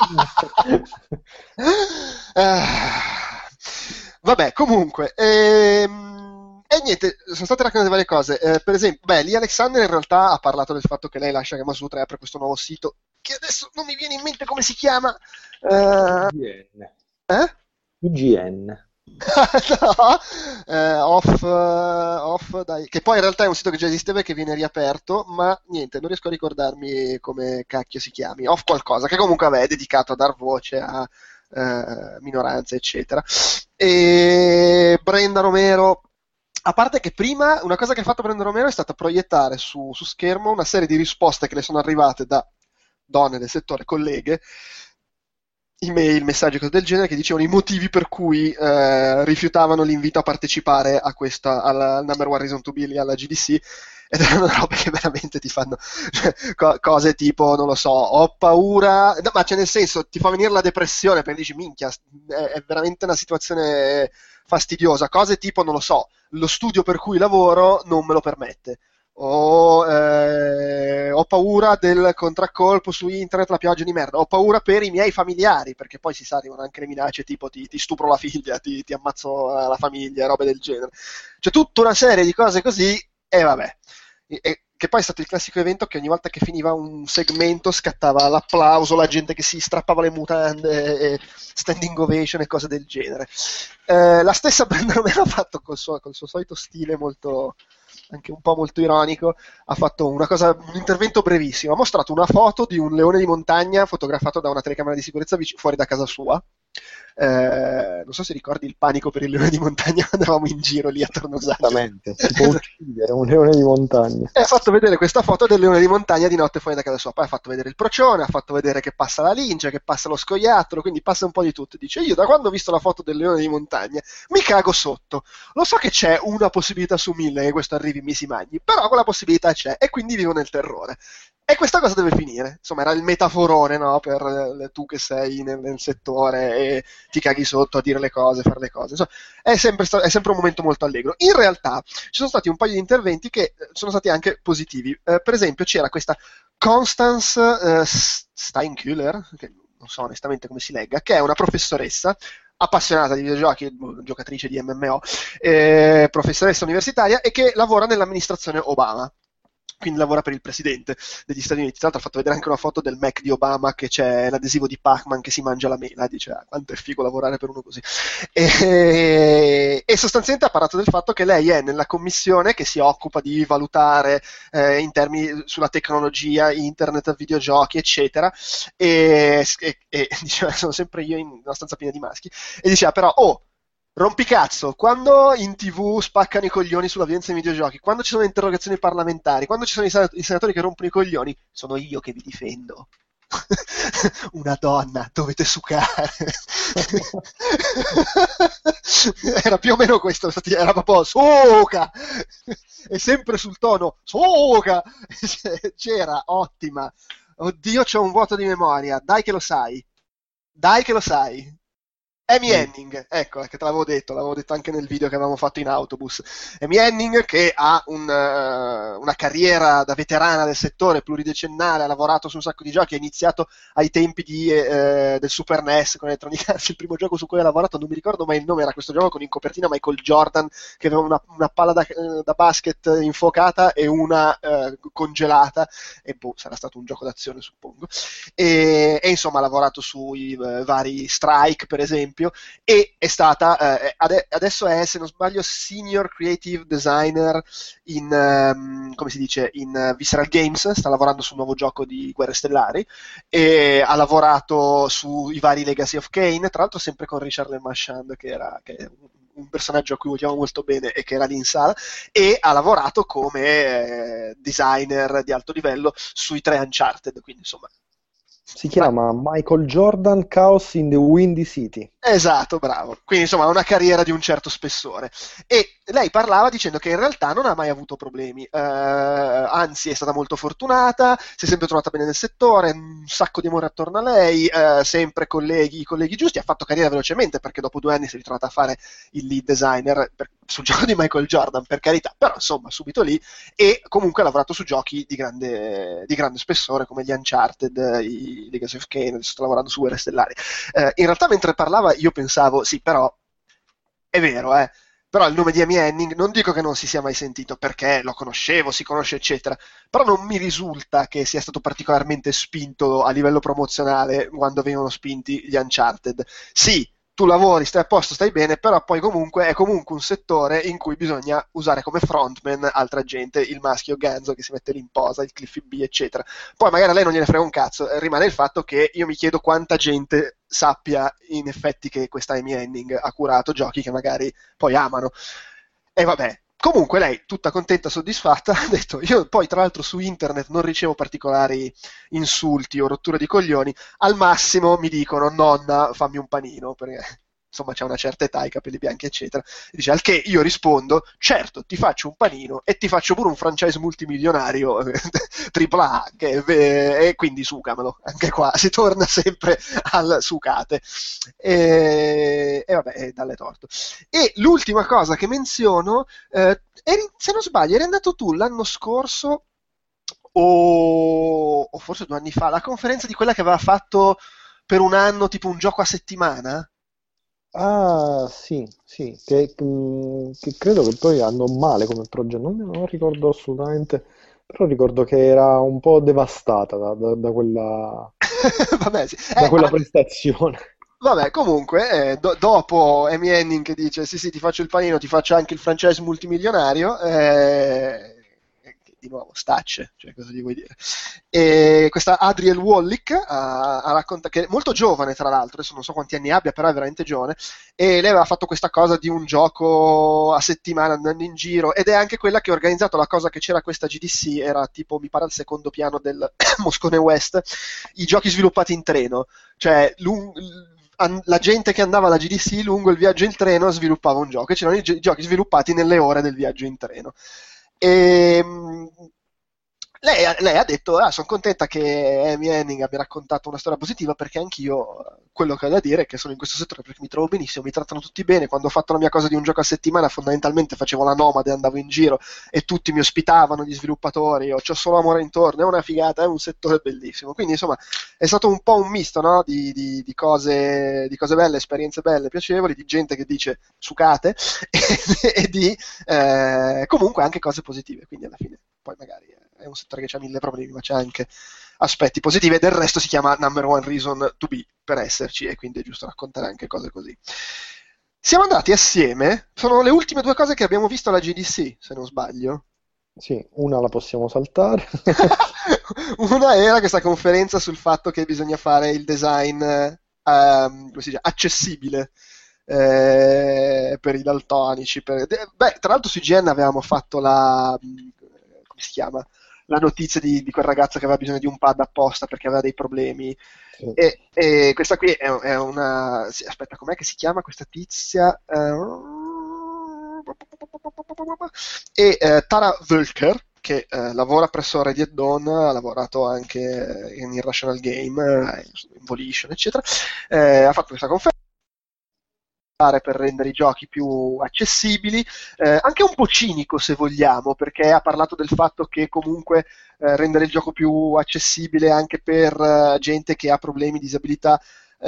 Ah, vabbè, comunque ehm, e niente, sono state raccontate varie cose, eh, per esempio, beh, Lee Alexander in realtà ha parlato del fatto che lei lascia Gamasutra e apre questo nuovo sito che adesso non mi viene in mente come si chiama, eh, I G N. eh? I G N. No, eh, off, uh, off dai, che poi in realtà è un sito che già esisteva e che viene riaperto, ma niente, non riesco a ricordarmi come cacchio si chiami, off qualcosa, che comunque vabbè, è dedicato a dar voce a Uh, minoranze eccetera. E Brenda Romero, a parte che prima una cosa che ha fatto Brenda Romero è stata proiettare su, su schermo una serie di risposte che le sono arrivate da donne del settore, colleghe, email, messaggi, cose del genere, che dicevano i motivi per cui uh, rifiutavano l'invito a partecipare a questa, alla Number One Reason to Be, alla G D C. Ed erano robe che veramente ti fanno co- cose tipo, non lo so, ho paura, no, ma cioè nel senso ti fa venire la depressione perché dici minchia, è, è veramente una situazione fastidiosa, cose tipo, non lo so, lo studio per cui lavoro non me lo permette, o eh, ho paura del contraccolpo su internet, la pioggia di merda, ho paura per i miei familiari, perché poi si sa, arrivano anche le minacce tipo ti, ti stupro la figlia, ti, ti ammazzo la famiglia, robe del genere, cioè tutta una serie di cose così. E vabbè, e, e, che poi è stato il classico evento che ogni volta che finiva un segmento scattava l'applauso, la gente che si strappava le mutande, e standing ovation e cose del genere. Eh, la stessa Brenda Romero ha fatto col suo, col suo solito stile molto, anche un po' molto ironico, ha fatto una cosa, un intervento brevissimo, ha mostrato una foto di un leone di montagna fotografato da una telecamera di sicurezza vic- fuori da casa sua. Eh, non so se ricordi il panico per il leone di montagna quando andavamo in giro lì a Tornosaglia. Esattamente, si può uccidere un leone di montagna. E ha fatto vedere questa foto del leone di montagna di notte fuori da casa sua, poi ha fatto vedere il procione, ha fatto vedere che passa la lince, che passa lo scoiattolo, quindi passa un po' di tutto. Dice: io da quando ho visto la foto del leone di montagna mi cago sotto, lo so che c'è una possibilità su mille che questo arrivi e mi si mangi, però quella possibilità c'è e quindi vivo nel terrore. E questa cosa deve finire. Insomma, era il metaforone, no? Per eh, tu che sei nel, nel settore e ti caghi sotto a dire le cose, fare le cose. Insomma, è sempre, sta- è sempre un momento molto allegro. In realtà ci sono stati un paio di interventi che eh, sono stati anche positivi. Eh, per esempio, c'era questa Constance eh, Steinkühler, che non so onestamente come si legga, che è una professoressa appassionata di videogiochi, giocatrice di M M O, eh, professoressa universitaria e che lavora nell'amministrazione Obama. Quindi lavora per il presidente degli Stati Uniti. Tra l'altro ha fatto vedere anche una foto del Mac di Obama, che c'è l'adesivo di Pac-Man che si mangia la mela. Dice, ah, quanto è figo lavorare per uno così. E, e sostanzialmente ha parlato del fatto che lei è nella commissione che si occupa di valutare eh, in termini sulla tecnologia, internet, videogiochi, eccetera. E, e, e diceva, sono sempre io in una stanza piena di maschi. E diceva però, oh, rompicazzo, quando in tivù spaccano i coglioni sulla violenza nei videogiochi, quando ci sono le interrogazioni parlamentari, quando ci sono i, sen- i senatori che rompono i coglioni, sono io che vi difendo. Una donna, dovete sucare. Era più o meno questo, era proprio suca, e sempre sul tono suca. C'era, ottima. Oddio, c'ho un vuoto di memoria, dai che lo sai, dai che lo sai. Amy Henning, ecco, che te l'avevo detto, l'avevo detto anche nel video che avevamo fatto in autobus. Amy Henning, che ha un, uh, una carriera da veterana del settore, pluridecennale, ha lavorato su un sacco di giochi, ha iniziato ai tempi di, eh, del Super N E S con Electronic Arts. Il primo gioco su cui ha lavorato, non mi ricordo mai il nome, era questo gioco con in copertina Michael Jordan, che aveva una, una palla da, da basket infuocata e una uh, congelata, e boh, sarà stato un gioco d'azione, suppongo. E, e insomma ha lavorato sui uh, vari Strike, per esempio, e è stata eh, ade- adesso è, se non sbaglio, senior creative designer in um, come si dice in uh, Visceral Games. Sta lavorando su un nuovo gioco di Guerre Stellari e ha lavorato sui vari Legacy of Kain, tra l'altro sempre con Richard Le Marchand, che era che è un personaggio a cui vogliamo molto bene e che era lì in sala, e ha lavorato come eh, designer di alto livello sui tre Uncharted, quindi insomma. Si chiama Michael Jordan Chaos in the Windy City. Esatto, bravo. Quindi insomma ha una carriera di un certo spessore. E lei parlava dicendo che in realtà non ha mai avuto problemi, eh, anzi è stata molto fortunata, si è sempre trovata bene nel settore, un sacco di amore attorno a lei, eh, sempre colleghi, colleghi giusti, ha fatto carriera velocemente perché dopo due anni si è ritrovata a fare il lead designer per, sul gioco di Michael Jordan, per carità, però insomma subito lì, e comunque ha lavorato su giochi di grande, di grande spessore come gli Uncharted, i Legacy of Kain, adesso sto lavorando su Guerre Stellari. Eh, in realtà mentre parlava io pensavo, sì, però è vero, eh, però il nome di Amy Henning non dico che non si sia mai sentito, perché lo conoscevo, si conosce eccetera, però non mi risulta che sia stato particolarmente spinto a livello promozionale quando venivano spinti gli Uncharted. Sì, tu lavori, stai a posto, stai bene, però poi comunque è comunque un settore in cui bisogna usare come frontman altra gente, il maschio ganzo che si mette lì in posa, il Cliffy B, eccetera. Poi magari a lei non gliene frega un cazzo, rimane il fatto che io mi chiedo quanta gente sappia in effetti che questa Amy Henning ha curato giochi che magari poi amano. E vabbè. Comunque lei, tutta contenta, soddisfatta, ha detto, io poi tra l'altro su internet non ricevo particolari insulti o rotture di coglioni, al massimo mi dicono nonna fammi un panino, perché insomma c'è una certa età, i capelli bianchi eccetera, e dice, al che io rispondo, certo ti faccio un panino e ti faccio pure un franchise multimilionario tripla A, che, e quindi sucamelo, anche qua si torna sempre al sucate, e, e vabbè, e dalle torto. E l'ultima cosa che menziono, eh, eri, se non sbaglio eri andato tu l'anno scorso o, o forse due anni fa, la conferenza di quella che aveva fatto per un anno tipo un gioco a settimana. Ah, sì, sì, che, mm, che credo che poi andò male come progetto, non, non ricordo assolutamente, però ricordo che era un po' devastata da, da- da quella, Vabbè, sì. da Eh, quella ah, prestazione. vabbè, comunque, eh, do- dopo Amy Henning che dice sì sì ti faccio il panino, ti faccio anche il franchise multimilionario, eh, di nuovo stacce, cioè cosa gli vuoi dire? E questa Adriel Wallick ha, ha raccontato, che è molto giovane tra l'altro, adesso non so quanti anni abbia, però è veramente giovane, e lei aveva fatto questa cosa di un gioco a settimana andando in giro, ed è anche quella che ha organizzato la cosa che c'era questa G D C, era tipo mi pare al secondo piano del Moscone West, i giochi sviluppati in treno, cioè lung- an- la gente che andava alla G D C lungo il viaggio in treno sviluppava un gioco, e c'erano i gi- giochi sviluppati nelle ore del viaggio in treno. E, Lei, lei ha detto, ah, sono contenta che Amy Hennig abbia raccontato una storia positiva perché anch'io eh, quello che ho da dire è che sono in questo settore perché mi trovo benissimo, mi trattano tutti bene. Quando ho fatto la mia cosa di un gioco a settimana fondamentalmente facevo la nomade, andavo in giro e tutti mi ospitavano, gli sviluppatori, ho c'ho solo amore intorno, è una figata, è un settore bellissimo. Quindi insomma è stato un po' un misto, no? di, di, di, cose, di cose belle, esperienze belle, piacevoli, di gente che dice sucate e, e di eh, comunque anche cose positive, quindi alla fine poi magari è un settore che ha mille problemi, ma c'è anche aspetti positivi e del resto si chiama number one reason to be, per esserci, e quindi è giusto raccontare anche cose così. Siamo andati assieme, sono le ultime due cose che abbiamo visto alla G D C, se non sbaglio. Sì, una la possiamo saltare. Una era questa conferenza sul fatto che bisogna fare il design um, come si dice, accessibile eh, per i daltonici. Per... Beh, tra l'altro su I G N avevamo fatto la... come si chiama? La notizia di, di quel ragazzo che aveva bisogno di un pad apposta perché aveva dei problemi. Sì. E, e questa qui è, è una... Aspetta, com'è che si chiama questa tizia? Uh... E uh, Tara Völker, che uh, lavora presso Radiant Dawn, ha lavorato anche in Irrational Game, in Volition, eccetera. Eh, ha fatto questa conferenza per rendere i giochi più accessibili, eh, anche un po' cinico se vogliamo, perché ha parlato del fatto che comunque eh, rendere il gioco più accessibile anche per uh, gente che ha problemi, disabilità,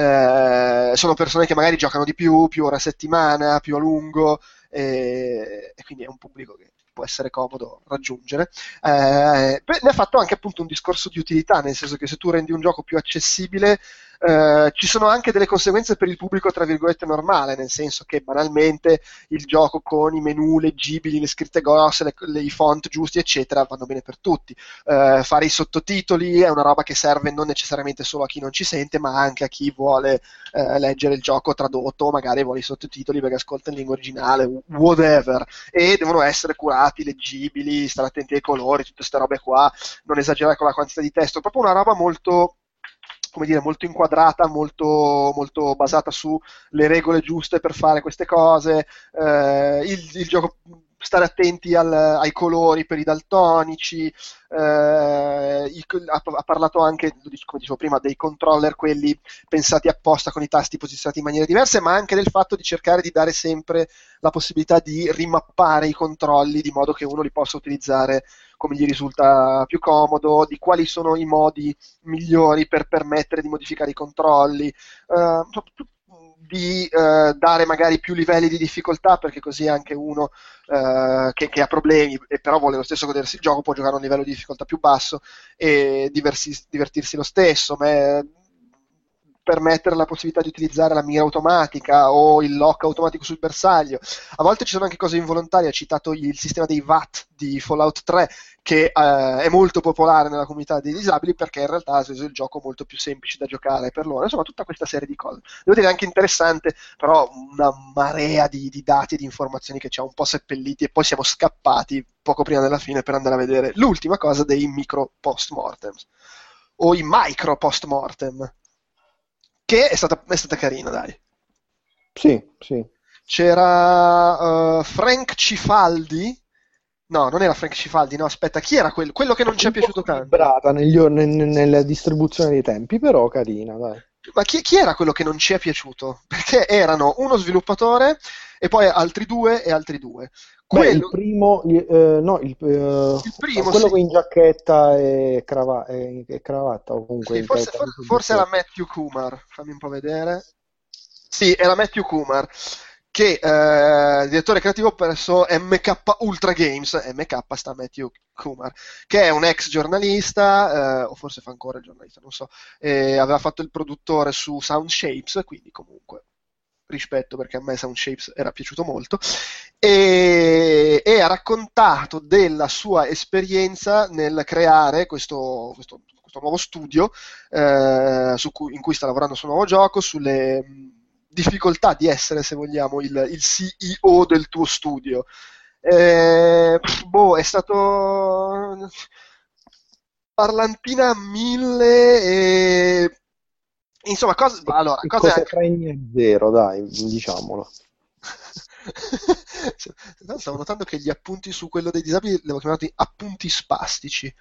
eh, sono persone che magari giocano di più, più ore a settimana, più a lungo, e, e quindi è un pubblico che può essere comodo raggiungere. Eh, ne ha fatto anche appunto un discorso di utilità, nel senso che se tu rendi un gioco più accessibile eh, ci sono anche delle conseguenze per il pubblico tra virgolette normale, nel senso che banalmente il gioco con i menu leggibili, le scritte grosse, le, le, i font giusti eccetera vanno bene per tutti. Eh, fare i sottotitoli è una roba che serve non necessariamente solo a chi non ci sente, ma anche a chi vuole eh, leggere il gioco tradotto o magari vuole i sottotitoli perché ascolta in lingua originale, whatever, e devono essere curati, leggibili, stare attenti ai colori, tutte queste robe qua, non esagerare con la quantità di testo, proprio una roba molto, come dire, molto inquadrata, molto, molto basata sulle regole giuste per fare queste cose, eh, il, il gioco, stare attenti al, ai colori per i daltonici, eh, il, ha, ha parlato anche, come dicevo prima, dei controller, quelli pensati apposta con i tasti posizionati in maniere diverse, ma anche del fatto di cercare di dare sempre la possibilità di rimappare i controlli di modo che uno li possa utilizzare come gli risulta più comodo, di quali sono i modi migliori per permettere di modificare i controlli, eh, di eh, dare magari più livelli di difficoltà, perché così anche uno eh, che, che ha problemi e però vuole lo stesso godersi il gioco può giocare a un livello di difficoltà più basso e diversi, divertirsi lo stesso, ma permettere la possibilità di utilizzare la mira automatica o il lock automatico sul bersaglio. A volte ci sono anche cose involontarie, ha citato il sistema dei V A T di Fallout tre che eh, è molto popolare nella comunità dei disabili perché in realtà ha reso il gioco molto più semplice da giocare per loro, insomma tutta questa serie di cose. Devo dire anche interessante, però una marea di, di dati e di informazioni che ci ha un po' seppelliti e poi siamo scappati poco prima della fine per andare a vedere l'ultima cosa dei micro post-mortem o i micro post-mortem, che è stata, è stata carina, dai. Sì, sì. C'era uh, Frank Cifaldi. No, non era Frank Cifaldi, no, aspetta, chi era quello? Quello che non ci è piaciuto tanto. Brata negli, nel, nella distribuzione dei tempi, però carina, dai. Ma chi, chi era quello che non ci è piaciuto? Perché erano uno sviluppatore e poi altri due e altri due. Quello... Beh, il primo, eh, no, il, eh, il primo, quello sì. in giacchetta e, crava- e, e cravatta, o comunque. Sì, forse, for- forse era Matthew Kumar, fammi un po' vedere. Sì, era Matthew Kumar, che è eh, direttore creativo presso M K Ultra Games. M K sta Matthew Kumar, che è un ex giornalista, eh, o forse fa ancora il giornalista, non so, e aveva fatto il produttore su Sound Shapes, quindi comunque rispetto, perché a me Sound Shapes era piaciuto molto, e, e ha raccontato della sua esperienza nel creare questo, questo, questo nuovo studio eh, su cui, in cui sta lavorando sul nuovo gioco, sulle difficoltà di essere, se vogliamo, il, il C E O del tuo studio. Eh, boh, è stato parlantina a mille e insomma, cose, allora, cose cose anche... fregna zero, dai, diciamolo. Stavo notando che gli appunti su quello dei disabili li avevo chiamati appunti spastici.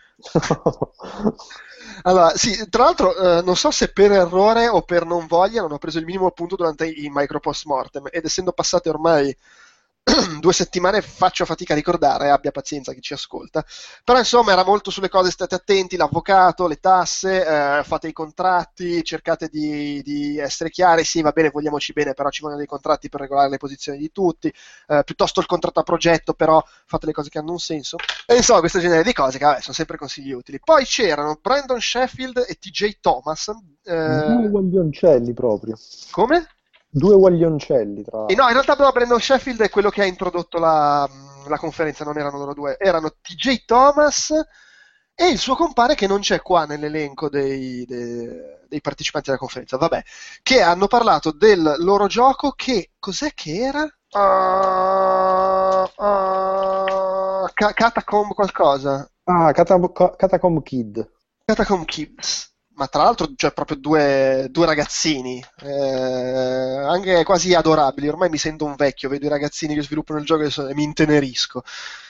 Allora, sì, tra l'altro eh, non so se per errore o per non voglia non ho preso il minimo appunto durante i micro post mortem, ed essendo passate ormai due settimane faccio fatica a ricordare, abbia pazienza chi ci ascolta, però insomma era molto sulle cose: state attenti, l'avvocato, le tasse, eh, fate i contratti, cercate di, di essere chiari, sì va bene, vogliamoci bene, però ci vogliono dei contratti per regolare le posizioni di tutti, eh, piuttosto il contratto a progetto, però fate le cose che hanno un senso, e insomma questo genere di cose che vabbè, sono sempre consigli utili. Poi c'erano Brandon Sheffield e T J Thomas, eh... due guaglioncelli proprio. Come? Due guaglioncelli, tra l'altro. E no, in realtà però Brandon Sheffield è quello che ha introdotto la, la conferenza, non erano loro due, erano T J Thomas e il suo compare che non c'è qua nell'elenco dei, dei, dei partecipanti alla conferenza, vabbè, che hanno parlato del loro gioco che, cos'è che era? Uh, uh, Catacomb qualcosa. Ah, Catacomb, Catacomb Kid. Catacomb Kids. Ma tra l'altro cioè proprio due, due ragazzini, eh, anche quasi adorabili. Ormai mi sento un vecchio, vedo i ragazzini che sviluppano il gioco e, so, e mi intenerisco.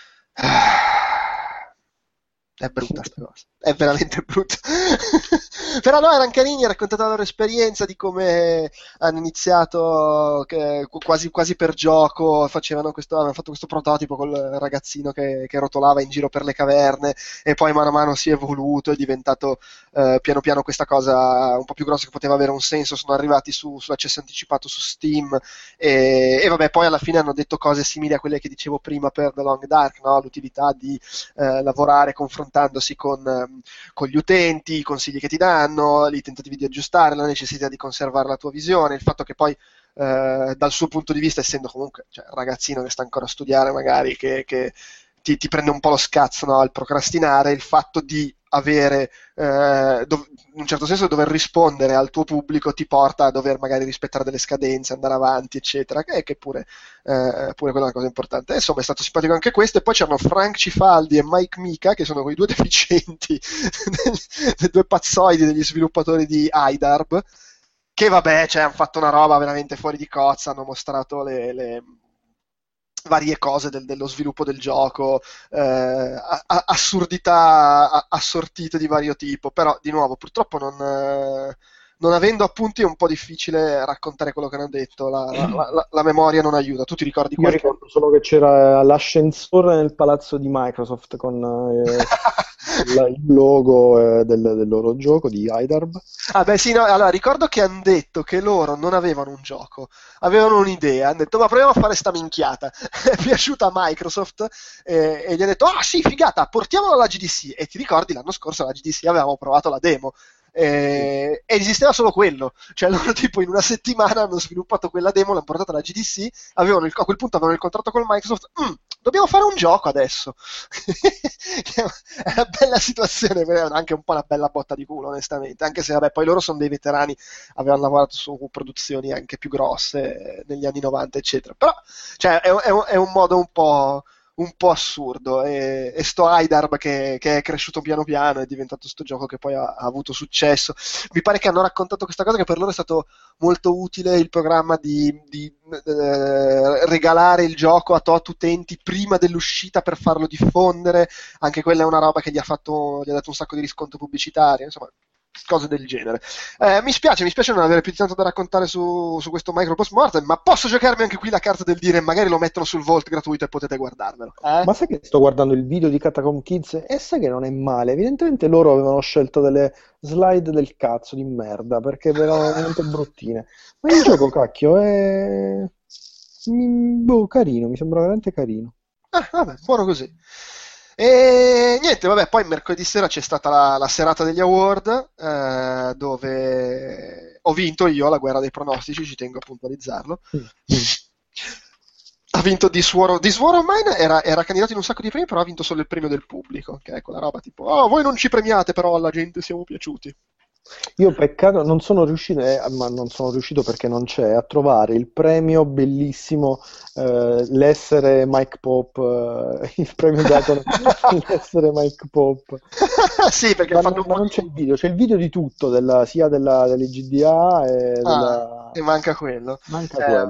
È brutta sta cosa, è veramente brutta. Però no, erano carini, raccontata la loro esperienza di come hanno iniziato che, quasi, quasi per gioco, facevano questo, avevano fatto questo prototipo col ragazzino che, che rotolava in giro per le caverne, e poi mano a mano si è evoluto, è diventato eh, piano piano questa cosa un po' più grossa che poteva avere un senso. Sono arrivati su, sull'accesso anticipato su Steam e, e vabbè, poi alla fine hanno detto cose simili a quelle che dicevo prima per The Long Dark, no? L'utilità di eh, lavorare confrontandosi con, um, con gli utenti, i consigli che ti danno, i tentativi di aggiustare, la necessità di conservare la tua visione, il fatto che poi eh, dal suo punto di vista, essendo comunque cioè, un ragazzino che sta ancora a studiare magari, che, che ti, ti prende un po' lo scazzo, no? Al procrastinare, il fatto di avere eh, dov- in un certo senso dover rispondere al tuo pubblico ti porta a dover magari rispettare delle scadenze, andare avanti eccetera, che, che pure, eh, pure quella è una cosa importante. E insomma è stato simpatico anche questo. E poi c'erano Frank Cifaldi e Mike Mica, che sono quei due deficienti dei due pazzoidi degli sviluppatori di IDARB, che vabbè, cioè, hanno fatto una roba veramente fuori di cozza, hanno mostrato le, le varie cose del, dello sviluppo del gioco, eh, a, a, assurdità a, assortite di vario tipo, però di nuovo purtroppo non, eh, non avendo appunti è un po' difficile raccontare quello che hanno detto, la, la, la, la memoria non aiuta. Tu ti ricordi Io qualche... ricordo solo che c'era l'ascensore nel palazzo di Microsoft con eh, il logo eh, del, del loro gioco di IDARB. Ah beh sì, no, allora ricordo che hanno detto che loro non avevano un gioco, avevano un'idea, hanno detto ma proviamo a fare sta minchiata, è piaciuta a Microsoft e, e gli hanno detto ah sì figata, portiamolo alla G D C. E ti ricordi l'anno scorso alla G D C avevamo provato la demo e, e esisteva solo quello, cioè loro tipo in una settimana hanno sviluppato quella demo, l'hanno portata alla G D C, avevano il, a quel punto avevano il contratto con Microsoft. mm, dobbiamo fare un gioco adesso. È una bella situazione, anche un po' una bella botta di culo onestamente, anche se vabbè poi loro sono dei veterani, avevano lavorato su produzioni anche più grosse negli anni novanta eccetera, però cioè, è, è, un, è un modo un po' un po' assurdo, e, e sto IDARB che, che è cresciuto piano piano, è diventato sto gioco che poi ha, ha avuto successo. Mi pare che hanno raccontato questa cosa, che per loro è stato molto utile il programma di, di eh, regalare il gioco a tot utenti prima dell'uscita per farlo diffondere. Anche quella è una roba che gli ha fatto, gli ha dato un sacco di riscontro pubblicitario, insomma cose del genere. Eh, mi spiace, mi spiace non avere più di tanto da raccontare su, su questo micro post mortem, ma posso giocarmi anche qui la carta del dire, magari lo mettono sul Vault gratuito e potete guardarvelo. Eh? Ma sai che sto guardando il video di Catacomb Kids e sai che non è male? Evidentemente loro avevano scelto delle slide del cazzo di merda, perché erano veramente bruttine. Ma il gioco, cacchio, è... boh, carino, mi sembra veramente carino. Ah, vabbè, buono così. E niente, vabbè, poi mercoledì sera c'è stata la, la serata degli award, eh, dove ho vinto io la guerra dei pronostici, ci tengo a puntualizzarlo. Mm. Mm. Ha vinto This War of, This War of Mine, era, era candidato in un sacco di premi, però ha vinto solo il premio del pubblico, che è quella roba tipo, oh, voi non ci premiate, però alla gente siamo piaciuti. Io peccato, non sono riuscito, eh, ma non sono riuscito perché non c'è, a trovare il premio bellissimo, eh, l'essere Mike Pop, eh, il premio dato l'essere Mike Pop. Sì, perché ma, ha fatto non, un ma po' non di... c'è il video, c'è il video di tutto, della, sia della, delle G D A e, ah, della... e manca quello. Manca eh, quello.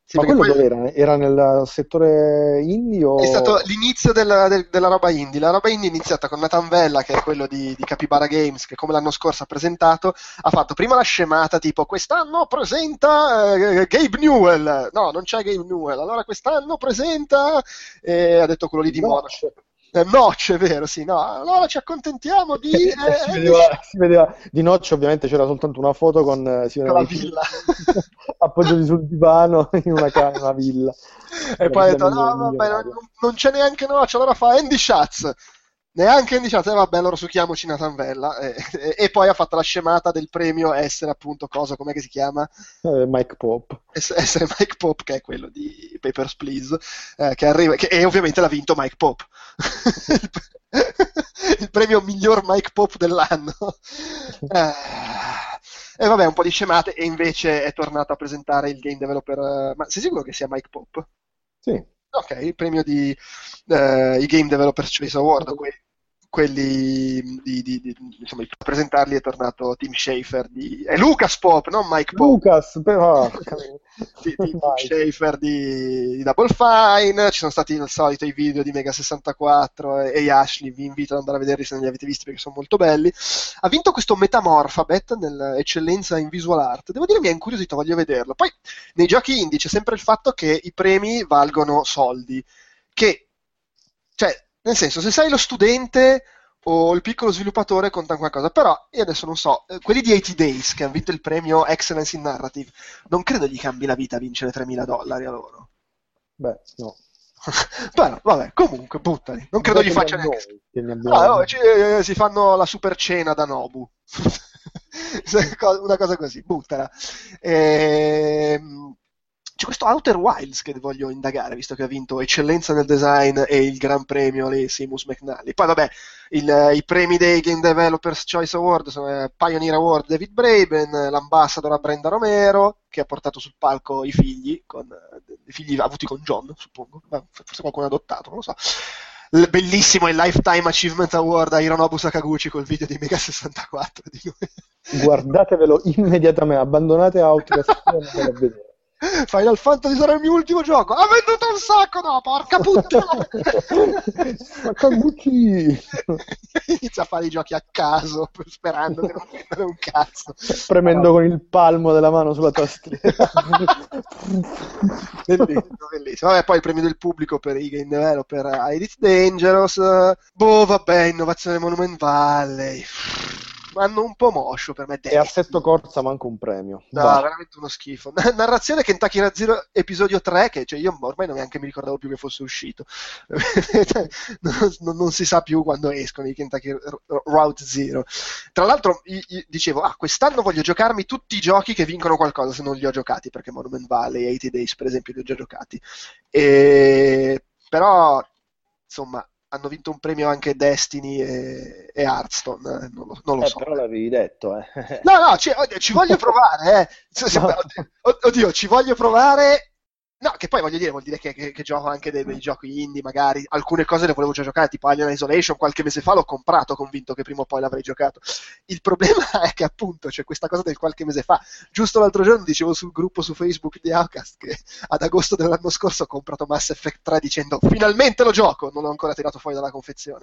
Sì, Ma perché quello poi dove era? Era nel settore indie o... è stato l'inizio della, del- della roba indie. La roba indie è iniziata con Nathan Vella, che è quello di, di Capybara Games, che come l'anno scorso ha presentato, ha fatto prima la scemata tipo quest'anno presenta eh, Gabe Newell. No, non c'è Gabe Newell. Allora quest'anno presenta, e ha detto quello lì di Notch. Monaco. Eh, Notch, è vero, sì, no. Allora ci accontentiamo di E eh, si vedeva, si vedeva di Notch, ovviamente c'era soltanto una foto con, eh, si con vedeva la i villa. piedi appoggiati sul divano in una, ca- in una villa. E La poi ha villa detto miglior- no vabbè, non, milionaria. non c'è neanche Notch, allora fa Andy Schatz. Neanche Andy Schatz, e vabbè, allora succhiamoci Nathan Vella. E, e- e poi ha fatto la scemata del premio essere appunto cosa, com'è che si chiama? Eh, Mike Pop. Ess- essere Mike Pop, che è quello di Papers, Please, eh, che arriva, che, e ovviamente l'ha vinto Mike Pop. il, il premio miglior Mike Pop dell'anno. Eh, e vabbè, un po' di scemate, e invece è tornato a presentare il game developer. eh, Ma sei sicuro che sia Mike Pop? Sì. Ok, il premio di eh, i Game Developers Choice Award, que- quelli di, di- di- insomma, a presentarli è tornato Tim Schafer di... è Lucas Pop, non Mike Pop. Lucas, però... Di, di Tim Vai. Schafer di, di Double Fine. Ci sono stati al solito i video di Mega sessantaquattro e, e Ashley, vi invito ad andare a vederli se non li avete visti perché sono molto belli. Ha vinto questo Metamorphabet nell'eccellenza in visual art, devo dire mi ha incuriosito, voglio vederlo. Poi nei giochi indie c'è sempre il fatto che i premi valgono soldi, che cioè nel senso, se sei lo studente o il piccolo sviluppatore conta qualcosa, però io adesso non so, eh, quelli di ottanta Days che hanno vinto il premio Excellence in Narrative, non credo gli cambi la vita vincere tremila dollari a loro. Beh, no. Però, vabbè, comunque, buttali. Non credo gli Dateli faccia a neanche... noi, che ne abbiamo- Ah, oh, ci- eh, si fanno la super cena da Nobu. Una cosa così, buttala. Ehm, C'è questo Outer Wilds che voglio indagare, visto che ha vinto eccellenza nel design e il gran premio lì, Seamus McNally. Poi vabbè, il- i premi dei Game Developers Choice Award sono eh, Pioneer Award David Braben, l'ambassador a Brenda Romero, che ha portato sul palco i figli, con, eh, i figli avuti con John, suppongo, ma forse qualcuno ha adottato, non lo so. Il bellissimo il Lifetime Achievement Award a Hironobu Sakaguchi col video di Mega sessantaquattro di lui. Guardatevelo immediatamente, abbandonate Outlast e andatelo a vedere. Final Fantasy sarà il mio ultimo gioco. Ha venduto un sacco, no, porca puttana. Sakaguchi! Inizia a fare i giochi a caso, sperando che non vendano un cazzo. Premendo con il palmo della mano sulla tastiera. Bellissimo, bellissimo. Vabbè, poi il premio del pubblico per i game developer a Edith Dangerous. Boh, vabbè, innovazione Monument Valley. Hanno un po' moscio per me. E Assetto Corsa manca un premio. No, Va. veramente uno schifo. Narrazione Kentucky Route Zero episodio tre, che cioè io ormai non neanche mi ricordavo più che fosse uscito. non, non- non si sa più quando escono i Kentucky Route Zero. Tra l'altro, io- io dicevo, ah, quest'anno voglio giocarmi tutti i giochi che vincono qualcosa, se non li ho giocati, perché Monument Valley e ottanta Days, per esempio, li ho già giocati. E... Però, insomma, hanno vinto un premio anche Destiny e, e Hearthstone, eh, non lo, non lo Eh, so. però l'avevi detto, eh. No, no, ci, oddio, ci voglio provare, eh. Se- se- No. oddio, oddio, ci voglio provare. No, che poi voglio dire, vuol dire che, che- che gioco anche dei, dei giochi indie, magari. Alcune cose le volevo già giocare, tipo Alien Isolation, qualche mese fa l'ho comprato, convinto che prima o poi l'avrei giocato. Il problema è che appunto c'è questa cosa del qualche mese fa. Giusto l'altro giorno dicevo sul gruppo su Facebook di Outcast che ad agosto dell'anno scorso ho comprato Mass Effect tre dicendo finalmente lo gioco, non l'ho ancora tirato fuori dalla confezione.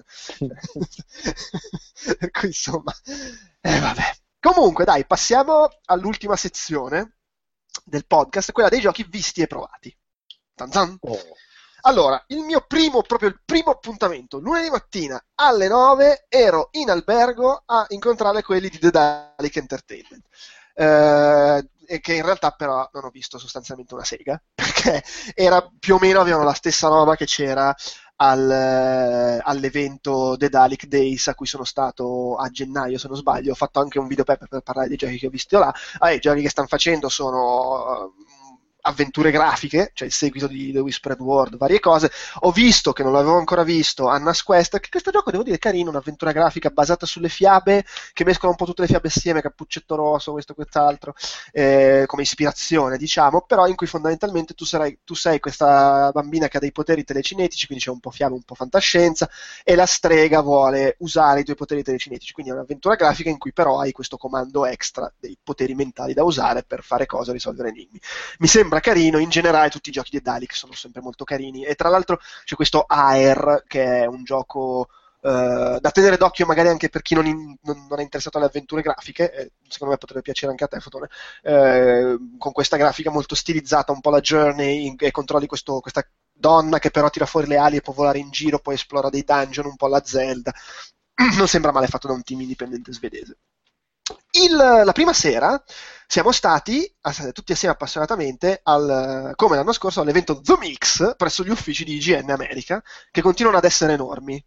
Per cui insomma, eh, vabbè. Comunque dai, passiamo all'ultima sezione del podcast, quella dei giochi visti e provati. Zan zan. Oh. Allora, il mio primo, proprio il primo appuntamento, lunedì mattina alle nove, ero in albergo a incontrare quelli di The Dalek Entertainment. Eh, e che in realtà però non ho visto sostanzialmente una sega, perché era più o meno avevano la stessa roba che c'era al, eh, all'evento The Dalek Days a cui sono stato a gennaio, se non sbaglio. Ho fatto anche un video per, per parlare dei giochi che ho visto là. Ah, i giochi che stanno facendo sono uh, avventure grafiche, cioè il seguito di The Whispered World, varie cose. Ho visto, che non l'avevo ancora visto, Anna's Quest, che questo gioco devo dire è carino, un'avventura grafica basata sulle fiabe, che mescola un po' tutte le fiabe assieme, Cappuccetto Rosso, questo e quest'altro, eh, come ispirazione, diciamo, però in cui fondamentalmente tu, sarai, tu sei questa bambina che ha dei poteri telecinetici, quindi c'è un po' fiabe, un po' fantascienza, e la strega vuole usare i tuoi poteri telecinetici, quindi è un'avventura grafica in cui però hai questo comando extra dei poteri mentali da usare per fare cose, risolvere enigmi. Mi sembra sembra carino. In generale tutti i giochi di Daedalic sono sempre molto carini, e tra l'altro c'è questo Aer, che è un gioco Uh, da tenere d'occhio magari anche per chi non, in, non, non è interessato alle avventure grafiche, eh, secondo me potrebbe piacere anche a te, Fotone, eh, con questa grafica molto stilizzata, un po' la Journey, in, e controlli questo, questa donna che però tira fuori le ali e può volare in giro, poi esplora dei dungeon, un po' la Zelda. Non sembra male fatto da un team indipendente svedese. Il, la prima sera siamo stati tutti assieme appassionatamente al, come l'anno scorso, all'evento The Mix presso gli uffici di I G N America, che continuano ad essere enormi.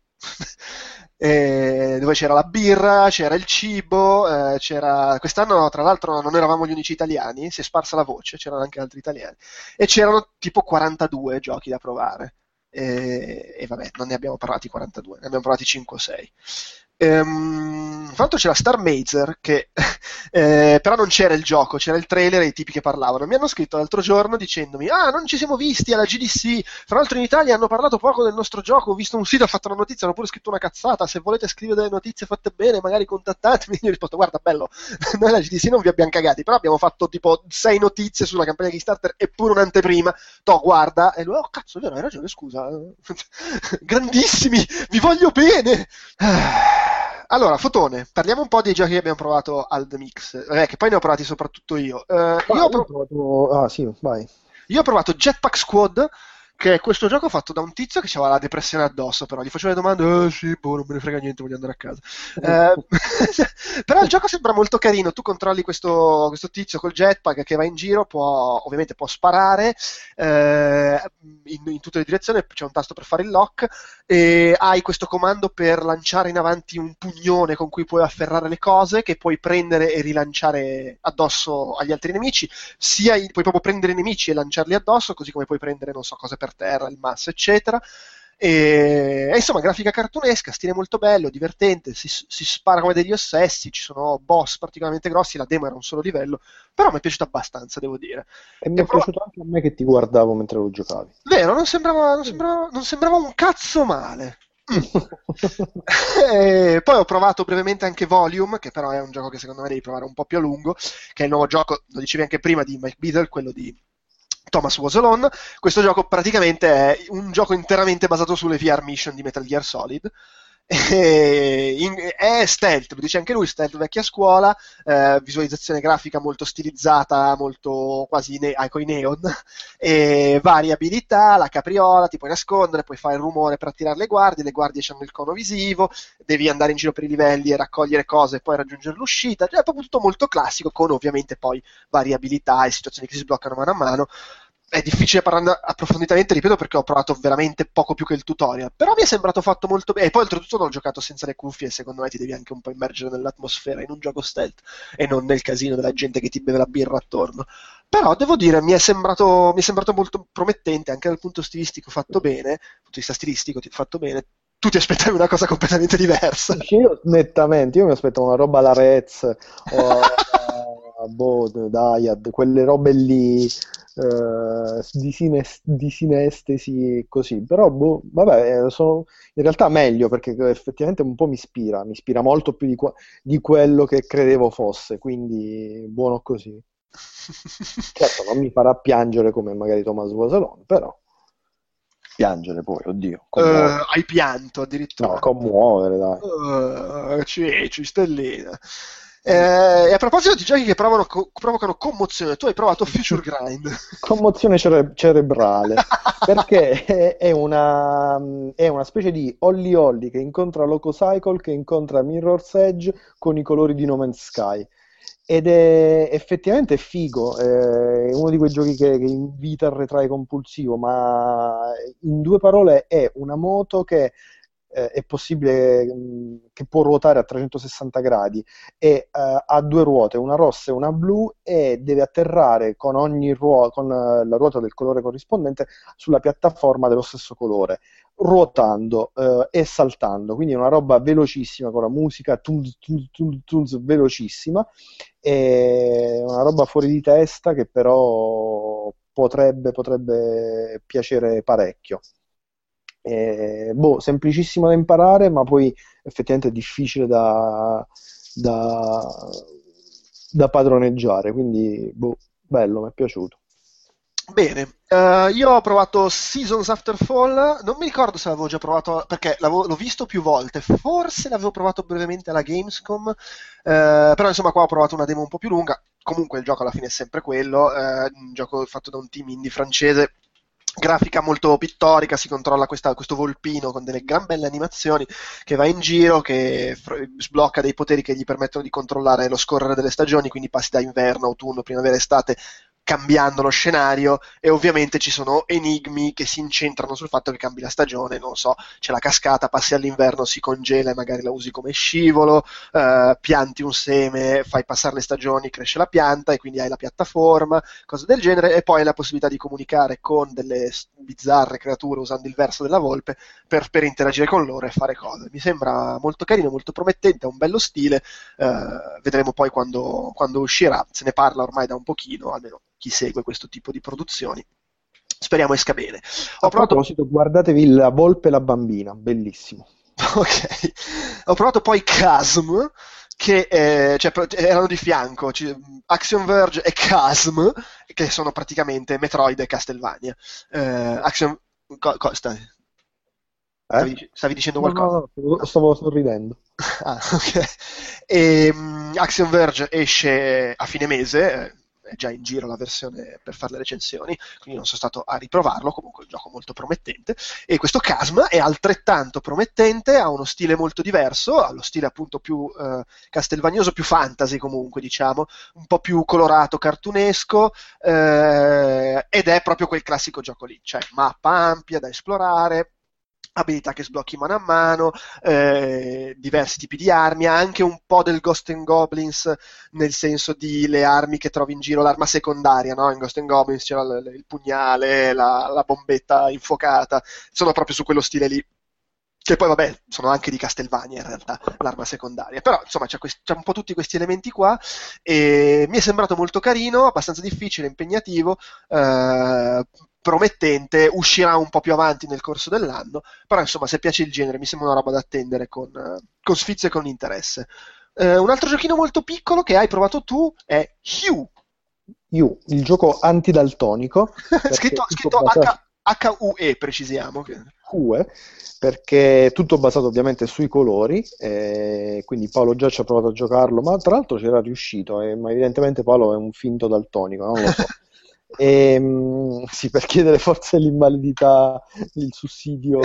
eh, dove c'era la birra, c'era il cibo, eh, c'era... quest'anno tra l'altro non eravamo gli unici italiani, si è sparsa la voce, c'erano anche altri italiani, e c'erano tipo quarantadue giochi da provare, e, e vabbè, non ne abbiamo provati quarantadue, ne abbiamo provati cinque o sei. Ehm, tra l'altro c'era Star Mazer, che eh, però non c'era il gioco, c'era il trailer e i tipi che parlavano. Mi hanno scritto l'altro giorno dicendomi: ah, non ci siamo visti alla G D C, fra l'altro in Italia hanno parlato poco del nostro gioco, ho visto un sito, ho fatto una notizia, hanno pure scritto una cazzata, se volete scrivere delle notizie fatte bene magari contattatemi. Io ho risposto: guarda bello, noi alla G D C non vi abbiamo cagati, però abbiamo fatto tipo sei notizie sulla campagna Kickstarter e pure un'anteprima, to guarda, e lui: oh cazzo, è vero, hai ragione, scusa. Grandissimi, vi voglio bene. Allora, Fotone, parliamo un po' dei giochi che abbiamo provato al The Mix, eh, che poi ne ho provati soprattutto io. Uh, ah, io, ho prov- ho provato... Ah, sì, vai. Io ho provato Jetpack Squad, che è questo gioco fatto da un tizio che aveva la depressione addosso, però gli facevo le domande, eh sì, boh, non me ne frega niente, voglio andare a casa. Eh, però il gioco sembra molto carino, tu controlli questo, questo tizio col jetpack che va in giro, può, ovviamente può sparare eh, in, in tutte le direzioni, c'è un tasto per fare il lock, e hai questo comando per lanciare in avanti un pugnone con cui puoi afferrare le cose, che puoi prendere e rilanciare addosso agli altri nemici, sia in, puoi proprio prendere i nemici e lanciarli addosso, così come puoi prendere, non so, cose per terra, il masso, eccetera. E, e insomma, grafica cartunesca, stile molto bello, divertente, si, si spara come degli ossessi, ci sono boss particolarmente grossi, la demo era un solo livello, però mi è piaciuto abbastanza, devo dire. E mi è però... piaciuto anche a me che ti guardavo mentre lo giocavi. Vero, non sembrava, non sembrava, non sembrava un cazzo male. E poi ho provato brevemente anche Volume, che però è un gioco che secondo me devi provare un po' più a lungo, che è il nuovo gioco, lo dicevi anche prima, di Mike Beadle, quello di Thomas Was Alone. Questo gioco praticamente è un gioco interamente basato sulle V R mission di Metal Gear Solid. E in, è stealth, lo dice anche lui, stealth vecchia scuola, eh, visualizzazione grafica molto stilizzata, molto quasi ne- ah, con i neon, e varie abilità, la capriola, ti puoi nascondere, puoi fare il rumore per attirare le guardie, le guardie hanno il cono visivo, devi andare in giro per i livelli e raccogliere cose e poi raggiungere l'uscita, cioè è proprio tutto molto classico, con ovviamente poi varie abilità e situazioni che si sbloccano mano a mano. È difficile parlare approfonditamente, ripeto, perché ho provato veramente poco più che il tutorial, però mi è sembrato fatto molto bene, e poi oltretutto l'ho giocato senza le cuffie e secondo me ti devi anche un po' immergere nell'atmosfera in un gioco stealth e non nel casino della gente che ti beve la birra attorno. Però devo dire, mi è sembrato, mi è sembrato molto promettente, anche dal punto stilistico fatto bene, dal punto di vista stilistico fatto bene. Tu ti aspettavi una cosa completamente diversa. Io nettamente, io mi aspettavo una roba alla Rez o a boh, Daiad, quelle robe lì eh, di, sines- di sinestesi così, però boh, vabbè, sono in realtà meglio perché effettivamente un po' mi ispira, mi ispira molto più di, qua- di quello che credevo fosse, quindi buono così. Certo, non mi farà piangere come magari Thomas Was Alone, però piangere poi, oddio. Uh, hai pianto addirittura? No, commuovere, dai. Uh, Cicci, stellina. Eh, e a proposito di giochi che provano, co- provocano commozione, tu hai provato Future Grind. Commozione cere- cerebrale, perché è, è, una, è una specie di Holly Holly che incontra Loco Cycle, che incontra Mirror's Edge con i colori di No Man's Sky. Ed è effettivamente figo, è uno di quei giochi che, che invita al retrire compulsivo, ma in due parole è una moto che eh, è possibile, mh, che può ruotare a trecentosessanta gradi, e eh, ha due ruote, una rossa e una blu, e deve atterrare con ogni ruota, con uh, la ruota del colore corrispondente sulla piattaforma dello stesso colore, ruotando eh, e saltando, quindi è una roba velocissima con la musica tunz, tunz, tunz, tunz, velocissima, è una roba fuori di testa che però potrebbe, potrebbe piacere parecchio. E, boh, semplicissimo da imparare, ma poi effettivamente è difficile da, da, da padroneggiare, quindi boh, bello, mi è piaciuto. Bene, eh, io ho provato Seasons After Fall, non mi ricordo se l'avevo già provato, perché l'avevo- l'ho visto più volte, forse l'avevo provato brevemente alla Gamescom, eh, però insomma qua ho provato una demo un po' più lunga, comunque il gioco alla fine è sempre quello, eh, un gioco fatto da un team indie francese, grafica molto pittorica, si controlla questa- questo volpino con delle gran belle animazioni che va in giro, che fr- sblocca dei poteri che gli permettono di controllare lo scorrere delle stagioni, quindi passi da inverno, autunno, primavera, estate, cambiando lo scenario, e ovviamente ci sono enigmi che si incentrano sul fatto che cambi la stagione, non so, c'è la cascata, passi all'inverno, si congela e magari la usi come scivolo, eh, pianti un seme, fai passare le stagioni, cresce la pianta e quindi hai la piattaforma, cose del genere, e poi hai la possibilità di comunicare con delle s- bizzarre creature usando il verso della volpe per, per interagire con loro e fare cose. Mi sembra molto carino, molto promettente, ha un bello stile, eh, vedremo poi quando, quando uscirà, se ne parla ormai da un pochino, almeno chi segue questo tipo di produzioni. Speriamo esca bene. Ho A provato, proposito, guardatevi La volpe e la bambina, bellissimo. ok, ho provato poi Chasm, che eh, cioè, pro- erano di fianco, ci- Axiom Verge e Chasm, che sono praticamente Metroid e Castlevania. Eh, Axiom, co- co- stai, stavi, Eh? dic- stavi dicendo No, no, qualcosa? no, stavo, No. stavo sorridendo. Ah, ok. E, um, Axiom Verge esce a fine mese, eh, è già in giro la versione per fare le recensioni, quindi non sono stato a riprovarlo, comunque è un gioco molto promettente. E questo Chasm è altrettanto promettente, ha uno stile molto diverso, ha lo stile appunto più eh, castelvagnoso, più fantasy comunque, diciamo, un po' più colorato, cartunesco, eh, ed è proprio quel classico gioco lì, cioè mappa ampia da esplorare, abilità che sblocchi mano a mano, eh, diversi tipi di armi, ha anche un po' del Ghost and Goblins, nel senso di le armi che trovi in giro, l'arma secondaria, no? In Ghost and Goblins c'era l- il pugnale, la, la bombetta infuocata, sono proprio su quello stile lì. Che poi, vabbè, sono anche di Castlevania in realtà, l'arma secondaria. Però, insomma, c'è, quest- c'è un po' tutti questi elementi qua, e mi è sembrato molto carino, abbastanza difficile, impegnativo, eh, promettente, uscirà un po' più avanti nel corso dell'anno, però, insomma, se piace il genere, mi sembra una roba da attendere con, eh, con sfizio e con interesse. Eh, un altro giochino molto piccolo che hai provato tu è Hue. You, il gioco antidaltonico, perché scritto è tutto scritto basato H- H U E, precisiamo. che- Q, perché è tutto basato ovviamente sui colori, eh, quindi Paolo già ci ha provato a giocarlo, ma tra l'altro c'era riuscito, eh, ma evidentemente Paolo è un finto daltonico, non lo so. E, mm, sì, per chiedere forse l'invalidità, il sussidio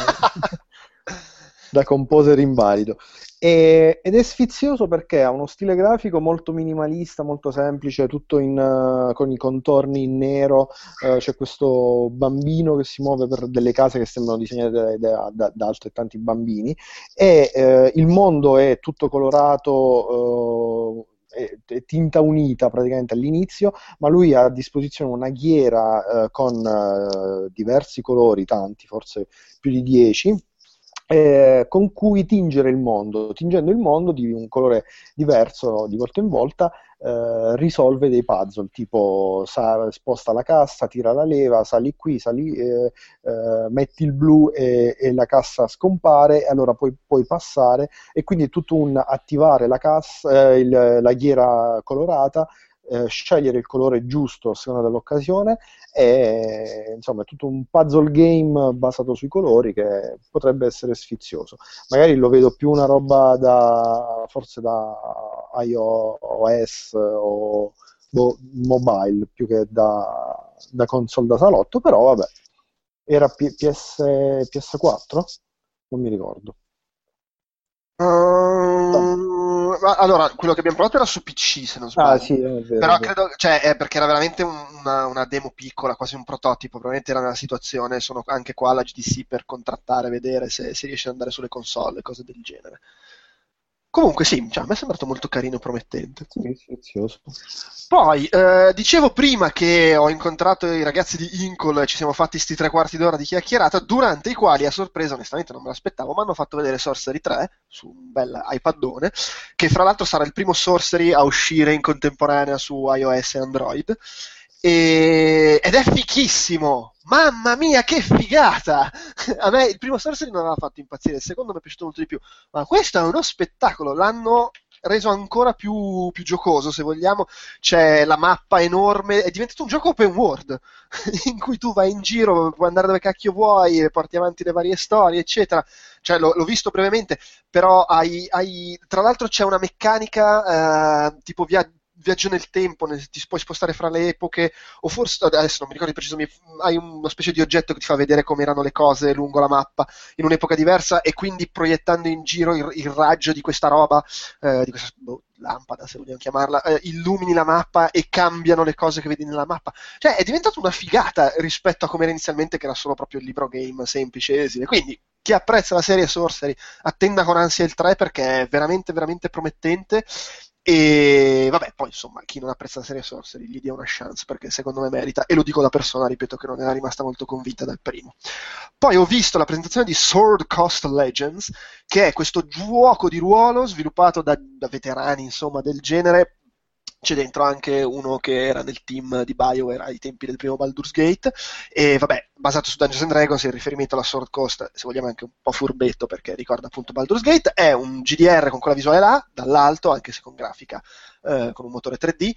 da composer invalido. E- ed è sfizioso perché ha uno stile grafico molto minimalista, molto semplice, tutto in, eh, con i contorni in nero. Eh, c'è questo bambino che si muove per delle case che sembrano disegnate da, da- da altrettanti bambini, e eh, il mondo è tutto colorato, eh, è, è tinta unita praticamente all'inizio, ma lui ha a disposizione una ghiera eh, con eh, diversi colori, tanti, forse più di dieci, eh, con cui tingere il mondo. Tingendo il mondo di un colore diverso di volta in volta, eh, risolve dei puzzle, tipo sa- sposta la cassa, tira la leva, sali qui, sali, eh, eh, metti il blu e, e la cassa scompare, e allora poi puoi passare, e quindi è tutto un attivare la cassa, eh, il- la ghiera colorata, eh, scegliere il colore giusto a seconda dell'occasione, e insomma è tutto un puzzle game basato sui colori che potrebbe essere sfizioso. Magari lo vedo più una roba da forse da iOS o boh, mobile, più che da, da console da salotto, però vabbè. Era P- PS, P S quattro? Non mi ricordo. Uh, ma- allora, quello che abbiamo provato era su P C, se non Ah sbaglio. sì, è vero, è Però vero. credo, cioè, è perché era veramente un- una, una demo piccola, quasi un prototipo. Probabilmente era nella situazione, sono anche qua alla G D C per contrattare, vedere se si riesce ad andare sulle console, cose del genere. Comunque sì, cioè, a me è sembrato molto carino e promettente. Sì, sfizioso. Poi, eh, dicevo prima che ho incontrato i ragazzi di Incol e ci siamo fatti sti tre quarti d'ora di chiacchierata, durante i quali, a sorpresa, onestamente non me l'aspettavo, mi hanno fatto vedere Sorcery tre su un bel iPadone, che fra l'altro sarà il primo Sorcery a uscire in contemporanea su iOS e Android, e- ed è fichissimo! Mamma mia, che figata! A me il primo Sorcery non aveva fatto impazzire, il secondo mi è piaciuto molto di più, ma questo è uno spettacolo, l'hanno reso ancora più, più giocoso, se vogliamo. C'è la mappa enorme, è diventato un gioco open world in cui tu vai in giro, puoi andare dove cacchio vuoi, porti avanti le varie storie, eccetera. Cioè, l'ho, l'ho visto brevemente, però hai, hai, tra l'altro c'è una meccanica eh, tipo via, viaggio nel tempo, nel, ti puoi spostare fra le epoche, o forse, adesso non mi ricordo di preciso, mi, hai una specie di oggetto che ti fa vedere come erano le cose lungo la mappa in un'epoca diversa, e quindi proiettando in giro il, il raggio di questa roba, eh, di questa boh, lampada, se vogliamo chiamarla, eh, illumini la mappa e cambiano le cose che vedi nella mappa. Cioè, è diventato una figata rispetto a come era inizialmente, che era solo proprio il libro game semplice e esile. Quindi chi apprezza la serie Sorcery attenda con ansia il tre, perché è veramente veramente promettente. E vabbè, poi insomma, chi non apprezza la serie Sorcery gli dia una chance, perché secondo me merita, e lo dico da persona, ripeto, che non era rimasta molto convinta dal primo. Poi ho visto la presentazione di Sword Coast Legends, che è questo gioco di ruolo sviluppato da, da veterani, insomma, del genere. C'è dentro anche uno che era nel team di BioWare ai tempi del primo Baldur's Gate, e vabbè, basato su Dungeons and Dragons. Il riferimento alla Sword Coast, se vogliamo, anche un po' furbetto, perché ricorda appunto Baldur's Gate. È un G D R con quella visuale là, dall'alto, anche se con grafica, eh, con un motore tre D,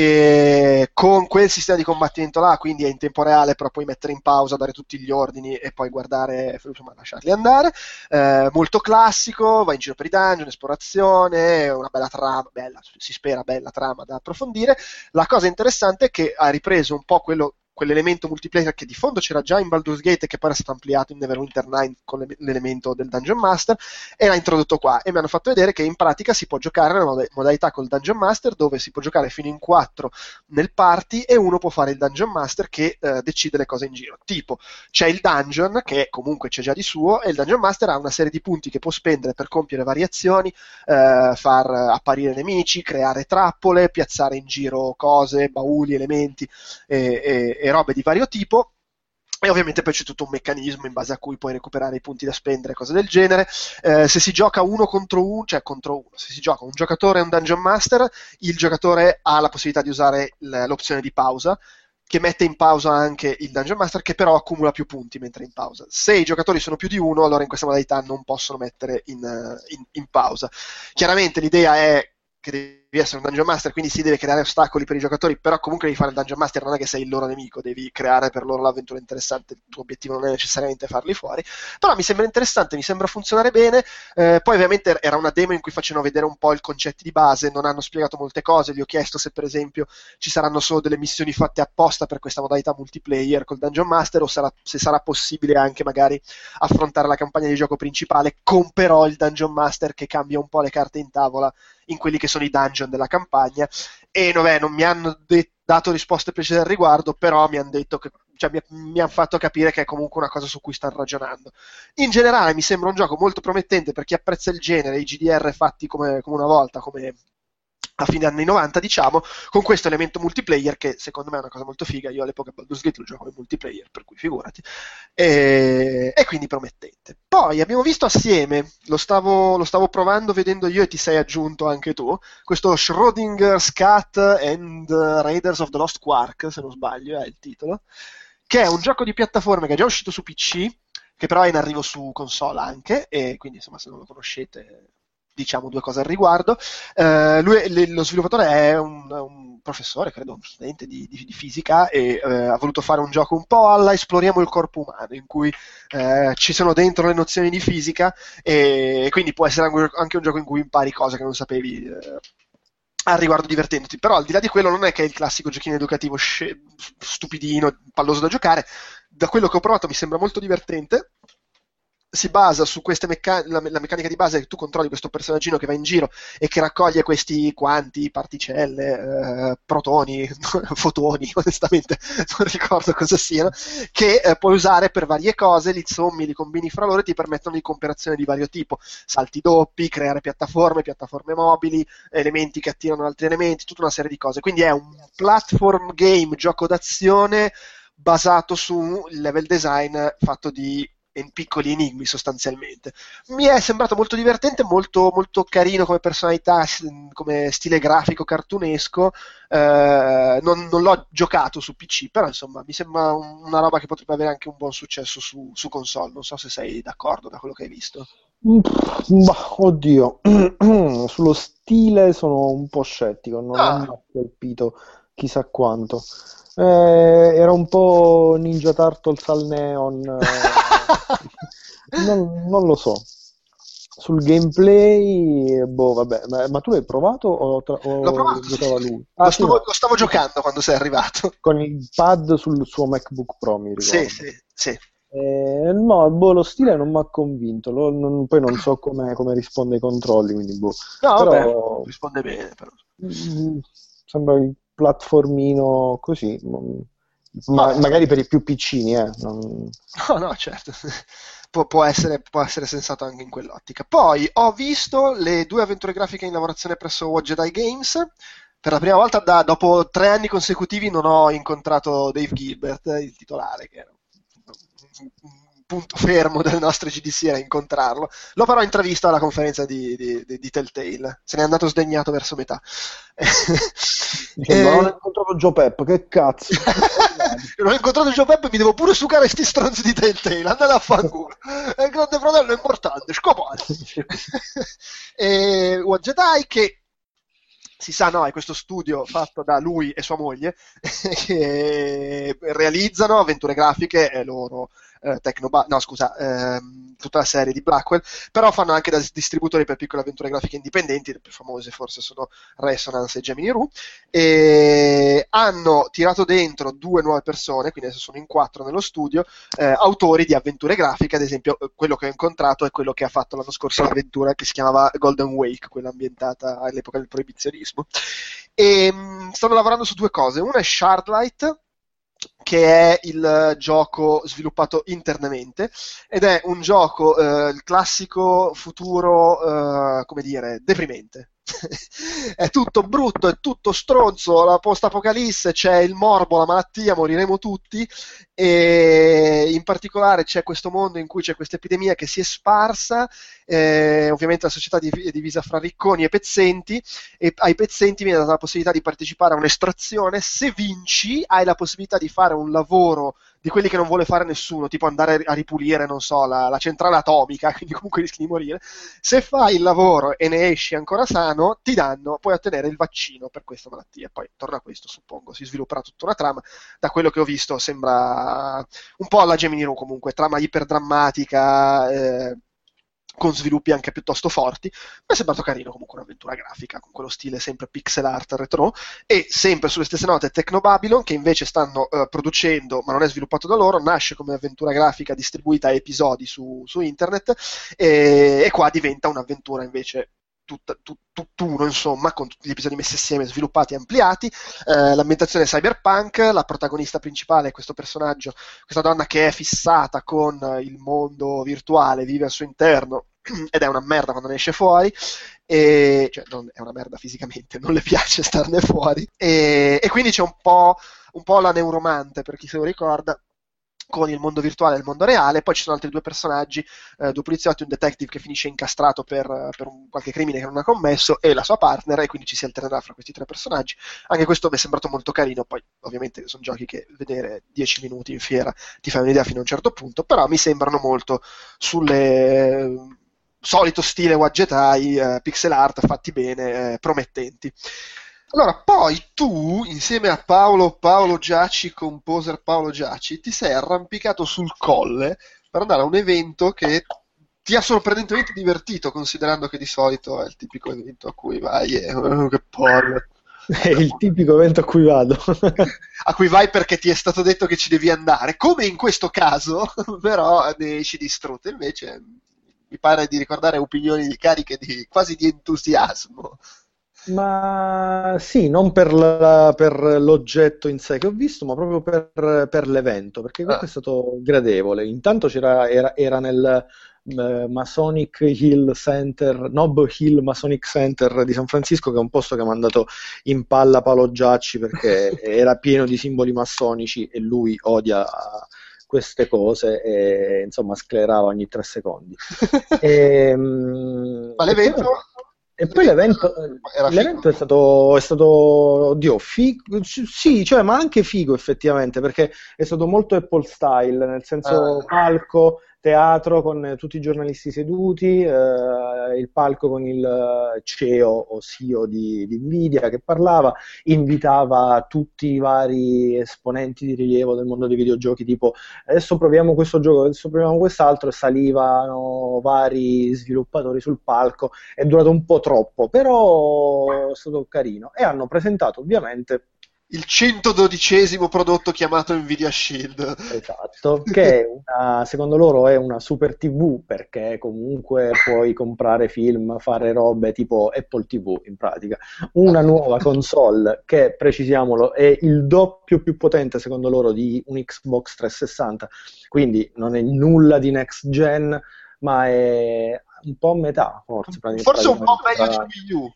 e con quel sistema di combattimento là, quindi è in tempo reale, però puoi mettere in pausa, dare tutti gli ordini e poi guardare, insomma, lasciarli andare. Eh, molto classico, vai in giro per i dungeon, esplorazione, una bella trama, bella, si spera bella trama da approfondire. La cosa interessante è che ha ripreso un po' quello quell'elemento multiplayer che di fondo c'era già in Baldur's Gate e che poi era stato ampliato in Neverwinter Nights con l'elemento del Dungeon Master, e l'ha introdotto qua, e mi hanno fatto vedere che in pratica si può giocare nella mod- modalità col Dungeon Master, dove si può giocare fino in quattro nel party, e uno può fare il Dungeon Master che eh, decide le cose in giro. Tipo, c'è il dungeon, che comunque c'è già di suo, e il Dungeon Master ha una serie di punti che può spendere per compiere variazioni, eh, far apparire nemici, creare trappole, piazzare in giro cose, bauli, elementi e, e, e robe di vario tipo. E ovviamente poi c'è tutto un meccanismo in base a cui puoi recuperare i punti da spendere, cose del genere. Eh, se si gioca uno contro uno, cioè contro uno, se si gioca un giocatore e un Dungeon Master, il giocatore ha la possibilità di usare l'opzione di pausa, che mette in pausa anche il Dungeon Master, che però accumula più punti mentre è in pausa. Se i giocatori sono più di uno, allora in questa modalità non possono mettere in, in, in pausa. Chiaramente l'idea è che devi essere un Dungeon Master, quindi si deve creare ostacoli per i giocatori, però comunque devi fare il Dungeon Master, non è che sei il loro nemico, devi creare per loro l'avventura interessante, il tuo obiettivo non è necessariamente farli fuori. Però mi sembra interessante, mi sembra funzionare bene. Eh, poi ovviamente era una demo in cui facevano vedere un po' i concetti di base, non hanno spiegato molte cose. Gli ho chiesto se per esempio ci saranno solo delle missioni fatte apposta per questa modalità multiplayer col Dungeon Master, o sarà, se sarà possibile anche magari affrontare la campagna di gioco principale con però il Dungeon Master che cambia un po' le carte in tavola in quelli che sono i dungeon della campagna. E vabbè, non mi hanno de- dato risposte precise al riguardo, però mi hanno detto che, cioè, mi, mi hanno fatto capire che è comunque una cosa su cui stanno ragionando. In generale mi sembra un gioco molto promettente per chi apprezza il genere, i G D R fatti come, come una volta, come a fine anni novanta, diciamo, con questo elemento multiplayer che secondo me è una cosa molto figa. Io all'epoca Baldur's Gate lo giocavo in multiplayer, per cui figurati, e, e quindi promettente. Poi abbiamo visto assieme, lo stavo, lo stavo provando vedendo io e ti sei aggiunto anche tu, questo Schrodinger's Cat and Raiders of the Lost Quark, se non sbaglio è il titolo, che è un gioco di piattaforme che è già uscito su P C, che però è in arrivo su console anche, e quindi insomma se non lo conoscete diciamo due cose al riguardo. Uh, lui, lo sviluppatore è un, un professore, credo un studente di, di, di fisica, e uh, ha voluto fare un gioco un po' alla esploriamo il corpo umano, in cui uh, ci sono dentro le nozioni di fisica, e quindi può essere anche un gioco in cui impari cose che non sapevi uh, al riguardo, divertendoti. Però al di là di quello non è che è il classico giochino educativo sce- stupidino, palloso da giocare. Da quello che ho provato mi sembra molto divertente. Si basa su queste meccan- la, la meccanica di base che tu controlli questo personaggino che va in giro e che raccoglie questi quanti, particelle, eh, protoni, fotoni, onestamente non ricordo cosa siano, che eh, puoi usare per varie cose, li sommi, li combini fra loro e ti permettono di compiere azioni di vario tipo, salti doppi, creare piattaforme, piattaforme mobili, elementi che attirano altri elementi, tutta una serie di cose. Quindi è un platform game, gioco d'azione basato su level design fatto di en- piccoli enigmi sostanzialmente. Mi è sembrato molto divertente, molto, molto carino come personalità, s- come stile grafico cartunesco. Eh, non, non l'ho giocato su P C, però insomma mi sembra un- una roba che potrebbe avere anche un buon successo su, su console. Non so se sei d'accordo da quello che hai visto. Mm, bah, oddio, sullo stile sono un po' scettico, non, non mi Ah, ha colpito chissà quanto. Eh, era un po' Ninja Turtles al neon, eh, non, non lo so. Sul gameplay, boh, vabbè, ma, ma tu l'hai provato o, tra- l'ho o provato, sì, sì, giocava sì. lui? Lo Ah, sì, stavo, no, lo stavo giocando quando sei arrivato. con il pad sul suo MacBook Pro, mi Sì, ricordo. sì, sì. Eh, no, boh, lo stile non mi ha convinto, lo- non- poi non so come, come risponde ai controlli, quindi boh. No, vabbè, Però risponde bene, però. mm, sembra il platformino così, mm, ma- Vabbè, magari per i più piccini, eh, non- no, no, certo. Può, può essere, può essere sensato anche in quell'ottica. Poi ho visto le due avventure grafiche in lavorazione presso Watch Jedi Games. Per la prima volta da- dopo tre anni consecutivi non ho incontrato Dave Gilbert, il titolare, che era un un punto fermo del nostro G D C era incontrarlo. L'ho però intravisto alla conferenza di, di, di- di Telltale. Se n'è andato sdegnato verso metà. dicendo non ho E- incontrato Joe Pep, che cazzo. Non ho incontrato Gio Peppe, mi devo pure sucare sti stronzi di Telltale, andate a fanculo. È il grande fratello è importante, scopare. E Watch Jedi che si sa, no, è questo studio fatto da lui e sua moglie che realizzano avventure grafiche e loro eh, Tecnoba- no scusa, ehm, tutta la serie di Blackwell, però fanno anche da distributori per piccole avventure grafiche indipendenti, le più famose forse sono Resonance e Gemini Roo, e hanno tirato dentro due nuove persone, quindi adesso sono in quattro nello studio, eh, autori di avventure grafiche, ad esempio eh, quello che ho incontrato è quello che ha fatto l'anno scorso l'avventura che si chiamava Golden Wake, quella ambientata all'epoca del proibizionismo. E mh, stanno lavorando su due cose, una è Shardlight, che è il gioco sviluppato internamente ed è un gioco, eh, il classico futuro, eh, come dire, deprimente. È tutto brutto, è tutto stronzo, la post-apocalisse, c'è il morbo, la malattia, moriremo tutti, e in particolare c'è questo mondo in cui c'è questa epidemia che si è sparsa, eh, ovviamente la società è divisa fra ricconi e pezzenti, e ai pezzenti viene data la possibilità di partecipare a un'estrazione. Se vinci hai la possibilità di fare un lavoro di quelli che non vuole fare nessuno, tipo andare a ripulire, non so, la, la centrale atomica, quindi comunque rischi di morire. Se fai il lavoro e ne esci ancora sano, ti danno, puoi ottenere il vaccino per questa malattia. Poi, torna a questo, suppongo, si svilupperà tutta una trama. Da quello che ho visto sembra un po' alla Gemini Roo comunque, trama iperdrammatica, eh, con sviluppi anche piuttosto forti. Mi è sembrato carino comunque un'avventura grafica con quello stile sempre pixel art retro, e sempre sulle stesse note Tecnobabylon, che invece stanno uh, producendo, ma non è sviluppato da loro, nasce come avventura grafica distribuita a episodi su, su internet, e, e qua diventa un'avventura invece tutta, tut, tutt'uno, insomma, con tutti gli episodi messi assieme, sviluppati e ampliati. Eh, l'ambientazione è cyberpunk, la protagonista principale è questo personaggio, questa donna che è fissata con il mondo virtuale, vive al suo interno ed è una merda quando ne esce fuori, e, cioè non è una merda fisicamente, non le piace starne fuori, e, e quindi c'è un po', un po' la neuromante, per chi se lo ricorda, con il mondo virtuale e il mondo reale. Poi ci sono altri due personaggi, eh, due poliziotti, un detective che finisce incastrato per, per un, qualche crimine che non ha commesso, e la sua partner, e quindi ci si alternerà fra questi tre personaggi. Anche questo mi è sembrato molto carino. Poi ovviamente sono giochi che vedere dieci minuti in fiera ti fa un'idea fino a un certo punto, però mi sembrano molto sulle solito stile Watch Jedi, eh, pixel art fatti bene, eh, promettenti. Allora, poi tu, insieme a Paolo, Paolo Giacci, composer Paolo Giacci, ti sei arrampicato sul colle per andare a un evento che ti ha sorprendentemente divertito, considerando che di solito è il tipico evento a cui vai e oh, che porra. È il tipico evento a cui vado. A cui vai perché ti è stato detto che ci devi andare, come in questo caso, però ne esci distrutto. Invece mi pare di ricordare opinioni di cariche di, quasi di entusiasmo. Ma sì, non per, la- per l'oggetto in sé che ho visto, ma proprio per, per l'evento, perché comunque è Ah. stato gradevole. Intanto c'era, era, era nel eh, Masonic Hill Center, Nob Hill Masonic Center di San Francisco, che è un posto che mi ha mandato in palla Paolo Giacci perché era pieno di simboli massonici e lui odia queste cose e insomma sclerava ogni tre secondi. E, Ma l'evento? E poi l'evento, l'evento è stato, è stato, oddio, figo, sì, cioè, ma anche figo effettivamente, perché è stato molto Apple style, nel senso Ah. palco, teatro con tutti i giornalisti seduti, eh, il palco con il C E O o C E O di, di Nvidia che parlava, invitava tutti i vari esponenti di rilievo del mondo dei videogiochi, tipo adesso proviamo questo gioco, adesso proviamo quest'altro, e salivano vari sviluppatori sul palco. È durato un po' troppo, però è stato carino. E hanno presentato ovviamente Il centododicesimo prodotto chiamato Nvidia Shield. esatto, che è una, secondo loro è una super T V, perché comunque puoi comprare film, fare robe tipo Apple T V in pratica. Una nuova console che, precisiamolo, è il doppio più potente secondo loro di un Xbox trecentosessanta, quindi non è nulla di next gen, ma è un po' a metà, forse. Forse un po' meglio di Wii U.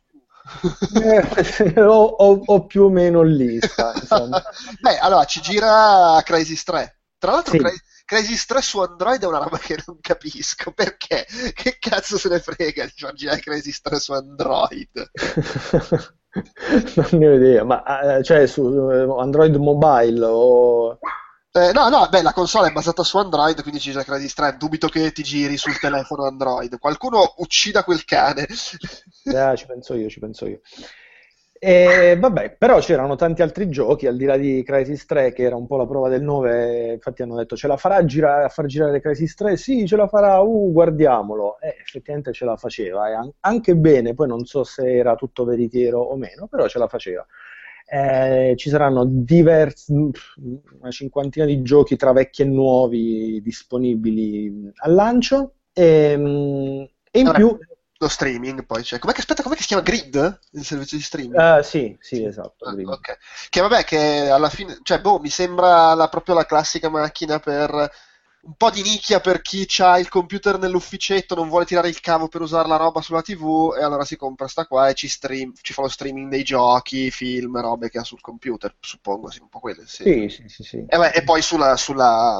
Eh, o, o, o più o meno lì sta, insomma. Beh, allora ci gira Crysis tre. Tra l'altro, Sì. Cry- Crysis tre su Android è una roba che non capisco perché. Che cazzo se ne frega di far girare Crysis tre su Android? Non ne ho idea, ma eh, cioè su eh, Android Mobile o... Eh, no, no, beh, la console è basata su Android, quindi ci gira Crysis tre. Dubito che ti giri sul telefono Android. Qualcuno uccida quel cane. Eh, ci penso io, ci penso io. E vabbè, però c'erano tanti altri giochi, al di là di Crysis tre, che era un po' la prova del nove, infatti hanno detto ce la farà gira- a far girare Crysis tre? Sì, ce la farà, uh, guardiamolo. E effettivamente ce la faceva, e an- anche bene, poi non so se era tutto veritiero o meno, però ce la faceva. Eh, ci saranno diversi, una cinquantina di giochi tra vecchi e nuovi disponibili al lancio, e, mm, e in Vabbè, più... lo streaming poi c'è. Com'è che, aspetta, com'è che si chiama? Grid? Il servizio di streaming? eh, sì, sì, esatto. Ah, Grid. ok. Che vabbè, che alla fine, cioè, boh, mi sembra la, proprio la classica macchina per un po' di nicchia per chi ha il computer nell'ufficetto, non vuole tirare il cavo per usare la roba sulla T V, e allora si compra sta qua e ci, stream, ci fa lo streaming dei giochi, film, robe che ha sul computer, suppongo, sì, un po' quelle, sì. Sì, sì, sì, sì. E, beh, e poi sulla, sulla,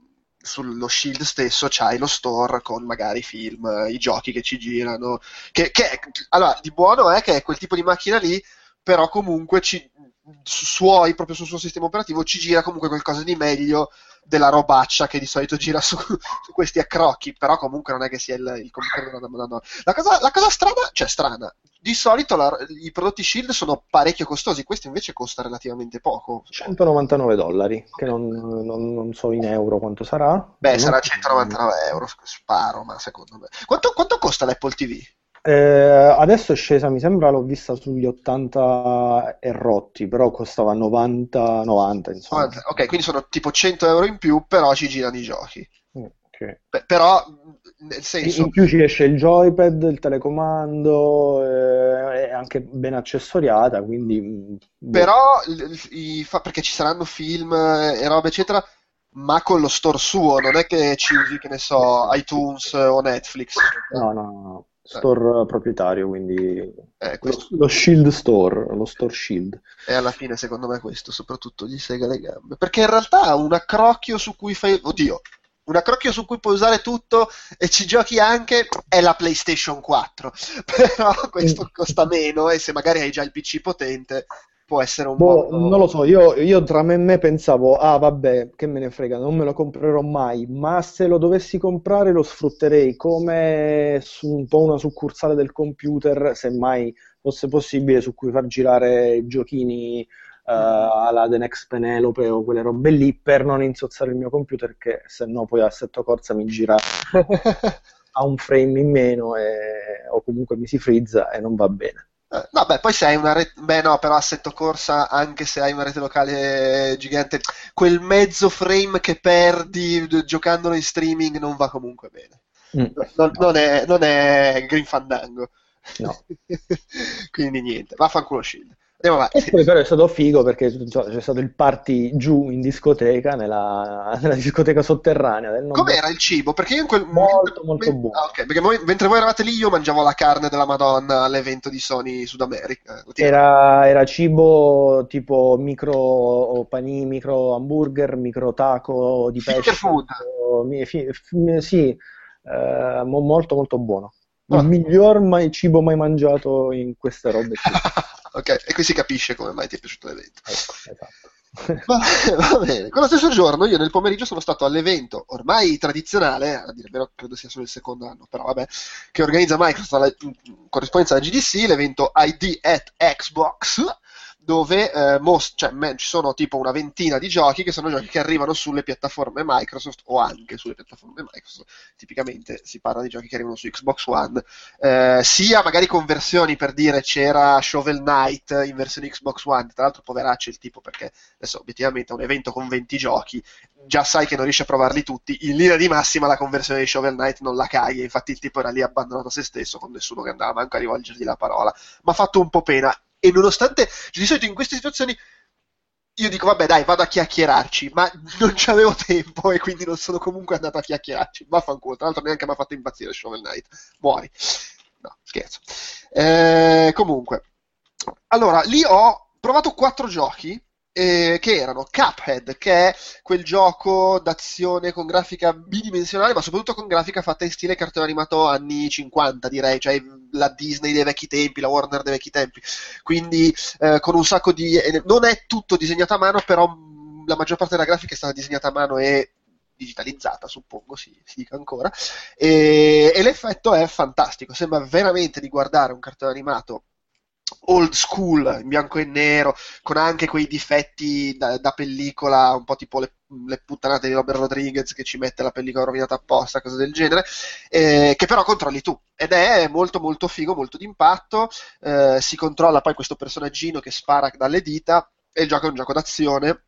sullo Shield stesso c'hai lo store con magari i film, i giochi che ci girano. Che, che allora, di buono è che è quel tipo di macchina lì, però comunque ci, su suoi, proprio sul suo sistema operativo, ci gira comunque qualcosa di meglio della robaccia che di solito gira su, su questi accrocchi, però comunque non è che sia il, il computer della Madonna. La cosa, la cosa strana, cioè strana, di solito la, i prodotti Shield sono parecchio costosi, questo invece costa relativamente poco. centonovantanove dollari, che non, non- non so in euro quanto sarà. Beh, Non- sarà centonovantanove euro, sparo, ma secondo me. Quanto, quanto costa l'Apple T V? Eh, adesso è scesa, mi sembra, l'ho vista sugli ottanta e rotti, però costava novanta, novanta, insomma. Ok, quindi sono tipo cento euro in più, però ci girano i giochi. Ok. Beh, però, nel In senso, in più ci esce il joypad, il telecomando, eh, è anche ben accessoriata, quindi... mm, boh. però, il- i fa- perché ci saranno film eh, e robe, eccetera, ma con lo store suo, non è che ci usi, che ne so, iTunes o Netflix. No, no, no, no. Store proprietario, quindi Eh, lo, questo lo Shield Store, lo Store Shield. E alla fine, secondo me, questo soprattutto gli sega le gambe. Perché in realtà ha un accrocchio su cui fai. Oddio, un accrocchio su cui puoi usare tutto e ci giochi anche è la PlayStation quattro. Però questo costa meno, e se magari hai già il P C potente, può essere un Boh, modo. non lo so, io, io tra me e me pensavo, ah vabbè, che me ne frega, non me lo comprerò mai, ma se lo dovessi comprare lo sfrutterei come su un po' una succursale del computer, se mai fosse possibile, su cui far girare giochini eh, alla The Next Penelope o quelle robe lì, per non insozzare il mio computer, che se no poi a assetto corsa mi gira a un frame in meno e- o comunque mi si frizza e non va bene. Eh, No, beh, poi se hai una rete, beh no, però assetto corsa, anche se hai una rete locale gigante, quel mezzo frame che perdi d- giocandolo in streaming non va comunque bene. Mm. Non, non è, non è Green Fandango. No. Quindi niente, vaffanculo Shield. Andiamo E avanti. poi però è stato figo perché insomma, c'è stato il party giù in discoteca, nella, nella discoteca sotterranea del non Com'era il cibo? Perché io in quel molto molto men- buono. ah, ok, perché voi- mentre voi eravate lì io mangiavo la carne della Madonna all'evento di Sony Sud America. Eh, lo ti ricordi? Era, era cibo tipo micro panini, micro hamburger, micro taco di Finger pesce, food. mi- fi- fi- sì, eh, mo- molto molto buono. Il Ah. miglior mai, cibo mai mangiato in queste robe qui. Ok, e qui si capisce come mai ti è piaciuto l'evento. Ecco, esatto. Va, va bene. Quello stesso giorno io nel pomeriggio sono stato all'evento ormai tradizionale, a dire il vero credo sia solo il secondo anno, però vabbè, che organizza Microsoft alla- in corrispondenza alla G D C, l'evento I D at Xbox, dove eh, mos- cioè, me- ci sono tipo una ventina di giochi che sono giochi che arrivano sulle piattaforme Microsoft o anche sulle piattaforme Microsoft. Tipicamente si parla di giochi che arrivano su Xbox One, eh, sia magari conversioni, per dire c'era Shovel Knight in versione Xbox One, tra l'altro poveraccio il tipo perché adesso obiettivamente un evento con venti giochi già sai che non riesce a provarli tutti, in linea di massima la conversione di Shovel Knight non la caghi, infatti il tipo era lì abbandonato a se stesso con nessuno che andava manco a rivolgergli la parola, ma ha fatto un po' pena. E nonostante, cioè, di solito in queste situazioni io dico vabbè dai vado a chiacchierarci, ma non c'avevo tempo e quindi non sono comunque andato a chiacchierarci, vaffanculo, tra l'altro neanche mi ha fatto impazzire Shovel Knight, muori, no scherzo. Eh, comunque allora lì ho provato quattro giochi eh, che erano Cuphead, che è quel gioco d'azione con grafica bidimensionale, ma soprattutto con grafica fatta in stile cartone animato anni cinquanta, direi, cioè la Disney dei vecchi tempi, la Warner dei vecchi tempi. Quindi eh, con un sacco di... eh, non è tutto disegnato a mano, però mh, la maggior parte della grafica è stata disegnata a mano e digitalizzata, suppongo si, si dica ancora, e, e l'effetto è fantastico, sembra veramente di guardare un cartone animato old school, in bianco e nero, con anche quei difetti da, da pellicola, un po' tipo le, le puttanate di Robert Rodriguez che ci mette la pellicola rovinata apposta, cose del genere, eh, che però controlli tu. Ed è molto molto figo, molto d'impatto, eh, si controlla poi questo personaggino che spara dalle dita, e il gioco è un gioco d'azione,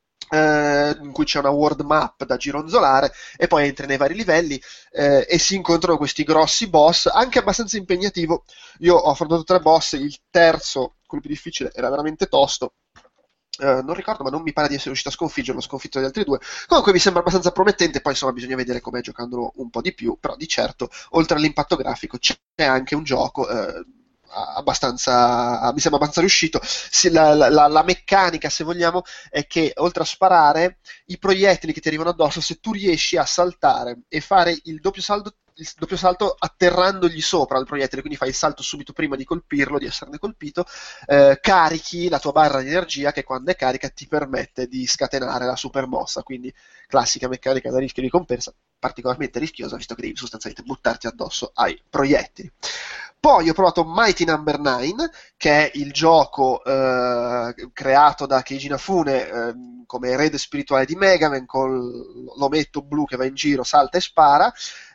eh, in cui c'è una world map da gironzolare e poi entri nei vari livelli eh, e si incontrano questi grossi boss, anche abbastanza impegnativo. Io ho affrontato tre boss, il terzo, quello più difficile, era veramente tosto. Uh, non ricordo, ma non mi pare di essere riuscito a sconfiggerlo, ho sconfitto gli altri due. Comunque mi sembra abbastanza promettente, poi insomma bisogna vedere com'è giocandolo un po' di più, però di certo, oltre all'impatto grafico, c'è anche un gioco uh, abbastanza, mi sembra abbastanza riuscito. Sì, la, la, la meccanica, se vogliamo, è che oltre a sparare, i proiettili che ti arrivano addosso, se tu riesci a saltare e fare il doppio salto il doppio salto atterrandogli sopra il proiettile, quindi fai il salto subito prima di colpirlo, di esserne colpito, eh, carichi la tua barra di energia che quando è carica ti permette di scatenare la super mossa, quindi classica meccanica da rischio e ricompensa, particolarmente rischiosa visto che devi sostanzialmente buttarti addosso ai proiettili. Poi ho provato Mighty Number nine, che è il gioco eh, creato da Keiji Inafune eh, come erede spirituale di Mega Man, con l'ometto blu che va in giro, salta e spara,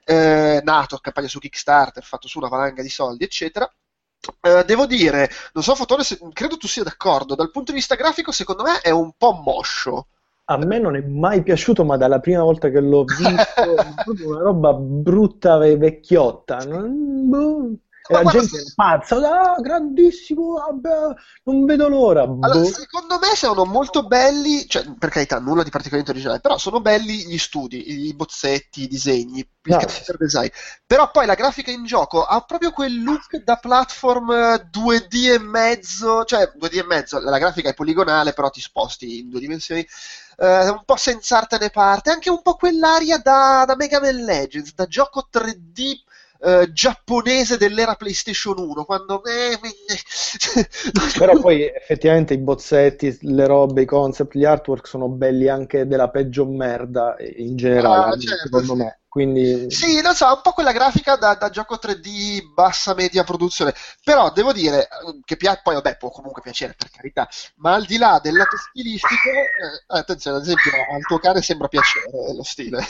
eh, nato a campagna su Kickstarter, fatto su una valanga di soldi, eccetera. Eh, devo dire, non so Fotone, se, credo tu sia d'accordo, dal punto di vista grafico secondo me è un po' moscio. A me non è mai piaciuto, ma dalla prima volta che l'ho visto è proprio una roba brutta, ve- vecchiotta. Non, boh. E Ma la guarda, gente è pazza, ah, grandissimo, vabbè, non vedo l'ora. allora, Boh. secondo me sono molto belli, cioè per carità nulla di particolarmente originale, però sono belli gli studi, i bozzetti, i disegni, il No, character design. Però poi la grafica in gioco ha proprio quel look da platform due D e mezzo, cioè due D e mezzo, la grafica è poligonale, però ti sposti in due dimensioni, eh, un po' senz'arte parte, anche un po' quell'aria da, da Mega Man Legends, da gioco tre D eh, giapponese dell'era PlayStation uno, quando... eh, eh, Però poi effettivamente i bozzetti, le robe, i concept, gli artwork sono belli anche della peggio merda in generale, Ah, almeno certo, secondo sì. me. Quindi Sì, lo so, un po' quella grafica da, da gioco tre D bassa media produzione, però devo dire eh, che pia- poi vabbè può comunque piacere per carità, ma al di là del lato stilistico, eh, attenzione, ad esempio al tuo cane sembra piacere lo stile.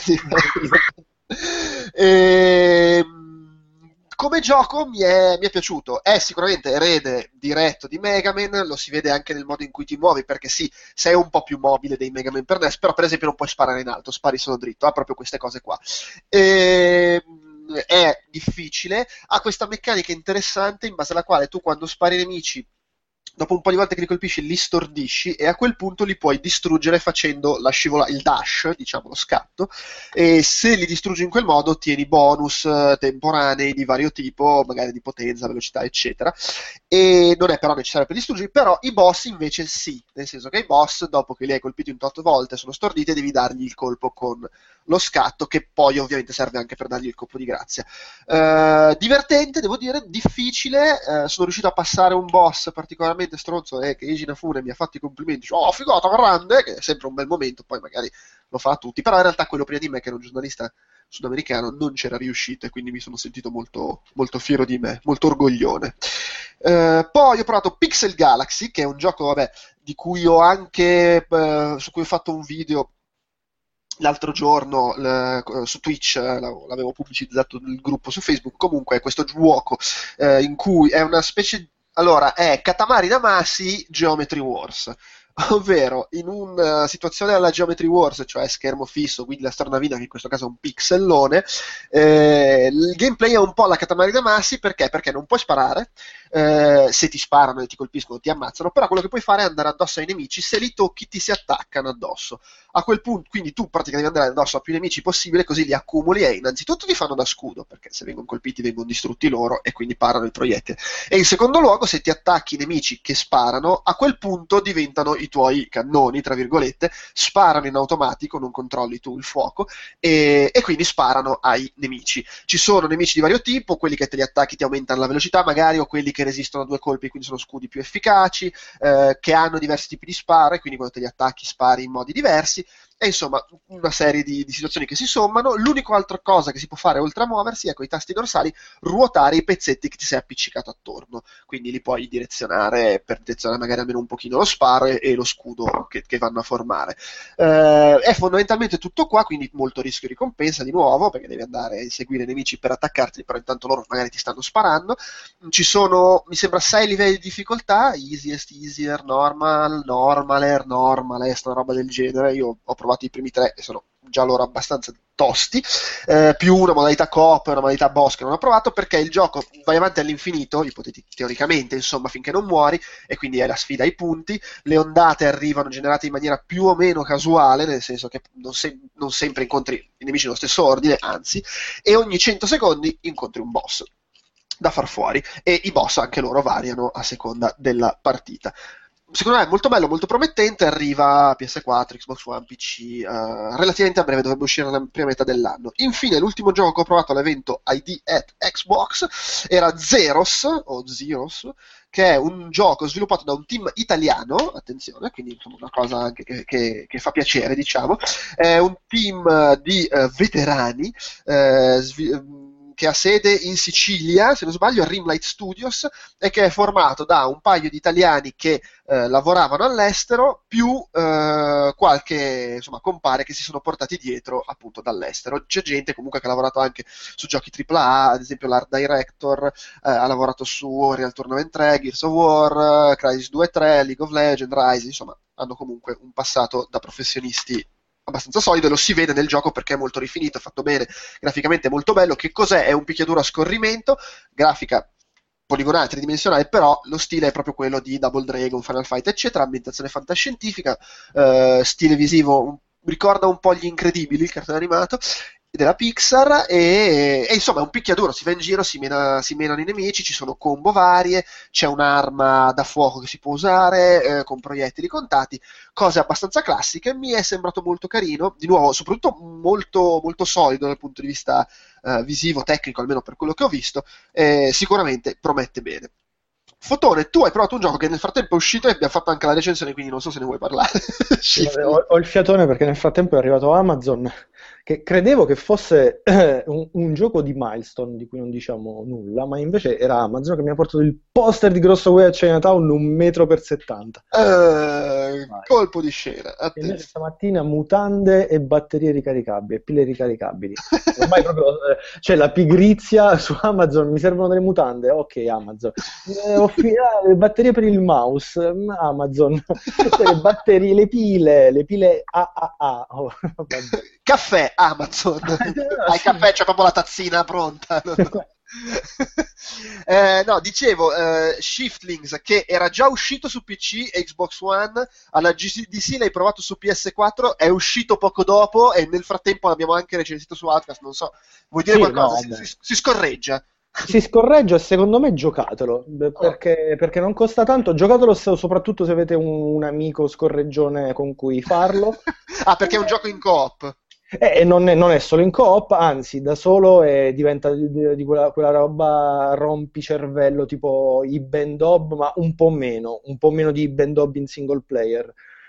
E, come gioco mi è, mi è piaciuto, è sicuramente erede diretto di Mega Man, lo si vede anche nel modo in cui ti muovi, perché sì, sei un po' più mobile dei Mega Man per N E S, però per esempio non puoi sparare in alto, spari solo dritto, ha proprio queste cose qua. E, è difficile, ha questa meccanica interessante in base alla quale tu quando spari i nemici dopo un po' di volte che li colpisci li stordisci e a quel punto li puoi distruggere facendo la scivola, il dash, diciamo lo scatto, e se li distruggi in quel modo ottieni bonus eh, temporanei di vario tipo, magari di potenza, velocità eccetera, e non è però necessario per distruggerli, però i boss invece sì, nel senso che i boss dopo che li hai colpiti un tot volte sono storditi e devi dargli il colpo con lo scatto, che poi ovviamente serve anche per dargli il colpo di grazia. Uh, divertente, devo dire, difficile. Uh, sono riuscito a passare un boss particolarmente stronzo e che Eiji Inafune mi ha fatto i complimenti, dice, oh figata grande, che è sempre un bel momento, poi magari lo fa a tutti, però in realtà quello prima di me, che era un giornalista sudamericano, non c'era riuscito e quindi mi sono sentito molto, molto fiero di me, molto orgoglione. Uh, poi ho provato Pixel Galaxy, che è un gioco, vabbè, di cui ho anche uh, su cui ho fatto un video l'altro giorno l- su Twitch, eh, l'avevo pubblicizzato nel gruppo su Facebook. Comunque è questo gioco eh, in cui è una specie, allora è Katamari Damacy Geometry Wars, ovvero in una situazione alla Geometry Wars, cioè schermo fisso, quindi la stornavina, che in questo caso è un pixellone, eh, il gameplay è un po' la Katamari Damacy, perché? Perché non puoi sparare, eh, se ti sparano e ti colpiscono ti ammazzano, però quello che puoi fare è andare addosso ai nemici, se li tocchi ti si attaccano addosso. A quel punto, quindi tu praticamente devi andare addosso a più nemici possibile, così li accumuli e innanzitutto ti fanno da scudo, perché se vengono colpiti vengono distrutti loro e quindi parano i proiettili. E in secondo luogo, se ti attacchi i nemici che sparano, a quel punto diventano i tuoi cannoni, tra virgolette, sparano in automatico, non controlli tu il fuoco, e, e quindi sparano ai nemici. Ci sono nemici di vario tipo, quelli che te li attacchi ti aumentano la velocità magari, o quelli che resistono a due colpi, quindi sono scudi più efficaci, eh, che hanno diversi tipi di sparo, e quindi quando te li attacchi spari in modi diversi. E insomma una serie di, di situazioni che si sommano. L'unica altra cosa che si può fare oltre a muoversi è con i tasti dorsali ruotare i pezzetti che ti sei appiccicato attorno, quindi li puoi direzionare per direzionare magari almeno un pochino lo sparo e, e lo scudo che, che vanno a formare. Eh, è fondamentalmente tutto qua, quindi molto rischio ricompensa di nuovo, perché devi andare a inseguire i nemici per attaccarti, però intanto loro magari ti stanno sparando. Ci sono, mi sembra, sei livelli di difficoltà: easiest, easier, normal, normaler, normalest, una roba del genere. Io ho provato i primi tre e sono già loro abbastanza tosti, eh, più una modalità coop e una modalità boss che non ho provato, perché il gioco vai avanti all'infinito, ipoteti- teoricamente insomma, finché non muori, e quindi è la sfida ai punti. Le ondate arrivano generate in maniera più o meno casuale, nel senso che non, se- non sempre incontri i nemici nello stesso ordine, anzi, e ogni cento secondi incontri un boss da far fuori, e i boss anche loro variano a seconda della partita. Secondo me è molto bello, molto promettente, arriva P S quattro, Xbox One, P C, uh, relativamente a breve, dovrebbe uscire nella prima metà dell'anno. Infine, l'ultimo gioco che ho provato all'evento I D at Xbox era Zeros, o Zeros, che è un gioco sviluppato da un team italiano, attenzione, quindi insomma una cosa anche che, che, che fa piacere, diciamo. È un team di uh, veterani, uh, svi- che ha sede in Sicilia, se non sbaglio, a Rimlight Studios, e che è formato da un paio di italiani che eh, lavoravano all'estero, più eh, qualche insomma compare che si sono portati dietro appunto dall'estero. C'è gente comunque che ha lavorato anche su giochi tripla A, ad esempio l'art director eh, ha lavorato su Unreal Tournament tre, Gears of War, Crysis due e tre, League of Legends, Rise, insomma hanno comunque un passato da professionisti abbastanza solido, e lo si vede nel gioco perché è molto rifinito, è fatto bene, graficamente è molto bello. Che cos'è? È un picchiaduro a scorrimento, grafica poligonale, tridimensionale, però lo stile è proprio quello di Double Dragon, Final Fight eccetera, ambientazione fantascientifica, eh, stile visivo, un, ricorda un po' Gli Incredibili, il cartone animato della Pixar, e, e insomma è un picchiaduro, si va in giro, si, mena, si menano i nemici, ci sono combo varie, c'è un'arma da fuoco che si può usare eh, con proiettili contati, cose abbastanza classiche. Mi è sembrato molto carino, di nuovo soprattutto molto, molto solido dal punto di vista eh, visivo, tecnico, almeno per quello che ho visto, eh, sicuramente promette bene. Fotone, tu hai provato un gioco che nel frattempo è uscito e abbiamo fatto anche la recensione, quindi non so se ne vuoi parlare. ho, ho il fiatone perché nel frattempo è arrivato Amazon, che credevo che fosse eh, un, un gioco di Milestone di cui non diciamo nulla, ma invece era Amazon che mi ha portato il poster di Grosso Way a Chinatown un metro per settanta. Eh, colpo di scena. Invece stamattina mutande e batterie ricaricabili e pile ricaricabili. Ormai proprio c'è la pigrizia su Amazon, mi servono delle mutande, ok Amazon. Eh, ho finito le batterie per il mouse, Amazon. Le batterie, le pile, le pile A A A. Oh, caffè Amazon. Hai caffè, c'è proprio la tazzina pronta. eh, no, dicevo, eh, Shiftlings, che era già uscito su P C e Xbox One, alla G D C l'hai provato su P S quattro, è uscito poco dopo e nel frattempo l'abbiamo anche recensito su Outcast, non so, vuoi dire Sì, qualcosa? no, si, si, si scorreggia. Si scorreggia e secondo me giocatelo, perché, perché non costa tanto, giocatelo se- soprattutto se avete un, un amico scorreggione con cui farlo. Ah, perché è un gioco in co-op. E non è, non è solo in coop, anzi, da solo e diventa di, di- di quella, quella roba rompicervello tipo i Bendob, ma un po' meno, un po' meno di Bendob in single player,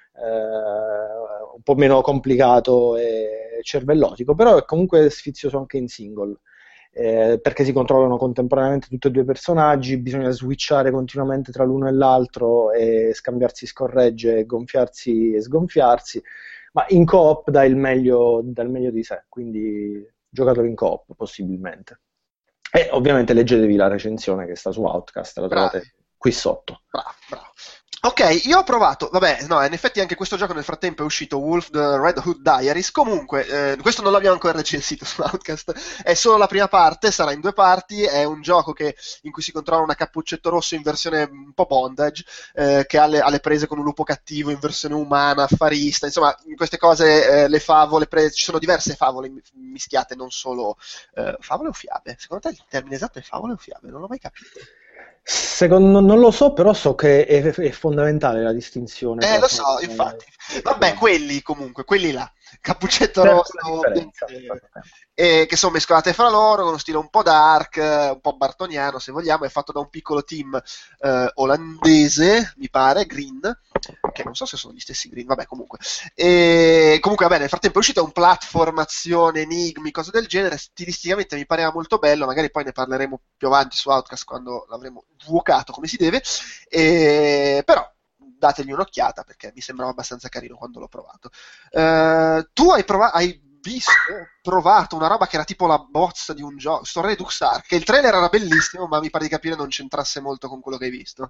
eh, un po' meno complicato e cervellotico, però è comunque sfizioso anche in single. Eh, perché si controllano contemporaneamente tutti e due i personaggi, bisogna switchare continuamente tra l'uno e l'altro e scambiarsi scorregge, gonfiarsi e sgonfiarsi, ma in co-op dà il meglio, dà il meglio di sé, quindi giocatelo in co-op possibilmente. E ovviamente leggetevi la recensione che sta su Outcast, la trovate Bravi. qui sotto. Bravo, bravo. Ok, io ho provato, vabbè, no, in effetti anche questo gioco nel frattempo è uscito, Wolf the Red Hood Diaries, comunque, eh, questo non l'abbiamo ancora recensito su Outcast, è solo la prima parte, sarà in due parti, è un gioco che, in cui si controlla una cappuccetto rosso in versione un po' bondage, eh, che ha le, ha le prese con un lupo cattivo in versione umana, affarista, insomma, in queste cose, eh, le favole, prese, ci sono diverse favole mischiate, non solo, eh, favole o fiabe? Secondo te il termine esatto è favole o fiabe? Non l'ho mai capito. Secondo, non lo so, però so che è, è fondamentale la distinzione. Eh, tra lo so, favole infatti. e- Vabbè, quelli comunque, quelli là, cappuccetto C'è una rosso, differenza. eh, che sono mescolate fra loro, con uno stile un po' dark, eh, un po' bartoniano, se vogliamo, è fatto da un piccolo team eh, olandese, mi pare, Green, che non so se sono gli stessi Green, vabbè, comunque. E comunque, vabbè, nel frattempo è uscito un platform, azione, enigmi, cose del genere, stilisticamente mi pareva molto bello, magari poi ne parleremo più avanti su Outcast quando l'avremo giocato come si deve, e... però dategli un'occhiata perché mi sembrava abbastanza carino quando l'ho provato. Uh, tu hai, prova- hai visto, provato una roba che era tipo la bozza di un gioco, sto Redux Ark, che il trailer era bellissimo ma mi pare di capire non c'entrasse molto con quello che hai visto.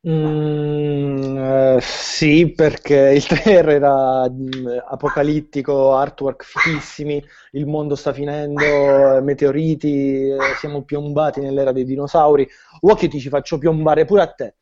Mm, eh, sì, perché il trailer era mm, apocalittico, artwork fighissimi, il mondo sta finendo, eh, meteoriti, eh, siamo piombati nell'era dei dinosauri. Vuoi che ti ci faccio piombare pure a te?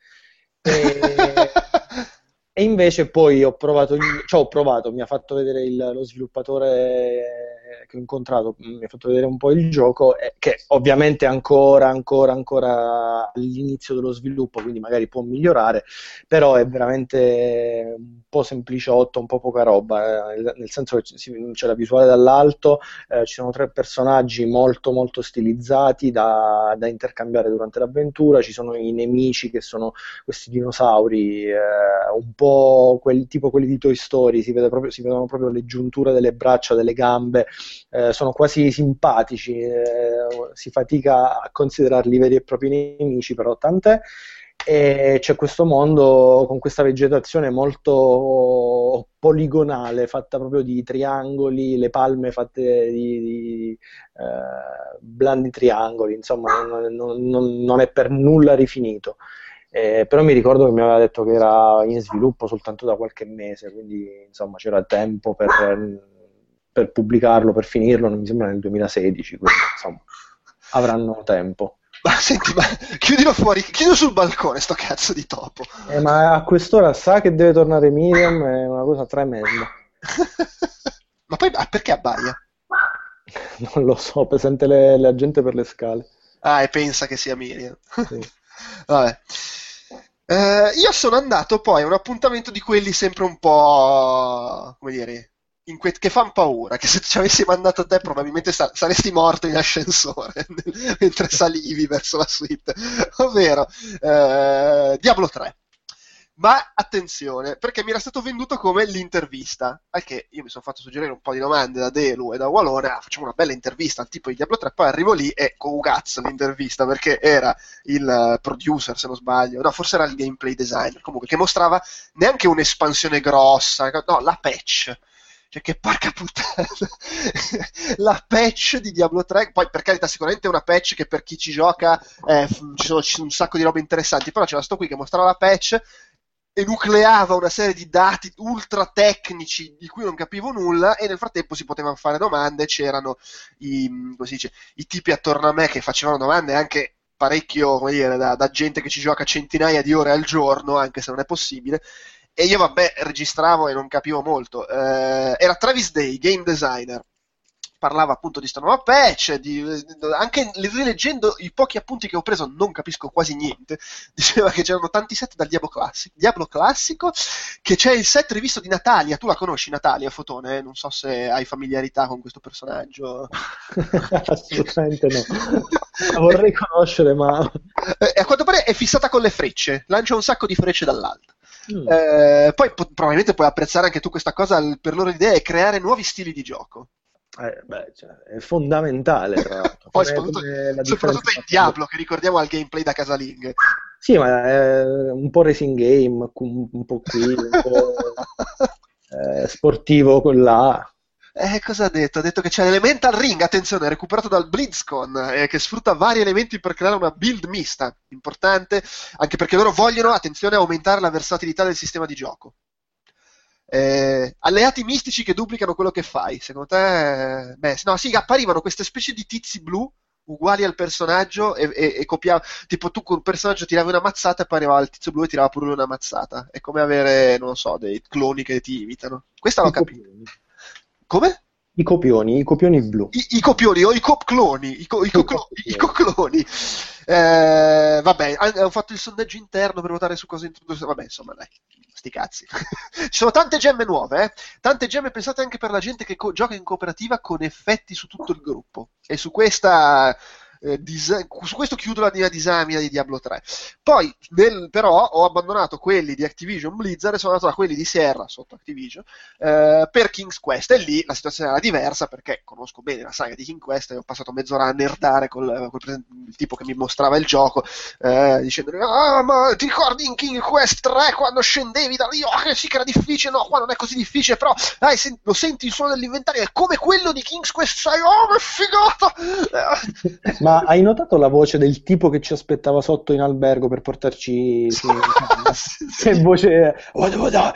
E, e invece poi ho provato, il- cioè ho provato, mi ha fatto vedere il- lo sviluppatore che ho incontrato, mi ha fatto vedere un po' il gioco, eh, che ovviamente è ancora, ancora, ancora all'inizio dello sviluppo, quindi magari può migliorare, però è veramente un po' sempliciotto, un po' poca roba, eh, nel senso che ci- c'è la visuale dall'alto, eh, ci sono tre personaggi molto molto stilizzati da, da intercambiare durante l'avventura, ci sono i nemici che sono questi dinosauri, eh, un po' quel, tipo quelli di Toy Story, si vede proprio, si vedono proprio le giunture delle braccia, delle gambe, eh, sono quasi simpatici, eh, si fatica a considerarli veri e propri nemici, però tant'è. E c'è questo mondo con questa vegetazione molto poligonale, fatta proprio di triangoli, le palme fatte di, di eh, blandi triangoli, insomma non, non- non- non è per nulla rifinito. Eh, però mi ricordo che mi aveva detto che era in sviluppo soltanto da qualche mese, quindi insomma c'era tempo per, per pubblicarlo, per finirlo, non mi sembra nel duemilasedici, quindi insomma avranno tempo. Ma senti, ma chiudilo fuori, chiudo sul balcone sto cazzo di topo. Eh, ma a quest'ora sa che deve tornare Miriam, è una cosa tremenda. Ma poi ah, perché abbaia? Non lo so, presente le- la gente per le scale. Ah, e pensa che sia Miriam. Sì. Vabbè. Eh, io sono andato poi a un appuntamento di quelli sempre un po', come dire, inque- che fanno paura, che se ci avessi mandato te probabilmente sa- saresti morto in ascensore mentre salivi verso la suite, ovvero eh, Diablo tre. Ma attenzione, perché mi era stato venduto come l'intervista, al che io mi sono fatto suggerire un po' di domande da Delu e da Walone, ah, facciamo una bella intervista al tipo di Diablo tre, poi arrivo lì e con cazzo l'intervista, perché era il eh, producer, se non sbaglio, no, forse era il gameplay designer, comunque, che mostrava neanche un'espansione grossa, no, la patch. Cioè, che porca puttana, la patch di Diablo tre, poi per carità sicuramente è una patch che per chi ci gioca eh, f- ci sono, ci sono un sacco di robe interessanti, però c'era sto qui che mostrava la patch enucleava una serie di dati ultra tecnici di cui non capivo nulla, e nel frattempo si potevano fare domande, c'erano i, come si dice, i tipi attorno a me che facevano domande anche parecchio, come dire, da, da gente che ci gioca centinaia di ore al giorno, anche se non è possibile, e io vabbè registravo e non capivo molto. Eh, era Travis Day, game designer, parlava appunto di sta nuova patch, di, anche rileggendo i pochi appunti che ho preso non capisco quasi niente. Diceva che c'erano tanti set dal Diablo classico, Diablo classico, che c'è il set rivisto di Natalia. Tu la conosci Natalia, Fotone? Non so se hai familiarità con questo personaggio. Assolutamente no, la vorrei conoscere, ma eh, a quanto pare è fissata con le frecce, lancia un sacco di frecce dall'alto. Mm. Eh, poi po- probabilmente puoi apprezzare anche tu questa cosa. Per loro l'idea è creare nuovi stili di gioco. Eh, beh, cioè, è fondamentale, tra l'altro. Poi soprattutto, soprattutto in Diablo, che ricordiamo al gameplay da casalinga. Sì, ma è un po' racing game, un po' qui, un po' eh, sportivo con là. Eh, cosa ha detto? Ha detto che c'è l'Elemental Ring, attenzione, recuperato dal BlizzCon, eh, che sfrutta vari elementi per creare una build mista, importante, anche perché loro vogliono, attenzione, aumentare la versatilità del sistema di gioco. Eh, alleati mistici che duplicano quello che fai, secondo te? Eh, beh, no, sì, apparivano queste specie di tizi blu uguali al personaggio e, e, e copiava, tipo tu con il personaggio tiravi una mazzata e poi arrivava il tizio blu e tirava pure una mazzata. È come avere, non so, dei cloni che ti imitano. Questa l'ho capito. Come? I copioni, i copioni blu. I, i copioni o i copcloni, i, co, i, coclo, i cocloni. Eh, vabbè, hanno fatto il sondaggio interno per votare su cosa introdurre. Vabbè, insomma, dai, sti cazzi. Ci sono tante gemme nuove, eh? Tante gemme pensate anche per la gente che co- gioca in cooperativa con effetti su tutto il gruppo. E su questa... Eh, dis- su questo chiudo la mia disamina di Diablo tre. Poi nel, però ho abbandonato quelli di Activision Blizzard e sono andato da quelli di Sierra sotto Activision eh, per King's Quest, e lì la situazione era diversa perché conosco bene la saga di King's Quest e ho passato mezz'ora a nerdare col, col present- il tipo che mi mostrava il gioco eh, dicendo ah ma ti ricordi in King's Quest tre quando scendevi da lì, oh che sì che era difficile, no qua non è così difficile, però dai, sen- lo senti il suono dell'inventario è come quello di King's Quest sei, oh che figata. Ma hai notato la voce del tipo che ci aspettava sotto in albergo per portarci su, che voce oh,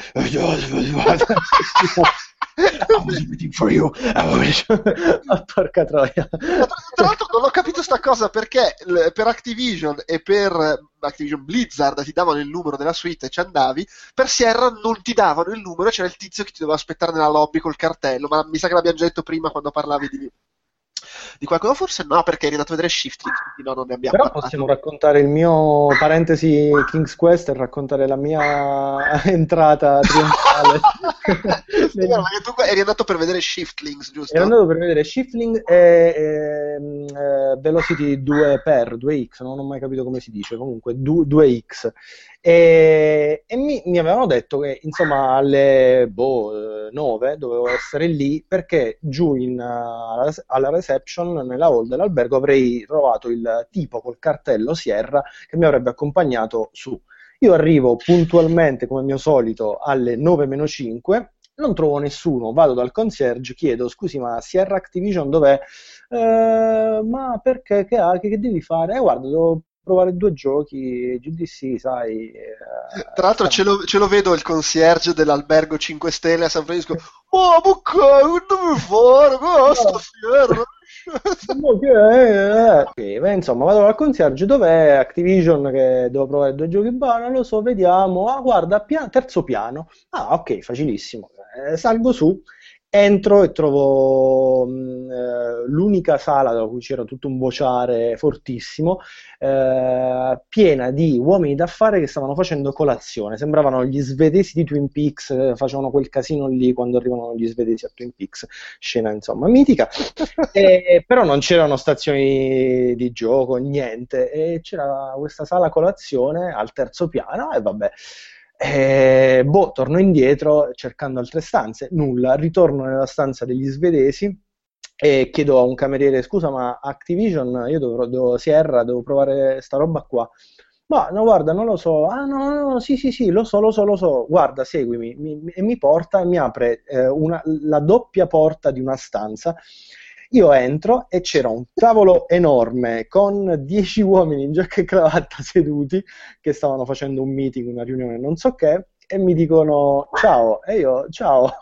porca troia. Tra l'altro non ho capito sta cosa perché per Activision e per Activision Blizzard ti davano il numero della suite e ci andavi, per Sierra non ti davano il numero, c'era il tizio che ti doveva aspettare nella lobby col cartello, ma mi sa che l'abbiamo già detto prima quando parlavi di di qualcosa, forse no, perché eri andato a vedere Shifting, quindi no, non ne abbiamo però parlato. Possiamo raccontare il mio parentesi King's Quest e raccontare la mia entrata trionfale. Sì, vero, perché tu eri andato per vedere Shiftlings, giusto? Ero andato per vedere Shifting e, e, e Velocity due per due X, non ho mai capito come si dice, comunque due X. E, e mi, mi avevano detto che insomma alle boh, nove dovevo essere lì perché giù in, uh, alla reception nella hall dell'albergo avrei trovato il tipo col cartello Sierra che mi avrebbe accompagnato su. Io arrivo puntualmente come mio solito alle nove meno cinque, non trovo nessuno, vado dal concierge, chiedo scusi ma Sierra Activision dov'è? Eh, ma perché che, ha, che, che devi fare? Eh guarda devo provare due giochi G D C, sai. Eh, Tra l'altro ce lo, ce lo vedo il concierge dell'albergo cinque Stelle a San Francisco. Oh, ma che devi fare? Che sta Sierra? Okay, beh, insomma, vado al concierge, dov'è Activision che devo provare due giochi? Bah, non lo so, vediamo. Ah, guarda, piano, terzo piano. Ah, ok, facilissimo. Eh, salgo su. Entro e trovo mh, l'unica sala da cui c'era tutto un vociare fortissimo, eh, piena di uomini d'affari che stavano facendo colazione. Sembravano gli svedesi di Twin Peaks, eh, facevano quel casino lì quando arrivano gli svedesi a Twin Peaks, scena insomma mitica. E, però non c'erano stazioni di gioco, niente, e c'era questa sala colazione al terzo piano e vabbè. Eh, boh, torno indietro cercando altre stanze, nulla, ritorno nella stanza degli svedesi e chiedo a un cameriere scusa ma Activision, io devo, devo Sierra, devo provare sta roba qua. Ma no, guarda, non lo so. Ah no, no, no, sì, sì, sì, lo so, lo so, lo so. Guarda, seguimi. Mi, e mi porta e mi apre eh, una, la doppia porta di una stanza. Io entro e c'era un tavolo enorme con dieci uomini in giacca e cravatta seduti che stavano facendo un meeting, una riunione, non so che, e mi dicono ciao, e io ciao,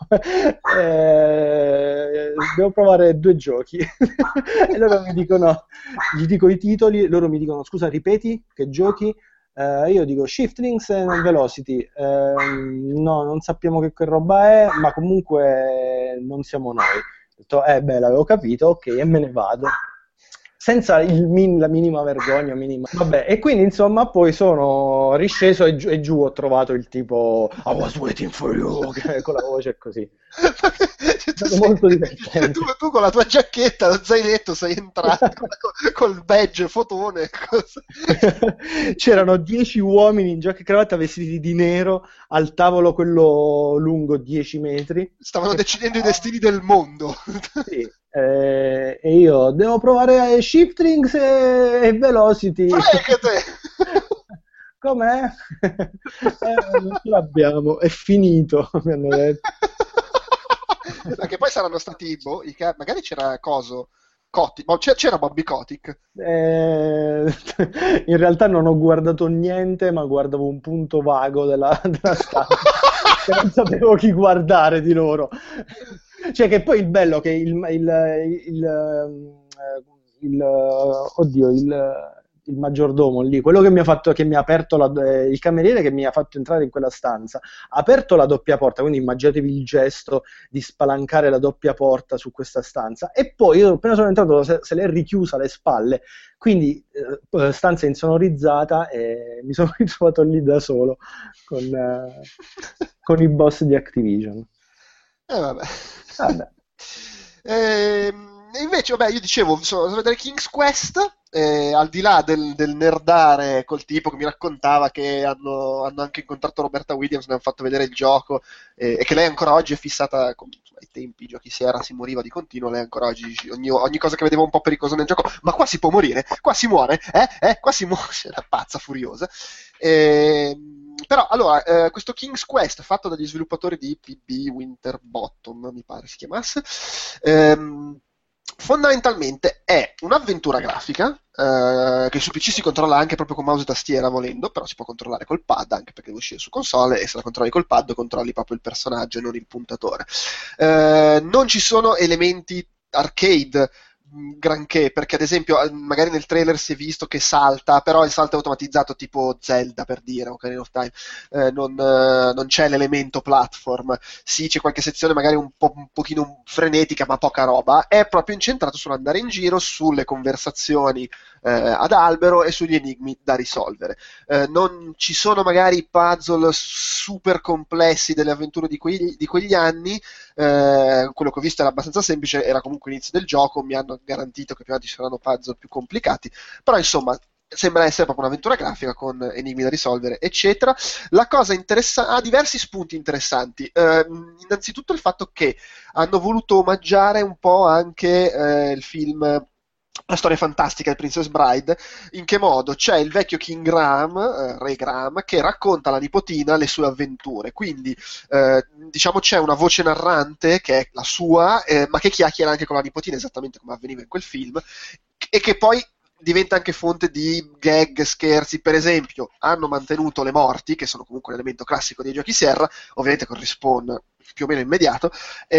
eh, devo provare due giochi. E loro mi dicono, gli dico i titoli, loro mi dicono scusa, ripeti che giochi? Eh, io dico Shiftlings and Velocity. Eh, no, non sappiamo che, che roba è, ma comunque non siamo noi. Ho detto, eh beh, l'avevo capito, ok, e me ne vado. Senza il min, la minima vergogna, minima. Vabbè, e quindi insomma poi sono risceso e giù, e giù ho trovato il tipo I was waiting for you, con la voce così. È stato molto divertente. Tu, tu con la tua giacchetta, lo zainetto, sei entrato col, col badge, fotone. C'erano dieci uomini in giacca e cravatta vestiti di nero al tavolo quello lungo dieci metri. Stavano decidendo i destini del mondo. Sì. Eh, e io devo provare Shiftlings e, e Velocity. Fregate! Com'è? eh, non ce l'abbiamo, è finito, mi hanno detto. Perché poi saranno stati boh, i ca- magari c'era coso Kotick, ma c'era, c'era Bobby Kotick. Eh, in realtà non ho guardato niente, ma guardavo un punto vago della, della stampa. Non sapevo chi guardare di loro. Cioè che poi il bello che il, il, il, il, il oddio il, il maggiordomo lì, quello che mi ha fatto, che mi ha aperto la, il cameriere che mi ha fatto entrare in quella stanza, ha aperto la doppia porta, quindi immaginatevi il gesto di spalancare la doppia porta su questa stanza, e poi io appena sono entrato se, se l'è richiusa alle spalle, quindi eh, stanza insonorizzata, e mi sono ritrovato lì da solo con, eh, con i boss di Activision. Eh vabbè. Vabbè. E invece, vabbè, io dicevo, sono andato a vedere King's Quest, eh, al di là del, del nerdare col tipo che mi raccontava che hanno, hanno anche incontrato Roberta Williams, ne hanno fatto vedere il gioco, eh, e che lei ancora oggi è fissata, con, insomma, ai tempi i giochi Sierra si moriva di continuo, lei ancora oggi, ogni, ogni cosa che vedeva un po' pericolosa nel gioco, ma qua si può morire, qua si muore, eh, eh, qua si muore, era pazza, furiosa. E, però allora eh, questo King's Quest fatto dagli sviluppatori di P B Winterbottom, mi pare si chiamasse, ehm, fondamentalmente è un'avventura grafica eh, che su P C si controlla anche proprio con mouse e tastiera volendo, però si può controllare col pad anche perché deve uscire su console, e se la controlli col pad controlli proprio il personaggio e non il puntatore. Eh, non ci sono elementi arcade granché, perché ad esempio magari nel trailer si è visto che salta, però il salto è automatizzato tipo Zelda, per dire, Ocarina of Time, eh, non, eh, non c'è l'elemento platform. Sì, c'è qualche sezione magari un po' un pochino frenetica, ma poca roba. È proprio incentrato sull'andare in giro, sulle conversazioni eh, ad albero e sugli enigmi da risolvere. Eh, non ci sono magari puzzle super complessi delle avventure di, quegli, di quegli anni. Eh, quello che ho visto era abbastanza semplice, era comunque l'inizio del gioco, mi hanno garantito che più avanti ci saranno puzzle più complicati, però insomma sembra essere proprio un'avventura grafica con enigmi da risolvere, eccetera. La cosa interessante, ha diversi spunti interessanti. Eh, innanzitutto il fatto che hanno voluto omaggiare un po' anche eh, il film La storia fantastica di Princess Bride. In che modo? C'è il vecchio King Graham, eh, Re Graham, che racconta alla nipotina le sue avventure, quindi eh, diciamo c'è una voce narrante che è la sua, eh, ma che chiacchiera anche con la nipotina, esattamente come avveniva in quel film, e che poi diventa anche fonte di gag, scherzi. Per esempio hanno mantenuto le morti, che sono comunque un elemento classico dei giochi Sierra, ovviamente con respawn più o meno immediato,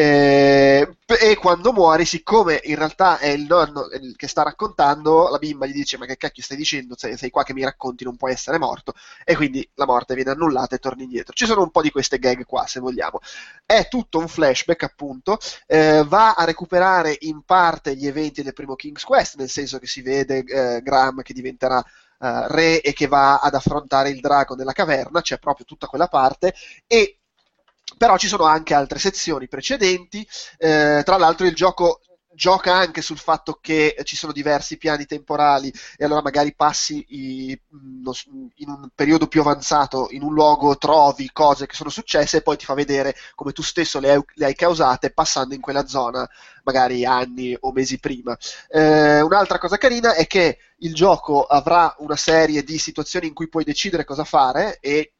eh, e quando muori, siccome in realtà è il nonno che sta raccontando, la bimba gli dice: ma che cacchio stai dicendo, sei, sei qua che mi racconti, non puoi essere morto, e quindi la morte viene annullata e torni indietro. Ci sono un po' di queste gag qua, se vogliamo. È tutto un flashback, appunto, eh, va a recuperare in parte gli eventi del primo King's Quest, nel senso che si vede eh, Graham che diventerà uh, re e che va ad affrontare il drago nella caverna, c'è proprio tutta quella parte, e però ci sono anche altre sezioni precedenti. Eh, tra l'altro il gioco gioca anche sul fatto che ci sono diversi piani temporali, e allora magari passi i, in un periodo più avanzato in un luogo, trovi cose che sono successe e poi ti fa vedere come tu stesso le hai, le hai causate passando in quella zona magari anni o mesi prima. Eh, un'altra cosa carina è che il gioco avrà una serie di situazioni in cui puoi decidere cosa fare, e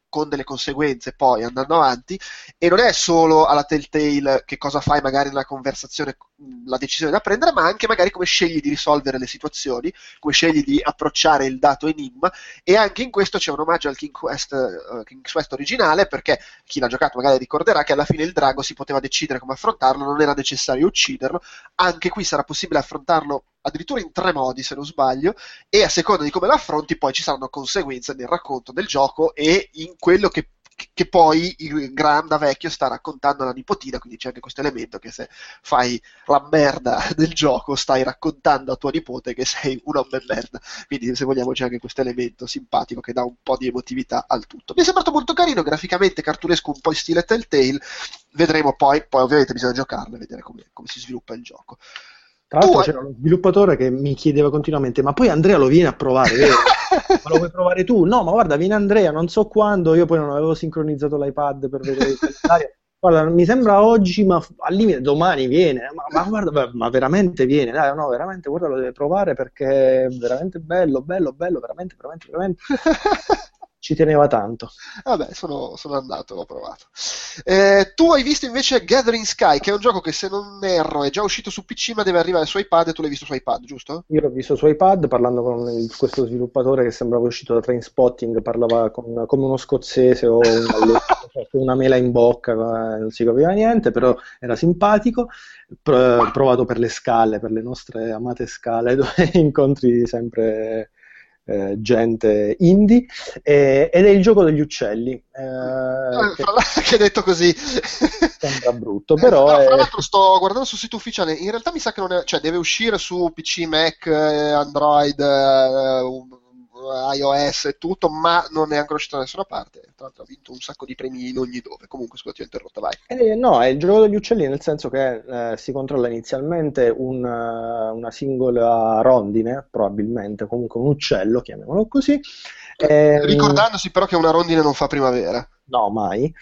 con delle conseguenze poi andando avanti, e non è solo alla Telltale che cosa fai magari nella conversazione, la decisione da prendere, ma anche magari come scegli di risolvere le situazioni, come scegli di approcciare il dato enigma, e anche in questo c'è un omaggio al King Quest, uh, King's Quest originale, perché chi l'ha giocato magari ricorderà che alla fine il drago si poteva decidere come affrontarlo, non era necessario ucciderlo. Anche qui sarà possibile affrontarlo addirittura in tre modi, se non sbaglio, e a seconda di come lo affronti poi ci saranno conseguenze nel racconto del gioco e in quello che che poi il Graham da vecchio sta raccontando alla nipotina, quindi c'è anche questo elemento che se fai la merda del gioco stai raccontando a tua nipote che sei un uomo merda, quindi se vogliamo c'è anche questo elemento simpatico che dà un po' di emotività al tutto. Mi è sembrato molto carino, graficamente cartunesco, un po' in stile Telltale, vedremo poi, poi ovviamente bisogna giocarlo e vedere come, come si sviluppa il gioco. Tra l'altro Tu... c'era uno sviluppatore che mi chiedeva continuamente, ma poi Andrea lo viene a provare, vero? Ma lo vuoi provare tu? No, ma guarda, viene Andrea, non so quando, io poi non avevo sincronizzato l'iPad per vedere il calendario. Guarda, mi sembra oggi, ma al limite domani viene, ma, ma guarda, ma veramente viene, dai, no, veramente, guarda, lo deve provare perché è veramente bello, bello, bello, veramente, veramente, veramente. Ci teneva tanto. Vabbè, sono, sono andato, l'ho provato. Eh, tu hai visto invece Gathering Sky, che è un gioco che se non erro è già uscito su P C ma deve arrivare su iPad, e tu l'hai visto su iPad, giusto? Io l'ho visto su iPad parlando con il, questo sviluppatore che sembrava uscito da Trainspotting, parlava con, come uno scozzese o un, una mela in bocca, non si capiva niente, però era simpatico, Pro, provato per le scale, per le nostre amate scale, dove incontri sempre... Eh, gente indie, eh, ed è il gioco degli uccelli, eh, ah, che, che detto così sembra brutto, però eh, no, è... tra l'altro sto guardando sul sito ufficiale, in realtà mi sa che non è, cioè deve uscire su P C, Mac, eh, Android, eh, iOS e tutto, ma non è ancora uscito da nessuna parte. Tra l'altro ha vinto un sacco di premi in ogni dove. Comunque, scusa, ti ho interrotto, vai. Eh, no, è il gioco degli uccelli, nel senso che eh, si controlla inizialmente un, una singola rondine, probabilmente, comunque un uccello, chiamiamolo così. Eh, ricordandosi però che una rondine non fa primavera. No, mai.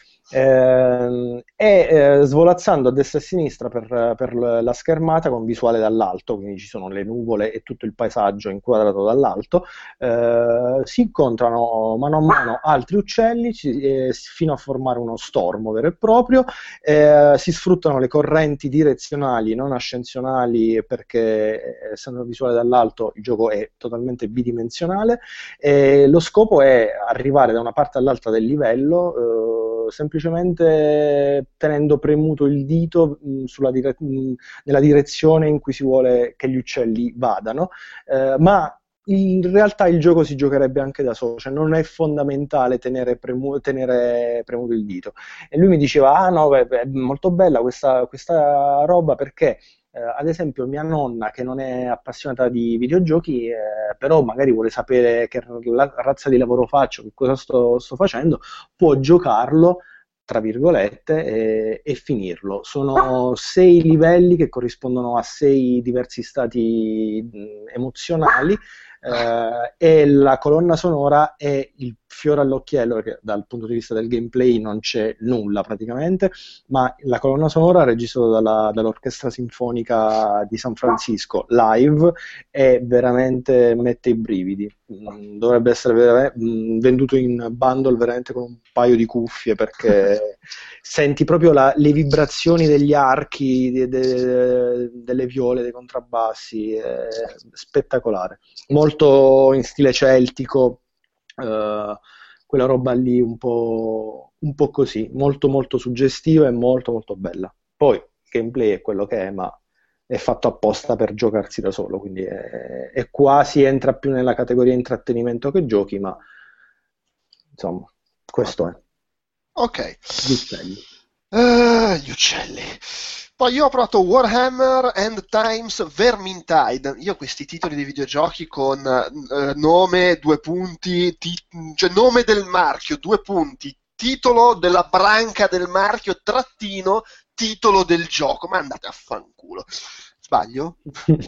Eh, e eh, svolazzando a destra e a sinistra per, per la schermata con visuale dall'alto, quindi ci sono le nuvole e tutto il paesaggio inquadrato dall'alto, eh, si incontrano mano a mano altri uccelli ci, eh, fino a formare uno stormo vero e proprio, eh, si sfruttano le correnti direzionali, non ascensionali, perché essendo visuale dall'alto il gioco è totalmente bidimensionale, e lo scopo è arrivare da una parte all'altra del livello, eh, semplicemente tenendo premuto il dito mh, sulla dire- mh, nella direzione in cui si vuole che gli uccelli vadano, eh, ma in realtà il gioco si giocherebbe anche da solo, cioè non è fondamentale tenere, premu- tenere premuto il dito. E lui mi diceva, ah no, beh, è molto bella questa, questa roba perché eh, ad esempio mia nonna, che non è appassionata di videogiochi, eh, però magari vuole sapere che la razza di lavoro faccio, che cosa sto, sto facendo, può giocarlo tra virgolette e, e finirlo. Sono sei livelli che corrispondono a sei diversi stati mh, emozionali, eh, e la colonna sonora è il fiore all'occhiello, perché dal punto di vista del gameplay non c'è nulla praticamente, ma la colonna sonora registrata dalla, dall'Orchestra Sinfonica di San Francisco live è veramente, mette i brividi. Dovrebbe essere vera- venduto in bundle veramente con un paio di cuffie, perché senti proprio la, le vibrazioni degli archi, de, de, delle viole, dei contrabbassi, è spettacolare, molto in stile celtico. Uh, quella roba lì un po', un po' così, molto molto suggestiva e molto molto bella. Poi il gameplay è quello che è, ma è fatto apposta per giocarsi da solo, quindi è, è quasi entra più nella categoria intrattenimento che giochi, ma insomma questo è. Ok, Gli uccelli. Uh, gli uccelli. Poi io ho provato Warhammer End Times Vermintide. Io questi titoli di videogiochi con uh, nome, due punti, ti- cioè nome del marchio, due punti, titolo della branca del marchio, trattino, titolo del gioco. Ma andate a fanculo. Sbaglio?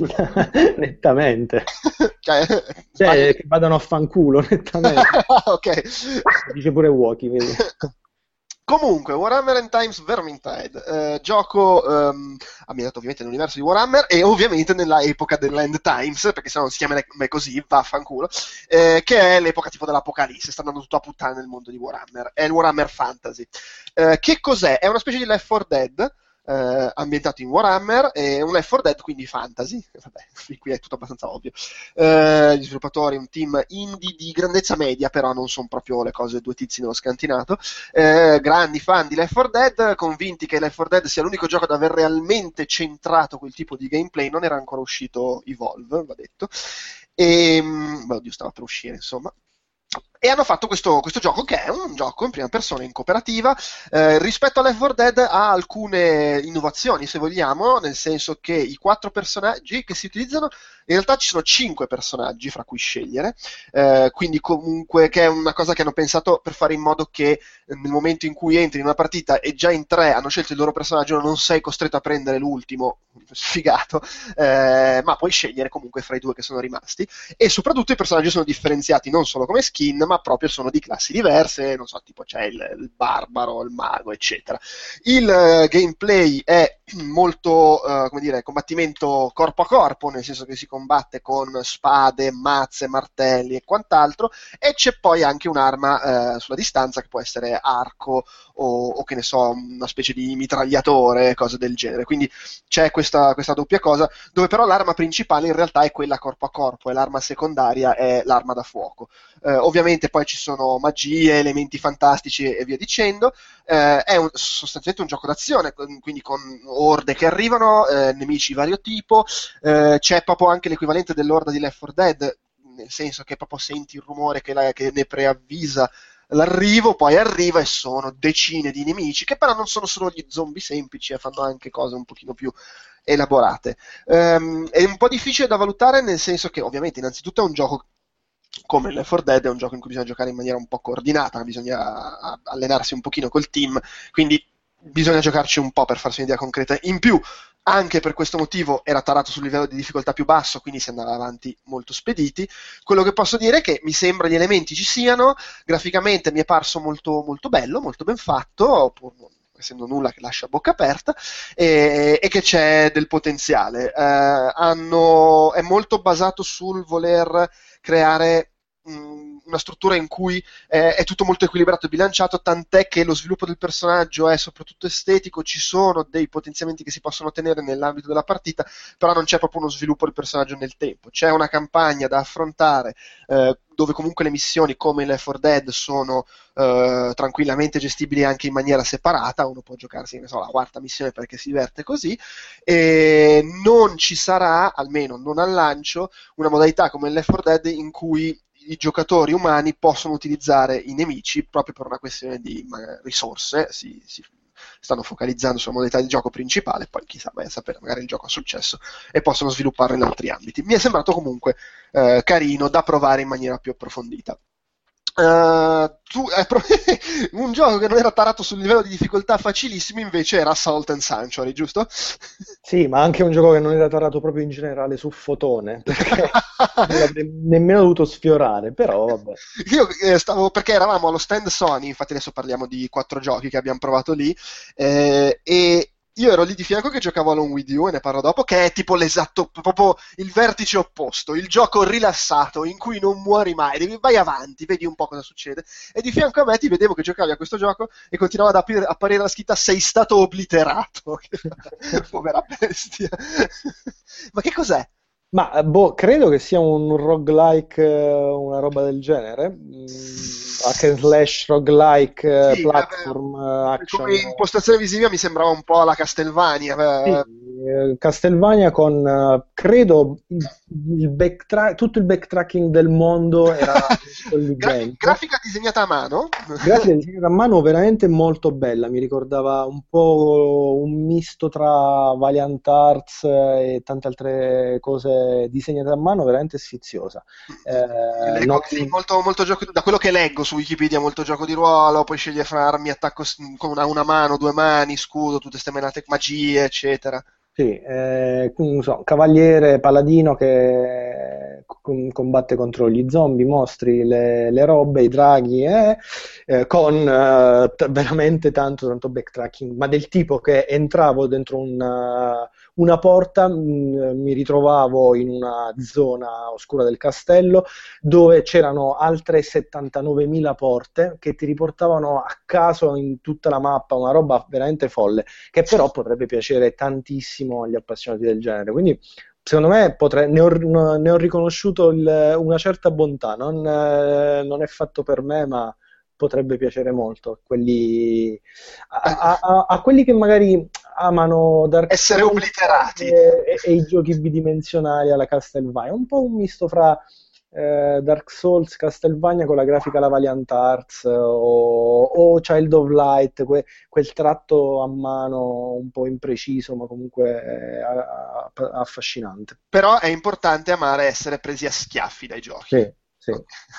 Nettamente. Cioè, cioè, che vadano a fanculo, nettamente. Ok. Dice pure Walkie, vedi. Comunque, Warhammer End Times Vermintide, eh, gioco ehm, ambientato ovviamente nell'universo di Warhammer e ovviamente nella epoca dell'End Times, perché se no non si chiama così, vaffanculo, eh, che è l'epoca tipo dell'Apocalisse, sta andando tutto a puttane nel mondo di Warhammer, è il Warhammer Fantasy. Eh, che cos'è? È una specie di Left four Dead, Uh, ambientato in Warhammer, e un Left four Dead quindi fantasy. Vabbè, qui è tutto abbastanza ovvio. Uh, gli sviluppatori, un team indie di grandezza media, però non sono proprio le cose due tizi nello scantinato, uh, grandi fan di Left four Dead, convinti che Left four Dead sia l'unico gioco ad aver realmente centrato quel tipo di gameplay. Non era ancora uscito Evolve, va detto, e beh, oddio, stava per uscire, insomma. E hanno fatto questo, questo gioco, che è un gioco in prima persona in cooperativa. Eh, rispetto a Left four Dead ha alcune innovazioni, se vogliamo, nel senso che i quattro personaggi che si utilizzano, in realtà ci sono cinque personaggi fra cui scegliere, eh, quindi comunque che è una cosa che hanno pensato per fare in modo che nel momento in cui entri in una partita e già in tre hanno scelto il loro personaggio, non sei costretto a prendere l'ultimo, sfigato, eh, ma puoi scegliere comunque fra i due che sono rimasti, e soprattutto i personaggi sono differenziati non solo come skin, ma proprio sono di classi diverse, non so, tipo c'è il, il barbaro, il mago, eccetera. Il uh, gameplay è molto, uh, come dire, combattimento corpo a corpo, nel senso che si combatte con spade, mazze, martelli e quant'altro, e c'è poi anche un'arma uh, sulla distanza che può essere arco o, o che ne so, una specie di mitragliatore, cose del genere. Quindi c'è questa, questa doppia cosa, dove però l'arma principale in realtà è quella corpo a corpo e l'arma secondaria è l'arma da fuoco. Uh, ovviamente poi ci sono magie, elementi fantastici e via dicendo. Eh, è un, sostanzialmente un gioco d'azione, quindi con orde che arrivano, eh, nemici di vario tipo, eh, c'è proprio anche l'equivalente dell'orda di Left four Dead, nel senso che proprio senti il rumore che, la, che ne preavvisa l'arrivo, poi arriva e sono decine di nemici, che però non sono solo gli zombie semplici, e fanno anche cose un pochino più elaborate. Um, è un po' difficile da valutare, nel senso che ovviamente innanzitutto è un gioco come Left four Dead, è un gioco in cui bisogna giocare in maniera un po' coordinata, bisogna allenarsi un pochino col team, quindi bisogna giocarci un po' per farsi un'idea concreta. In più, anche per questo motivo era tarato sul livello di difficoltà più basso, quindi si andava avanti molto spediti. Quello che posso dire è che mi sembra gli elementi ci siano, graficamente mi è parso molto, molto bello, molto ben fatto, pur non essendo nulla che lascia a bocca aperta, e, e che c'è del potenziale. Eh, hanno, è molto basato sul voler creare mh, una struttura in cui eh, è tutto molto equilibrato e bilanciato, tant'è che lo sviluppo del personaggio è soprattutto estetico, ci sono dei potenziamenti che si possono ottenere nell'ambito della partita, però non c'è proprio uno sviluppo del personaggio nel tempo. C'è una campagna da affrontare, eh, dove comunque le missioni come in Left four Dead sono eh, tranquillamente gestibili anche in maniera separata, uno può giocarsi, ne so, la quarta missione perché si diverte così, e non ci sarà, almeno non al lancio, una modalità come in Left four Dead in cui i giocatori umani possono utilizzare i nemici proprio per una questione di ma, risorse, si, si stanno focalizzando sulla modalità di gioco principale, poi chissà, vai a sapere, magari il gioco ha successo e possono svilupparlo in altri ambiti. Mi è sembrato comunque eh, carino da provare in maniera più approfondita. Uh, tu, eh, un gioco che non era tarato sul livello di difficoltà facilissimo invece era Salt and Sanctuary, giusto? Sì, ma anche un gioco che non era tarato proprio in generale su fotone, perché non l'avrei nemmeno dovuto sfiorare, però vabbè. Io eh, stavo, perché eravamo allo stand Sony, infatti adesso parliamo di quattro giochi che abbiamo provato lì, eh, e io ero lì di fianco che giocavo Alone With You, e ne parlo dopo, che è tipo l'esatto, proprio il vertice opposto, il gioco rilassato in cui non muori mai, devi, vai avanti, vedi un po' cosa succede, e di fianco a me ti vedevo che giocavi a questo gioco e continuava ad aprir- apparire la scritta sei stato obliterato. Povera bestia. Ma che cos'è? Ma boh, credo che sia un roguelike, una roba del genere, mm, hack and slash roguelike, Sì, platform, vabbè, action. come impostazione visiva mi sembrava un po' la Castlevania. Sì, eh, Castlevania con, eh, credo, il, il backtra- tutto il backtracking del mondo era lì Gra- dentro. grafica disegnata a mano. Grafica disegnata a mano veramente molto bella, mi ricordava un po' un misto tra Valiant Arts e tante altre cose disegnate a mano, veramente sfiziosa. Eh, Leggo, non... sì, molto, molto gioco, da quello che leggo su Wikipedia, molto gioco di ruolo, poi sceglie fra armi, attacco con una, una mano, due mani, scudo, tutte queste menate, magie, eccetera. Sì, eh, non so, cavaliere, paladino che com- combatte contro gli zombie, i mostri, le, le robe, i draghi, eh, eh, con eh, t- veramente tanto, tanto backtracking, ma del tipo che entravo dentro una, una porta, mh, mi ritrovavo in una zona oscura del castello dove c'erano altre settantanovemila porte che ti riportavano a caso in tutta la mappa, una roba veramente folle, che però potrebbe piacere tantissimo agli appassionati del genere. Quindi secondo me potrei, ne, ho, ne ho riconosciuto il, una certa bontà, non, eh, non è fatto per me, ma potrebbe piacere molto a quelli, a, a, a quelli che magari amano Dark essere Souls obliterati e, e, e i giochi bidimensionali alla Castlevania, un po' un misto fra eh, Dark Souls, Castlevania con la grafica alla Valiant Arts o, o Child of Light, que, quel tratto a mano un po' impreciso ma comunque eh, a- a- affascinante. però è importante amare essere presi a schiaffi dai giochi. Sì, sì.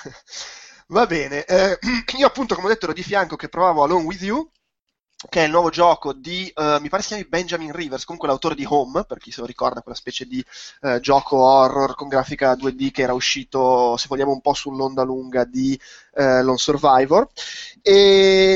Va bene, eh, io appunto come ho detto ero di fianco che provavo Alone With You, che è il nuovo gioco di, eh, mi pare si chiami Benjamin Rivers, comunque l'autore di Home, per chi se lo ricorda, quella specie di eh, gioco horror con grafica due D che era uscito, se vogliamo, un po' sull'onda lunga di eh, Lone Survivor. E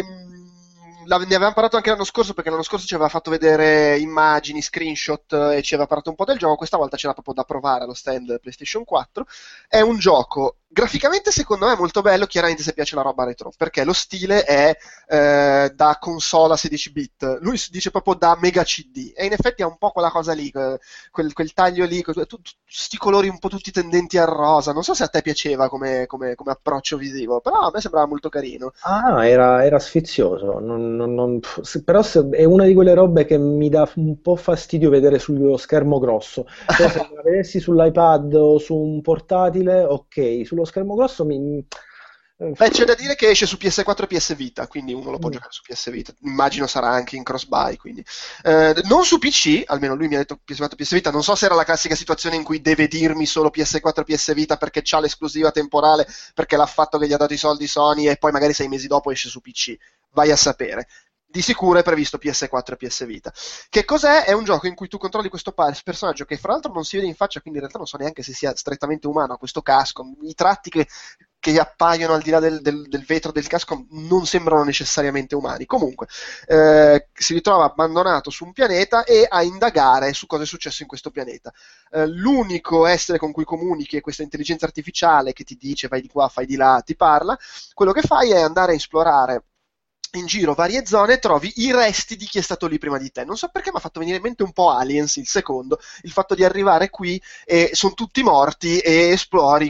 mh, la- ne avevamo parlato anche l'anno scorso, perché l'anno scorso ci aveva fatto vedere immagini, screenshot eh, e ci aveva parlato un po' del gioco. Questa volta c'era proprio da provare allo stand PlayStation quattro. È un gioco graficamente secondo me molto bello, chiaramente se piace la roba retro, perché lo stile è eh, da console a sedici bit, lui si dice proprio da mega C D, e in effetti ha un po' quella cosa lì, quel, quel taglio lì, questi colori un po' tutti tendenti al rosa. Non so se a te piaceva come, come, come approccio visivo, però a me sembrava molto carino. Ah, era, era sfizioso, non- non- non- se- però se- è una di quelle robe che mi dà un po' fastidio vedere sullo schermo grosso. Cioè, se la vedessi sull'iPad o su un portatile, ok, sullo schermo grosso mi... eh, Beh, c'è da dire che esce su P S quattro e P S Vita, quindi uno lo può mm. giocare su P S Vita. Immagino sarà anche in cross-buy, quindi. Eh, non su P C, almeno lui mi ha detto P S quattro e P S Vita. Non so se era la classica situazione in cui deve dirmi solo P S quattro e P S Vita perché c'ha l'esclusiva temporale, perché l'ha fatto che gli ha dato i soldi Sony e poi magari sei mesi dopo esce su P C. Vai a sapere. Di sicuro è previsto P S quattro e P S Vita. Che cos'è? È un gioco in cui tu controlli questo personaggio che fra l'altro non si vede in faccia, quindi in realtà non so neanche se sia strettamente umano, ha questo casco, i tratti che, che appaiono al di là del, del, del vetro del casco non sembrano necessariamente umani. Comunque eh, si ritrova abbandonato su un pianeta e a indagare su cosa è successo in questo pianeta. Eh, l'unico essere con cui comunichi è questa intelligenza artificiale che ti dice vai di qua, fai di là, ti parla. Quello che fai è andare a esplorare in giro varie zone, trovi i resti di chi è stato lì prima di te. Non so perché mi ha fatto venire in mente un po' Aliens, il secondo, il fatto di arrivare qui e sono tutti morti e esplori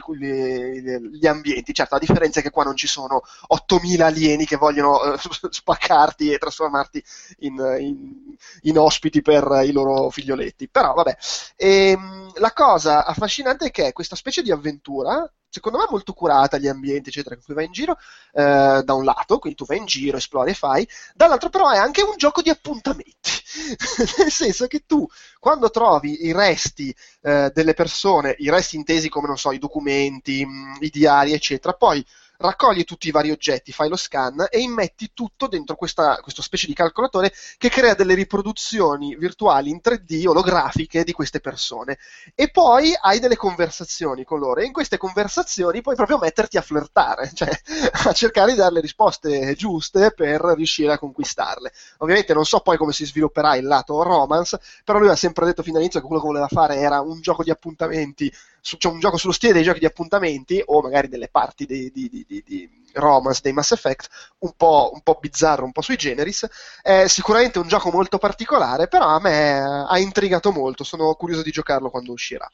gli, gli ambienti. Certo, la differenza è che qua non ci sono ottomila alieni che vogliono eh, spaccarti e trasformarti in, in, in ospiti per i loro figlioletti. Però vabbè. E, la cosa affascinante è che è questa specie di avventura, secondo me molto curata, gli ambienti eccetera con cui vai in giro, eh, da un lato, quindi tu vai in giro, esplori e fai, dall'altro però è anche un gioco di appuntamenti, nel senso che tu quando trovi i resti eh, delle persone, i resti intesi come, non so, i documenti, mh, i diari eccetera, poi raccogli tutti i vari oggetti, fai lo scan e immetti tutto dentro questa, questo specie di calcolatore che crea delle riproduzioni virtuali in tre D olografiche di queste persone, e poi hai delle conversazioni con loro e in queste conversazioni puoi proprio metterti a flirtare, cioè a cercare di dare le risposte giuste per riuscire a conquistarle. Ovviamente non so poi come si svilupperà il lato romance, però lui ha sempre detto fin dall'inizio che quello che voleva fare era un gioco di appuntamenti, cioè un gioco sullo stile dei giochi di appuntamenti o magari delle parti di, di, di, di, di romance dei Mass Effect, un po', un po' bizzarro, un po' sui generis. È sicuramente un gioco molto particolare, però a me ha intrigato molto, sono curioso di giocarlo quando uscirà.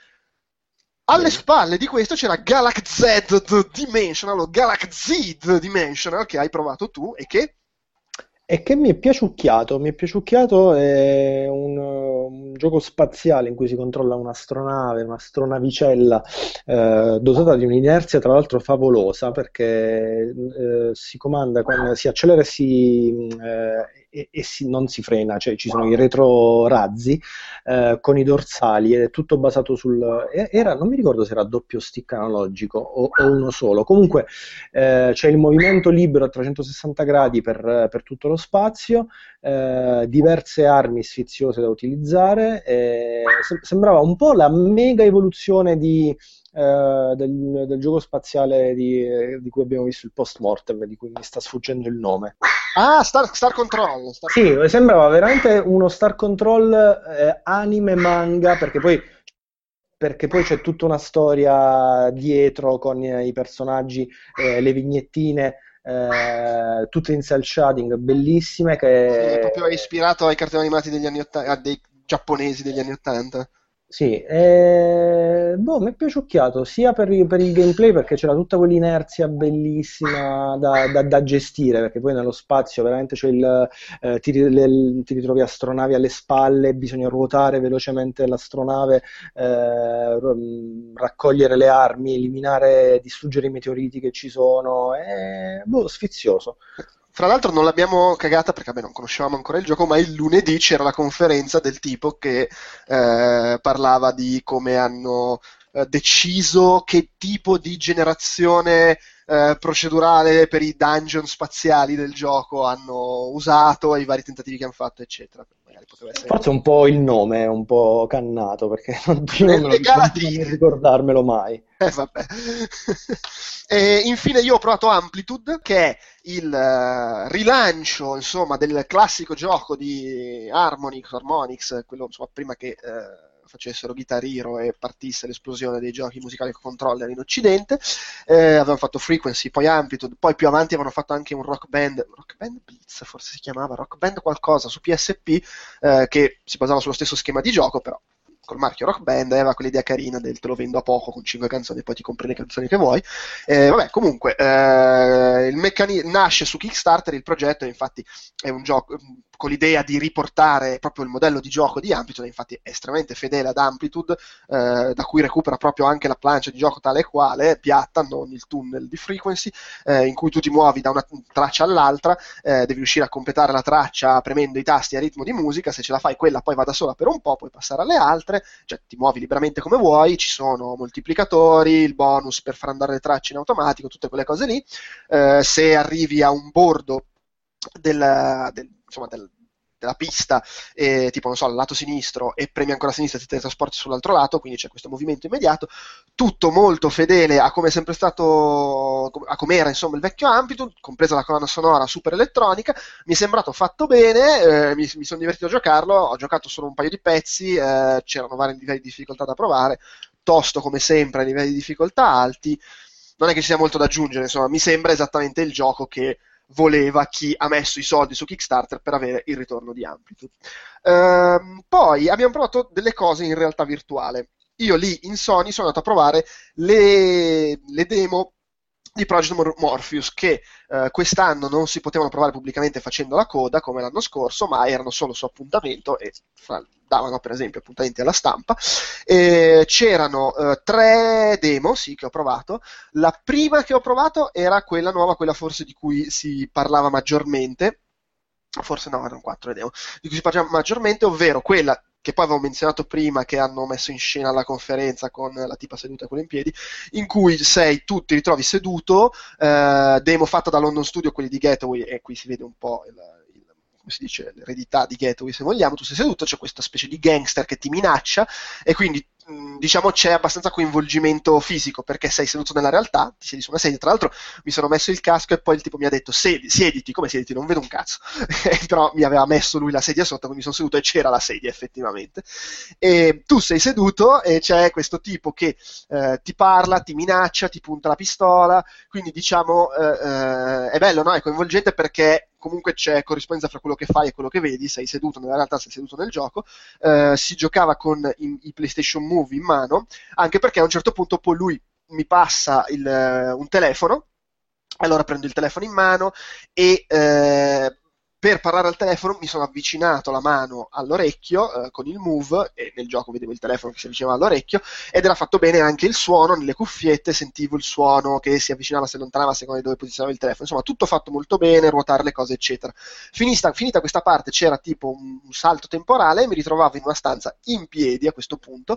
Alle spalle di questo c'era Galaxy The Dimensional o Galaxy The Dimensional che hai provato tu e che E che mi è piaciucchiato, mi è piaciucchiato, è un, un gioco spaziale in cui si controlla un'astronave, un'astronavicella eh, dotata di un'inerzia tra l'altro favolosa, perché eh, si comanda, con, si accelera e, si, eh, e, e si, non si frena, cioè ci sono i retrorazzi eh, con i dorsali ed è tutto basato sul... Era, non mi ricordo se era doppio stick analogico o, o uno solo, comunque eh, c'è il movimento libero a trecentosessanta gradi per, per tutto lo spazio, eh, diverse armi sfiziose da utilizzare, eh, sem- sembrava un po' la mega evoluzione di eh, del, del gioco spaziale di, di cui abbiamo visto il post-mortem, di cui mi sta sfuggendo il nome. Ah, Star, Star Control. Star Sì, sembrava veramente uno Star Control eh, anime manga, perché poi, perché poi c'è tutta una storia dietro con i personaggi, eh, le vignettine, eh, tutte in cel shading, bellissime, Sì, è che proprio ispirato ai cartoni animati degli anni ottanta, dei giapponesi degli anni ottanta. sì, eh, boh, mi è piaciucchiato sia per, il- per il gameplay perché c'era tutta quell'inerzia bellissima da, da- da gestire, perché poi nello spazio veramente c'è il, eh, ti, ri- le- ti ritrovi astronavi alle spalle, bisogna ruotare velocemente l'astronave, eh, ro- raccogliere le armi, eliminare, distruggere i meteoriti che ci sono, è boh, sfizioso. Fra l'altro non l'abbiamo cagata perché vabbè, non conoscevamo ancora il gioco, ma il lunedì c'era la conferenza del tipo che eh, parlava di come hanno eh, deciso che tipo di generazione eh, procedurale per i dungeon spaziali del gioco hanno usato e i vari tentativi che hanno fatto, eccetera. Magari poteva essere Forse un po' il nome è un po' cannato perché non, io non, me lo- nelle non galattie. posso ricordarmelo mai. Eh, vabbè. E infine io ho provato Amplitude, che è il eh, rilancio, insomma, del classico gioco di Harmonix, Harmonix, quello insomma, prima che eh, facessero Guitar Hero e partisse l'esplosione dei giochi musicali con controller in Occidente. Eh, avevano fatto Frequency, poi Amplitude, poi più avanti avevano fatto anche un Rock Band, Rock Band Blitz forse si chiamava, Rock Band qualcosa su P S P, eh, che si basava sullo stesso schema di gioco, però col marchio Rock Band, aveva quell'idea carina del te lo vendo a poco con cinque canzoni e poi ti compri le canzoni che vuoi. Eh, vabbè, comunque, eh, il meccani- nasce su Kickstarter il progetto, infatti è un gioco con l'idea di riportare proprio il modello di gioco di Amplitude, infatti è estremamente fedele ad Amplitude, eh, da cui recupera proprio anche la plancia di gioco tale e quale, piatta, non il tunnel di Frequency, eh, in cui tu ti muovi da una traccia all'altra, eh, devi riuscire a completare la traccia premendo i tasti a ritmo di musica, se ce la fai quella poi va da sola per un po', puoi passare alle altre, cioè ti muovi liberamente come vuoi, ci sono moltiplicatori, il bonus per far andare le tracce in automatico, tutte quelle cose lì. Eh, se arrivi a un bordo del, del, insomma, del, della pista, eh, tipo non so, al lato sinistro e premi ancora a sinistra e ti teletrasporti sull'altro lato, quindi c'è questo movimento immediato, tutto molto fedele a come è sempre stato, a come era insomma il vecchio Amplitude, compresa la colonna sonora super elettronica. Mi è sembrato fatto bene, eh, mi, mi sono divertito a giocarlo, ho giocato solo un paio di pezzi, eh, c'erano vari livelli di difficoltà da provare, tosto come sempre a livelli di difficoltà alti, non è che ci sia molto da aggiungere, insomma mi sembra esattamente il gioco che voleva chi ha messo i soldi su Kickstarter per avere il ritorno di Amplitude. Ehm, poi abbiamo provato delle cose in realtà virtuale. Io lì in Sony sono andato a provare le, le demo di Project Mor- Morpheus, che eh, quest'anno non si potevano provare pubblicamente facendo la coda come l'anno scorso, ma erano solo su appuntamento e fra- davano per esempio appuntamenti alla stampa. E c'erano eh, tre demo, sì, che ho provato. La prima che ho provato era quella nuova, quella forse di cui si parlava maggiormente, forse no, erano quattro le demo, di cui si parlava maggiormente, ovvero quella che poi avevo menzionato prima, che hanno messo in scena alla conferenza con la tipa seduta e quello in piedi, in cui sei, tu ti ritrovi seduto, eh, demo fatta da London Studio, quelli di Gateway, e qui si vede un po' il, il, come si dice, l'eredità di Gateway se vogliamo, tu sei seduto, c'è questa specie di gangster che ti minaccia, e quindi diciamo c'è abbastanza coinvolgimento fisico perché sei seduto nella realtà, ti siedi su una sedia. Tra l'altro mi sono messo il casco e poi il tipo mi ha detto Sedi, siediti, come siediti? Non vedo un cazzo però mi aveva messo lui la sedia sotto, quindi mi sono seduto e c'era la sedia effettivamente, e tu sei seduto e c'è questo tipo che eh, ti parla, ti minaccia, ti punta la pistola, quindi diciamo eh, eh, è bello, no? È coinvolgente perché comunque c'è corrispondenza fra quello che fai e quello che vedi, sei seduto nella realtà, sei seduto nel gioco. Eh, si giocava con i, i PlayStation Move in mano, anche perché a un certo punto poi lui mi passa il, un telefono, allora prendo il telefono in mano e eh, per parlare al telefono mi sono avvicinato la mano all'orecchio eh, con il Move, e nel gioco vedevo il telefono che si avvicinava all'orecchio, ed era fatto bene anche il suono, nelle cuffiette sentivo il suono che si avvicinava, si allontanava a seconda di dove posizionava il telefono, insomma tutto fatto molto bene, ruotare le cose eccetera. Finita, finita questa parte c'era tipo un, un salto temporale, mi ritrovavo in una stanza in piedi a questo punto,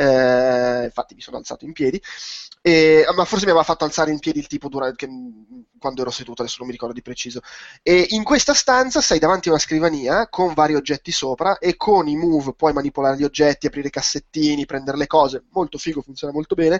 eh, infatti mi sono alzato in piedi, e, ma forse mi aveva fatto alzare in piedi il tipo durante, che, quando ero seduto, adesso non mi ricordo di preciso, e in questa stanza sostanza sei davanti a una scrivania con vari oggetti sopra e con i move puoi manipolare gli oggetti, aprire i cassettini, prendere le cose, molto figo, funziona molto bene.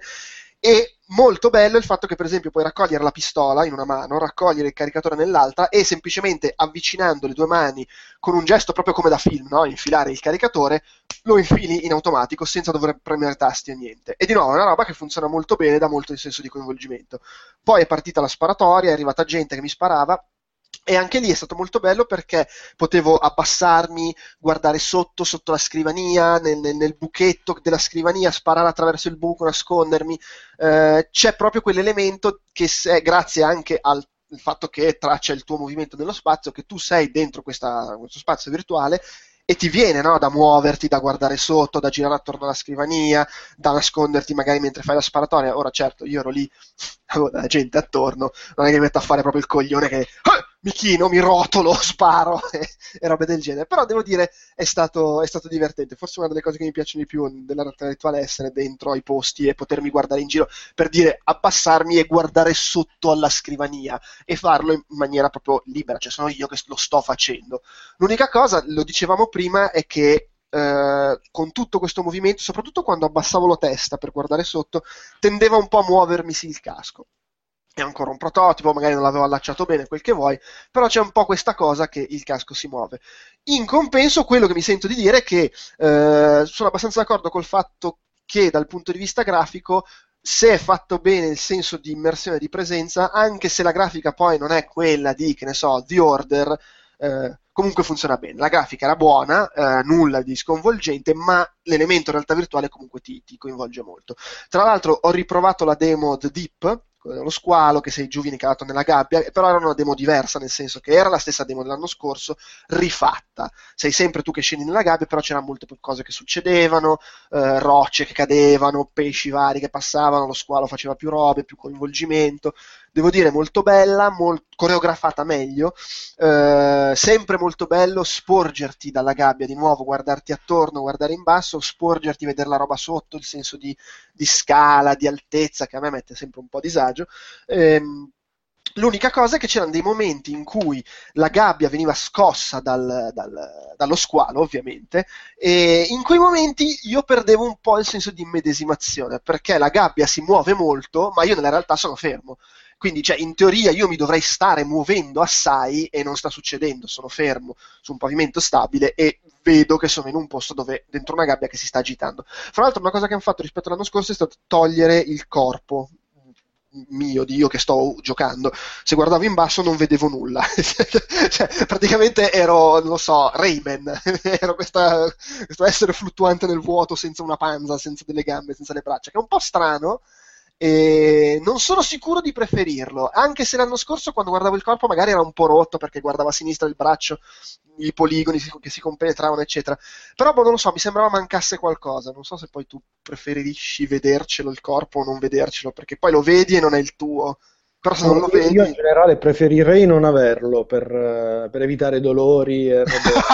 E molto bello il fatto che per esempio puoi raccogliere la pistola in una mano, raccogliere il caricatore nell'altra e semplicemente avvicinando le due mani con un gesto proprio come da film, no? Infilare il caricatore, lo infili in automatico senza dover premere tasti o niente. E di nuovo è una roba che funziona molto bene, dà molto il senso di coinvolgimento. Poi è partita la sparatoria, è arrivata gente che mi sparava. E anche lì è stato molto bello perché potevo abbassarmi, guardare sotto, sotto la scrivania, nel, nel, nel buchetto della scrivania, sparare attraverso il buco, nascondermi. Eh, c'è proprio quell'elemento che, se, grazie anche al fatto che traccia il tuo movimento nello spazio, che tu sei dentro questa, questo spazio virtuale e ti viene, no, da muoverti, da guardare sotto, da girare attorno alla scrivania, da nasconderti magari mentre fai la sparatoria. Ora certo, io ero lì, avevo la gente attorno, non è che mi metto a fare proprio il coglione che ah, mi chino, mi rotolo, sparo e, e robe del genere. Però devo dire è stato, è stato divertente. Forse una delle cose che mi piacciono di più della realtà virtuale è essere dentro ai posti e potermi guardare in giro, per dire abbassarmi e guardare sotto alla scrivania e farlo in maniera proprio libera, cioè sono io che lo sto facendo. L'unica cosa, lo dicevamo prima, è che eh, con tutto questo movimento, soprattutto quando abbassavo la testa per guardare sotto, tendeva un po' a muovermisi il casco. È ancora un prototipo, magari non l'avevo allacciato bene, quel che vuoi, però c'è un po' questa cosa che il casco si muove. In compenso, quello che mi sento di dire è che eh, sono abbastanza d'accordo col fatto che dal punto di vista grafico, se è fatto bene il senso di immersione e di presenza, anche se la grafica poi non è quella di, che ne so, The Order, eh, comunque funziona bene. La grafica era buona, eh, nulla di sconvolgente, ma l'elemento realtà virtuale comunque ti, ti coinvolge molto. Tra l'altro ho riprovato la demo The Deep, lo squalo che sei giù, calato nella gabbia, però era una demo diversa, nel senso che era la stessa demo dell'anno scorso rifatta, sei sempre tu che scendi nella gabbia, però c'erano molte cose che succedevano, eh, rocce che cadevano, pesci vari che passavano, lo squalo faceva più robe, più coinvolgimento. Devo dire molto bella, molto coreografata meglio, eh, sempre molto bello sporgerti dalla gabbia di nuovo, guardarti attorno, guardare in basso, sporgerti, vedere la roba sotto, il senso di, di scala, di altezza che a me mette sempre un po' a disagio. Ehm, L'unica cosa è che c'erano dei momenti in cui la gabbia veniva scossa dal, dal, dallo squalo, ovviamente, e in quei momenti io perdevo un po' il senso di immedesimazione, perché la gabbia si muove molto, ma io nella realtà sono fermo. Quindi, cioè, in teoria io mi dovrei stare muovendo assai e non sta succedendo, sono fermo su un pavimento stabile e vedo che sono in un posto dove dentro una gabbia che si sta agitando. Fra l'altro una cosa che hanno fatto rispetto all'anno scorso è stato togliere il corpo mio, di io che sto giocando. Se guardavo in basso non vedevo nulla. Cioè, praticamente ero, non lo so, Rayman. Ero questa, questo essere fluttuante nel vuoto senza una panza, senza delle gambe, senza le braccia, che è un po' strano. E non sono sicuro di preferirlo, anche se l'anno scorso quando guardavo il corpo magari era un po' rotto perché guardavo a sinistra il braccio, i poligoni che si compenetravano eccetera, però boh, non lo so, mi sembrava mancasse qualcosa. Non so se poi tu preferisci vedercelo il corpo o non vedercelo, perché poi lo vedi e non è il tuo, però se non lo vedi... Io in generale preferirei non averlo per, per evitare dolori e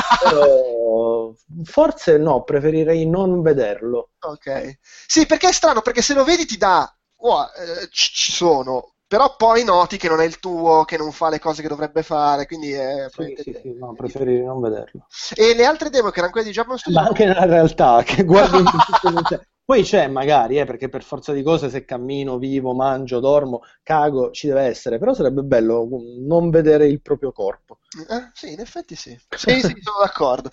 però forse no, preferirei non vederlo. Ok, sì, perché è strano, perché se lo vedi ti dà oh, eh, ci sono, però poi noti che non è il tuo, che non fa le cose che dovrebbe fare, quindi è... Sì, sì, sì, no, preferirei non vederlo. E le altre demo che erano quelle di Japan Studio... Ma anche nella realtà, che guardi in tutto... Poi c'è magari, eh, perché per forza di cose se cammino, vivo, mangio, dormo, cago, ci deve essere, però sarebbe bello non vedere il proprio corpo. Eh, sì, in effetti sì. Sì, sì, sono d'accordo.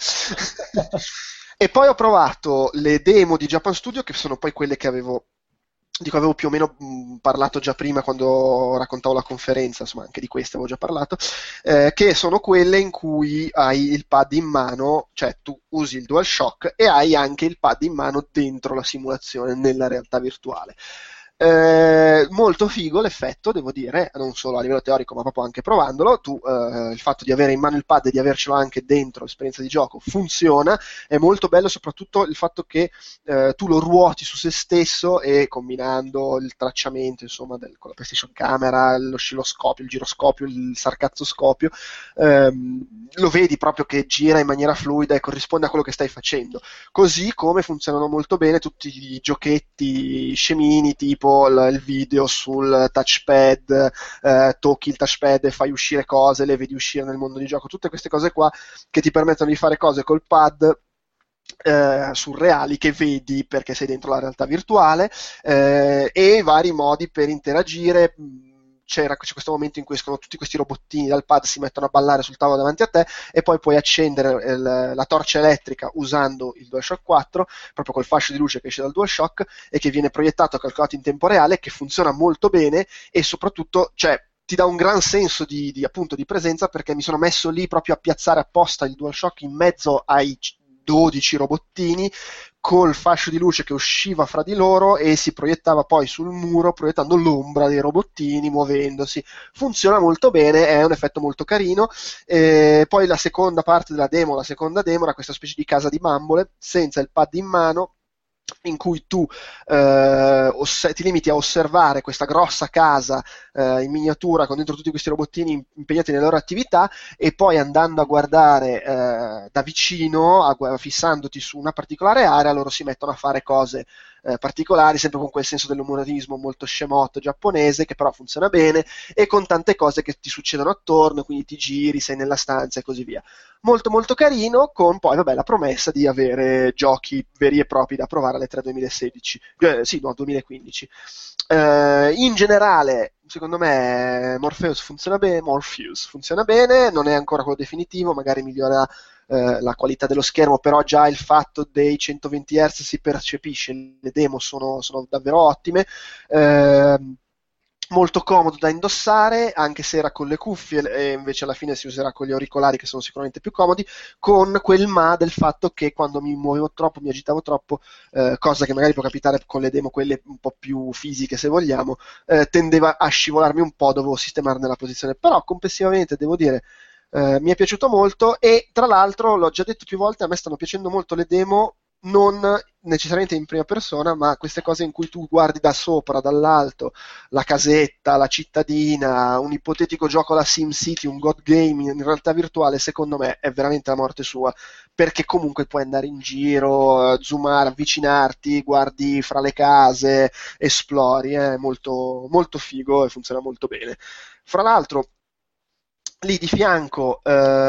E poi ho provato le demo di Japan Studio, che sono poi quelle che avevo... di cui avevo più o meno mh, parlato già prima quando raccontavo la conferenza, insomma anche di queste avevo già parlato, eh, che sono quelle in cui hai il pad in mano, cioè tu usi il DualShock e hai anche il pad in mano dentro la simulazione nella realtà virtuale. Eh, molto figo l'effetto, devo dire, non solo a livello teorico ma proprio anche provandolo. Tu, eh, il fatto di avere in mano il pad e di avercelo anche dentro l'esperienza di gioco funziona, è molto bello soprattutto il fatto che eh, tu lo ruoti su se stesso e combinando il tracciamento insomma del, con la PlayStation Camera, l'oscilloscopio, il giroscopio, il sarcazzoscopio, ehm, lo vedi proprio che gira in maniera fluida e corrisponde a quello che stai facendo, così come funzionano molto bene tutti i giochetti scemini tipo tipo il, il video sul touchpad, eh, tocchi il touchpad e fai uscire cose, le vedi uscire nel mondo di gioco, tutte queste cose qua che ti permettono di fare cose col pad eh, surreali che vedi perché sei dentro la realtà virtuale, eh, e vari modi per interagire. C'era, c'è questo momento in cui escono tutti questi robottini dal pad, si mettono a ballare sul tavolo davanti a te e poi puoi accendere il, la torcia elettrica usando il DualShock quattro, proprio col fascio di luce che esce dal DualShock e che viene proiettato e calcolato in tempo reale, che funziona molto bene e soprattutto, cioè, ti dà un gran senso di, di, appunto, di presenza, perché mi sono messo lì proprio a piazzare apposta il DualShock in mezzo ai dodici robottini col fascio di luce che usciva fra di loro e si proiettava poi sul muro proiettando l'ombra dei robottini muovendosi. Funziona molto bene, è un effetto molto carino. E poi la seconda parte della demo, la seconda demo era questa specie di casa di bambole senza il pad in mano, in cui tu eh, oss- ti limiti a osservare questa grossa casa eh, in miniatura con dentro tutti questi robottini impegnati nelle loro attività, e poi andando a guardare eh, da vicino, a gu- fissandoti su una particolare area, loro si mettono a fare cose eh, particolari, sempre con quel senso dell'umorismo molto scemotto giapponese, che però funziona bene, e con tante cose che ti succedono attorno, quindi ti giri, sei nella stanza e così via. Molto molto carino, con poi vabbè la promessa di avere giochi veri e propri da provare alle tre duemilasedici, eh, sì, no, duemilaquindici. Eh, in generale, secondo me Morpheus funziona bene, Morpheus funziona bene, non è ancora quello definitivo, magari migliora eh, la qualità dello schermo, però già il fatto dei centoventi hertz si percepisce, le demo sono, sono davvero ottime. Eh, molto comodo da indossare, anche se era con le cuffie, e invece alla fine si userà con gli auricolari, che sono sicuramente più comodi, con quel ma del fatto che quando mi muovevo troppo, mi agitavo troppo, eh, cosa che magari può capitare con le demo, quelle un po' più fisiche se vogliamo, eh, tendeva a scivolarmi un po', dovevo sistemarne la posizione, però complessivamente devo dire eh, mi è piaciuto molto. E tra l'altro, l'ho già detto più volte, a me stanno piacendo molto le demo non necessariamente in prima persona, ma queste cose in cui tu guardi da sopra, dall'alto, la casetta, la cittadina, un ipotetico gioco alla SimCity, un God Game in realtà virtuale. Secondo me è veramente la morte sua, perché comunque puoi andare in giro, zoomare, avvicinarti, guardi fra le case, esplori, è molto, molto figo e funziona molto bene. Fra l'altro, lì di fianco,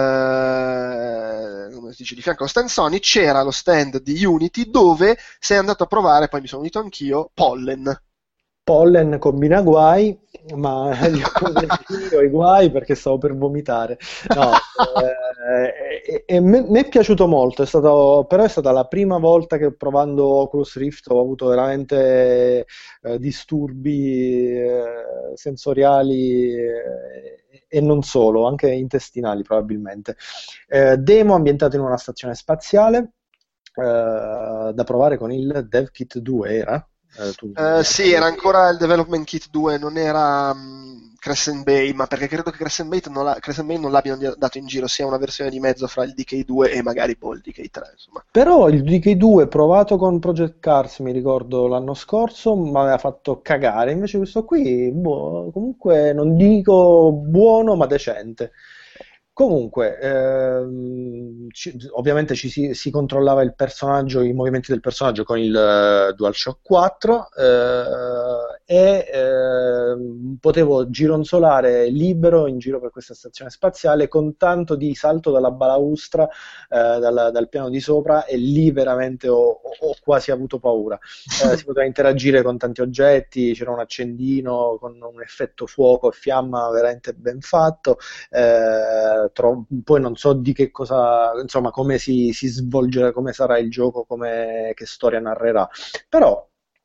eh, come si dice, di fianco allo stand Sony c'era lo stand di Unity, dove sei andato a provare, poi mi sono unito anch'io, Pollen. Pollen combina guai, ma li ho convertito i guai perché stavo per vomitare. No, eh, e, e me, mi è piaciuto molto, è stato, però è stata la prima volta che provando Oculus Rift ho avuto veramente eh, disturbi eh, sensoriali eh, e non solo, anche intestinali probabilmente. Eh, demo ambientato in una stazione spaziale, eh, da provare con il DevKit due, era? Eh, tu... Uh, sì, era ancora il Development Kit due, non era um, Crescent Bay, ma perché credo che Crescent Bay non, la, Crescent Bay non l'abbiano dato in giro, sia una versione di mezzo fra il D K due e magari poi il D K tre, insomma. Però il D K due provato con Project Cars, mi ricordo l'anno scorso, mi aveva fatto cagare, invece questo qui, boh, comunque non dico buono, ma decente. Comunque, ehm, ci, ovviamente ci si, si controllava il personaggio, i movimenti del personaggio con il uh, DualShock quattro eh, e eh, potevo gironzolare libero in giro per questa stazione spaziale con tanto di salto dalla balaustra, eh, dal, dal piano di sopra, e lì veramente ho, ho quasi avuto paura. Eh, si poteva interagire con tanti oggetti, c'era un accendino con un effetto fuoco e fiamma veramente ben fatto. Eh, Tro- poi non so di che cosa, insomma, come si, si svolgerà, come sarà il gioco, come, che storia narrerà, però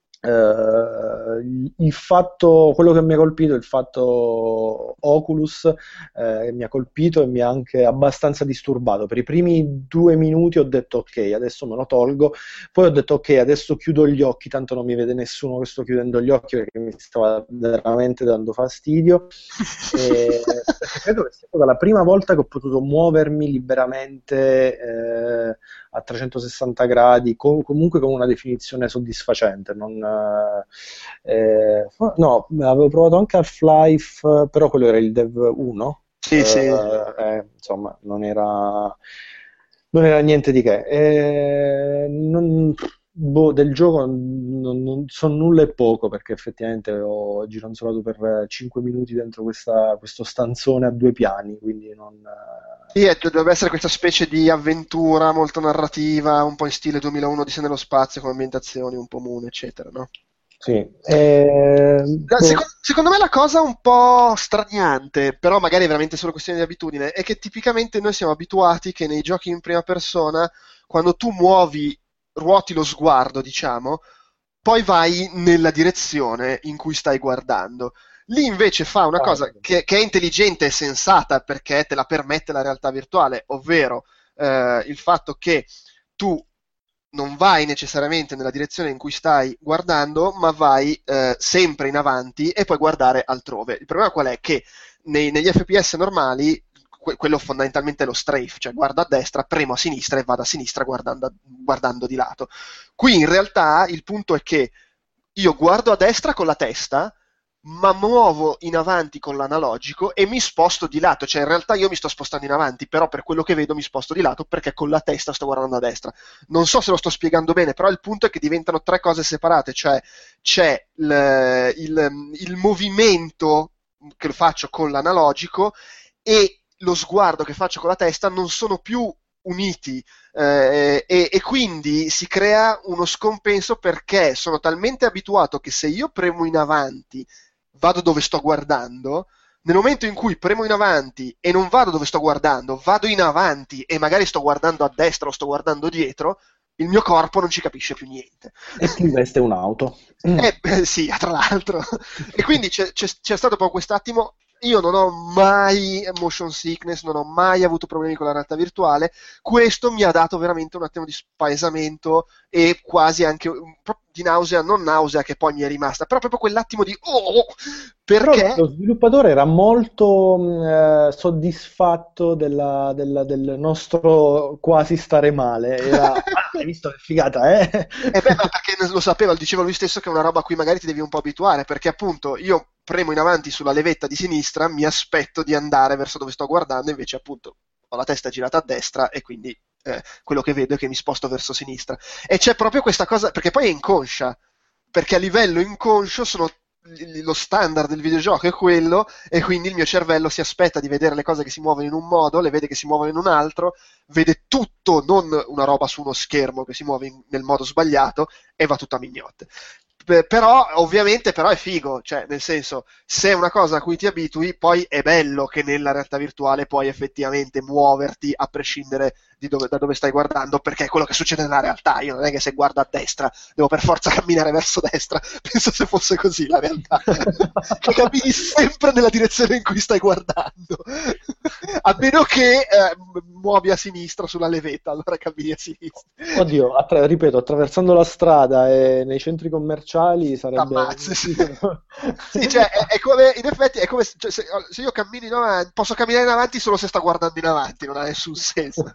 eh, il fatto, quello che mi ha colpito è il fatto Oculus, eh, mi ha colpito e mi ha anche abbastanza disturbato. Per i primi due minuti ho detto ok, adesso me lo tolgo, poi ho detto ok, adesso chiudo gli occhi, tanto non mi vede nessuno che sto chiudendo gli occhi, perché mi stava veramente dando fastidio. E credo che sia stata la prima volta che ho potuto muovermi liberamente eh, a trecentosessanta gradi, com- comunque con una definizione soddisfacente. Non, eh, no, avevo provato anche Half-Life, però quello era il Dev uno. Sì, eh, sì. eh, insomma, non era, non era niente di che. Eh, non, boh, del gioco non non, non so nulla e poco, perché effettivamente ho gironzolato per cinque minuti dentro questa, questo stanzone a due piani, quindi non... Sì, è- dovrebbe essere questa specie di avventura molto narrativa, un po' in stile duemilauno Odissea nello spazio, con ambientazioni un po' moon, eccetera, no? Sì. Eh, No, Secondo, secondo me la cosa un po' straniante, però magari è veramente solo questione di abitudine, è che tipicamente noi siamo abituati che nei giochi in prima persona, quando tu muovi, ruoti lo sguardo, diciamo, poi vai nella direzione in cui stai guardando. Lì invece fa una cosa che, che è intelligente e sensata perché te la permette la realtà virtuale, ovvero eh, il fatto che tu non vai necessariamente nella direzione in cui stai guardando, ma vai eh, sempre in avanti e puoi guardare altrove. Il problema qual è? Che nei- negli F P S normali que- quello fondamentalmente è lo strafe, cioè guardo a destra, premo a sinistra e vado a sinistra guardando, guardando di lato. Qui in realtà il punto è che io guardo a destra con la testa, ma muovo in avanti con l'analogico e mi sposto di lato, cioè in realtà io mi sto spostando in avanti, però per quello che vedo mi sposto di lato perché con la testa sto guardando a destra. Non so se lo sto spiegando bene, però il punto è che diventano tre cose separate, cioè c'è il, il, il movimento che faccio con l'analogico e lo sguardo che faccio con la testa non sono più uniti, eh, e, e quindi si crea uno scompenso perché sono talmente abituato che se io premo in avanti vado dove sto guardando, nel momento in cui premo in avanti e non vado dove sto guardando, vado in avanti e magari sto guardando a destra o sto guardando dietro, il mio corpo non ci capisce più niente. E ti investe un'auto. Eh, beh, sì, tra l'altro. E quindi c'è, c'è, c'è stato proprio quest'attimo. Io non ho mai motion sickness, non ho mai avuto problemi con la realtà virtuale. Questo mi ha dato veramente un attimo di spaesamento e quasi anche un po' di nausea, non nausea che poi mi è rimasta, però proprio quell'attimo di oh, Però perché lo sviluppatore era molto mh, eh, soddisfatto della- della- del nostro quasi stare male. Era, "Ah, hai visto che figata, eh?" Eh beh, ma perché lo sapeva, lo diceva lui stesso che è una roba a cui magari ti devi un po' abituare, perché appunto io premo in avanti sulla levetta di sinistra, mi aspetto di andare verso dove sto guardando, invece appunto ho la testa girata a destra e quindi eh, quello che vedo è che mi sposto verso sinistra. E c'è proprio questa cosa, perché poi è inconscia, perché a livello inconscio sono lo standard del videogioco è quello e quindi il mio cervello si aspetta di vedere le cose che si muovono in un modo, le vede che si muovono in un altro, vede tutto, non una roba su uno schermo che si muove in- nel modo sbagliato e va tutto a mignotte. P- Però ovviamente però è figo, cioè nel senso se è una cosa a cui ti abitui poi è bello che nella realtà virtuale puoi effettivamente muoverti a prescindere di dove, da dove stai guardando perché è quello che succede nella realtà. Io non è che se guardo a destra devo per forza camminare verso destra, penso se fosse così la realtà che cammini sempre nella direzione in cui stai guardando a meno che eh, muovi a sinistra sulla levetta, allora cammini a sinistra. Oddio, attra- ripeto, attraversando la strada e nei centri commerciali sarebbe... T'ammazzi, sì. Sì, cioè, è, è come, in effetti, è come se, cioè, se, se io cammino in avanti, posso camminare in avanti solo se sto guardando in avanti, non ha nessun senso.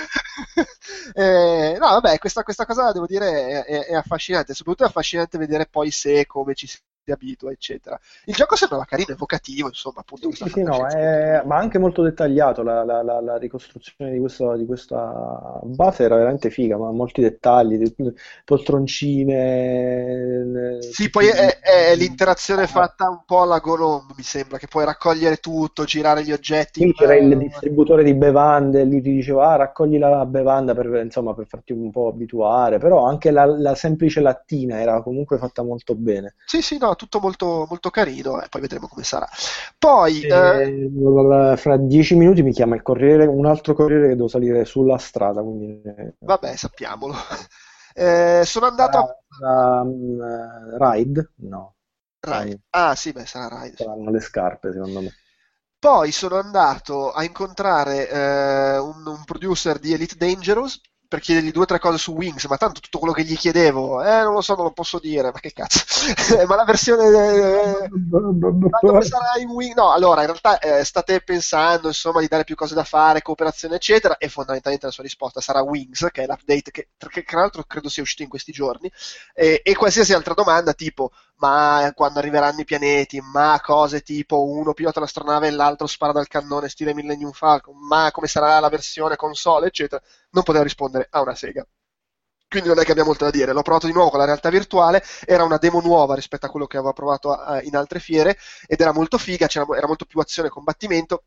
Eh, no, vabbè, questa, questa cosa, devo dire, è, è- è affascinante, soprattutto è affascinante vedere poi se e come ci si abitua, eccetera. Il gioco sembrava carino, evocativo, insomma, appunto, Sì, questa sì, sì, no, fantascienza. è- ma anche molto dettagliato, la, la- la- la ricostruzione di, questo- di questa base era veramente figa, ma molti dettagli, de- poltroncine, eh, Sì, poi tutti è, è i... l'interazione Ah, fatta un po' alla Golom, mi sembra, che puoi raccogliere tutto, girare gli oggetti in quindi c'era il mano. distributore di bevande, lui ti diceva, ah, raccogli la bevanda per, insomma, per farti un po' abituare, però anche la, la semplice lattina era comunque fatta molto bene. Sì, sì, no, tutto molto, molto carino, e poi vedremo come sarà. Poi, eh, E, fra dieci minuti mi chiama il corriere, un altro corriere che devo salire sulla strada, quindi eh, vabbè, sappiamolo. Eh, sono andato a sarà, sarà, mm, Ride? No, Rai. saranno, Ah, sì, beh, sarà Rai. saranno le scarpe secondo me. Poi sono andato a incontrare eh, un, un producer di Elite Dangerous per chiedergli due o tre cose su Wings, ma tanto tutto quello che gli chiedevo, eh, non lo so, non lo posso dire, ma che cazzo. Ma la versione... eh, ma dove sarà in Wings? No, allora, in realtà eh, state pensando, insomma, di dare più cose da fare, cooperazione, eccetera, e fondamentalmente la sua risposta sarà Wings, che è l'update che, che tra l'altro credo sia uscito in questi giorni, e, e qualsiasi altra domanda, tipo, ma quando arriveranno i pianeti, ma cose tipo uno pilota l'astronave e l'altro spara dal cannone stile Millennium Falcon, ma come sarà la versione console, eccetera, non poteva rispondere a una sega. quindi non è che abbia molto da dire. L'ho provato di nuovo con la realtà virtuale, era una demo nuova rispetto a quello che avevo provato a, in altre fiere, ed era molto figa, c'era, era molto più azione e combattimento.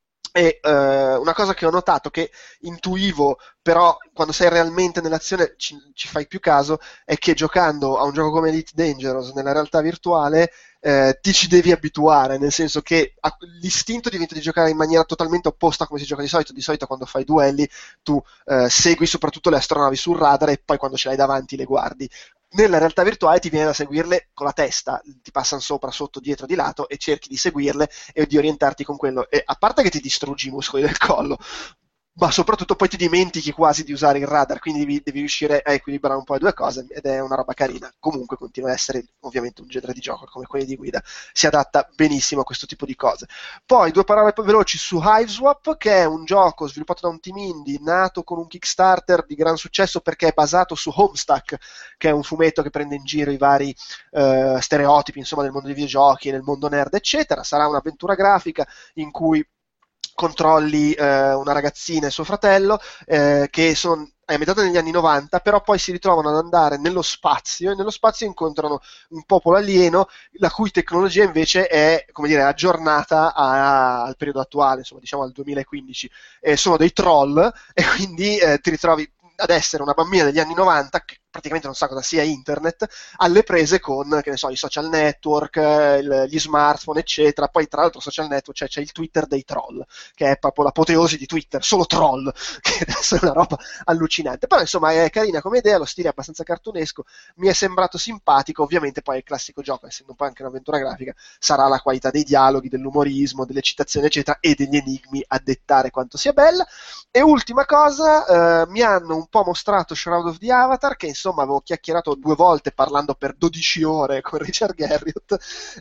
E uh, una cosa che ho notato, che intuivo, però quando sei realmente nell'azione ci, ci fai più caso, è che giocando a un gioco come Elite Dangerous nella realtà virtuale eh, ti ci devi abituare, nel senso che a, l'istinto diventa di giocare in maniera totalmente opposta a come si gioca di solito. Di solito quando fai duelli tu eh, segui soprattutto le astronavi sul radar e poi quando ce l'hai davanti le guardi. Nella realtà virtuale ti viene da seguirle con la testa, ti passano sopra, sotto, dietro, di lato e cerchi di seguirle e di orientarti con quello. E a parte che ti distruggi i muscoli del collo, ma soprattutto poi ti dimentichi quasi di usare il radar, quindi devi, devi riuscire a equilibrare un po' le due cose, ed è una roba carina. Comunque continua a essere ovviamente un genere di gioco come quelli di guida, si adatta benissimo a questo tipo di cose. Poi due parole veloci su Hiveswap, che è un gioco sviluppato da un team indie, nato con un Kickstarter di gran successo perché è basato su Homestuck, che è un fumetto che prende in giro i vari eh, stereotipi, insomma, del mondo dei videogiochi, nel mondo nerd, eccetera. Sarà un'avventura grafica in cui controlli eh, una ragazzina e suo fratello eh, che sono è ambientato negli anni novanta, però poi si ritrovano ad andare nello spazio e nello spazio incontrano un popolo alieno la cui tecnologia invece è, come dire, aggiornata a, al periodo attuale, insomma, diciamo al duemilaquindici. Eh, sono dei troll e quindi eh, ti ritrovi ad essere una bambina degli anni novanta che praticamente non sa cosa sia internet, alle prese con, che ne so, i social network, il, gli smartphone, eccetera. Poi tra l'altro social network, cioè c'è il Twitter dei troll, che è proprio l'apoteosi di Twitter, solo troll, che adesso è una roba allucinante. Però insomma è carina come idea, lo stile è abbastanza cartunesco, mi è sembrato simpatico. Ovviamente poi il classico gioco, essendo poi anche un'avventura grafica, sarà la qualità dei dialoghi, dell'umorismo, delle citazioni, eccetera, e degli enigmi a dettare quanto sia bella. E ultima cosa, eh, mi hanno un po' mostrato Shroud of the Avatar, che insomma avevo chiacchierato due volte parlando per dodici ore con Richard Garriott,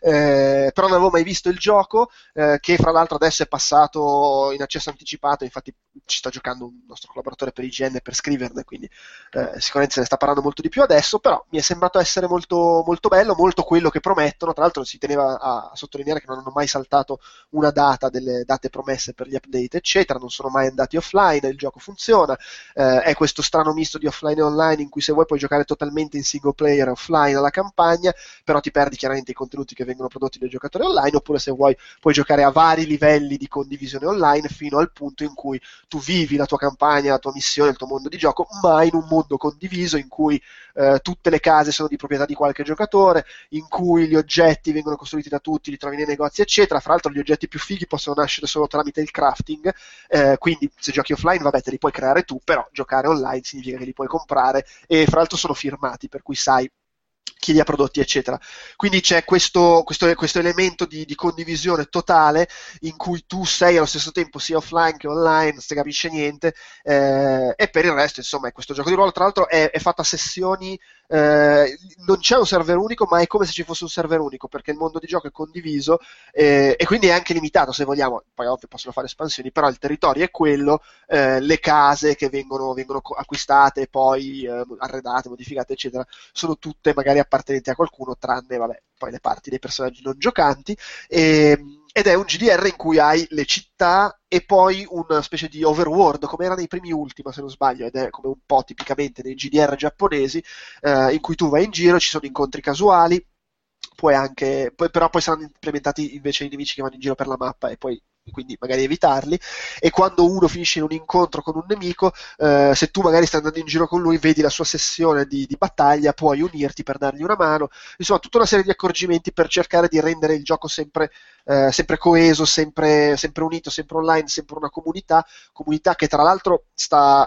eh, però non avevo mai visto il gioco, eh, che fra l'altro adesso è passato in accesso anticipato. Infatti ci sta giocando un nostro collaboratore per I G N per scriverne, quindi eh, sicuramente se ne sta parlando molto di più adesso. Però mi è sembrato essere molto, molto bello, molto quello che promettono. Tra l'altro si teneva a, a sottolineare che non hanno mai saltato una data delle date promesse per gli update, eccetera, non sono mai andati offline, il gioco funziona, eh, è questo strano misto di offline e online in cui se vuoi puoi giocare totalmente in single player offline alla campagna, però ti perdi chiaramente i contenuti che vengono prodotti dai giocatori online, oppure se vuoi puoi giocare a vari livelli di condivisione online fino al punto in cui tu vivi la tua campagna, la tua missione, il tuo mondo di gioco, ma in un mondo condiviso in cui eh, tutte le case sono di proprietà di qualche giocatore, in cui gli oggetti vengono costruiti da tutti, li trovi nei negozi, eccetera. Fra l'altro gli oggetti più fighi possono nascere solo tramite il crafting, eh, quindi se giochi offline vabbè te li puoi creare tu, però giocare online significa che li puoi comprare, e fra l'altro sono firmati, per cui sai chi li ha prodotti, eccetera. Quindi c'è questo, questo, questo elemento di, di condivisione totale in cui tu sei allo stesso tempo sia offline che online, non si capisce niente, eh, e per il resto insomma è questo gioco di ruolo. Tra l'altro è, è fatto a sessioni, eh, non c'è un server unico, ma è come se ci fosse un server unico, perché il mondo di gioco è condiviso, eh, e quindi è anche limitato se vogliamo. Poi ovvio possono fare espansioni, però il territorio è quello, eh, le case che vengono, vengono acquistate, poi eh, arredate, modificate, eccetera, sono tutte magari appartenenti a qualcuno, tranne vabbè poi le parti dei personaggi non giocanti, e, ed è un G D R in cui hai le città e poi una specie di overworld, come era nei primi Ultima se non sbaglio, ed è come un po' tipicamente nei G D R giapponesi, eh, in cui tu vai in giro, ci sono incontri casuali, puoi anche, poi, però poi saranno implementati invece i nemici che vanno in giro per la mappa e poi quindi magari evitarli, e quando uno finisce in un incontro con un nemico, eh, se tu magari stai andando in giro con lui, vedi la sua sessione di, di battaglia, puoi unirti per dargli una mano. Insomma, tutta una serie di accorgimenti per cercare di rendere il gioco sempre, eh, sempre coeso, sempre, sempre unito, sempre online, sempre una comunità, comunità che tra l'altro sta,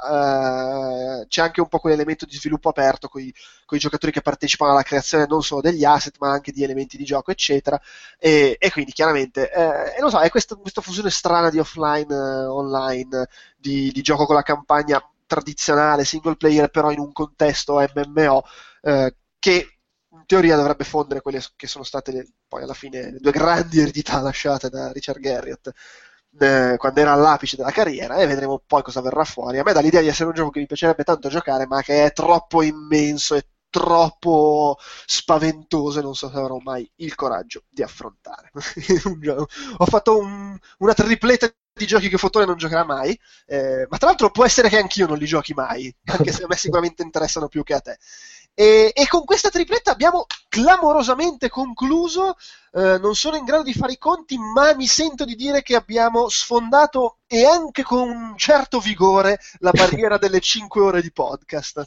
eh, c'è anche un po' quell'elemento di sviluppo aperto con i giocatori che partecipano alla creazione non solo degli asset ma anche di elementi di gioco, eccetera, e, e quindi chiaramente eh, non so, è questa, questa fusione strana di offline eh, online, di, di gioco con la campagna tradizionale single player però in un contesto M M O, eh, che in teoria dovrebbe fondere quelle che sono state le, poi alla fine le due grandi eredità lasciate da Richard Garriott eh, quando era all'apice della carriera, e vedremo poi cosa verrà fuori. A me dà l'idea di essere un gioco che mi piacerebbe tanto giocare, ma che è troppo immenso e troppo spaventoso e non so se avrò mai il coraggio di affrontare. Ho fatto un, una tripletta di giochi che Fottore non giocherà mai, eh, ma tra l'altro può essere che anch'io non li giochi mai, anche se a me sicuramente interessano più che a te. E, e con questa tripletta abbiamo clamorosamente concluso. Eh, non sono in grado di fare i conti, ma mi sento di dire che abbiamo sfondato, e anche con un certo vigore, la barriera delle cinque ore di podcast.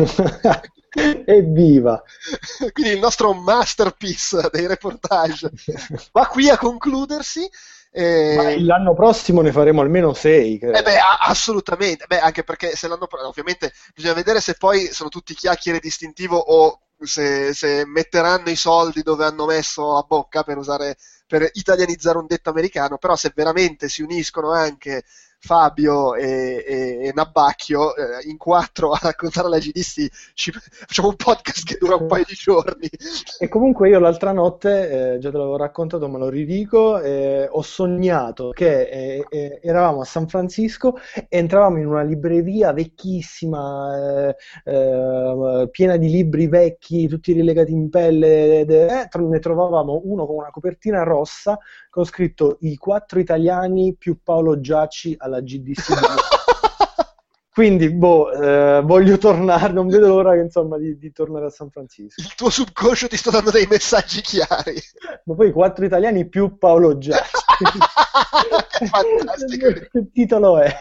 Evviva! Quindi il nostro masterpiece dei reportage va qui a concludersi. Eh, l'anno prossimo ne faremo almeno sei, credo. Eh beh, assolutamente. Beh, anche perché se l'anno prossimo, ovviamente bisogna vedere se poi sono tutti chiacchiere distintivo o se, se metteranno i soldi dove hanno messo la bocca, per usare, per italianizzare un detto americano. Però se veramente si uniscono anche Fabio e, e, e Nabbacchio eh, in quattro a raccontare la G D C, ci, facciamo un podcast che dura un paio di giorni. E comunque io l'altra notte, eh, già te l'avevo raccontato, ma lo ridico, eh, ho sognato che eh, eh, eravamo a San Francisco e entravamo in una libreria vecchissima, eh, eh, piena di libri vecchi, tutti rilegati in pelle, ed, eh, ne trovavamo uno con una copertina rossa con scritto "I quattro italiani più Paolo Giacci alla G D C". Quindi, boh, eh, voglio tornare, non vedo l'ora che, insomma, di, di tornare a San Francisco. Il tuo subconscio ti sta dando dei messaggi chiari. Ma poi quattro italiani più Paolo Giacci. Che fantastico. Che titolo è?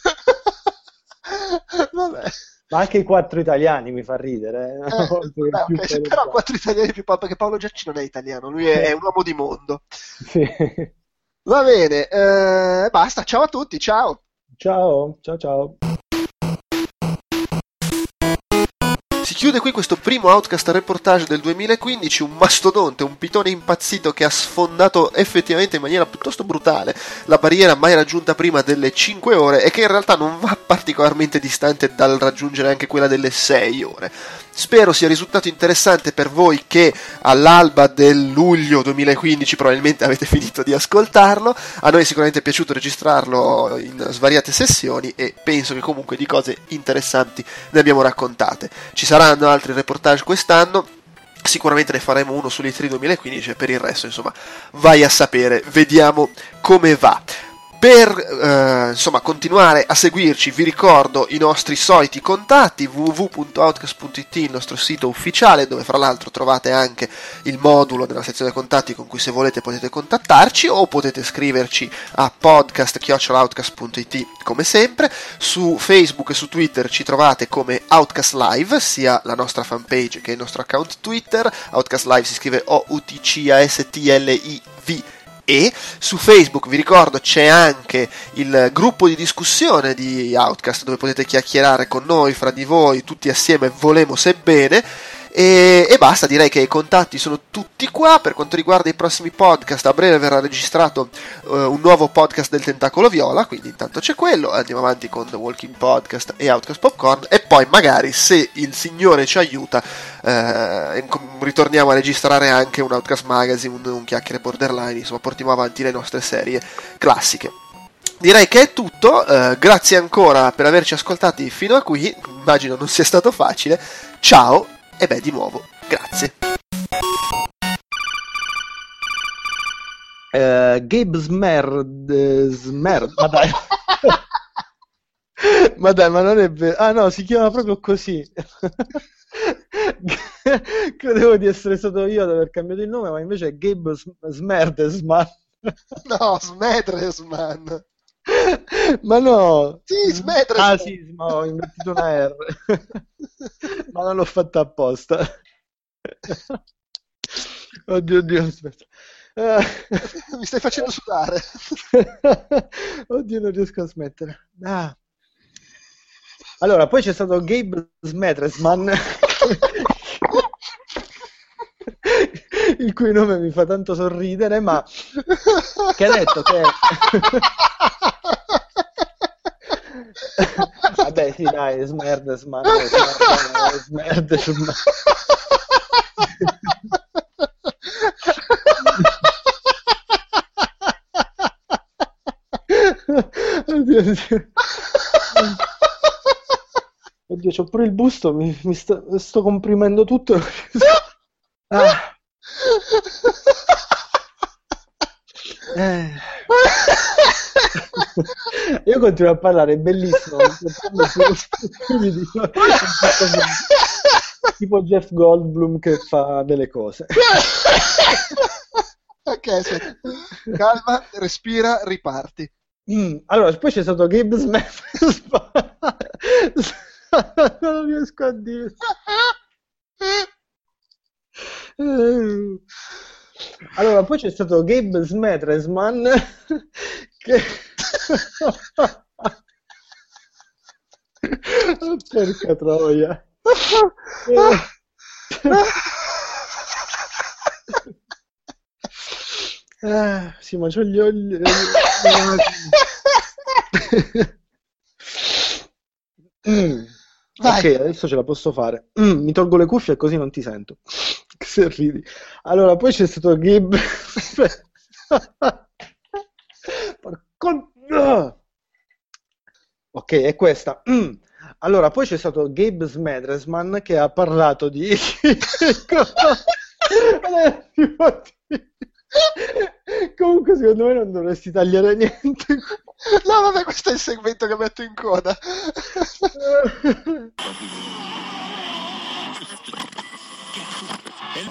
Vabbè. Ma anche i quattro italiani mi fa ridere. Eh? Eh, beh, okay, però quattro italiani più Paolo, perché Paolo Giacci non è italiano, lui è, è un uomo di mondo. Sì. Va bene, eh, basta, ciao a tutti, ciao. Ciao, ciao ciao. Si chiude qui questo primo Outcast reportage del duemilaquindici, un mastodonte, un pitone impazzito che ha sfondato effettivamente in maniera piuttosto brutale la barriera mai raggiunta prima delle cinque ore e che in realtà non va particolarmente distante dal raggiungere anche quella delle sei ore. Spero sia risultato interessante per voi che all'alba del luglio duemilaquindici probabilmente avete finito di ascoltarlo. A noi è sicuramente piaciuto registrarlo in svariate sessioni e penso che comunque di cose interessanti ne abbiamo raccontate. Ci saranno altri reportage quest'anno, sicuramente ne faremo uno sull'E tre duemilaquindici e per il resto, insomma, vai a sapere, vediamo come va. Per eh, insomma continuare a seguirci vi ricordo i nostri soliti contatti: w w w punto outcast punto i t, il nostro sito ufficiale, dove fra l'altro trovate anche il modulo della sezione contatti con cui se volete potete contattarci, o potete scriverci a podcast chiocciola outcast punto i t come sempre. Su Facebook e su Twitter ci trovate come Outcast Live, sia la nostra fanpage che il nostro account Twitter. Outcast Live si scrive O U T C A S T L I V. E su Facebook vi ricordo c'è anche il gruppo di discussione di Outcast, dove potete chiacchierare con noi, fra di voi, tutti assieme, volemo sebbene. E, e basta, direi che i contatti sono tutti qua. Per quanto riguarda i prossimi podcast, a breve verrà registrato uh, un nuovo podcast del Tentacolo Viola, quindi intanto c'è quello, andiamo avanti con The Walking Podcast e Outcast Popcorn, e poi magari, se il Signore ci aiuta, uh, ritorniamo a registrare anche un Outcast Magazine, un, un chiacchiere borderline, insomma portiamo avanti le nostre serie classiche. Direi che è tutto, uh, grazie ancora per averci ascoltati fino a qui, immagino non sia stato facile. Ciao e beh, di nuovo, grazie. Uh, Gabe Smerd, Smerd, ma dai. Ma dai, ma non è vero. Ah no, si chiama proprio così. Credevo di essere stato io ad aver cambiato il nome, ma invece è Gabe Smerdesman. No, Smedresman. Ma no. Sì, Smedresman. Ah sì, ma ho invertito una R. Ma non l'ho fatta apposta. Oddio, oddio, aspetta. Mi stai facendo sudare. Oddio, non riesco a smettere. Ah. Allora, poi c'è stato Gabe Smedresman, il cui nome mi fa tanto sorridere, ma che ha detto che vabbè sì dai, Smerdesman, Smerdesman. Oddio, oddio. Oddio, c'ho pure il busto, mi, mi sto, sto comprimendo tutto. Ah. Eh. Io continuo a parlare, è bellissimo. Quindi dico, tipo Jeff Goldblum che fa delle cose. Ok, aspetta. Calma, respira, riparti. Mm, allora, poi c'è stato Gabe Smith. Non riesco a dire. Allora, poi c'è stato Gabe Smetresman che... Oh, porca troia. Eh, sì, ma c'ho gli olli... mm. Ok, adesso ce la posso fare. Mm, mi tolgo le cuffie così non ti sento. Se ridi. Allora, poi c'è stato Gabe. Porco... no! Ok, è questa. Mm. Allora, poi c'è stato Gabe Smedresman che ha parlato di... Comunque secondo me non dovresti tagliare niente. No, vabbè, questo è il segmento che metto in coda.